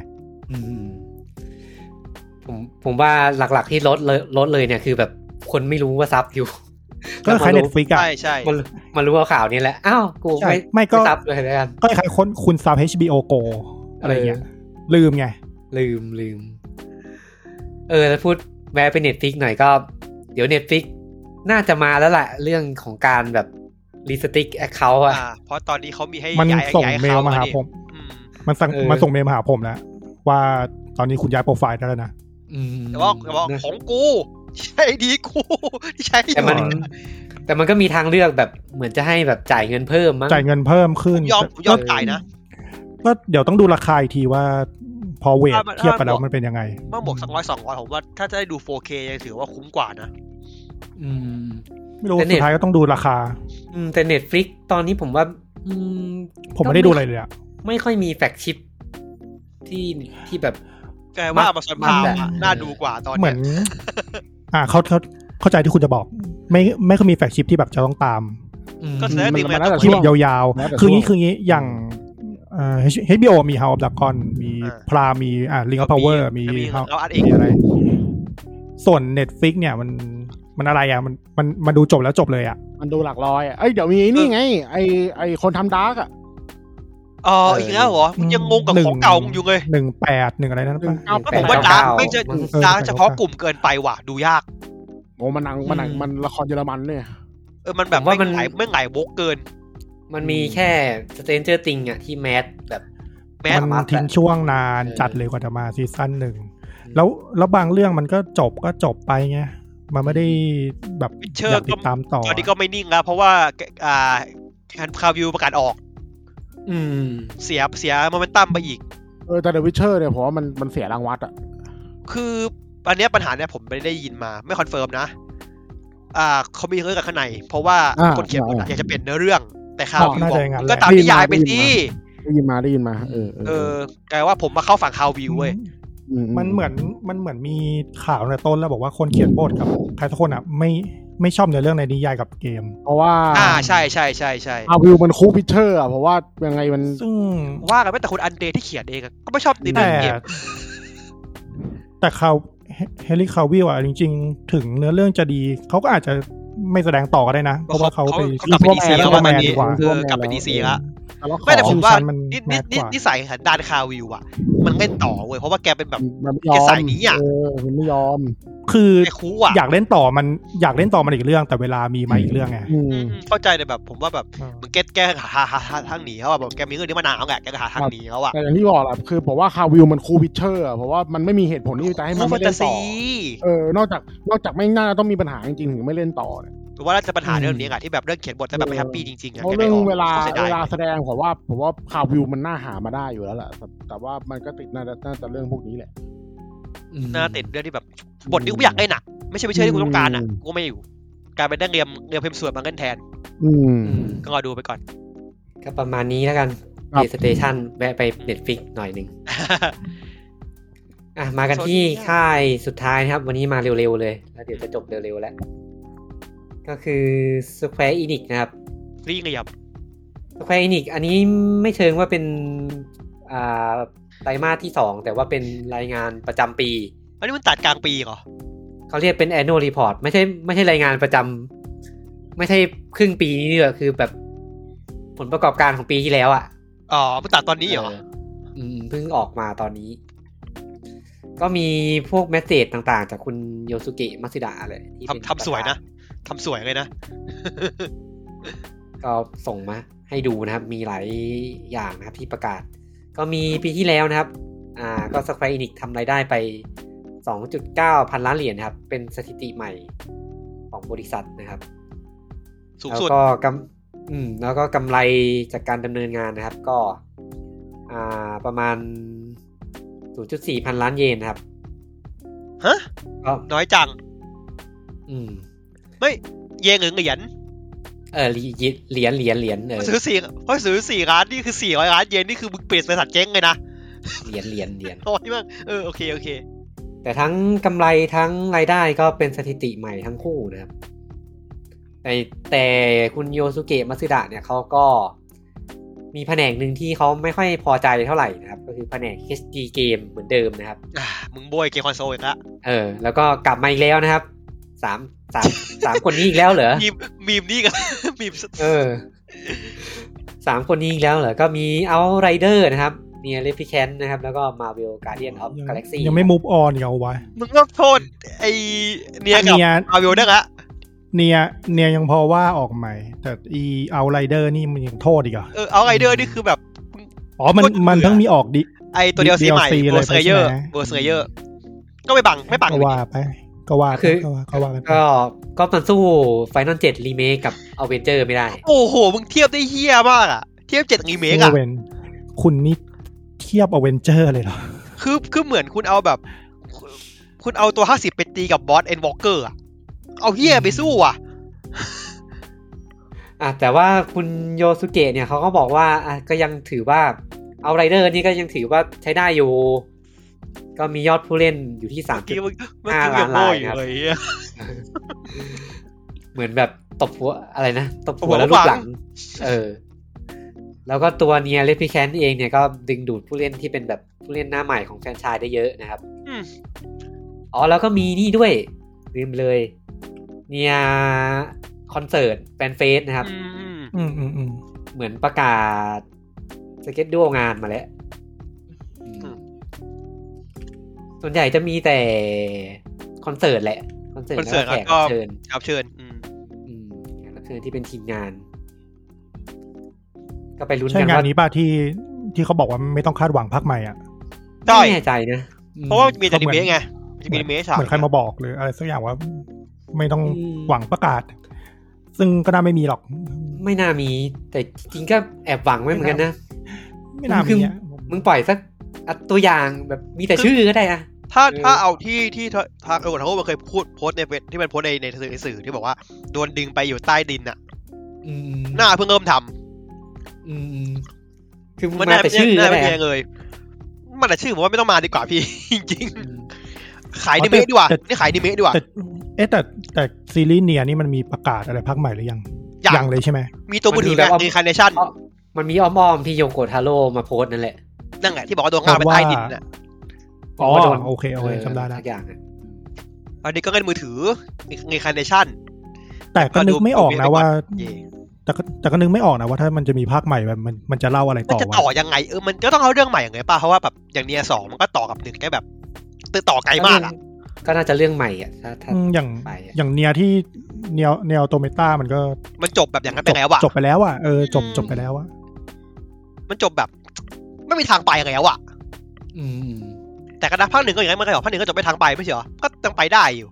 Speaker 1: ผมผมว่าหลักๆที่ลดเลยลดเลยเนี่ยคือแบบคนไม่รู้ว่าซับอยู่
Speaker 4: ก็คล้าย Netflix อ่ะ
Speaker 2: ใช่
Speaker 1: ๆมันมันรู้ข่าวนี้แหละอ้าวกูไม่
Speaker 4: ไม่ก็
Speaker 1: ซับเลยแล้วกัน
Speaker 4: ก็คล้ายคนคุณซับ เอช บี โอ Go อะไรเงี้ยลืมไง
Speaker 1: ลืมลืมเออแล้วพูดแวะไป Netflix หน่อยก็เดี๋ยว Netflix น่าจะมาแล้วแหละเรื่องของการแบบรีสติ๊กแอคเคาท์อ่ะ
Speaker 2: เพราะตอนนี้เขามีให้
Speaker 4: มันส่งเมลมาหาผมมันสั่งมันส่งเมลมาหาผมแล้วว่าตอนนี้คุณย้ายโปรไฟล์ได้แล้วนะ
Speaker 2: แต่ว่าแต่ว่าของกูใช่ดีกูที่ใช้
Speaker 1: แต่มันแต่มันก็มีทางเลือกแบบเหมือนจะให้แบบจ่ายเงินเพิ่มมั้ง
Speaker 4: จ่ายเงินเพิ่มขึ้น
Speaker 2: ยอมยอมจ่ายนะ
Speaker 4: ก็เดี๋ยวต้องดูราคาอีกทีว่าพอเวทเทียบกันแล้วมันเป็นยังไง
Speaker 2: เมื่อบวกสักร้อยสองร้อยผมว่าถ้าจะได้ดู โฟร์เค ยังถือว่าคุ้มกว่านะ
Speaker 1: อืม
Speaker 4: ไม่รู้สุดท้ายก็ต้องดูราคา
Speaker 1: อืมแต่ Netflix ตอนนี้ผมว่าอืม
Speaker 4: ผมไม่ได้ดูอะไรเลยอะ
Speaker 1: ไม่ค่อยมีแฟลกชิพที่ที่แบบ
Speaker 2: แกว่า Amazon Prime น่าดูกว่าตอนนี้
Speaker 4: เหมือนอ่าเขาเขาเข้าใจที่คุณจะบอกไม่ไม่ค่อยมีแฟลกชิพที่แบบจะต้องตาม
Speaker 2: ก็แสดง
Speaker 4: มันแล้วแต่ช่วงยาวๆคืองี้คืองี้อย่างเอ่อ เอช บี โอ มี House of Dragon มีพรามีอ่า Ring of Power มีมีอะไรส่วน Netflix เนี่ยมันมันอะไรอ่ะมันมันมันดูจบแล้วจบเลยอ่ะ
Speaker 3: มันดูหลักร้อยอ่ะเอ้ยเดี๋ยวมีนี่ไงไอไอคนทำดาร์กอ่ะ
Speaker 2: อ๋ออีกแล้วเหรอมันยังงงกับของเก่าอยู่เลย
Speaker 4: หนึ่งแปด หนึ่งอะไรนั่นป่ะ
Speaker 2: ผมว่าดาร์กไม่จะดาร์กเฉพาะกลุ่มเกินไปว่ะดูยาก
Speaker 3: โอ้มันหนังมันหนังมันละครเยอรมันเนี่ย
Speaker 2: เออมันแบบว่ามันไม่ไหลวกเกิน
Speaker 1: มันมีแค่ Stranger Things อ่ะที่แมสแบบ
Speaker 4: มันทิ้งช่วงนานจัดเลยกว่าจะมาซีซั่นหนึ่งแล้วแล้วบางเรื่องมันก็จบก็จบไปไงมันไม่ได้แบบอยากติดตามต่อ
Speaker 2: ตอนนี้ก็ไม่นิ่งแล้วเพราะว่าอ่าแอนคาวิวประกาศออก
Speaker 1: อืม
Speaker 2: เสียเสียโมเมนตัมไปอีก
Speaker 3: เออแต่ The Witcher เนี่ยผมว่ามันมันเสียรางวัลอ่ะ
Speaker 2: คืออันนี้ปัญหาเนี่ยผมไม่ได้ยินมาไม่คอนเฟิร์มนะอ่าเขามีเรื่องกับข้างในเพราะว่าคนเขียนบทอยากจะเปลี่ยนเนื้อเรื่องแต่ข่าววิวบอกก็ตามนิยายไปสิ
Speaker 3: ได้ยินมาได้ยินมาเออ
Speaker 2: เออกลายว่าผมมาเข้าฝั่งข่าววิวเว้ย
Speaker 4: มันเหมือนมันเหมือนมีข่าวในต้นแล้วบอกว่าคนเขียนบทกับใครสักคนอ่ะไม่ไม่ชอบในเรื่องในนิยายกับเกม
Speaker 3: เพราะว่า
Speaker 2: อ่าใช่ใช่ใช่ใช่
Speaker 3: ข่าววิวมันคู่พิเชอร์อ่ะเพราะว่ายังไงมัน
Speaker 4: ซึ่ง
Speaker 2: ว่ากันไม่แต่คนอันเดย์ที่เขียนเองก็ไม่ชอบในเกม
Speaker 4: แต่ข่าวเฮลิคาวิลอ่ะจริงๆถึงเนื้อเรื่องจะดีเขาก็อาจจะไม่แสดงต่อก็ได้นะเพราะว่าเขาไป
Speaker 2: กลับไปดีซีแล้วมันดีกว่ากลับไปดีซีละไม่แต่ผมว่านิดนิดนิดนิสัยสันดานคาวิวอ่ะมันเล่นต่อเว้ยเพราะว่าแกเป็นแบบแกสายนี้อ่ะ
Speaker 3: มันไม่ยอม
Speaker 4: คืออยากเล่นต่อมันอยากเล่นต่อมันอีกเรื่องแต่เวลามีมาอีกเรื่องไง
Speaker 2: เข้าใจแต่แบบผมว่าแบบมันแกแกหาหาทางหนีเขาแบบแกมีเรื่องนี้มานานแล้วแหละแกหาทางหนีเขาอ่ะ
Speaker 3: แต่อย่างที่บอกแหละคือผมว่าคาวิวมันคูวิเชอร์อ่ะเพราะว่ามันไม่มีเหตุผลที่จะให้มันไม่เล่นต่อเออนอกจากนอกจากไม่น่าต้องมีปัญหาจริงๆถึงไม่เล่นต่อ
Speaker 2: หรือว่าจะปัญหาเรื่องนี้อะที่แบบเรื่องเขียนบทจะแบบไม่แฮปปี้จริงๆอะ
Speaker 3: เรื่องเวลาเวลาแสดงผมว่าผมว่าคาวิวมันน่าหามาได้อยู่แล้วแหละแต่ว่ามันก็ติดน่าจะน่าจะเรื่องพวกนี้แหละ
Speaker 2: น่าติดเรื่องที่แบบบทนี้กูอยากเล่นอะไม่ใช่ไม่ใช่ที่กูต้องการอะกูไม่อยู่การเป็นได้เรียมเรียมเพมส่วนมาเล่นแทนก็รอดูไปก่อน
Speaker 1: ก็ประมาณนี้แล้วกัน PlayStation แวะไป Netflix หน่อยนึงอ่ะมากันที่ค่ายสุดท้ายนะครับวันนี้มาเร็วๆเลยแล้วเดี๋ยวจะจบเร็วๆแล้วก็คือ Square Enix นะครับ
Speaker 2: รีงยับ
Speaker 1: Square Enix อันนี้ไม่เชิงว่าเป็นอ่าไตรมาสที่สองแต่ว่าเป็นรายงานประจำปี
Speaker 2: อันนี้มันตัดกลางปีเหรอ
Speaker 1: เขาเรียกเป็น Annual Report ไม่ใช่ไม่ใช่รายงานประจำไม่ใช่ครึ่งปีนี่หรอกคือแบบผลประกอบการของปีที่แล้วอ่ะ
Speaker 2: อ๋อมันตัดตอนนี้เหรอ
Speaker 1: อืมเพิ่งออกมาตอนนี้ก็มีพวกเมสเสจต่างๆจากคุณโยสุเกะมัตสึดะเลย
Speaker 2: ทำทำสวยนะทำสวยเลยนะ
Speaker 1: ก็ส่งมาให้ดูนะครับมีหลายอย่างนะครับที่ประกาศก็มีปีที่แล้วนะครับอ่าก็ Square Enix ทำรายได้ไป สองจุดเก้า พันล้านเหรียญนะครับเป็นสถิติใหม่ของบริษัทนะครับ
Speaker 2: สูงสุด
Speaker 1: แล้วก็กำอืมแล้วก็กำไรจากการดำเนินงานนะครับก็อ่าประมาณ ศูนย์จุดสี่ พันล้านเยนนะครับ
Speaker 2: ฮะน้อยจัง
Speaker 1: อืม
Speaker 2: ไม่เยงหรือเหรียญ
Speaker 1: เออเหรียญเหรียญเหรียญเออ
Speaker 2: ซื้อสี่เพราะซื้อสี่ล้านนี่คือสี่ร้อยล้านเยนนี่คือมึงเปลี่ยนบริษัทเจ๊งเลยนะ
Speaker 1: เหรียญเหรียญเหรียญ
Speaker 2: โอ้ยมั้งเออโอเคโอเค
Speaker 1: แต่ทั้งกำไรทั้งรายได้ก็เป็นสถิติใหม่ทั้งคู่นะครับแต่แต่คุณโยสุเกะมัตสึดะเนี่ยเขาก็มีแผนกหนึ่งที่เขาไม่ค่อยพอใจเท่าไหร่นะครับก็คือแผนก เอช ดี เกมเหมือนเดิมนะครับ
Speaker 2: อ่ามึงโบยเกมคอนโซลอีกละ
Speaker 1: เออแล้วก็กลับมาอีกแล้วนะครับสามสามสามคนนี้อีกแล้วเหรอ
Speaker 2: มีมีมนี่กันมีม
Speaker 1: เออสามคนนี้อีกแล้วเหรอก็มีเอาไรเดอร์นะครับเนียเลฟิแคนนะครับแล้วก็ Marvel Guardian of Galaxy
Speaker 4: ยังไม่ move on อีกเอาไว้
Speaker 2: มึงก็โทษไอ้เนียกับ Marvel ได้ละ
Speaker 4: เนียเนียยังพอว่าออกใหม่แต่อีเอาไรเดอร์นี่มันยังโทษอีกเหรอ
Speaker 2: เออเอาไรเดอร์นี่คือแบบ
Speaker 4: อ๋อมันมันทั้งมีออกดิ
Speaker 2: ไอตัวเดียวซีใหม่เวอร์เซเยอร์เวอร์เซเยอร์ก็ไม่บังไม่บัง
Speaker 4: ก็ว่าไปก็ว่า
Speaker 1: คือ
Speaker 4: ก็ว่ากัน
Speaker 1: ก็ก็มันสู้ Final เจ็ด Remake กับ Avenger ไม่ได้
Speaker 2: โอ้โหมึงเทียบได้เหี้ยมากอ่ะเทียบเจ็ด Remake อ่ะ
Speaker 4: คุณนี่เทียบ Avenger เลยเหรอ
Speaker 2: คือคือเหมือนคุณเอาแบบคุณเอาตัวห้าสิบไปตีกับบอส Endwalker อ่ะเอาเหี้ยไปสู้อ่ะ
Speaker 1: อ่ะแต่ว่าคุณโยสุเกะเนี่ยเขาก็บอกว่าอ่ะก็ยังถือว่าเอาไรเดอร์นี่ก็ยังถือว่าใช้ได้อยู่ก็มียอดผู้เล่นอยู่ที่ สามจุดห้า ล้านรายครับเหมือนแบบตบหัวอะไรนะตบหัวแล้วลูกหลังเออแล้วก็ตัวเนียเลฟิแคนเองเนี่ยก็ดึงดูดผู้เล่นที่เป็นแบบผู้เล่นหน้าใหม่ของแฟรนไชส์ได้เยอะนะครับอ๋อแล้วก็มีนี่ด้วยลืมเลยเนียคอนเสิร์ตแฟนเฟสนะครับ
Speaker 4: อืมอืมอืม
Speaker 1: เหมือนประกาศสเก็ตดูงานมาแล้วส่วนใหญ่จะมีแต่คอนเสิร์ตแหละคอนเสิร์ตแล้วแขกรับเชิญ
Speaker 2: รับเชิญอืม
Speaker 1: อืมแขกรับเชิญที่เป็นทีมงานก็ไปลุ้น
Speaker 4: กันว่าใช่งานนี้ป่ะที่ที่เขาบอกว่าไม่ต้องคาดหวังภาคใหม่อ่ะ
Speaker 1: ไม่แน่ใจนะ
Speaker 2: เพราะว่ามีแต่รีเมคไงมีรีเมคฉาก
Speaker 4: เหมือนใครมาบอกหรืออะไรสักอย่างว่าไม่ต้องหวังประกาศซึ่งก็น่าไม่มีหรอก
Speaker 1: ไม่น่ามีแต่จริงก็แอบหวังไว้เหมือนกันนะ
Speaker 4: ไม่น่ามี
Speaker 1: มึงปล่อยสักตัวอย่างแบบมีแต่ชื่อก็ได้อะ
Speaker 2: ถ้าถ้าเอาที่ที่ทางเออเขาเคยพูดโพสในที่มันโพสในในสื่อที่บอกว่าโดนดึงไปอยู่ใต้ดินอ่ะหน้าเพิ่งเริ่มท
Speaker 1: ำคือมันแต่ชื่อ
Speaker 2: ก็ได้เลยมันแต่ชื่อผมว่าไม่ต้องมาดีกว่าพี่จริงๆขายดิเมะดีกว่านี่ขายดิเมะดีกว่า
Speaker 4: เอ๊ะแต่แต่ซีรีส์เนียนี่มันมีประกาศอะไรภาคใหม่หรือยังยังเลยใช่ไหม
Speaker 2: มีตัวมือถือแบบรีคาเนชั่น
Speaker 1: มันมีอ้อมๆที่โยโกทาโร่มาโพสนั่นแหละ
Speaker 2: นั่นแหละที่บอกว่าโดนฆ่าไปใต้ดินน่ะ
Speaker 4: อ๋อโอเคโอเคจำได้แล้ว
Speaker 1: อย่าง
Speaker 2: อันนี้ก็เล่นมือถือรีคาเนชั่น
Speaker 4: แต่ก็นึกไม่ออกนะว่าแต่ก็แต่ก็นึกไม่ออกนะว่าถ้ามันจะมีภาคใหม่แบบมันมันจะเล่าอะไรต่อ
Speaker 2: มันจะต่อยังไงเออมันก็ต้องเอาเรื่องใหม่อย่างไงป่ะเพราะว่าแบบอย่างเนียสองมันก็ต่อกับหนึ่งแค่แบบต่อไกลมากอ่ะ
Speaker 1: ก็น่าจะเรื่องใหม่อ่ะถ้าถ้า
Speaker 4: อย่างอย่างเนียที่เนียเนียโตเมต้ามันก็
Speaker 2: มันจบแบบอย่างนั้นไปแล้วอ่ะ
Speaker 4: จบไปแล้วอ่ะเออจบจบไปแล้วอ่ะ
Speaker 2: มันจบแบบไม่มีทางไปแล้วอ่ะแต่กระดาษภาคหนึ่งก็อย่างนั้นมันก็บอกภาคหนึ่งก็จบไปทางไปไม่ใช่เหรอก็ยังไปได้อยู่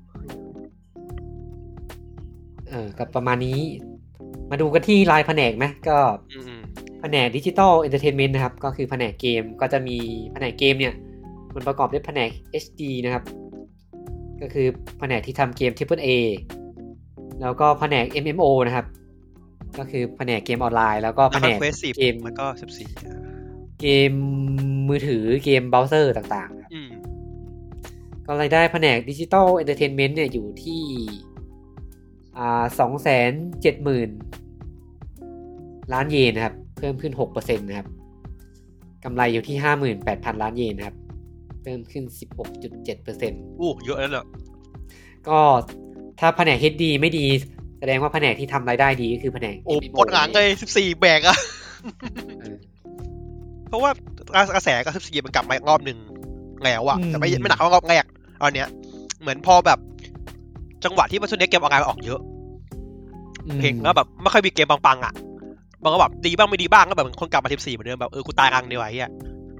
Speaker 1: เออกับประมาณนี้มาดูกันที่รายแผนกไหมก็แผนกดิจิตอลเอนเตอร์เทนเมนต์นะครับก็คือแผนกเกมก็จะมีแผนกเกมเนี่ยมันประกอบด้วยแผนก เอช ดี นะครับก็คือแผนกที่ทำเกม Triple A แล้วก็แผนก เอ็ม เอ็ม โอ นะครับก็คือแผนกเกมออนไลน์แล้วก็แผนก
Speaker 2: เกมมันก็สิบสี่
Speaker 1: เกมมือถือเกมเบราว์เซอร์ต่างๆก็รายได้แผนกดิจิตอลเอนเตอร์เทนเมนต์เนี่ยอยู่ที่อ่า สองแสนเจ็ดหมื่น ล้านเยนนะครับเพิ่มขึ้น หกเปอร์เซ็นต์ นะครับกำไรอยู่ที่ ห้าหมื่นแปดพัน ล้านเยนนะครับเพิ่มขึ้น สิบหกจุดเจ็ดเปอร์เซ็นต์
Speaker 2: โอ้เยอะแล้วเนอะ
Speaker 1: ก็ถ้าแผนก เอช ดี ไม่ดีแสดงว่าแผนกที่ทำรายได้ดีก็คือแผนก
Speaker 2: โอ้กดหลังเลยสิบสี่แบกอะเพราะว่ากระแสก็สิบสี่มันกลับมารอบนึงแล้วอะแต่ไม่ไม่หนักเท่ารอบแรกตอนเนี้ยเหมือนพอแบบจังหวะที่มันช่วงนี้เกมออนไลน์ออกเยอะเพลงก็แบบไม่ค่อยมีเกมปังๆอ่ะบางก็แบบดีบ้างไม่ดีบ้างก็แบบคนกลับมาสิบสี่เหมือนเดิมแบบเออกูตายกลางเดียวไอ้เหี้ย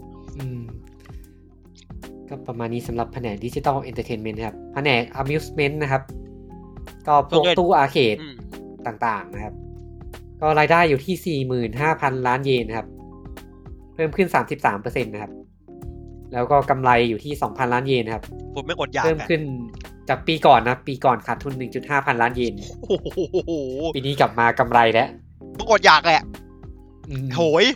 Speaker 1: ก็ประมาณนี้สำหรับแผนกดิจิตอลเอนเตอร์เทนเมนต์ครับแผนก amusement นะครับก็พวกตู้อาร์เคดต่างๆนะครับก็รายได้อยู่ที่ สี่หมื่นห้าพัน ล้านเยนนะครับเพิ่มขึ้น สามสิบสามเปอร์เซ็นต์ นะครับแล้วก็กำไรอยู่ที่ สองพัน ล้านเยนนะครับ
Speaker 2: ผมไม่กดยา
Speaker 1: เพิ่มขึ้นจากปีก่อนนะปีก่อนขาดทุน หนึ่งจุดห้า พันล้านเยนโอ้โหปีนี้กลับมากำไรแล้ว
Speaker 2: มึงอดอยากแหละโหย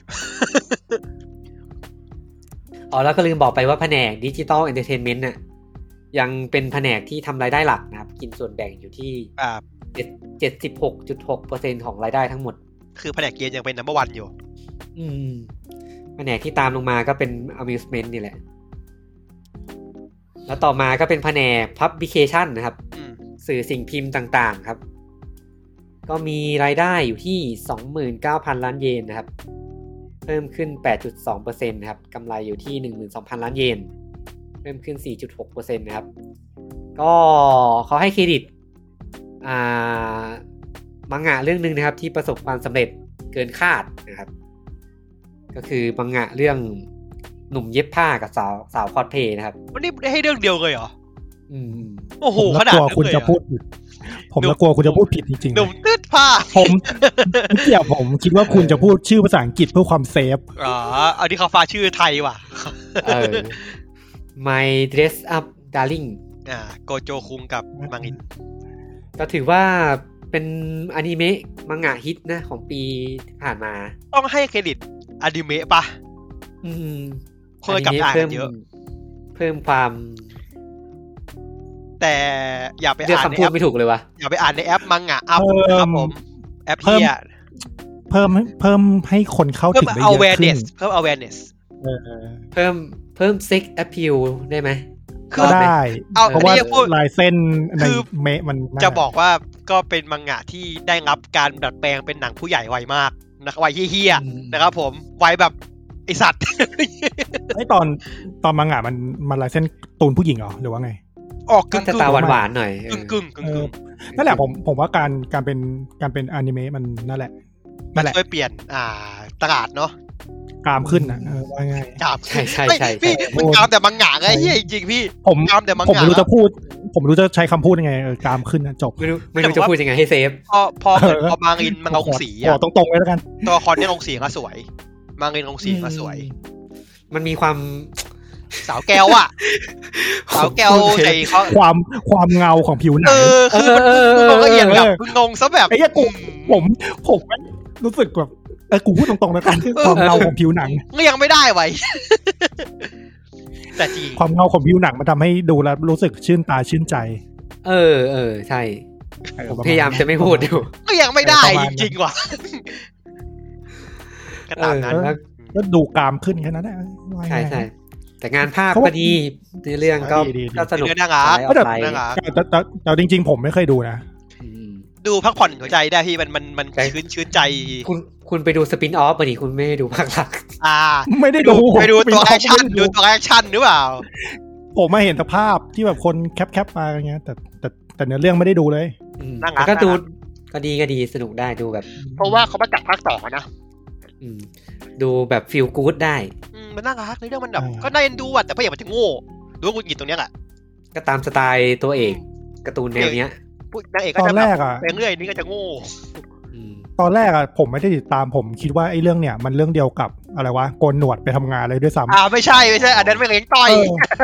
Speaker 1: อ๋อแล้วก็ลืมบอกไปว่าแผนกดิจิตอลเอนเตอร์เทนเมนต์น่ะยังเป็นแผนกที่ทำรายได้หลักนะครับกินส่วนแบ่งอยู่ที่เจ็ดสิบหกจุดหกเปอร์เซ็นต์ ของรายได้ทั้งหมด
Speaker 2: คือแผนกเกมยังเป็น นัมเบอร์วัน อยู่
Speaker 1: อืมแผนกที่ตามลงมาก็เป็น amusement นี่แหละแล้วต่อมาก็เป็นแผนก publication นะครับสื่อสิ่งพิมพ์ต่างๆครับก็มีรายได้อยู่ที่ สองหมื่นเก้าพัน ล้านเยนนะครับเพิ่มขึ้น แปดจุดสองเปอร์เซ็นต์ นะครับกำไรอยู่ที่ หนึ่งหมื่นสองพัน ล้านเยนเพิ่มขึ้น สี่จุดหกเปอร์เซ็นต์ นะครับก็เขาให้เครดิตอ่ามังงะเรื่องนึงนะครับที่ประสบความสำเร็จเกินคาดนะครับก็คือมังงะเรื่องหนุ่มเย็บผ้ากับสาวสาวคอสเพลย์นะครับ
Speaker 2: วันนี้ได้ให้เรื่องเดียวเลยเหรอ
Speaker 1: อืม
Speaker 2: โอ้โหขนาดนั้น
Speaker 4: คุณจะพูดผิดผมละกลัวคุณจะพูดผิดจริงๆ
Speaker 2: หนุ่มตืดผ้า
Speaker 4: ผมเกี่ยวผมคิดว่าคุณจะพูดชื่อภาษาอังกฤษเพื่อความเซฟ
Speaker 2: อ๋ออันนี้เขาฟ้าชื่อไทยว่ะ
Speaker 1: เออ My Dress Up Darling
Speaker 2: อ่าโกโจคุงกับมังอิน
Speaker 1: ก็ถือว่าเป็นอนิเมะมังงะฮิตนะของปีที่ผ่านมา
Speaker 2: ต้องให้เครดิตอนิเมะป่ะ
Speaker 1: อืม
Speaker 2: คนกับอ่านเยอะ
Speaker 1: เพิ่มความ
Speaker 2: แต่อย่าไปอ่านในแอป
Speaker 1: ไม่ถูกเลยวะ
Speaker 2: อย่าไปอ่านในแอปมังงะอัพครับผมแอปเฮีย
Speaker 4: เพิ่มเพิ่มให้คนเข้าถึงได้เยอะขึ้น
Speaker 2: เพิ่ม awareness
Speaker 1: เออเพิ่มเพิ่ม sex appeal ได้ไหม
Speaker 4: ก็ได้เพราะว่าลายเส้นในเมะมัน
Speaker 2: จะบอกว่าก็เป็นมังงะที่ได้รับการดัดแปลงเป็นหนังผู้ใหญ่ไวมากนะครับไวเฮี้ยๆนะครับผมไวแบบไอสัตว์
Speaker 4: ไอตอนตอนมังงะมันมันลายเส้นตูนผู้หญิงเหรอหรือว่าไง
Speaker 2: ออกกึ่ง
Speaker 1: ๆตาหวานๆหน่อย
Speaker 2: กึ่งๆกึ่ง
Speaker 4: ๆนั่นแหละผมผมว่าการการเป็นการเป็นอนิเมะมันนั่นแหละ
Speaker 2: นั่นแหละช่วยเปลี่ยนอ่าตลาดเนาะ
Speaker 4: กามขึ้นนะเออว่าง่าย
Speaker 2: กาม
Speaker 1: ใช่ใช่ใช่
Speaker 2: พี่มันกามแต่มังงะไงเฮียจริงๆพี่
Speaker 4: ผมกามแต่มังงะผมรู้จะพูดผมรู้จะใช้คำพูดยังไงเออกามขึ้นนะจบ
Speaker 1: ไม่รู้ไม่รู้จะพูดยังไงให้เซฟ
Speaker 2: พอพอพอมังอินมังองสี
Speaker 4: อ่ะตรงๆเลยแล้วกัน
Speaker 2: ตัวคอนเนี่ยองสีก็สวยมังอินองสีก็สวย
Speaker 1: มันมีความ
Speaker 2: สาวแก้วอ่ะสาวแก้วใจเขา
Speaker 4: ความความเงาของผิวหนัง
Speaker 2: เออคือมันละเอียดแบบงงซะแบบ
Speaker 4: ไอ้เหี้ยกูผมผมรู้สึกแบบเออกูพูดตรงๆแล้วกันความเงาของผิวหนัง
Speaker 2: ก็ยังไม่ได้ไว้แต่จริง
Speaker 4: ความเงาของผิวหนังมันทำให้ดูแล้วรู้สึกชื่นตาชื่นใจ
Speaker 1: เออเออใช่ผมพยายามจะไม่พูดอยู่
Speaker 2: ก็ยังไม่ได้จริงๆว่ะก็ตามนั้น
Speaker 4: ก็ดูกามขึ้นแค่นั้นแหละ
Speaker 1: ใช่ใช่แต่งานภาพก็ดีในเรื่องก็ก็สนุก
Speaker 2: น่ารัก
Speaker 4: แต่แต่แต่จริงๆผมไม่เคยดูนะ
Speaker 2: ดูพักผ่อนหัวใจได้พี่มันมันมันชื้นชื้นใจ
Speaker 1: คุณคุณไปดูสปินออฟมาดิคุณไม่ได้ดูภาคหลัก
Speaker 2: อ่า
Speaker 4: ไม่ได้ดู
Speaker 2: ไปดูตัวแอคชั่นดูตัวแอคชั่นหรือเปล่า
Speaker 4: ผมมาเห็นแต่ภาพที่แบบคนแคปแคปมาอะไรเงี้ยแต่แต่แต่เนื้อเรื่องไม่ได้ดูเลย
Speaker 1: ก็ดูก็ดีก็ดีสนุกได้ดูแบบ
Speaker 2: เพราะว่าเขามาจัดภาคต่อนะ
Speaker 1: ดูแบบฟีลกู๊ดได้
Speaker 2: มันน่ารักในเรื่องมันแบบก็น่าเอ็นดูอ่ะแต่พระเอกมันจะโง่ดูว่ากูหยิบตรงเนี้ยแหละ
Speaker 1: ก็ตามสไตล์ตัวเอกการ์ตูนแนวเนี้ย
Speaker 2: นางเอกก็จะแบบเป็นเรื่อยนี่ก็จะโง่
Speaker 4: ตอนแรกอ่ะผมไม่ได้ติดตามผมคิดว่าไอ้เรื่องเนี้ยมันเรื่องเดียวกับอะไรวะโกนหนวดไปทำงานเลยด้วยซ้ำ
Speaker 2: อ่าไม่ใช่ไม่ใช่อันนั้นไม่เลี้ยงต่อย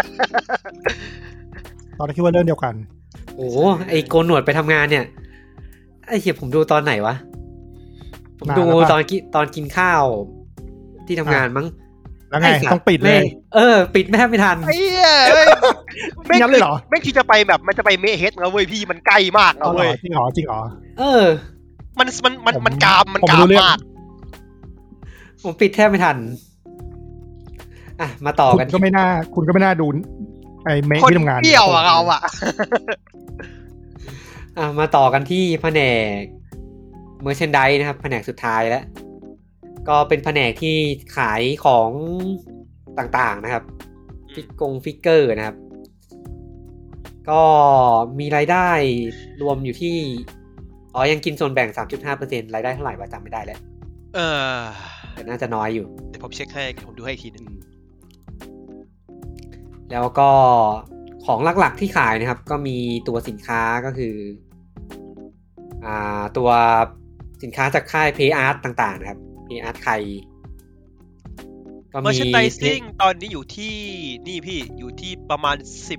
Speaker 4: ตอนแรกคิดว่าเรื่องเดียวกัน
Speaker 1: โอ้ไอ้โกนหนวดไปทำงานเนี่ยไอ้เหี้ยผมดูตอนไหนวะผมดูตอนกินตอนกินข้าวที่ทำงานมั้ง
Speaker 4: แล้วไงต้องปิดเลย
Speaker 1: เออปิดแม่ไม่ทัน
Speaker 2: ไอ้เหี้ย
Speaker 4: ไม่งั้นเลยเหรอ
Speaker 2: ไม่คิดจะไปแบบมันจะไปเมเฮดแล้วเว้ยพี่มันใกล้มากแล้วเว้ย
Speaker 4: จริงเหรอจริงเหรอ
Speaker 1: เออ
Speaker 2: มันมันมันมันกามมันกามมาก
Speaker 1: ผมปิดแทบไม่ทันอ่ะมาต่อกัน
Speaker 4: ก็ไม่น่าคุณก็ไม่น่าดูไอ้เมฆที่ทำงาน
Speaker 2: เปี่ยวอะเราอะ
Speaker 1: อ่ะมาต่อกันที่แผนกเมอร์แชนไดส์นะครับแผนกสุดท้ายแล้วก็เป็นแผนกที่ขายของต่างๆนะครับฟิกกงฟิกเกอร์นะครับก็มีรายได้รวมอยู่ที่อ๋อยังกินส่วนแบ่ง สามจุดห้าเปอร์เซ็นต์ รายได้เท่าไหร่วะจำไม่ได้แล้ว
Speaker 2: เออ
Speaker 1: แต่น่าจะน้อยอยู่
Speaker 2: เดี๋ยวผมเช็คให้ผมดูให้อีกทีนึง
Speaker 1: แล้วก็ของหลักๆที่ขายนะครับก็มีตัวสินค้าก็คืออ่าตัวสินค้าจากค่าย Play Art ต่างๆนะครับ Play Art ไทย
Speaker 2: ก็มี Merchandising ตอนนี้อยู่ที่นี่พี่อยู่ที่ประมาณสิบ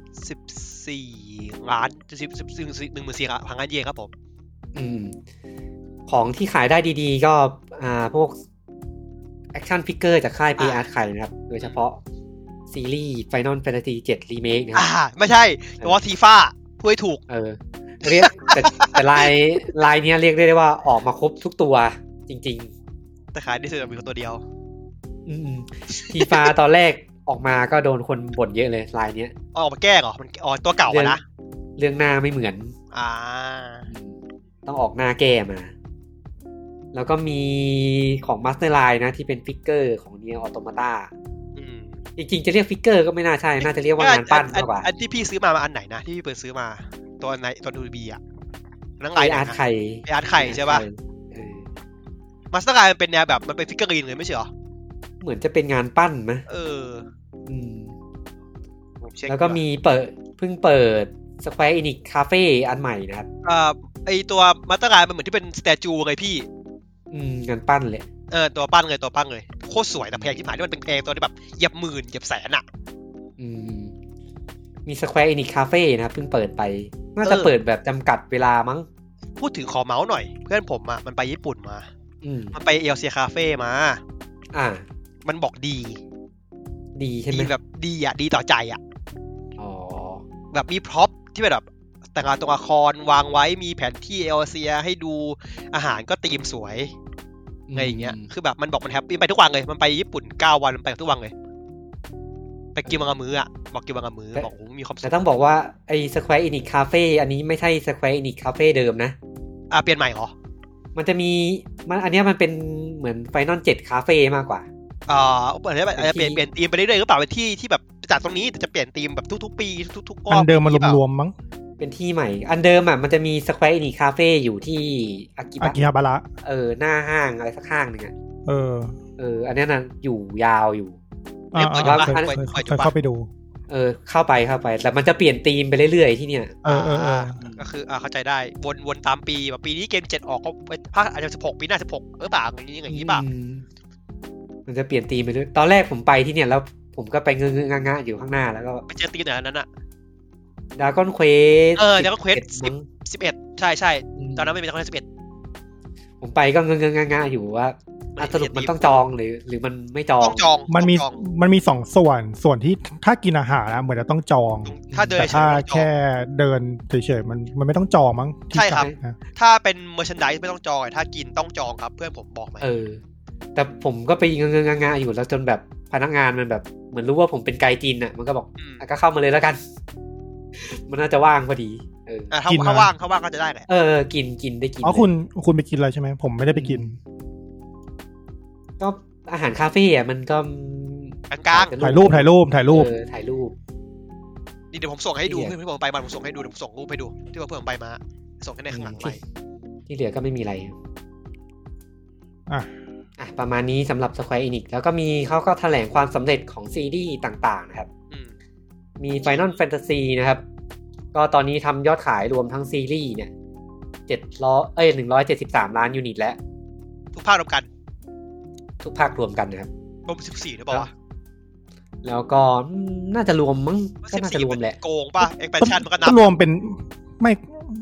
Speaker 2: สิบสี่ล้านสิบ สิบ หนึ่งหมื่นสี่พันล้านเยนครับผม
Speaker 1: อืมของที่ขายได้ดีๆก็อ่าพวกแอคชั่นฟิกเกอร์จากค่าย Play Art ขายนะครับโดยเฉพาะซีรีส์ Final Fantasy เซเว่น Remake นะครับ
Speaker 2: อ่าไม่ใช่แต่ว่าทีฟ้าพูดให้ถูก
Speaker 1: เออเรียกแต่แต่ลายลายเนี้ยเรียกได้ว่าออกมาครบทุกตัวจริงๆ
Speaker 2: แต่ขายได้สุดมีคนตัวเดียว
Speaker 1: อืมทีฟ้าตอนแรกออกมาก็โดนคนบ่นเยอะเลยลายเนี้ย
Speaker 2: ออกมาแก้เหรอมันอ๋อตัวเก่าอ่ะนะ
Speaker 1: เรื่องหน้าไม่เหมือน
Speaker 2: อ่า
Speaker 1: ต้องออกหน้าแก้มาแล้วก็มีของ Master Line นะที่เป็นฟิกเกอร์ของ Nier Automata อืมจริงๆจะเรียกฟิกเกอร์ก็ไม่น่าใช่น่าจะเรียกว่างานปั้นมากกว่า
Speaker 2: อันที่พี่ซื้อมาอันไหนนะที่พี่เปิดซื้อมาตัวไหนตัวดูบีอ่ะ
Speaker 1: นั่งไออาร์ตไข่
Speaker 2: ไออาร์ตไข่ใช่ป่ะเออ Master Line มันเป็นแนวแบบมันเป็นฟิกเกอร์เลยไม่ใช่เหรอ
Speaker 1: เหมือนจะเป็นงานปั้นมั้ย
Speaker 2: เออ
Speaker 1: อืมแล้วก็มีเปิดเพิ่งเปิด Square Enix Cafe อันใหม่นะครับ
Speaker 2: อ่าไอตัว Master Line มันเหมือนที่เป็นสแตจูไงพี่
Speaker 1: อืมงานปั้นเลย
Speaker 2: เออตัวปั้นเลยตัวปั้นเลยโคตรสวยแต่แพงที่หายที่มันเป็นแพงตัวที่แบบเหยียบหมื่นเหยียบแสนอ่ะ
Speaker 1: อืมมี Square Enix Cafe นะครับเพิ่งเปิดไปน่าจะเปิดแบบจำกัดเวลามั้ง
Speaker 2: พูดถึงขอเมาส์หน่อยเพื่อนผมอ่ะมันไปญี่ปุ่นมา
Speaker 1: อืม
Speaker 2: มันไปเอลเซียคาเฟ่มา
Speaker 1: อ่า
Speaker 2: มันบอกดี
Speaker 1: ดีใช่ไหม
Speaker 2: ดีแบบดีอ่ะดีต่อใจอ่ะ
Speaker 1: อ๋อ
Speaker 2: แบบมีพร็อพที่แบบแต่งงานตัวละครวางไว้มีแผนที่เอลเซียให้ดูอาหารก็ธีมสวยอะไรอย่างเงี้ยคือแบบมันบอกมันแฮปปี้ไปทุกวันเลยมันไปญี่ปุ่นเก้าวันมันไปทุกวันเลยไปกินวันละมื้ออ่ะบอกกินวันละมื้อบอกโอ้มีความสุข
Speaker 1: แต่ต้องบอกว่าไอ้ Square Enix Cafe อันนี้ไม่ใช่ Square Enix Cafe เดิมนะ
Speaker 2: อ่ะเปลี่ยนใหม่เหรอ
Speaker 1: มันจะมีมันอันนี้มันเป็นเหมือน Final เซเว่น Cafe มากกว่า
Speaker 2: อ่าอาจจะอาจจะเปลี่ยนเปลี่ยนธีมไปเรื่อยๆหรือเปล่าเป็นที่ที่แบบจากตรงนี้แต่จะเปลี่ยนธีมแบบทุกๆปีทุกๆรอบ
Speaker 4: อันเดิมมันรวมๆมั้ง
Speaker 1: เป็นที่ใหม่อันเดิมอ่ะมันจะมี Square Enix Cafe อยู่ที่อากิ
Speaker 4: ฮาบาระ
Speaker 1: เออหน้าห้างอะไรสักห้างนึงอ่ะ
Speaker 4: เออ
Speaker 1: เอออันนี้น่ะอยู่ยาวอยู่
Speaker 4: อ่าเข้าไปดู
Speaker 1: เออเข้าไปเข้าไปแต่มันจะเปลี่ยนธีมไปเรื่อยๆที่เนี่ย
Speaker 4: เออเออ
Speaker 2: ก็คืออ่าเข้าใจได้วนวนตามปีแบบปีนี้เกมเจ็ดออกก็ภาคอาจจะสิบหกปีหน้าสิบหกเออป่ะอย่างนี้อย่างนี้ป่ะ
Speaker 1: มันจะเปลี่ยนธีมไปเรื่อยตอนแรกผมไปที่เนี่ยแล้วผมก็ไปเงื้อๆงะๆอยู่ข้างหน้าแล้วก็
Speaker 2: ไปเจอธีมไหนนั้นน่ะ
Speaker 1: ดากอนเควส
Speaker 2: เออดากอนเควสสิบ สิบเอ็ดใช่ๆตอนนั้นไม่มีดากอนเควสสิบเอ็ด
Speaker 1: ผมไปก็เงื้อๆงะๆอยู่ว่าสรุปมันต้องจองหรือหรือมันไม่จอง
Speaker 2: ต้องจอง
Speaker 4: มันมีมันมีสองส่วนส่วนที่ถ้ากินอาหารนะเหมือนจะต้องจอง
Speaker 2: ถ้าเดิน
Speaker 4: ถ้าแค่เดินเฉยๆมันมันไม่ต้องจองมั้ง
Speaker 2: ใช่ครับถ้าเป็นเมอร์ชันไดส์ไม่ต้องจองถ้ากินต้องจองครับเพื่อนผมบอกมา
Speaker 1: เออแต่ผมก็ไปเงื้อๆงะๆอยู่แล้วจนแบบพนักงานมันแบบเหมือนรู้ว่าผมเป็นไกด์จีนอ่ะมันก็บอกอ่ะก็เข้ามาเลยแล้วกันมันน่าจะว่างพอดีเออ
Speaker 2: ถ้าเขาว่างเขาว่างก็จะได้แหละ
Speaker 1: เออกินกินได้กิน
Speaker 4: อ๋อคุณคุณไปกินอะไรใช่ไหมผมไม่ได้ไปกิน
Speaker 1: ก็อาหารคาเฟ่อะมันก็
Speaker 2: กลาง
Speaker 4: ๆถ่ายรูปถ่ายรูปถ่ายรูป
Speaker 1: เออถ่ายรูป
Speaker 2: นี่เดี๋ยวผมส่งให้ดูเพื่อนผมไปมาผมส่งให้ดูเดี๋ยวผมส่งรูปให้ดูที่ว่าเพื่อนผมไปมาส่งให้ในข้างหลังไป
Speaker 1: ที่เหลือก็ไม่มีอะไร
Speaker 4: อ่ะ
Speaker 1: อ่ะประมาณนี้สำหรับ Square Enix แล้วก็มีเขาก็แถลงความสำเร็จของซีรีส์ต่างๆนะครับมี Final Fantasy นะครับก็ตอนนี้ทำยอดขายรวมทั้งซีรีส์เนี่ยเจ็ดร้อยเอ้ยหนึ่งร้อยเจ็ดสิบสามล้านยูนิตแล้ว
Speaker 2: ทุกภาครวมกัน
Speaker 1: ทุกภาครวมกันนะครับ
Speaker 2: รวมสิบสี่หรือเปล่าวะ
Speaker 1: แล้วก็น่าจะรวมมั้งก็น่าจะรวมแหละ
Speaker 2: โกงป่ะ expansion มันก็นับ
Speaker 4: รวมเป็นไม่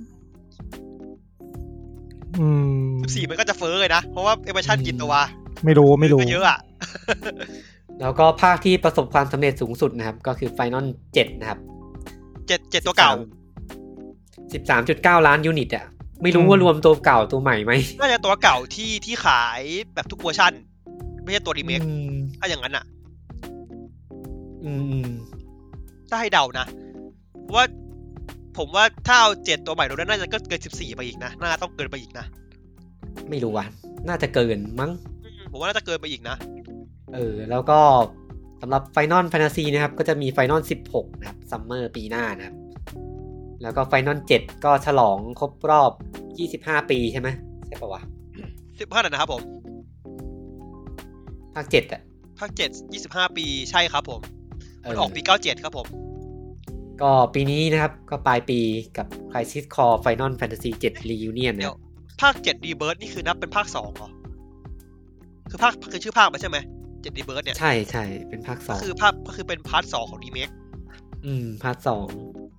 Speaker 4: อืม
Speaker 2: สิบสี่มันก็จะเฟ้อเลยนะเพราะว่า expansion กี่ตัว
Speaker 4: ไม่รู้ไม่รู้
Speaker 2: เยอะอ่ะ
Speaker 1: แล้วก็ภาคที่ประสบความสำเร็จสูงสุดนะครับก็คือ Final เจ็ดนะครับ
Speaker 2: เจ็ด เจ็ดตัวเก่า
Speaker 1: สิบสามจุดเก้า ล้านยูนิตอ่ะไม่รู้ว่ารวมตัวเก่าตัวใหม่ไหม
Speaker 2: น่าจะตัวเก่าที่ที่ขายแบบทุกเวอร์ชันไม่ใช่ตัวรีเมคถ้าอย่างนั้นอ่ะ
Speaker 1: อืม
Speaker 2: ถ้าให้เดานะว่าผมว่าถ้าเอาเจ็ดตัวใหม่ลงได้น่าจะก็เกินสิบสี่ไปอีกนะน่าต้องเกินไปอีกนะ
Speaker 1: ไม่รู้ว่ะน่าจะเกินมั้ง
Speaker 2: ผมว่าน่าจะเกินไปอีกนะ
Speaker 1: เออแล้วก็สำหรับ Final Fantasy นะครับก็จะมี Final สิบหกนะครับซัมเมอร์ปีหน้านะครับแล้วก็ Final เจ็ดก็ฉลองครบรอบยี่สิบห้าปีใช่ไหมใช่ป่าววะ
Speaker 2: สิบห้านะครับผม
Speaker 1: ภาคเจ็ดอ่ะ
Speaker 2: ภาคเจ็ด ยี่สิบห้าปีใช่ครับผมมันออกปีเก้าสิบเจ็ดครับผม
Speaker 1: ก็ปีนี้นะครับก็ปลายปีกับ Crisis Core Final Fantasy เจ็ด Reunion นะ
Speaker 2: ภาคเจ็ด Rebirth นี่คือนับเป็นภาคสองเหรอคือภาคคือชื่อภาคมันใช่ไหมเจ็ด Rebirth เนี่ย
Speaker 1: ใช่ๆเป็นภาคสอง
Speaker 2: คือภาคก็คือเป็นพาร์ทสองของรีเมค
Speaker 1: อืมพาร์ทสอง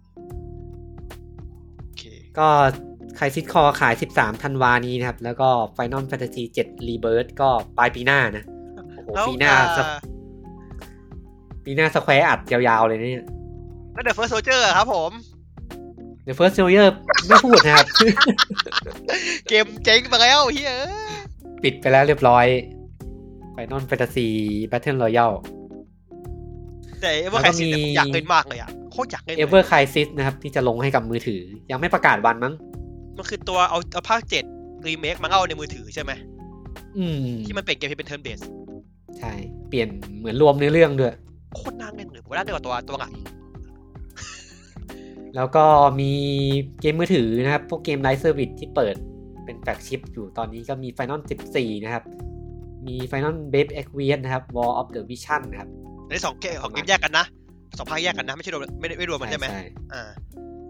Speaker 2: โอเค
Speaker 1: ก็ไคซิสคอขายสิบสามธันวานี้นะครับแล้วก็ Final Fantasy เซเว่น Rebirth ก็ปลายปีหน้านะโอ้โหปีหน้าปีหน้าสแควร์อัดยาวๆเลยเนี่ย
Speaker 2: แล้ว The First Soldier ครับผม
Speaker 1: The First Soldier ไม่พูดนะครับ
Speaker 2: เกมเจ๊งไปแล้วเฮ้ย
Speaker 1: ปิดไปแล้วเรียบร้อย Final Fantasy Battle Royale
Speaker 2: แต่ Ever Crisis อยากเล่นมากเลยอ่ะโคตรอยากเล่น
Speaker 1: Ever Crisis นะครับที่จะลงให้กับมือถือยังไม่ประกาศวันมั้ง
Speaker 2: มันคือตัวเอาเอาภาคเจ็ดรีเมคมาเอาในมือถือใช่ไหม
Speaker 1: อืม
Speaker 2: ที่มันเป็นเกมที่เป็น turn based
Speaker 1: ใช่เปลี่ยนเหมือนรวมเนื้อเรื่องด้วย
Speaker 2: โคตรน่าเล่นเลยผมน่าเล่นกว่าตัวตัวไหน
Speaker 1: แล้วก็มีเกมมือถือนะครับพวกเกมไลฟ์เซอร์วิสที่เปิดเป็นแฟลกชิพอยู่ตอนนี้ก็มี Final สิบสี่นะครับมี Final Babe Exvius นะครับ War of the Vision นะครับ
Speaker 2: ในสองเกมของเกมแยกกันนะสองภาคแยกกันนะไม่ใช่รวมไม่ไม่รวมมันใช่ไหมอ่า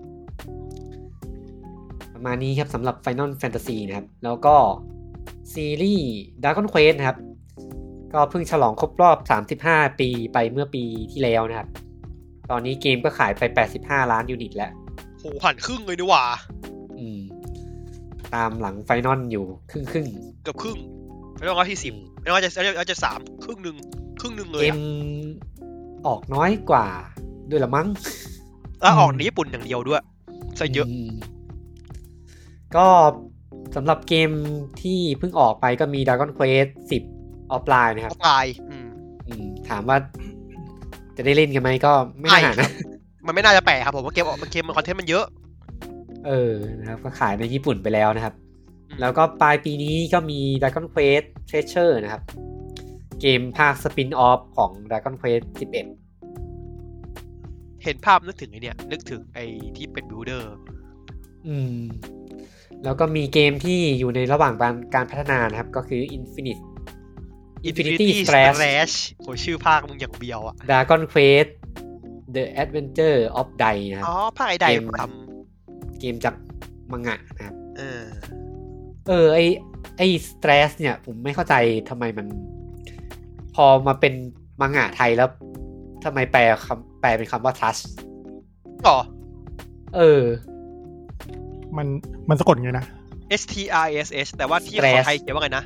Speaker 1: ประมาณนี้ครับสำหรับ Final Fantasy นะครับแล้วก็ซีรีส์ Dragon Quest นะครับก็เพิ่งฉลองครบรอบสามสิบห้าปีไปเมื่อปีที่แล้วนะครับตอนนี้เกมก็ขายไปแปดสิบห้าล้านยูนิตแล้ว
Speaker 2: โหหันครึ่งเลยดีกว่า
Speaker 1: อืมตามหลัง Final อยู่ครึ่งครึ่ง
Speaker 2: เกือบครึ่งไม่ต้องเอาที่สิบไม่ต้องจะเอาจะสามครึ่งนึงครึ่งนึงเลย
Speaker 1: เกมออกน้อยกว่าด้วยละมั้ง
Speaker 2: แล้วออกในญี่ปุ่นอย่างเดียวด้วยซะเยอะ
Speaker 1: ก็สำหรับเกมที่เพิ่งออกไปก็มี Dragon Quest สิบ Offline นะครับ
Speaker 2: Offline อืม
Speaker 1: อืมถามว่าจะได้เล่นกันไหมก็ไม่น่านะ
Speaker 2: มันไม่น่าจะแปลกครับผมว่าเกมออกมันเกมมันคอนเทนต์มันเยอะ
Speaker 1: เออนะครับก็ขายในญี่ปุ่นไปแล้วนะครับแล้วก็ปลายปีนี้ก็มี Dragon Quest Treasure นะครับเกมภาคสปินออฟของ Dragon Quest สิบเอ็ด
Speaker 2: เห็นภาพนึกถึงไอ้เนี่ยนึกถึงไอ้ที่เป็นบิลเดอร์
Speaker 1: อืมแล้วก็มีเกมที่อยู่ในระหว่างการพัฒนานะครับก็คือ Infinite
Speaker 2: Infinity Strash โหชื่อภาคมึงอย่างเบียวอ่ะ
Speaker 1: Dragon Quest The Adventure of Dai นะครับ
Speaker 2: อ๋อภาคไอ้ไดท
Speaker 1: ำเกมจากมังงะนะครับ
Speaker 2: เออ
Speaker 1: เออไอไอ Strash เนี่ยผมไม่เข้าใจทำไมมันพอมาเป็นมังงะไทยแล้วทำไมแปลคำแปลเป็นคำว่า Trust
Speaker 2: อ๋อ
Speaker 1: เออ
Speaker 4: มันมันสะกดไงนะ
Speaker 2: S T R A S H แต่ว่าที่ของไทยเขียนว่าไงนะ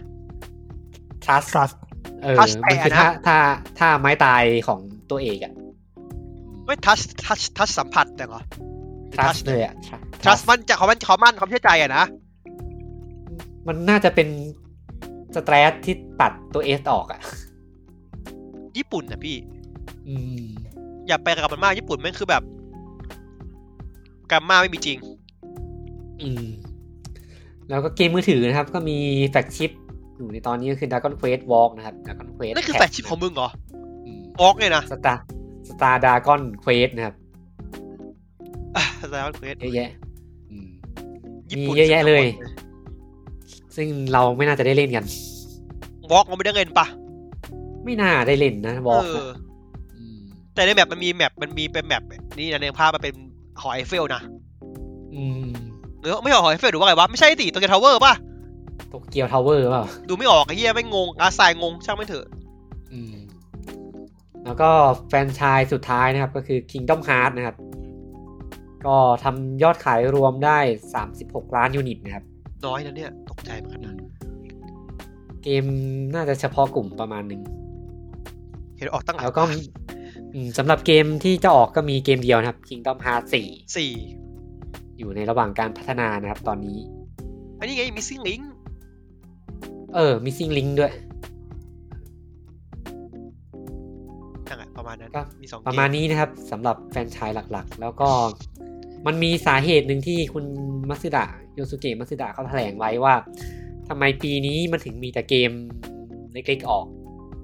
Speaker 1: Trust
Speaker 4: Trust
Speaker 1: เออมันคือถ้าถ้าถ้าไม้ตายของตัวเอกอ่ะ
Speaker 2: ไม่ touch touch touch สัมผัสแต่เหรอ
Speaker 1: Trust เลยอ่ะ
Speaker 2: Trust มันจะเขามันเขามั่นความเชื่อใจอ่ะนะ
Speaker 1: มันน่าจะเป็น Strash ที่ตัดตัว S ออกอ่ะ
Speaker 2: ญี่ปุ่นน่ะพี่
Speaker 1: อืม
Speaker 2: อย่าไปกับมันมากญี่ปุ่นแม่งคือแบบกรรมะไม่มีจริง
Speaker 1: อืมแล้วก็เกมมือถือนะครับก็มีแฟลกชิพอยู่ในตอนนี้ก็คือ Dragon Quest Walk นะครับ Dragon Quest
Speaker 2: นั่นคือแฟลกชิพของมึงเหรอ Walk เนี่ยนะ
Speaker 1: Star Star Dragon Quest นะครับ
Speaker 2: อ่ะ Dragon Quest
Speaker 1: เยอะแยะอืมมีเยอะแยะเลยซึ่งเราไม่น่าจะได้เล่นกัน
Speaker 2: Walk เราไม่ได้เล่นปะ
Speaker 1: ไม่น่าได้เล่นนะ Walk
Speaker 2: เออแต่ในแมปมันมีแมปมันมีเป็นแมปนี่นะในภาพมันเป็นหอไอเฟลนะ
Speaker 1: อืม
Speaker 2: หรือไม่หอไอเฟลหรือว่าอะไรวะไม่ใช่ดิโตเกียวทาวเวอร์ป่ะ
Speaker 1: โตเกียวทาวเวอร์ป่ะ
Speaker 2: ดูไม่ออกไอ้เหี้ยไม่งงอาสายงงช่างไม่เถอะ
Speaker 1: อืมแล้วก็แฟรนไชส์สุดท้ายนะครับก็คือ Kingdom Hearts นะครับก็ทำยอดขายรวมได้สามสิบหกล้านยูนิตนะครับ
Speaker 2: น้อยนะเนี่ยตกใจเหมือนกันนะ
Speaker 1: เกมน่าจะเฉพาะกลุ่มประมาณนึง
Speaker 2: เห็นออกตั้ง
Speaker 1: แล้วก็สำหรับเกมที่จะออกก็มีเกมเดียวนะครับ Kingdom Hearts สี่
Speaker 2: สี่
Speaker 1: อยู่ในระหว่างการพัฒนานะครับตอนนี้
Speaker 2: อันนี้ไง Missing Link
Speaker 1: เออ Missing Link ด้วย
Speaker 2: นั่นแหละประมาณนั้น
Speaker 1: มีสองเกมประมาณนี้นะครับสำหรับแฟรนไชส์หลักๆแล้วก็มันมีสาเหตุหนึ่งที่คุณมัตสึดะโยสุเกะมัตสึดะเขาแถลงไว้ว่าทำไมปีนี้มันถึงมีแต่เกมเล็กๆออก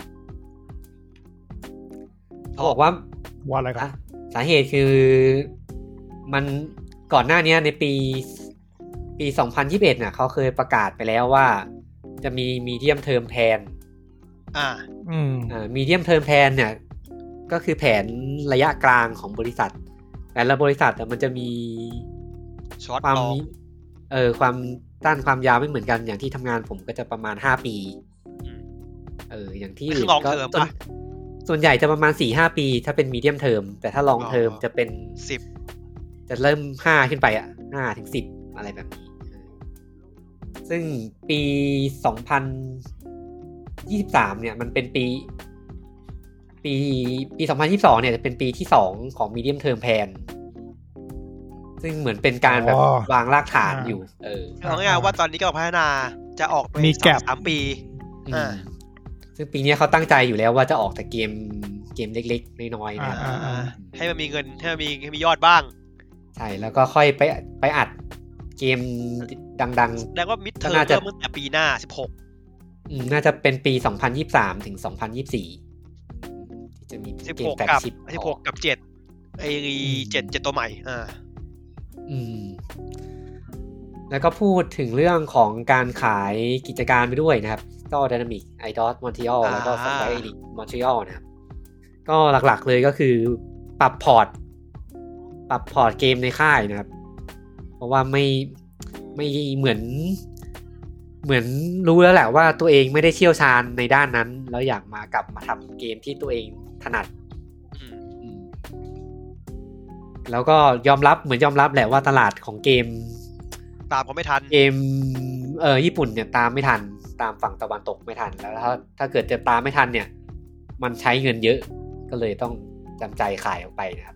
Speaker 1: เขาบอกว่า
Speaker 4: ว่าอะไรครับ
Speaker 1: สาเหตุคือมันก่อนหน้านี้ในปีปีสองพันยี่สิบเอ็ดน่ะเขาเคยประกาศไปแล้วว่าจะมีมีเดียมเทอมแพลน
Speaker 2: อ่า
Speaker 4: อืม
Speaker 1: อ่ามีเดียมเทอมแพลนเนี่ยก็คือแผนระยะกลางของบริษัทแต่ละบริษัทมันจะมี
Speaker 2: ความ
Speaker 1: เออความต้านความยาวไม่เหมือนกันอย่างที่ทำงานผมก็จะประมาณห้าปีเอออย่างที่อื่นก็ต้นส่วนใหญ่จะประมาณ สี่ห้า ปีถ้าเป็นมีเดียมเทอมแต่ถ้าลองเทอมจะเป็น
Speaker 2: สิบ
Speaker 1: จะเริ่มห้าขึ้นไปอ่ะห้าถึงสิบอะไรแบบนี้ซึ่งปีสองพันยี่สิบสามเนี่ยมันเป็นปีปีปีสองพันยี่สิบสองเนี่ยจะเป็นปีที่สองของมีเดียมเทอมแพลนซึ่งเหมือนเป็นการแบบวางรากฐานอยู่เออ
Speaker 2: เอาง่ายๆว่าตอนนี้ก็พัฒนาจะออกไปสามปีอ่า
Speaker 1: ซึ่งปีนี้เขาตั้งใจอยู่แล้วว่าจะออกแต่เกมเกมเล็กๆน้อยๆนะ
Speaker 2: ให้มันมีเงินให้มันมีให้มียอดบ้าง
Speaker 1: ใช่แล้วก็ค่อยไปไปอัดเกมดัง
Speaker 2: ๆแสดงว่ามิดเทอมเริ่มตั้งแต่ปีหน้าสิบหก
Speaker 1: อืมน่าจะเป็นปีสองพันยี่สิบสามถึงสองพันยี่สิบสี่ที่จะมีเกมแฟลกชิพ
Speaker 2: สิบหกกับเจ็ดไอ้เจ็ด เจ็ดตัวใหม่อ่า
Speaker 1: อืมแล้วก็พูดถึงเรื่องของการขายกิจการไปด้วยนะครับCrystal Dynamics ไอ ดี โอ เอส Montreal แล้วก็ Square Enix Montreal นะครับก็หลักๆเลยก็คือปรับพอร์ตปรับพอร์ตเกมในค่ายนะครับเพราะว่าไม่ไม่เหมือนเหมือนรู้แล้วแหละว่าตัวเองไม่ได้เชี่ยวชาญในด้านนั้นแล้วอยากมากลับมาทำเกมที่ตัวเองถนัดแล้วก็ยอมรับเหมือนยอมรับแหละว่าตลาดของเกม
Speaker 2: ตามก็ไม่ทัน
Speaker 1: เกมเออญี่ปุ่นเนี่ยตามไม่ทันตามฝั่งตะวันตกไม่ทันแล้วถ้าถ้าเกิดจะตามไม่ทันเนี่ยมันใช้เงินเยอะก็เลยต้องจำใจขายออกไปนะครับ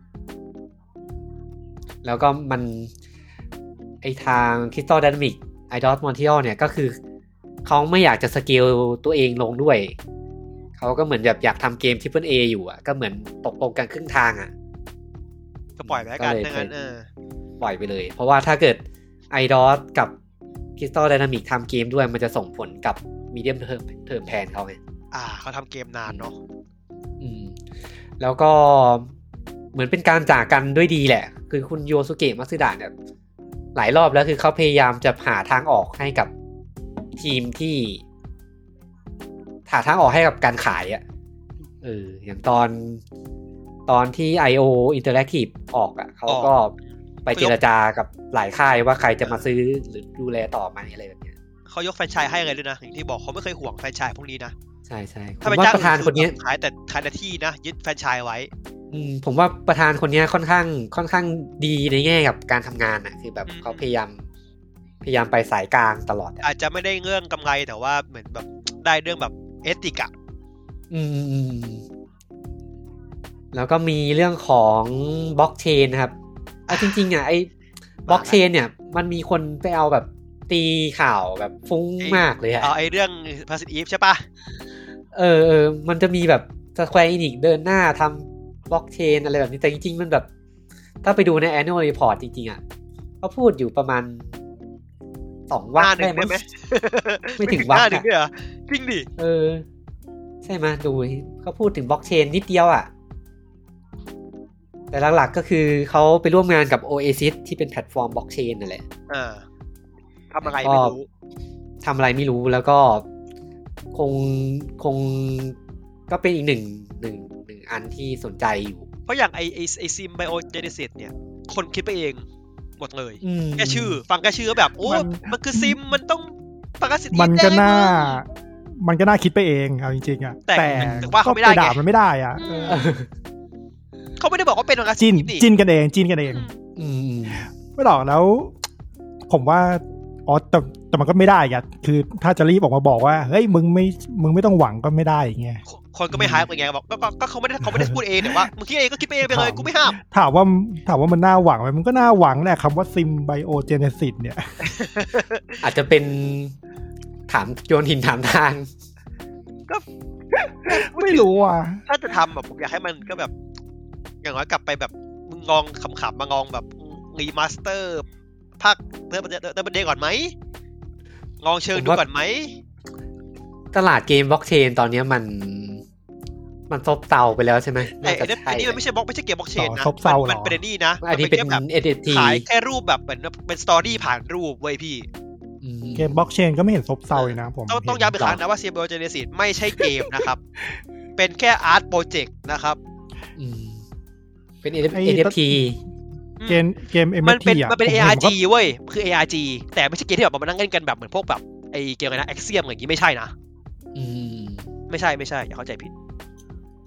Speaker 1: แล้วก็มันไอทาง Crystal Dynamics ไอ ดี โอ เอส Montreal เนี่ยก็คือเขาไม่อยากจะสเกลตัวเองลงด้วยเขาก็เหมือนแบบอยากทำเกม Triple A อยู่อ่ะก็เหมือนตกลงกันครึ่งทางอ่ะ
Speaker 2: ก็ปล่อยไปแล้วกันดังนั้นเออ
Speaker 1: ปล่อยไปเลยเพราะว่าถ้าเกิด ไอ ดี โอ เอส กับ Crystal Dynamics ทำเกมด้วยมันจะส่งผลกับ Medium Term Term Plan เขาไง
Speaker 2: อ่าเขาทำเกมนานเนาะ
Speaker 1: อืมแล้วก็เหมือนเป็นการจากกันด้วยดีแหละคือคุณโยสุเกะมัตสึดะเนี่ยหลายรอบแล้วคือเขาพยายามจะหาทางออกให้กับทีมที่หาทางออกให้กับการขายอ่ะเอออย่างตอนตอนที่ ไอ โอ Interactive ออกอ่ะเขาก็ไปเจรจากับหลายค่ายว่าใครจะมาซื้อหรือดูแลต่อไหมอะไรแบบนี้
Speaker 2: เขายกแฟรนไชส์ให้เลยด้วยนะอย่างที่บอกเขาไม่เคยห่วงแฟรนไชส์พวกนี้นะ
Speaker 1: ใช่ใช่
Speaker 2: ถ้าเป็นประธานคนนี้ขายแต่ขายแต่ที่นะยึดแฟรนไชส์ไว้
Speaker 1: อืมผมว่าประธานคนนี้ค่อนข้างค่อนข้างดีในแง่กับการทำงานอ่ะคือแบบเขาพยายามพยายามไปสายกลางตลอด
Speaker 2: อาจจะไม่ได้เรื่องกำไรแต่ว่าเหมือนแบบได้เรื่องแบบเอติกอะ
Speaker 1: อืมแล้วก็มีเรื่องของบล็อกเชนนะครับอ่ะจริงๆอ่ะไอ้บล็อกเชนเนี่ยมันมีคนไปเอาแบบตีข่าวแบบฟุ้งมากเลยอ่ะ
Speaker 2: เอาไอ้เรื่อง Passive Eve ใช่ป่ะ
Speaker 1: เออเออมันจะมีแบบ Square Enix เดินหน้าทำบล็อกเชนอะไรแบบนี้แต่จริงๆมันแบบถ้าไปดูใน Annual Report จริงๆอ่ะเขาพูดอยู่ประมาณสองวรรคได้มั้ยไม่ถึงวรรคอ่ะ
Speaker 2: จริงดิ
Speaker 1: เออใช่มั้ยดูเขาพูดถึงบล็อกเชนนิดเดียวอ่ะแต่หลักๆก็คือเขาไปร่วมงานกับ Oasis ที่เป็นแพลตฟอร์มบล็อกเชนนั่นแหละ
Speaker 2: อ่าทำอะไรไม่รู้
Speaker 1: ทำอะไรไม่รู้แล้วก็คงคงก็เป็นอีกหนึ่งหนึ่งหนึ่งอันที่สนใจอยู่
Speaker 2: เพราะอย่างไอไอไอซิมไบโอเจเนซิสเนี่ยคนคิดไปเองหมดเลยแค่ชื่อฟังแค่ชื่อแบบโอ้มันคือซิมมันต้องปกติ
Speaker 4: มันก็น่ามันก็น่าคิดไปเองเอาจริงๆอ่ะแต่
Speaker 2: ว่าเขาไม่ได้
Speaker 4: ด่ามันไม่ได้อ่ะ
Speaker 2: เขาไม่ได้บอกว่าเป็นปกติ
Speaker 4: จิ้นจิ้นกันเองจิ้นกันเองไม่หรอกแล้วผมว่าอ๋อแต่แต่มันก็ไม่ได้อ่ะคือถ้าจะรีบออกมาบอกว่าเฮ้ยมึงไม่มึงไม่ต้องหวังก็ไม่ได้อย่างเงี้ย
Speaker 2: คนก็ไม่ฮาร์ปไงบอกก็ก็เขาไม่ได้เขาไม่ได้พูดเองแต่ว่ามึงคิดเองก็คิดไปเองไปเลยกูไม่ห้าม
Speaker 4: ถามว่าถามว่ามันน่าหวังไหมมันก็น่าหวังแหละคำว่าซิมไบโอเจเนซิสเนี่ย
Speaker 1: อาจจะเป็นถามโยนหินถามทาง
Speaker 2: ก็
Speaker 4: ไม่รู้อ่ะ
Speaker 2: ถ้าจะทำแบบผมอยากให้มันก็แบบอย่างน้อยกลับไปแบบมึงงองขำๆมางองแบบรีมาสเตอร์ภาคเติมเติมประเด็นก่อนไหมลองเชิงดูก่อนไหม
Speaker 1: ตลาดเกมบล็อกเชนตอนนี้มันมันซบเซาไปแล้วใช่ไหม
Speaker 2: ไอ้อันนี้มันไม่ใช่บล็อกไม่ใช่เกมบล็อกเชนนะมันเป็นนี่นะ
Speaker 1: อันนี้เป็น เอฟ ที
Speaker 2: ขายแค่รูปแบบเหมือนเป็นสตอรี่ผ่านรูปเว้ยพี่
Speaker 4: เกมบล็อกเชนก็ไม่เห็นซบเซาเลยนะผม
Speaker 2: ต้องต้องย้ำอีกครั้งนะว่า Symbiote Genesis ไม่ใช่เกมนะครับเป็นแค่อาร์ตโปรเจกต์นะครับ
Speaker 1: เป็น เอ เอฟ ที
Speaker 4: เกมเกม เอ็ม
Speaker 2: มั
Speaker 4: เอฟ
Speaker 2: นเป็น
Speaker 4: อ่ะ
Speaker 2: มันเป็น เอ อาร์ จี เว้ยคือ เอ อาร์ จี แต่ไม่ใช่เกมที่แบบมานั่งเล่นกันแบบเหมือนพวกแบบไอ้เกมอะไรนะ Axiom อย่างงี้ไม่ใช่นะอืมไม่ใช่ไม่ใช่อย่าเข้าใจผิด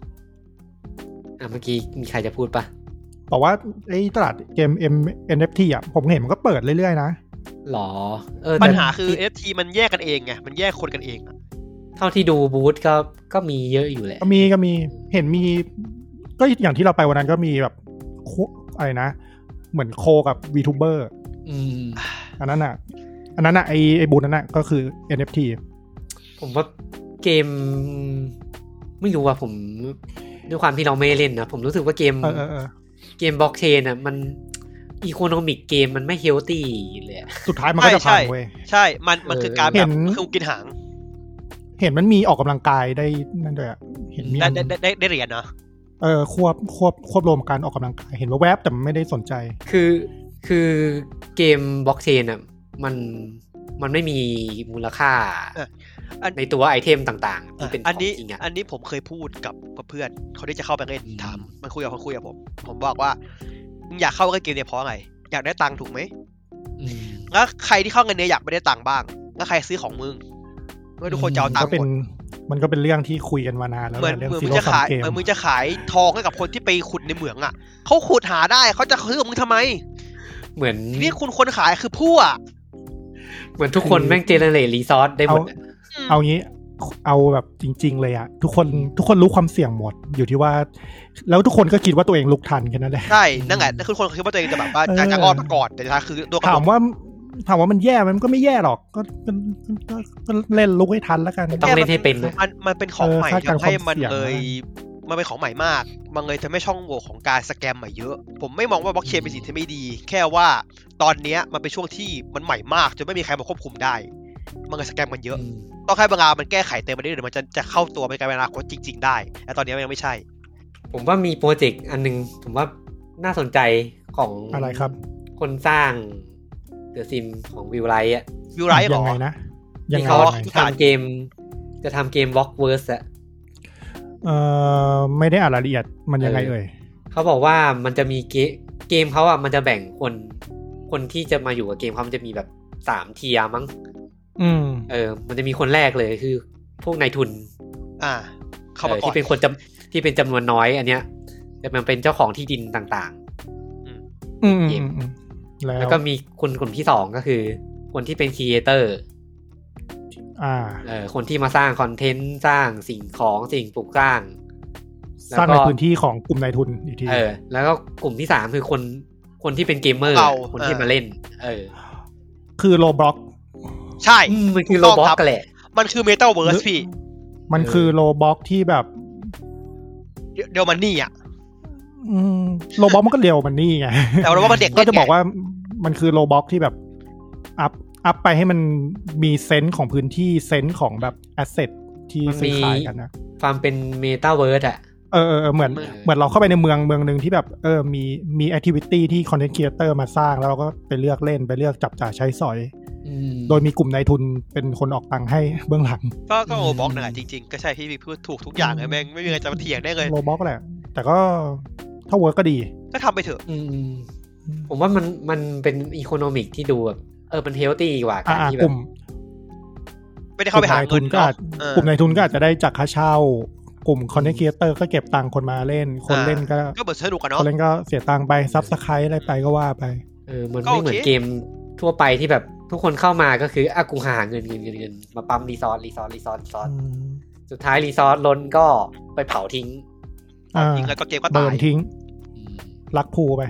Speaker 1: อ่ะเมื่อกี้มีใครจะพูดปะ
Speaker 4: บอกว่าไอ้ตลาดเกม เอ็น เอฟ ที อ่ะผมเห็นมันก็เปิดเรื่อยๆนะ
Speaker 1: หรอเออ
Speaker 2: ปัญหาคือ เอฟ ที มันแยกกันเองไงมันแยกคนกันเองอ่ะ
Speaker 1: เท่าที่ดูบูธก็ก็มีเยอะอยู่แหละ
Speaker 4: ก็มีก็มีเห็นมีก็อย่างที่เราไปวันนั้นก็มีแบบอะไรนะเหมือนโคกับ VTuber
Speaker 1: อืม
Speaker 4: อันนั้นน่ะอันนั้นน่ะไอ้ไอ้บูธนั้นน่ะก็คือ เอ็น เอฟ ที
Speaker 1: ผมว่าเกมไม่รู้ว่าผมด้วยความที่เราไม่เล่นนะผมรู้สึกว่าเกม
Speaker 4: เออเออ
Speaker 1: เกมบล็อกเชนอ่ะมันอีโคโนมิกเกมมันไม่เฮลตี้เลย
Speaker 4: สุดท้ายมันก็จะพังเว้ย
Speaker 2: ใช่มันมันคือการแบบคือกินหาง
Speaker 4: เห็นมันมีออกกำลังกายได้นั่นด้วยอ่ะเห็นมี
Speaker 2: ได้ได้ได้ได้เหรียญเนาะ
Speaker 4: เออควบควบควบรวมการออกกำลังกายเห็นว่าแวบแต่ไม่ได้สนใจ
Speaker 1: คือคือเกมบล็อกเชนอ่ะมันมันไม่มีมูลค่าในตัวไอเทมต่างๆที่เป็นของจริงอ่ะ
Speaker 2: อันนี้ผมเคยพูดกับเพื่อนเขาที่จะเข้าไปเล่นถามมันคุยกับเขาคุยกับผมผมบอกว่ามึงอยากเข้าเกมเนี่ยเพราะอะไรอยากได้ตังค์ถูกไหมแล้วใครที่เข้าเงินเนี่ยอยากไม่ได้ตังค์บ้างแล้วใครซื้อของมึงเมื่อทุกคนจะเอาตังค์หมด
Speaker 4: มันก็เป็นเรื่องที่คุยกันมานานแล้ว
Speaker 2: เหมือนเหมือนมึงจะขายเหมือนมึงจะขายทองให้กับคนที่ไปขุดในเหมืองอ่ะเขาขุดหาได้เขาจะซื้อกับมึงทำไม
Speaker 1: เหมือน
Speaker 2: นี่คุณคนขายคือผู้อ่ะ
Speaker 1: เหมือนทุกคนแม่งเจเนเรตรีซอสได้หมด
Speaker 4: เอางี้เอาแบบจริงๆเลยอะทุกคนทุกคนรู้ความเสี่ยงหมดอยู่ที่ว่าแล้วทุกคนก็คิดว่าตัวเองลุกทันแค่นั้นแหละ
Speaker 2: ใช่นั่นแหละทุกคนคิดว่าตัวเองจะแบบว่าจะจะรอดมาก่อนแต่ท้ายคือตัว
Speaker 4: ถามว่าถามว่ามันแย่มันก็ไม่แย่หรอกก็เป็นก็เล่นลุกให้ทันแล้วกัน
Speaker 1: ต้องเล่นให้เป็น
Speaker 2: มันมันเป็นของใหม่ทำให้มันเลยมันเป็นของใหม่มากมันเลยทำให้ช่องโหว่ของการสแกมใหม่เยอะผมไม่มองว่าบล็อกเชนเป็นสิ่งที่ไม่ดีแค่ว่าตอนนี้มันเป็นช่วงที่มันใหม่มากจนไม่มีใครมาควบคุมได้มันเลยสแกมกันเยอะต้องให้บางงานมันแก้ไขเต็มไปได้หรือมันจะจะเข้าตัวไปในอนาคตจริงๆได้แต่ตอนนี้มันยังไม่ใช่
Speaker 1: ผมว่ามีโปรเจกต์อันนึงผมว่าน่าสนใจของ
Speaker 4: อะไรครับ
Speaker 1: คนสร้างเดอะซิมของวิวไลท์อ่ะ
Speaker 2: วิวไลท์
Speaker 4: ยังไงนะ
Speaker 1: ที่เขาทำเกมจะทำเกมวอล์กเวิร์สอ่ะ
Speaker 4: เอ่อไม่ได้อ่านรายละเอียดมันยังไงเอ่ย
Speaker 1: เขาบอกว่ามันจะมีเกมเกมเขาอ่ะมันจะแบ่งคนคนที่จะมาอยู่กับเกมเขามันจะมีแบบสามเทียร์มั้ง
Speaker 4: อืม
Speaker 1: เออมันจะมีคนแรกเลยคือพวกนายทุน
Speaker 2: อ่าเขามาก่อน
Speaker 1: ที่เป็นคนจำที่เป็นจำนวนน้อยอันเนี้ยแต่มันเป็นเจ้าของที่ดินต่าง
Speaker 4: ๆอืม
Speaker 1: เกมแล้วก็มีคนกลุ่มที่สองก็คือคนที่เป็นครีเอเตอร์
Speaker 4: อ่า
Speaker 1: เออคนที่มาสร้างคอนเทนต์สร้างสิ่งของสิ่งปลูกสร้าง
Speaker 4: สร้างในพื้นที่ของกลุ่มนายทุนอีกที
Speaker 1: เออแล้วก็กลุ่มที่สามคือคนคนที่เป็นเกมเมอร์คนที่มาเล่นเออ
Speaker 4: คือโรบล็อก
Speaker 2: ใช่
Speaker 1: มันคือโรบล็อกกันแหละ
Speaker 2: มันคือเมตาเวิร์สพี่
Speaker 4: มันคือโรบล็อกที่แบบ
Speaker 2: เดียวมันนี่อ่ะ
Speaker 4: โรบล็อกมันก็เดียวมันนี่ไง
Speaker 2: แต่โรบล็อกเด็ก
Speaker 4: ก็จะบอกว่ามันคือโรบล็อกที่แบบอัพอัพไปให้มันมีเซนส์ของพื้นที่เซนส์ของแบบแอสเซทที่ซื้อขายกันนะ
Speaker 1: ความเป็นเมตาเวิร์สอ่ะ
Speaker 4: เออเออเหมือนเหมือนเราเข้าไปในเมืองเมืองนึงที่แบบเออมีมีแอคทิวิตี้ที่คอนเทนต์ครีเอเตอร์มาสร้างแล้วเราก็ไปเลือกเล่นไปเลือกจับจ่ายใช้สอยโดยมีกลุ่มนายทุนเป็นคนออกตังค์ให้เบื้องหลัง
Speaker 2: ก็ก็โรบล็อกนั่นแหละจริงๆก็ใช่ที่พูดถูกทุกอย่างเลยแม่งไม่มีใครจะมาเถียงได้เลย
Speaker 4: โรบล็อกแหละแต่ก็ถ้าเวิร์กก็ดี
Speaker 2: ก็ทำไปเถอะ
Speaker 1: ผมว่ามันมันเป็นอีโคโนมิกที่ดูแบบเออเป็นเฮลตี้กว่าการที่แบบ
Speaker 2: ไม่ได้เข้าไปหาเงิน
Speaker 4: ก็กลุ่มนายทุนก็อาจจะได้จากค่าเช่ากลุ่มคอนเทนต์ครีเอเตอร์ก็เก็บตังค์คนมาเล่นคนเล่นก็
Speaker 2: ก็เบิดสนุกกันเนาะ
Speaker 4: คนเล่นก็เสียตังค์ไปซับสไครป์อะไรไปก็ว่าไป
Speaker 1: เออมันไม่เหมือนเกมทั่วไปที่แบบทุกคนเข้ามาก็คืออ่ะกูหาเงินเงินเงินเงินมาปั๊มรีซอสรีซอสรีซอสรีซอสสุดท้ายรีซอสล้นก็ไปเผาทิ้ง
Speaker 2: ทิ้งแล้วก็เกมก็ตาย
Speaker 4: เบิร์นทิ้งลักพูไป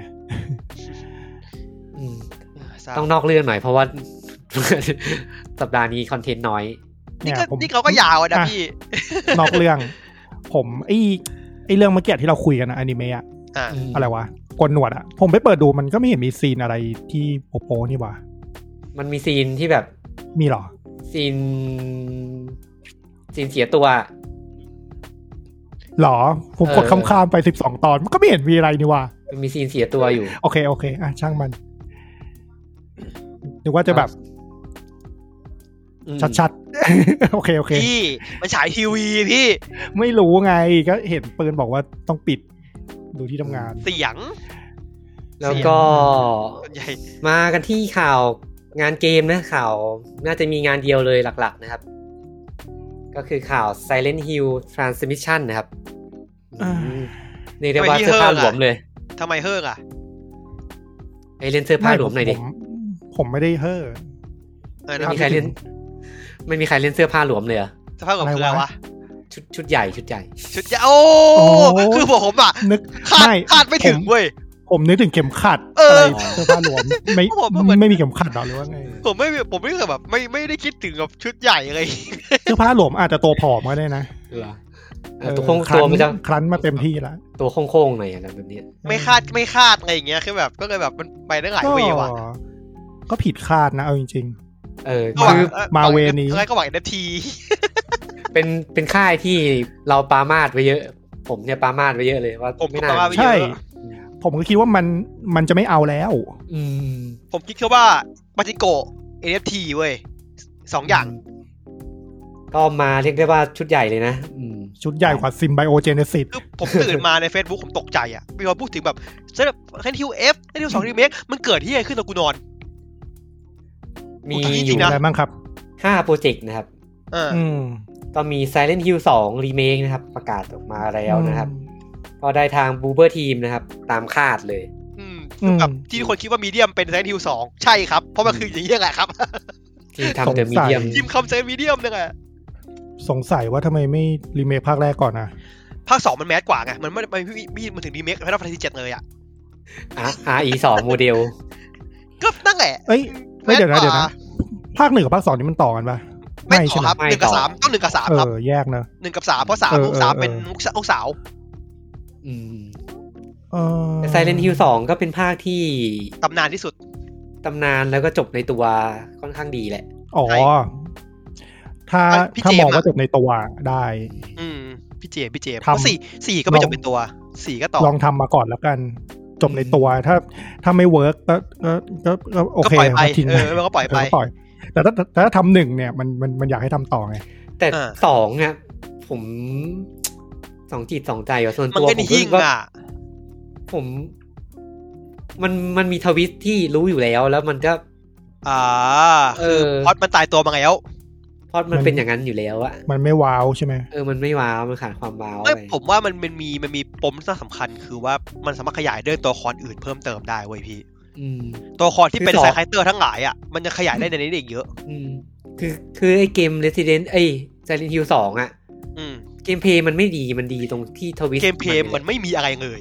Speaker 1: ต้องนอกเรื่องหน่อยเพราะว่าสัปดาห์นี้คอนเทนต์น้อย
Speaker 2: นี่ก็นี่เขาก็ยาวนะพี่
Speaker 4: นอกเรื่องผมไอ้ไอ้เรื่องเมื่อกี้ที่เราคุยกันนะอนิเมะอะอะไรวะกลหนวดอะผมไปเปิดดูมันก็ไม่เห็นมีซีนอะไรที่โปโปนี่หว่า
Speaker 1: มันมีซีนที่แบบ
Speaker 4: มีหรอ
Speaker 1: ซีนซีนเสียตัว
Speaker 4: หรอผมกดข้ามๆไปสิบสองตอนมันก็ไม่เห็นมีอะไรนี่ว่า
Speaker 1: มันมีซีนเสียตัวอยู่
Speaker 4: โอเคโอเคอ่ะช่างมันนึกว่าจะแบบชัดๆโอเคโอเค
Speaker 2: พี่มันฉายทีวีพี่
Speaker 4: ไม่รู้ไงก็เห็นปืนบอกว่าต้องปิดดูที่ทำงาน
Speaker 2: เสียง
Speaker 1: แล้วก็มากันที่ข่าวงานเกมนะข่าวน่าจะมีงานเดียวเลยหลักๆนะครับก็คือข่าว Silent Hill Transmission นะครับนี่เรียกว่าเสื้อผ้าหลวมเลย
Speaker 2: ทำไมเฮิร์กอ่ะ
Speaker 1: ไอเล่นเสื้อผ้าหลวมหน่อยดิ
Speaker 4: ผมไม่ได้เฮิร์ก
Speaker 1: ไม่มีใครเล่นไม่มีใครเล่นเสื้อผ้าหลวมเลยเหรอ
Speaker 2: เสื้อผ้าหลวมคืออะไรวะ
Speaker 1: ชุดชุดใหญ่ชุดใหญ่
Speaker 2: ชุดใหญ่โอ้คือผมอ่ะ
Speaker 4: นึก
Speaker 2: คาดคาดไม่ถึงเว้ย
Speaker 4: ผมนึกถึงเข็มขัดอะไรเสื้อผ้าหลวมไม่ไม่มีเข็มขัดหรอหรือว่าไง
Speaker 2: ผมไม่ผมไม่เคยแบบไม่ไม่ได้คิดถึงกับชุดใหญ่อะไร
Speaker 4: เสื้อผ้าหลวมอาจจะตัวผอมก็ได้นะ
Speaker 1: ตัวโค้งตัวมันจะ
Speaker 4: ครั้นมาเต็มที่แล้ว
Speaker 1: ตัวโค้งๆหน่อยอะไรแบบนี้
Speaker 2: ไม่คาดไม่คาดอะไรอย่างเงี้ยคือแบบก็เลยแบบมันไปได้หลายเวย์ว่ะ
Speaker 4: ก็ผิดคาดนะเอาจริง
Speaker 1: ๆเออ
Speaker 4: คือมาเวนี้
Speaker 2: อะไรก็หวัง เอ็น เอฟ ที
Speaker 1: เป็นเป็นค่ายที่เราปามาดไว้เยอะผมเนี่ยปามาดไว้เยอะเลยว่า
Speaker 2: ผมไม่น่า
Speaker 4: ใช่ผมก็คิดว่ามันมันจะไม่เอาแล้ว
Speaker 1: อืม
Speaker 2: ผมคิดแค่ว่าปาจิโกะ เอ็น เอฟ ที เว้ยสองอย่าง
Speaker 1: ก็มาเรียกได้ว่าชุดใหญ่เลยนะ
Speaker 4: ชุดใหญ่กว่าซิมไบโอเจเนซิส
Speaker 2: คือผมตื่นมาใน Facebook ผมตกใจอ่ะมีคนพูดถึงแบบเซตเคนทิว F เคนทิวสองรีเมคมันเกิดที่ไหนขึ้นตอนกูนอน
Speaker 1: มีอยู่
Speaker 4: อะไรบ้างครับ
Speaker 1: ห้าโปรเจกต์นะครับ
Speaker 4: อืม
Speaker 1: ก็มี Silent Hill สอง Remake นะครับประกาศออกมาแล้วนะครับก็ได้ทาง Boober Team นะครับตามคาดเลย
Speaker 2: อืมกับที่ทุกคนคิดว่ามีเดียมเป็น Silent Hill สองใช่ครับเพราะมันคืออย่างนี้แหละครับ
Speaker 1: ทีมทำแต่มีเดียม
Speaker 2: ทีมคำเซนมีเดียมเนี่ยแหละ
Speaker 4: สงสัยว่าทำไมไม่รีเมคภาคแรกก่อนนะ
Speaker 2: ภาคสองมันแมสกว่าไงมันไม่ไม่มีมันถึงรีเมคFinal Fantasy เจ็ดเลยอ่ะ
Speaker 1: อ่ะ อาร์ อี สองโมเดล
Speaker 2: ก็นั่นแหละ
Speaker 4: เอ้ยไม่เดี๋ยวนะเดี๋ยวนะภาคหนึ่งกับภาคสองนี่มันต่อกันปะ
Speaker 2: ไม่ใช่ครับหนึ่งกับสามต้องหนึ่งกับสามครับ
Speaker 4: เออแยกนะ
Speaker 2: หนึ่งกับสามเพราะสามลูกสามเป็นลูกสาว
Speaker 1: อืมเออ Silent Hill สองก็เป็นภาคที่
Speaker 2: ตำนานที่สุด
Speaker 1: ตำนานแล้วก็จบในตัวค่อนข้างดีแหละ
Speaker 4: อ๋อถ้าถ้ามองว่าจบในตัวได้
Speaker 2: อืมพี่เจพี่เจเพราะสี่สี่ก็ไม่จบเป็นตัวสี่ก็ต่อ
Speaker 4: ลองทำมาก่อนแล้วกันจบในตัวถ้าถ้าไม่เวิร์กก็ก็ก็โอเค
Speaker 2: ทิ้งเออก็ปล่อยไป
Speaker 4: แต่ถ้าแต่ถ้าทำหนึ่งเนี่ยมันมันมันอยากให้ทำต่อไง
Speaker 1: แต่สองเนี่ยผมสองจิตสองใจอ่ะส่วนตัวผมก็ผมมันมันมีทวิสต์ที่รู้อยู่แล้วแล้วมันก็
Speaker 2: อ่าเออพอดมันตายตัวมาแล้ว
Speaker 1: พอดมันเป็นอย่างนั้นอยู่แล้วอะ
Speaker 4: มันไม่ว้าวใช่ไหม
Speaker 1: เออมันไม่ว้าวมันขาดความว้าว
Speaker 2: ไม่ผมว่ามันมันมีมันมีปมที่สำคัญคือว่ามันสามารถขยายเรื่องตัวละครอื่นเพิ่มเติมได้เว้ยพี่ตัวละครที่เป็นไซไคเตอร์ทั้งหลายอ่ะมันจะขยายได้ในนี้อีกเยอะ
Speaker 1: คือคือไอ้เกม Resident ไอ้ Silent Hill สองอ่ะเกมเพลย์มันไม่ดีมันดีตรงที่ทวิสต์
Speaker 2: เกมเพลย์มันไม่มีอะไรเลย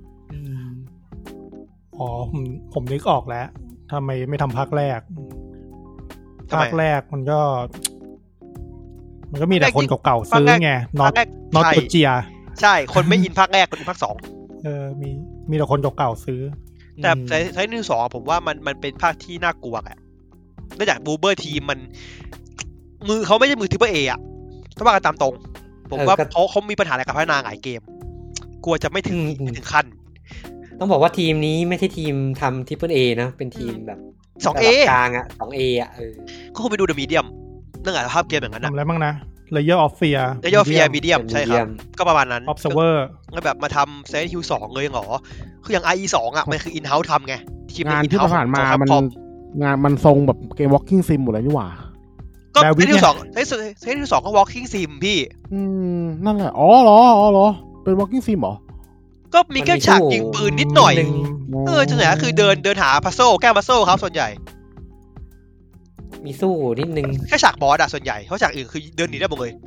Speaker 4: อ๋อผมผมนึกออกแล้วทำไมไม่ทำภาคแรกภาคแรกมันก็มันก็มีแต่คนเก่าๆซื้อไงน็อตน็อตตัวเจีย
Speaker 2: ใช่คนไม่อินภาคแรกคนอินภาคสอง
Speaker 4: เออมีมีแต่คนเก่าๆซื้อ
Speaker 2: แต่ไซส์หนึ่งสองผมว่ามันมันเป็นภาคที่น่ากลัวแหละเนื่องจากบูเบอร์ทีมมันมือเขาไม่ใช่มือทิปเปอร์เออะถ้าว่ากันตามตรงผมว่าเขาเขามีปัญหาในการพัฒนาหลายเกมกลัวจะไม่ถึงถึงขั้น
Speaker 1: ต้องบอกว่าทีมนี้ไม่ใช่ทีมทำทิปเปอร์เอนะเป็นทีมแบบ
Speaker 2: สอง เอ
Speaker 1: กลางอะ สอง เอ อะเออ
Speaker 2: ก็คงไปดูเดอะมีเดียมนั่นแหละภาพเกมอย่างนั้น
Speaker 4: ทำอะไรบ้างนะ Layer of Fear
Speaker 2: Layer of Fear Medium ใช่ครับก็ประมาณนั้น
Speaker 4: Observer
Speaker 2: ก็แบบมาทำ Silent Hill สองเลยเหรอคืออย่าง อาร์ อี สองอ่ะมันคือ in-house ทำไง
Speaker 3: งานที่ผ่านมามันงานมันทรงแบบเกม Walking Sim หมดเลยนี่หว่า
Speaker 2: ก็ Silent Hill สอง Silent Hill สองก็ Walking Sim พี่
Speaker 3: อืมนั่นแหละอ๋อเหรออ๋อเหรอเป็น Walking Sim เหรอ
Speaker 2: ก็มีแค่ฉากยิงปืนนิดหน่อยเออจังไหนก็คือเดินเดินหาพัซโซลแก้พัซโซลครับส่วนใหญ่
Speaker 1: มีสู้นิดนึง
Speaker 2: แค่ฉากบอสอะส่วนใหญ่เพราะฉากอื่นคือเดินหนีได้หมดเลย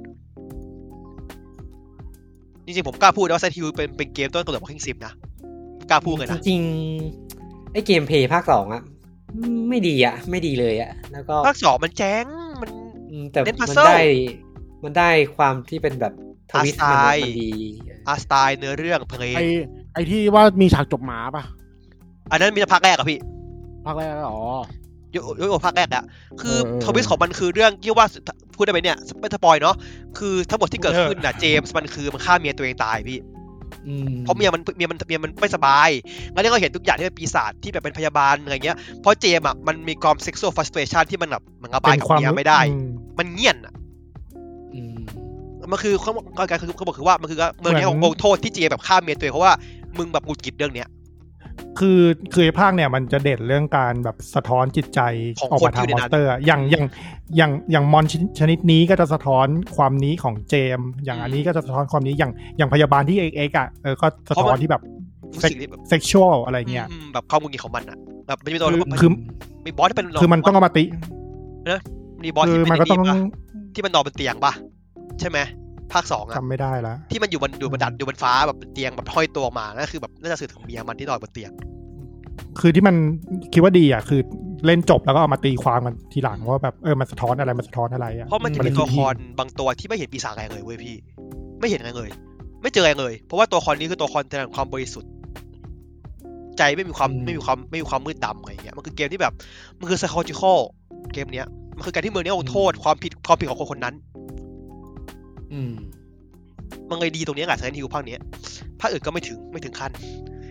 Speaker 2: จริงๆผมกล้าพูดว่า Silent Hill เป็นเป็นเกมต้นกำเนิดของ Walking Sim นะกล้าพูดเลยนะ
Speaker 1: จริงๆไอ้เกมเพลย์ภาคสองอะไม่ดีอะไม่ดีเลยอะแล้วก็
Speaker 2: ภาคสองมันแจ้งมัน
Speaker 1: แต่มันได้มันได้ความที่เป็นแบบทวิสต์มันดี
Speaker 2: อาร์สไตล์เนื้อเรื่องเพลง
Speaker 3: ไอ้ไอ้ที่ว่ามีฉากจบหมาป่ะ
Speaker 2: อันนั้นมีแต่ภาคแรกอะพี่
Speaker 3: ภาคแรกอ๋อ
Speaker 2: โยโย่ภาคแรกอะคือทวิสต์ของมันคือเรื่องที่ว่าพูดได้ไหมเนี่ยไม่สปอยเนาะคือทั้งหมดที่เกิดขึ้นน่ะเจมส์มันคือมันฆ่าเมียตัวเองตายพี่เพราะเมียมันเมียมันเมียมันไม่สบายงั้นนี่ก็เห็นทุกอย่างที่เป็นปีศาจที่แบบเป็นพยาบาลอะไรเงี้ยเพราะเจมส์อะมันมีความเซ็กชวลฟรัสเตรชันที่มันแบบมันระบายกับเมียไม่ได้มันเงียบอะมันคือเขาการคือเขาบอกคือว่ามันคือเมืองนี้ของโกโทษที่เจแบบฆ่าเมียตัวเองเพราะว่ามึงแบบหงุดหงิดเรื่องเนี้ย
Speaker 4: คือคือภาคเนี่ยมันจะเด่นเรื่องการแบบสะท้อนจิตใจออกมาทางมอนสเตอร์อย่างอย่างอย่างอย่างมอนชนิดนี้ก็จะสะท้อนความนี้ของเจมอย่างอันนี้ก็จะสะท้อนความนี้อย่างอย่างพยาบาลที่เอ็กเอ็กอ่ะเออก็สะท้อนที่แบบเซ็กชวลอะไรเงี้ย
Speaker 2: แบบความมุนงิดของมันอ่ะแบบไม่ใช่ตัว
Speaker 4: คือ
Speaker 2: มีบอสที่เป็น
Speaker 4: คือมันต้องเอามาติ
Speaker 2: นะมีบอสที่เป็นต้องที่มันนอนบนเตียงป่ะใช่ไหมภาคสองอะ
Speaker 4: จำไม่ได้แล้ว
Speaker 2: ที่มันอยู่บนอยู่บนดัดอยู่บนฟ้าแบบเตียงแบบห้อยตัวมานั่นคือแบบน่าจะสื่อถึงเมียมันที่นอนบนเตียง
Speaker 4: คือที่มันคิดว่าดีอ่ะคือเล่นจบแล้วก็เอามาตีความกันทีหลังว่าแบบเออมันสะท้อนอะไรมันสะท้อนอะไรอ่ะ
Speaker 2: เพราะมันจะมีตัวละครบางตัวที่ไม่เห็นปีศาจอะไรเลยเว้ยพี่ไม่เห็นอะไรเลยไม่เจออะไรเลยเพราะว่าตัวละครนี้คือตัวละครแสดงความบริสุทธิ์ใจไม่มีความไม่มีความไม่มีความมืดดำอะไรอย่างเงี้ยมันคือเกมที่แบบมันคือ psychological เกมเนี้ยมันคือการที่เมืองนี้เอาโทษความผิดความผิดของคนคนนั้น
Speaker 1: อืม
Speaker 2: มันเลยดีตรงนี้แหละSilent Hillภาคนี้ภาคอื่นก็ไม่ถึงไม่ถึงขั้น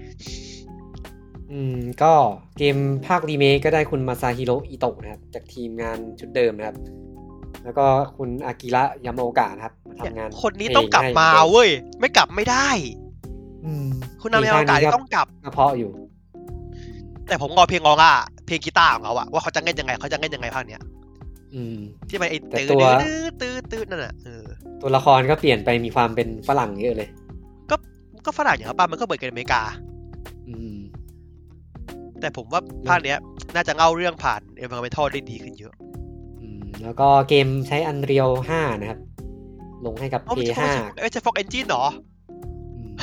Speaker 1: อืมก็เกมภาครีเมคก็ได้คุณมาซาฮิโร่อิโตะนะครับจากทีมงานชุดเดิมนะครับแล้วก็คุณอากิระยามาโอกะนะครับมาทำงาน
Speaker 2: คนนี้ต้องกลับมาเว้ยไม่กลับไม่ได้อืมคุณยามาโอกะต้องกลับ
Speaker 1: เพราะอยู่
Speaker 2: แต่ผมรอเพลงร้องอ่ะเพลงกีตาร์ของเขาอะว่าเขาจะเล่นยังไงเขาจะเล่นยังไงภาคเนี้ย
Speaker 1: อืม
Speaker 2: ที่มันไอ้ตื้อตื้อตื้อนั่นน่ะเออ
Speaker 1: ตัวละครก็เปลี่ยนไปมีความเป็นฝรั่งเยอะเลย
Speaker 2: ก็ก็ฝรั่งอย่างป่ะมันก็เหมือนกันอเมริกา
Speaker 1: อืม
Speaker 2: แต่ผมว่าภาคเนี้ยน่าจะเล่าเรื่องผ่าน environmental ได้ดีขึ้นเยอะ
Speaker 1: อืมแล้วก็เกมใช้ Unreal ห้านะครับลงให้กับ พี ห้า
Speaker 2: เอ้ยใช้ Fox Engine เหรออืม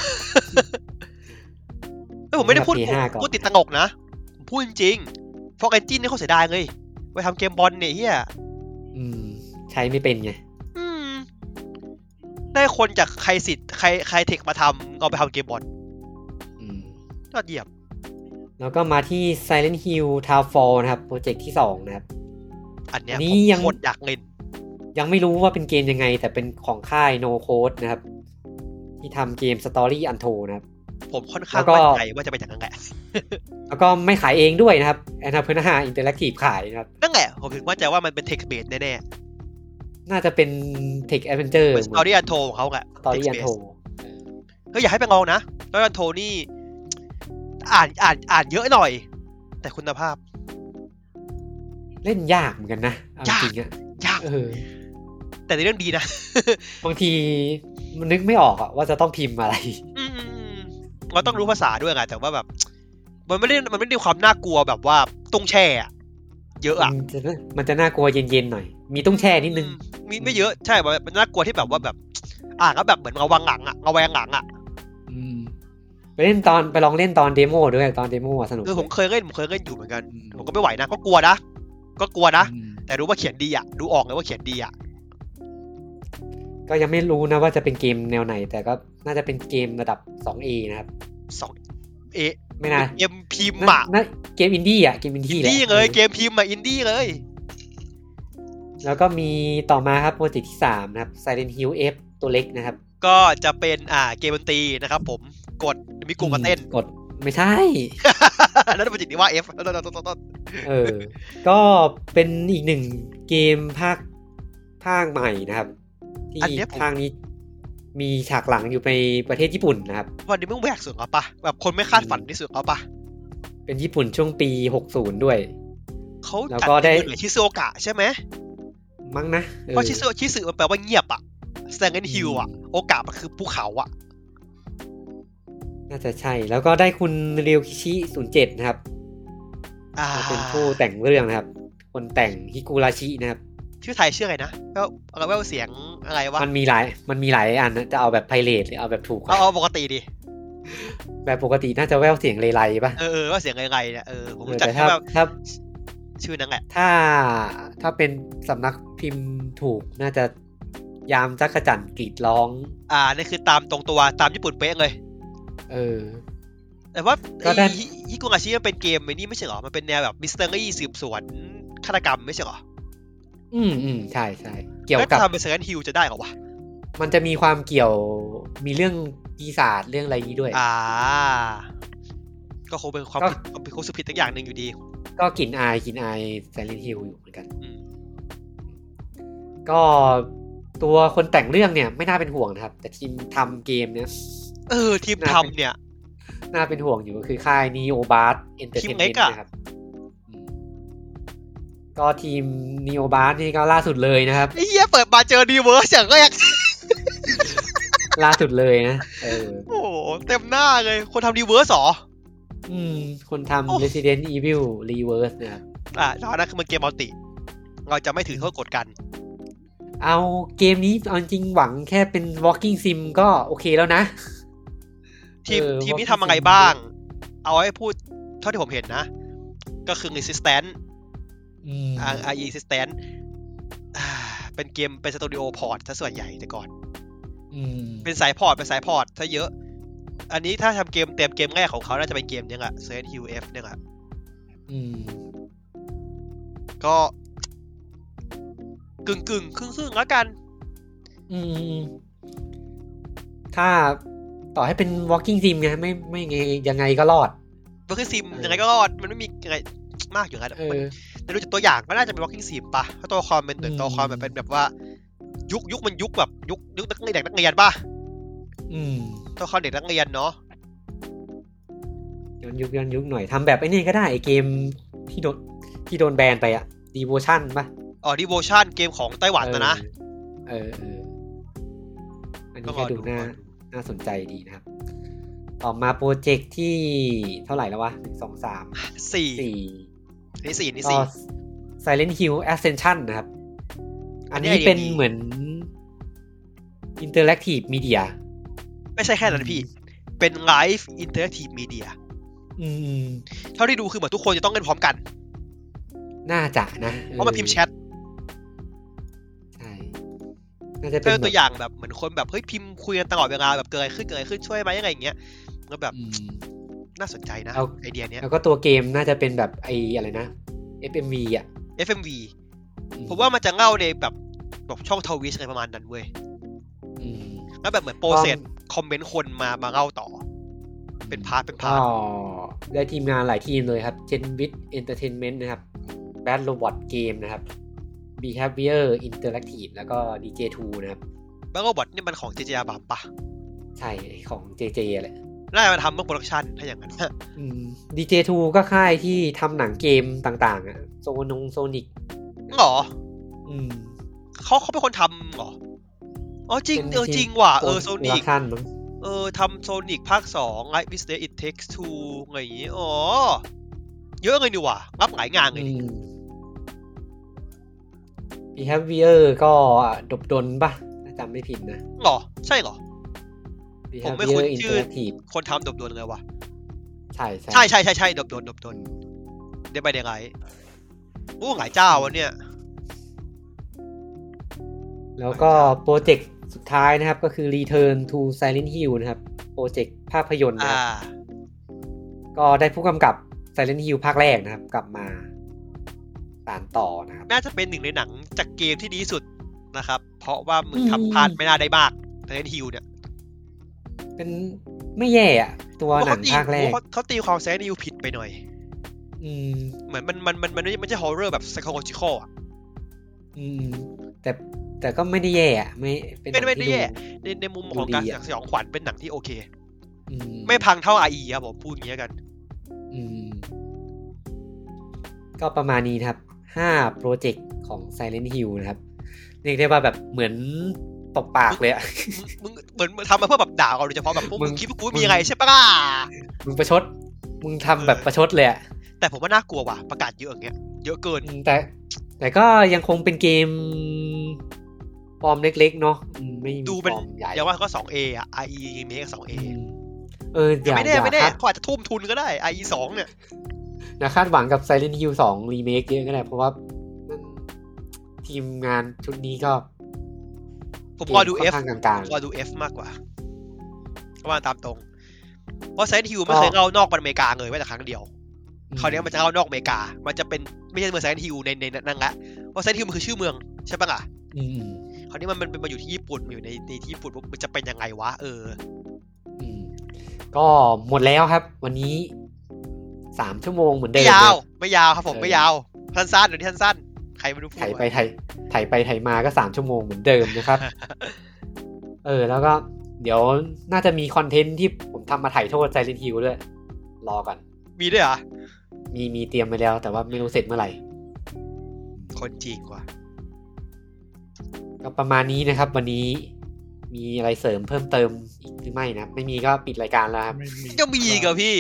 Speaker 2: เอ้ยผมไม่ได้พูดพูดติดตลกนะผมพูดจริงๆ Fox Engine นี่เขาเสียดายเลยไว้ทำเกมบอลเนี่ยเหี้ย
Speaker 1: อืมใช้ไม่เป็นไง
Speaker 2: อืมได้คนจากใครสิทธิ์ใครใครเทคมาทำเอาไปทำเกมบอล
Speaker 1: อืม
Speaker 2: ยอดเยี่ยม
Speaker 1: แล้วก็มาที่ Silent Hill Townfall นะครับโปรเจกต์ที่สองนะครับ
Speaker 2: อันเนี้ยผมยังอยากเล่น
Speaker 1: ยังไม่รู้ว่าเป็นเกมยังไงแต่เป็นของค่าย No Code นะครับที่ทำเกม Story Untold นะครับ
Speaker 2: ผมค่อนข้างมั่นใจว่าจะเป็นอย่างนั้นแหละ
Speaker 1: แล้วก็ไม่ขายเองด้วยนะครับ Annapurna Interactive ขายนะครับ
Speaker 2: นั่นแหละผมถึงมั่นใจว่ามันเป็น text based แน่
Speaker 1: ๆน่าจะเป็น text adventure
Speaker 2: เหมือน Story Untold ของเขาแหละ
Speaker 1: Story Untold
Speaker 2: ก็อยากให้ไปลองนะ Story Untold นี่อ่านอ่านอ่านเยอะหน่อยแต่คุณภาพ
Speaker 1: เล่นยากเหมือนกันนะจริงๆอ่ะ
Speaker 2: ยากเออแต่ในเรื่องดีนะ
Speaker 1: บางทีมันนึกไม่ออกอ่ะว่าจะต้องพิมพ์อะไร
Speaker 2: เราต้องรู้ภาษาด้วยไงแต่ว่าแบบมันไม่ได้มันไม่ได้ความน่ากลัวแบบว่าตุ้งแช่เยอะอ่ะ
Speaker 1: มันจะน่ากลัวเย็นๆหน่อยมีตุ้งแช่นิดนึง
Speaker 2: มีไม่เยอะใช่มันน่ากลัวที่แบบว่าแบบอ่านแล้วแบบเหมือนระวังหลังอ่ะระแวงหลังอ่ะ
Speaker 1: ไปเล่นตอนไปลองเล่นตอนเดโมด้วยตอนเดโมสนุก
Speaker 2: เออผมเคยเล่นผมเคยเล่นอยู่เหมือนกันผมก็ไม่ไหวนะก็กลัวนะก็กลัวนะแต่รู้ว่าเขียนดีอ่ะดูออกเลยว่าเขียนดีอ่ะ
Speaker 1: ก็ยังไม่รู้นะว่าจะเป็นเกมแนวไหนแต่ก็น่าจะเป็นเกมระดับ สองเอ นะครับ
Speaker 2: สองเอ
Speaker 1: ไม่น่า
Speaker 2: เกมพิมพ์อ่ะ
Speaker 1: นะเกมอินดี้อ่ะเกมอินดี้แหละ
Speaker 2: อินดี้เลยเกมพิมพ์อ่ะอินดี้เลย
Speaker 1: แล้วก็มีต่อมาครับโปรเจกต์ที่สามนะครับ Silent Hill F ตัวเล็กนะครับ
Speaker 2: ก็จะเป็นอ่าเกมดนตรีนะครับผมกดมีกลุ่มมาเต้น
Speaker 1: กดไม่ใช่
Speaker 2: แล้วโปรเจกต์นี้ว่า F
Speaker 1: เออก็เป็นอีกหนึ่งเกมภาคภาคใหม่นะครับที่ภาคนี้มีฉากหลังอยู่ในประเทศญี่ปุ่นนะครับ
Speaker 2: วันนี้มึงแหวกสุดเอาปะแบบคนไม่คาดฝันที่สุดเอาปะ
Speaker 1: เป็นญี่ปุ่นช่วงปีหกสิบด้วย
Speaker 2: เขาแล้วก็ได้ชิซึโอกะใช่ไหม
Speaker 1: มั้งนะ
Speaker 2: เพราะชิซึชิซึมันแปลว่าเงียบอ่ะSilent Hillอ่ะโอกะมันคือภูเขาอ่ะ
Speaker 1: น่าจะใช่แล้วก็ได้คุณเรียวคิชิศูนย์เจ็ดนะครับเป็นผู้แต่งเรื่องนะครับคนแต่งฮิกุราชินะครับ
Speaker 2: ชื่อไทยชื่ออะไรนะก็เอาแววเสียงอะไรวะ
Speaker 1: มันมีหลายมันมีหลายอันนะจะเอาแบบไพเรทหรือเอาแบบถูก
Speaker 2: เอาเอาปกติดิ
Speaker 1: แบบปกติน่าจะแววเสียงเลไลป่ะ
Speaker 2: เออว่าเสียงเลไลเนี่ยเออผมรู้จักแค่แบบถ้าชื่อนั้นแหละ
Speaker 1: ถ้าถ้าเป็นสำนักพิมพ์ถูกน่าจะยามจักรจั่นกรีดร้อง
Speaker 2: อ่านี่คือตามตรงตัวตามญี่ปุ่นเป๊ะเลย
Speaker 1: เออ
Speaker 2: แต่ว่าฮิกุราชิมันเป็นเกมไอ้นี่ไม่ใช่หรอมันเป็นแนวแบบมิสเตอรี่สืบสวนฆาตกรรมไม่ใช่หรอ
Speaker 1: อืมอืมใช่ใช่เกี่ยวกับ
Speaker 2: ถ้าทำเป็น Silent Hill จะได้เหรอวะ
Speaker 1: มันจะมีความเกี่ยวมีเรื่องปีศาจเรื่องอะไรนี้ด้วย
Speaker 2: อ่าก็คงเป็นความผิดความผิดความสุผิดทั้งอย่างนึงอยู่ดี
Speaker 1: ก็กลิ่นอายกลิ่นอาย Silent Hill อยู่เหมือนกันก็ตัวคนแต่งเรื่องเนี่ยไม่น่าเป็นห่วงนะครับแต่ทีมทำเกมเนี่ย
Speaker 2: เออทีมทำเนี่ย
Speaker 1: น่าเป็นห่วงอยู่ก็คือค่าย Neo Bart Entertainment นะครับก็ทีม Neo Bart นี่ก็ล่าสุดเลยนะครับ
Speaker 2: ไอ้เหี้ยเปิดมาเจอดีเวิร์สอย่างแรก
Speaker 1: ล่าสุดเลยนะเออ
Speaker 2: โอ้เต็มหน้าเลยคนทำดีเวิร์สหรอ
Speaker 1: อืมคนทำ Resident Evil Reverse นะครับ
Speaker 2: อ่าตอนนั้นคือมันเกมมัลติเราจะไม่ถือโทษกดกัน
Speaker 1: เอาเกมนี้เอาจริงหวังแค่เป็น Walking Sim ก็โอเคแล้วนะ
Speaker 2: ทีมทีมนี้ทำอะไรบ้างเอาให้พูดเท่าที่ผมเห็นนะก็คือ Resistance
Speaker 1: อืม
Speaker 2: อ่า Resistance อ่าเป็นเกมเป็นสตูดิโอพอร์ตซะส่วนใหญ่แต่ก่อน
Speaker 1: อืม
Speaker 2: เป็นสายพอร์ตเป็นสายพอร์ตซะเยอะอันนี้ถ้าทำเกมเต็มเกมแรกของเขาน่าจะเป็นเกมนี้แหละ Silent Hill F เนี่ยแหละ
Speaker 1: อืม
Speaker 2: ก็กึ่งกึ่งครึ่งครึ่งแล้วกัน
Speaker 1: อืมถ้าต่อให้เป็น walking sim ไงไม่ไม่ยังไงก็รอด
Speaker 2: walking sim ยังไงก็รอดมันไม่มีอะไรมากอยู่แล้วแต่ดูจากตัวอย่างก็น่าจะเป็น walking sim ป่ะถ้าตัวละครเป็นตัวละครแบบเป็นแบบว่ายุคยุคมันยุคแบบยุคยุคนักเรียนนักเรียนป่ะ
Speaker 1: อืม
Speaker 2: ตัวละครเด็กนักเรียนเนาะ
Speaker 1: ย้อนยุคย้อนยุคหน่อยทำแบบไอ้นี่ก็ได้ไอ้เกมที่โดนที่โดนแบนไปอะ Devotion ป่ะ
Speaker 2: อ๋อ Devotion เกมของไต้หวันนะนะ
Speaker 1: เออเอออันนี้ก็ดูน่าน่าสนใจดีนะครับต่อมาโปรเจกต์ที่เท่าไหร่แล้ววะหนึ่ง สอง สาม
Speaker 2: สี่
Speaker 1: สี่
Speaker 2: นี่สี่นี่สี่
Speaker 1: Silent Hill Ascension นะครับอันนี้เป็นเหมือน Interactive Media
Speaker 2: ไม่ใช่แค่นั้นพี่เป็น Live Interactive Media
Speaker 1: อืม
Speaker 2: เท่าที่ดูคือเหมือนทุกคนจะต้องเล่นพร้อมกัน
Speaker 1: น่าจะนะ
Speaker 2: เพราะมันพิมพ์แชท
Speaker 1: ใช่น่าจะเป็น
Speaker 2: ตัวอย่างแบบเหมือนคนแบบเฮ้ยพิมพ์คุยกันตลอดเวลาแบบเกิดอะไรขึ้นเกิดอะไรขึ้นช่วยไหมอะไรอย่างเงี้ยก็แบบน่าสนใจนะไอเดียเนี้ย
Speaker 1: แล้วก็ตัวเกมน่าจะเป็นแบบไออะไรนะ เอฟ เอ็ม วี อ่ะ
Speaker 2: เอฟ เอ็ม วี ผมว่ามันจะเล่าในแบบแบบช่องทวิชอะไรประมาณนั้นเว้ยแล้วแบบเหมือนโปรเซสคอมเมนต์คนมามาเล่าต่อเป็นพาร์ทเป็นพาร์ท
Speaker 1: อ๋อได้ทีมงานหลายทีมเลยครับ Genbit Entertainment นะครับ Bad Robot Game นะครับ Behavior Interactive แล้วก็ ดี เจ ทู นะครับ
Speaker 2: Bad Robot นี่มันของ เจ เจ Abrams ป่ะ
Speaker 1: ใช่ของ เจ เจ แหละ
Speaker 2: น่าจะมาทำเมื่อโปรดักชั่นถ้าอย่างนั้น
Speaker 1: อืม ดี เจ ทู ก็ค่ายที่ทำหนังเกมต่างๆอ่ะโซนงโซนิก
Speaker 2: หรอ
Speaker 1: อืม
Speaker 2: เขาเขาเป็นคนทำหรออ๋อจริงเออจริงว่ะเออโซนิกเออทำโซนิกภาคสอง Life is Dead It Takes Two อะไรอย่างงี้อ๋อเยอะเลยนี่ว่ะรับหลายงานเลยนี่
Speaker 1: Behavior ก็ดบดนป่ะถ้าจำไม่ผิดนะ
Speaker 2: หรอใช่หรอผมไม่คุ้นชื่อคนทำดบดนเลยวะ
Speaker 1: ใช่
Speaker 2: ใช่ใช่ใช่ใช่ดบดนดบดนเดี๋ยวไปเดี๋ยวไงโอ้หลายเจ้าวะเนี่ย
Speaker 1: แล้วก็โปรเจกต์สุดท้ายนะครับก็คือ Return to Silent Hill นะครับโปรเจกต์ภาพยนตร์นะครับก็ได้ผู้กำกับ Silent Hill ภาคแรกนะครับกลับมาสานต่อนะครับ
Speaker 2: น่าจะเป็นหนึ่งในหนังจากเกมที่ดีที่สุดนะครับเพราะว่ามึงทำพลาดไม่น่าได้มาก Silent Hill เนี่ย
Speaker 1: เป็นไม่แย่อะตัวหนังภาคแรก
Speaker 2: เขาตีความ Silent Hill ผิดไปหน่อย
Speaker 1: อืม
Speaker 2: เหมือนมันมันมันมันไม่ใช่ horror แบบ psychological อ่ะ
Speaker 1: อืมแต่แต่ก็ไม่ได้แย่อะไม่
Speaker 2: เป็นไม่ได้แย่ในในมุมของการสยองขวัญเป็นหนังที่โอเคไม่พังเท่า อาร์ อี ครับผมพูดอย่างเงี้ยกัน
Speaker 1: อืมก็ประมาณนี้ครับห้าโปรเจกต์ของ Silent Hill นะครับเรียกได้ว่าแบบเหมือนตบปากเลยอ่ะ
Speaker 2: มึงเหมือนทำมาเพื่อแบบด่าเราโดยเฉพาะแบบพวกมึงคิดว่ากูมียังไงใช่ปะล่ะ
Speaker 1: มึงประชดมึงทำแบบประชดเลยอ่ะ
Speaker 2: แต่ผมว่าน่ากลัวว่ะประกาศเยอะอย่างเงี้ยเยอะเกิน
Speaker 1: แต่แต่ก็ยังคงเป็นเกมฟอร์มเล็กๆเนาะไม่มีฟอร์มใหญ่
Speaker 2: อย่าว่าก็ สอง เอ อ่ะ อาร์ อี Remake สอง เอ
Speaker 1: เออ
Speaker 2: ไม่แน่ไม่แน่เขาอาจจะทุ่มทุนก็ได้ อาร์ อี สองเนี่ย
Speaker 1: อย่าคาดหวังกับ Silent Hill สอง Remake เยอะก็ได้เพราะว่าทีมงานชุดนี้ก็
Speaker 2: ผมรอดู F รอดู F มากกว่าเพราะว่าตามตรงเพราะ Silent Hill ไม่เคยเข้านอกอเมริกาเลยแม้แต่ครั้งเดียวคราวนี้มันจะเข้านอกอเมริกามันจะเป็นไม่ใช่เมือง Silent Hill ในในนั่นละเพราะ Silent Hill มันคือชื่อเมืองใช่ปะล่ะ
Speaker 1: อืม
Speaker 2: คราวนี้มันเป็นมาอยู่ที่ญี่ปุ่นมาอยู่ในในที่ญี่ปุ่นมันจะเป็นยังไงวะเออ
Speaker 1: อืมก็หมดแล้วครับวันนี้สามชั่วโมงเหมือนเดิมไม่
Speaker 2: ยาวไม่ยาวครับผมไม่ยาวสั้นๆเดี๋ยวนี้สั้นๆใครไม่รู้
Speaker 1: พูดถ่ายไปถ่ายถ่ายไปถ่ายมาก็สามชั่วโมงเหมือนเดิมนะครับเออแล้วก็เดี๋ยวน่าจะมีคอนเทนต์ที่ผมทำมาถ่ายโทษ Silent Hill ด้วยรอก่อน
Speaker 2: มีด้วยเหรอ
Speaker 1: มีมีเตรียมไปแล้วแต่ว่าไม่รู้เสร็จเมื่อไหร่
Speaker 2: คนจริงว่ะ
Speaker 1: ก็ประมาณนี้นะครับวันนี้มีอะไรเสริมเพิ่มเติมอีกหรือไม่นะไม่มีก็ปิดรายการแล้วครับ
Speaker 2: จะมีอีกเหรอพี่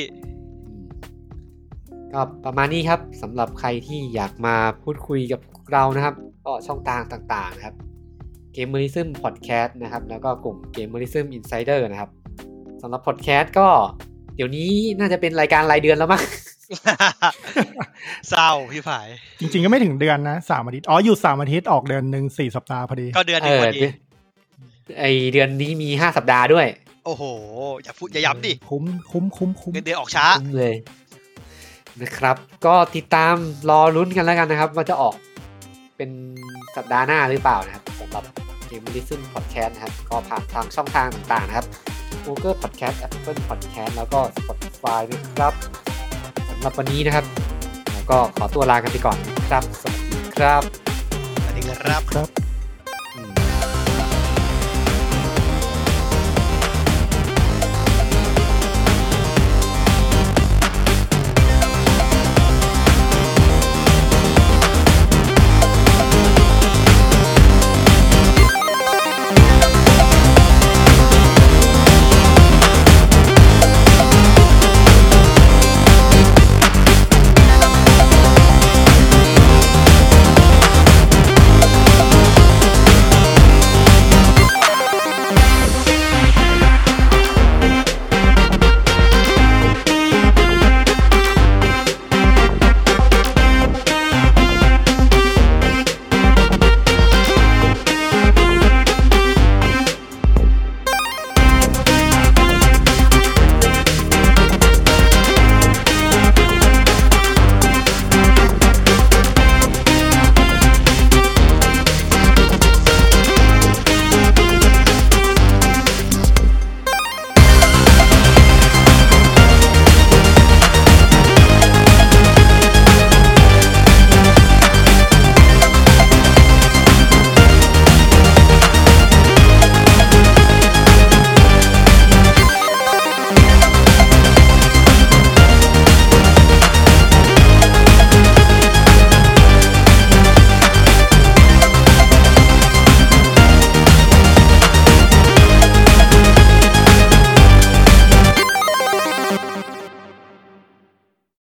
Speaker 1: ก็ประมาณนี้ครับสำหรับใครที่อยากมาพูดคุยกับเรานะครับก็ช่องทางต่างๆนะครับ Gamerism Podcast นะครับแล้วก็กลุ่ม Gamerism Insider นะครับสำหรับ Podcast ก็เดี๋ยวนี้น่าจะเป็นรายการรายเดือนแล้วมั้ง
Speaker 2: เศร้าพี่ผาย
Speaker 4: จริงๆก็ไม่ถึงเดือนนะสามอาทิตย์อ๋ออยู่สามอาทิตย์ออกเดือนนึงสี่สัปดาห์พอดี
Speaker 2: ก็เดือนนึงพอดี
Speaker 1: ไอเดือนนี้มีห้าสัปดาห์ด้วย
Speaker 2: โอ้โหอย่าพูดอย่าย้ำดิ
Speaker 4: คุ้มคุ้มคุ้มคุ้ม
Speaker 2: เดือนออกช้า
Speaker 1: คุ้มเลยนะครับก็ติดตามรอลุ้นกันแล้วกันนะครับว่าจะออกเป็นสัปดาห์หน้าหรือเปล่านะครับสำหรับ Gamerism Podcast นะครับก็ผ่านทางช่องทางต่างๆนะครับ Google Podcast Apple Podcast แล้วก็ Spotify นะครับสำหรับวันนี้นะครับเราก็ขอตัวลากันไปก่อนครับสวัสดีครับ
Speaker 2: สวัสดีครับ
Speaker 4: ครับ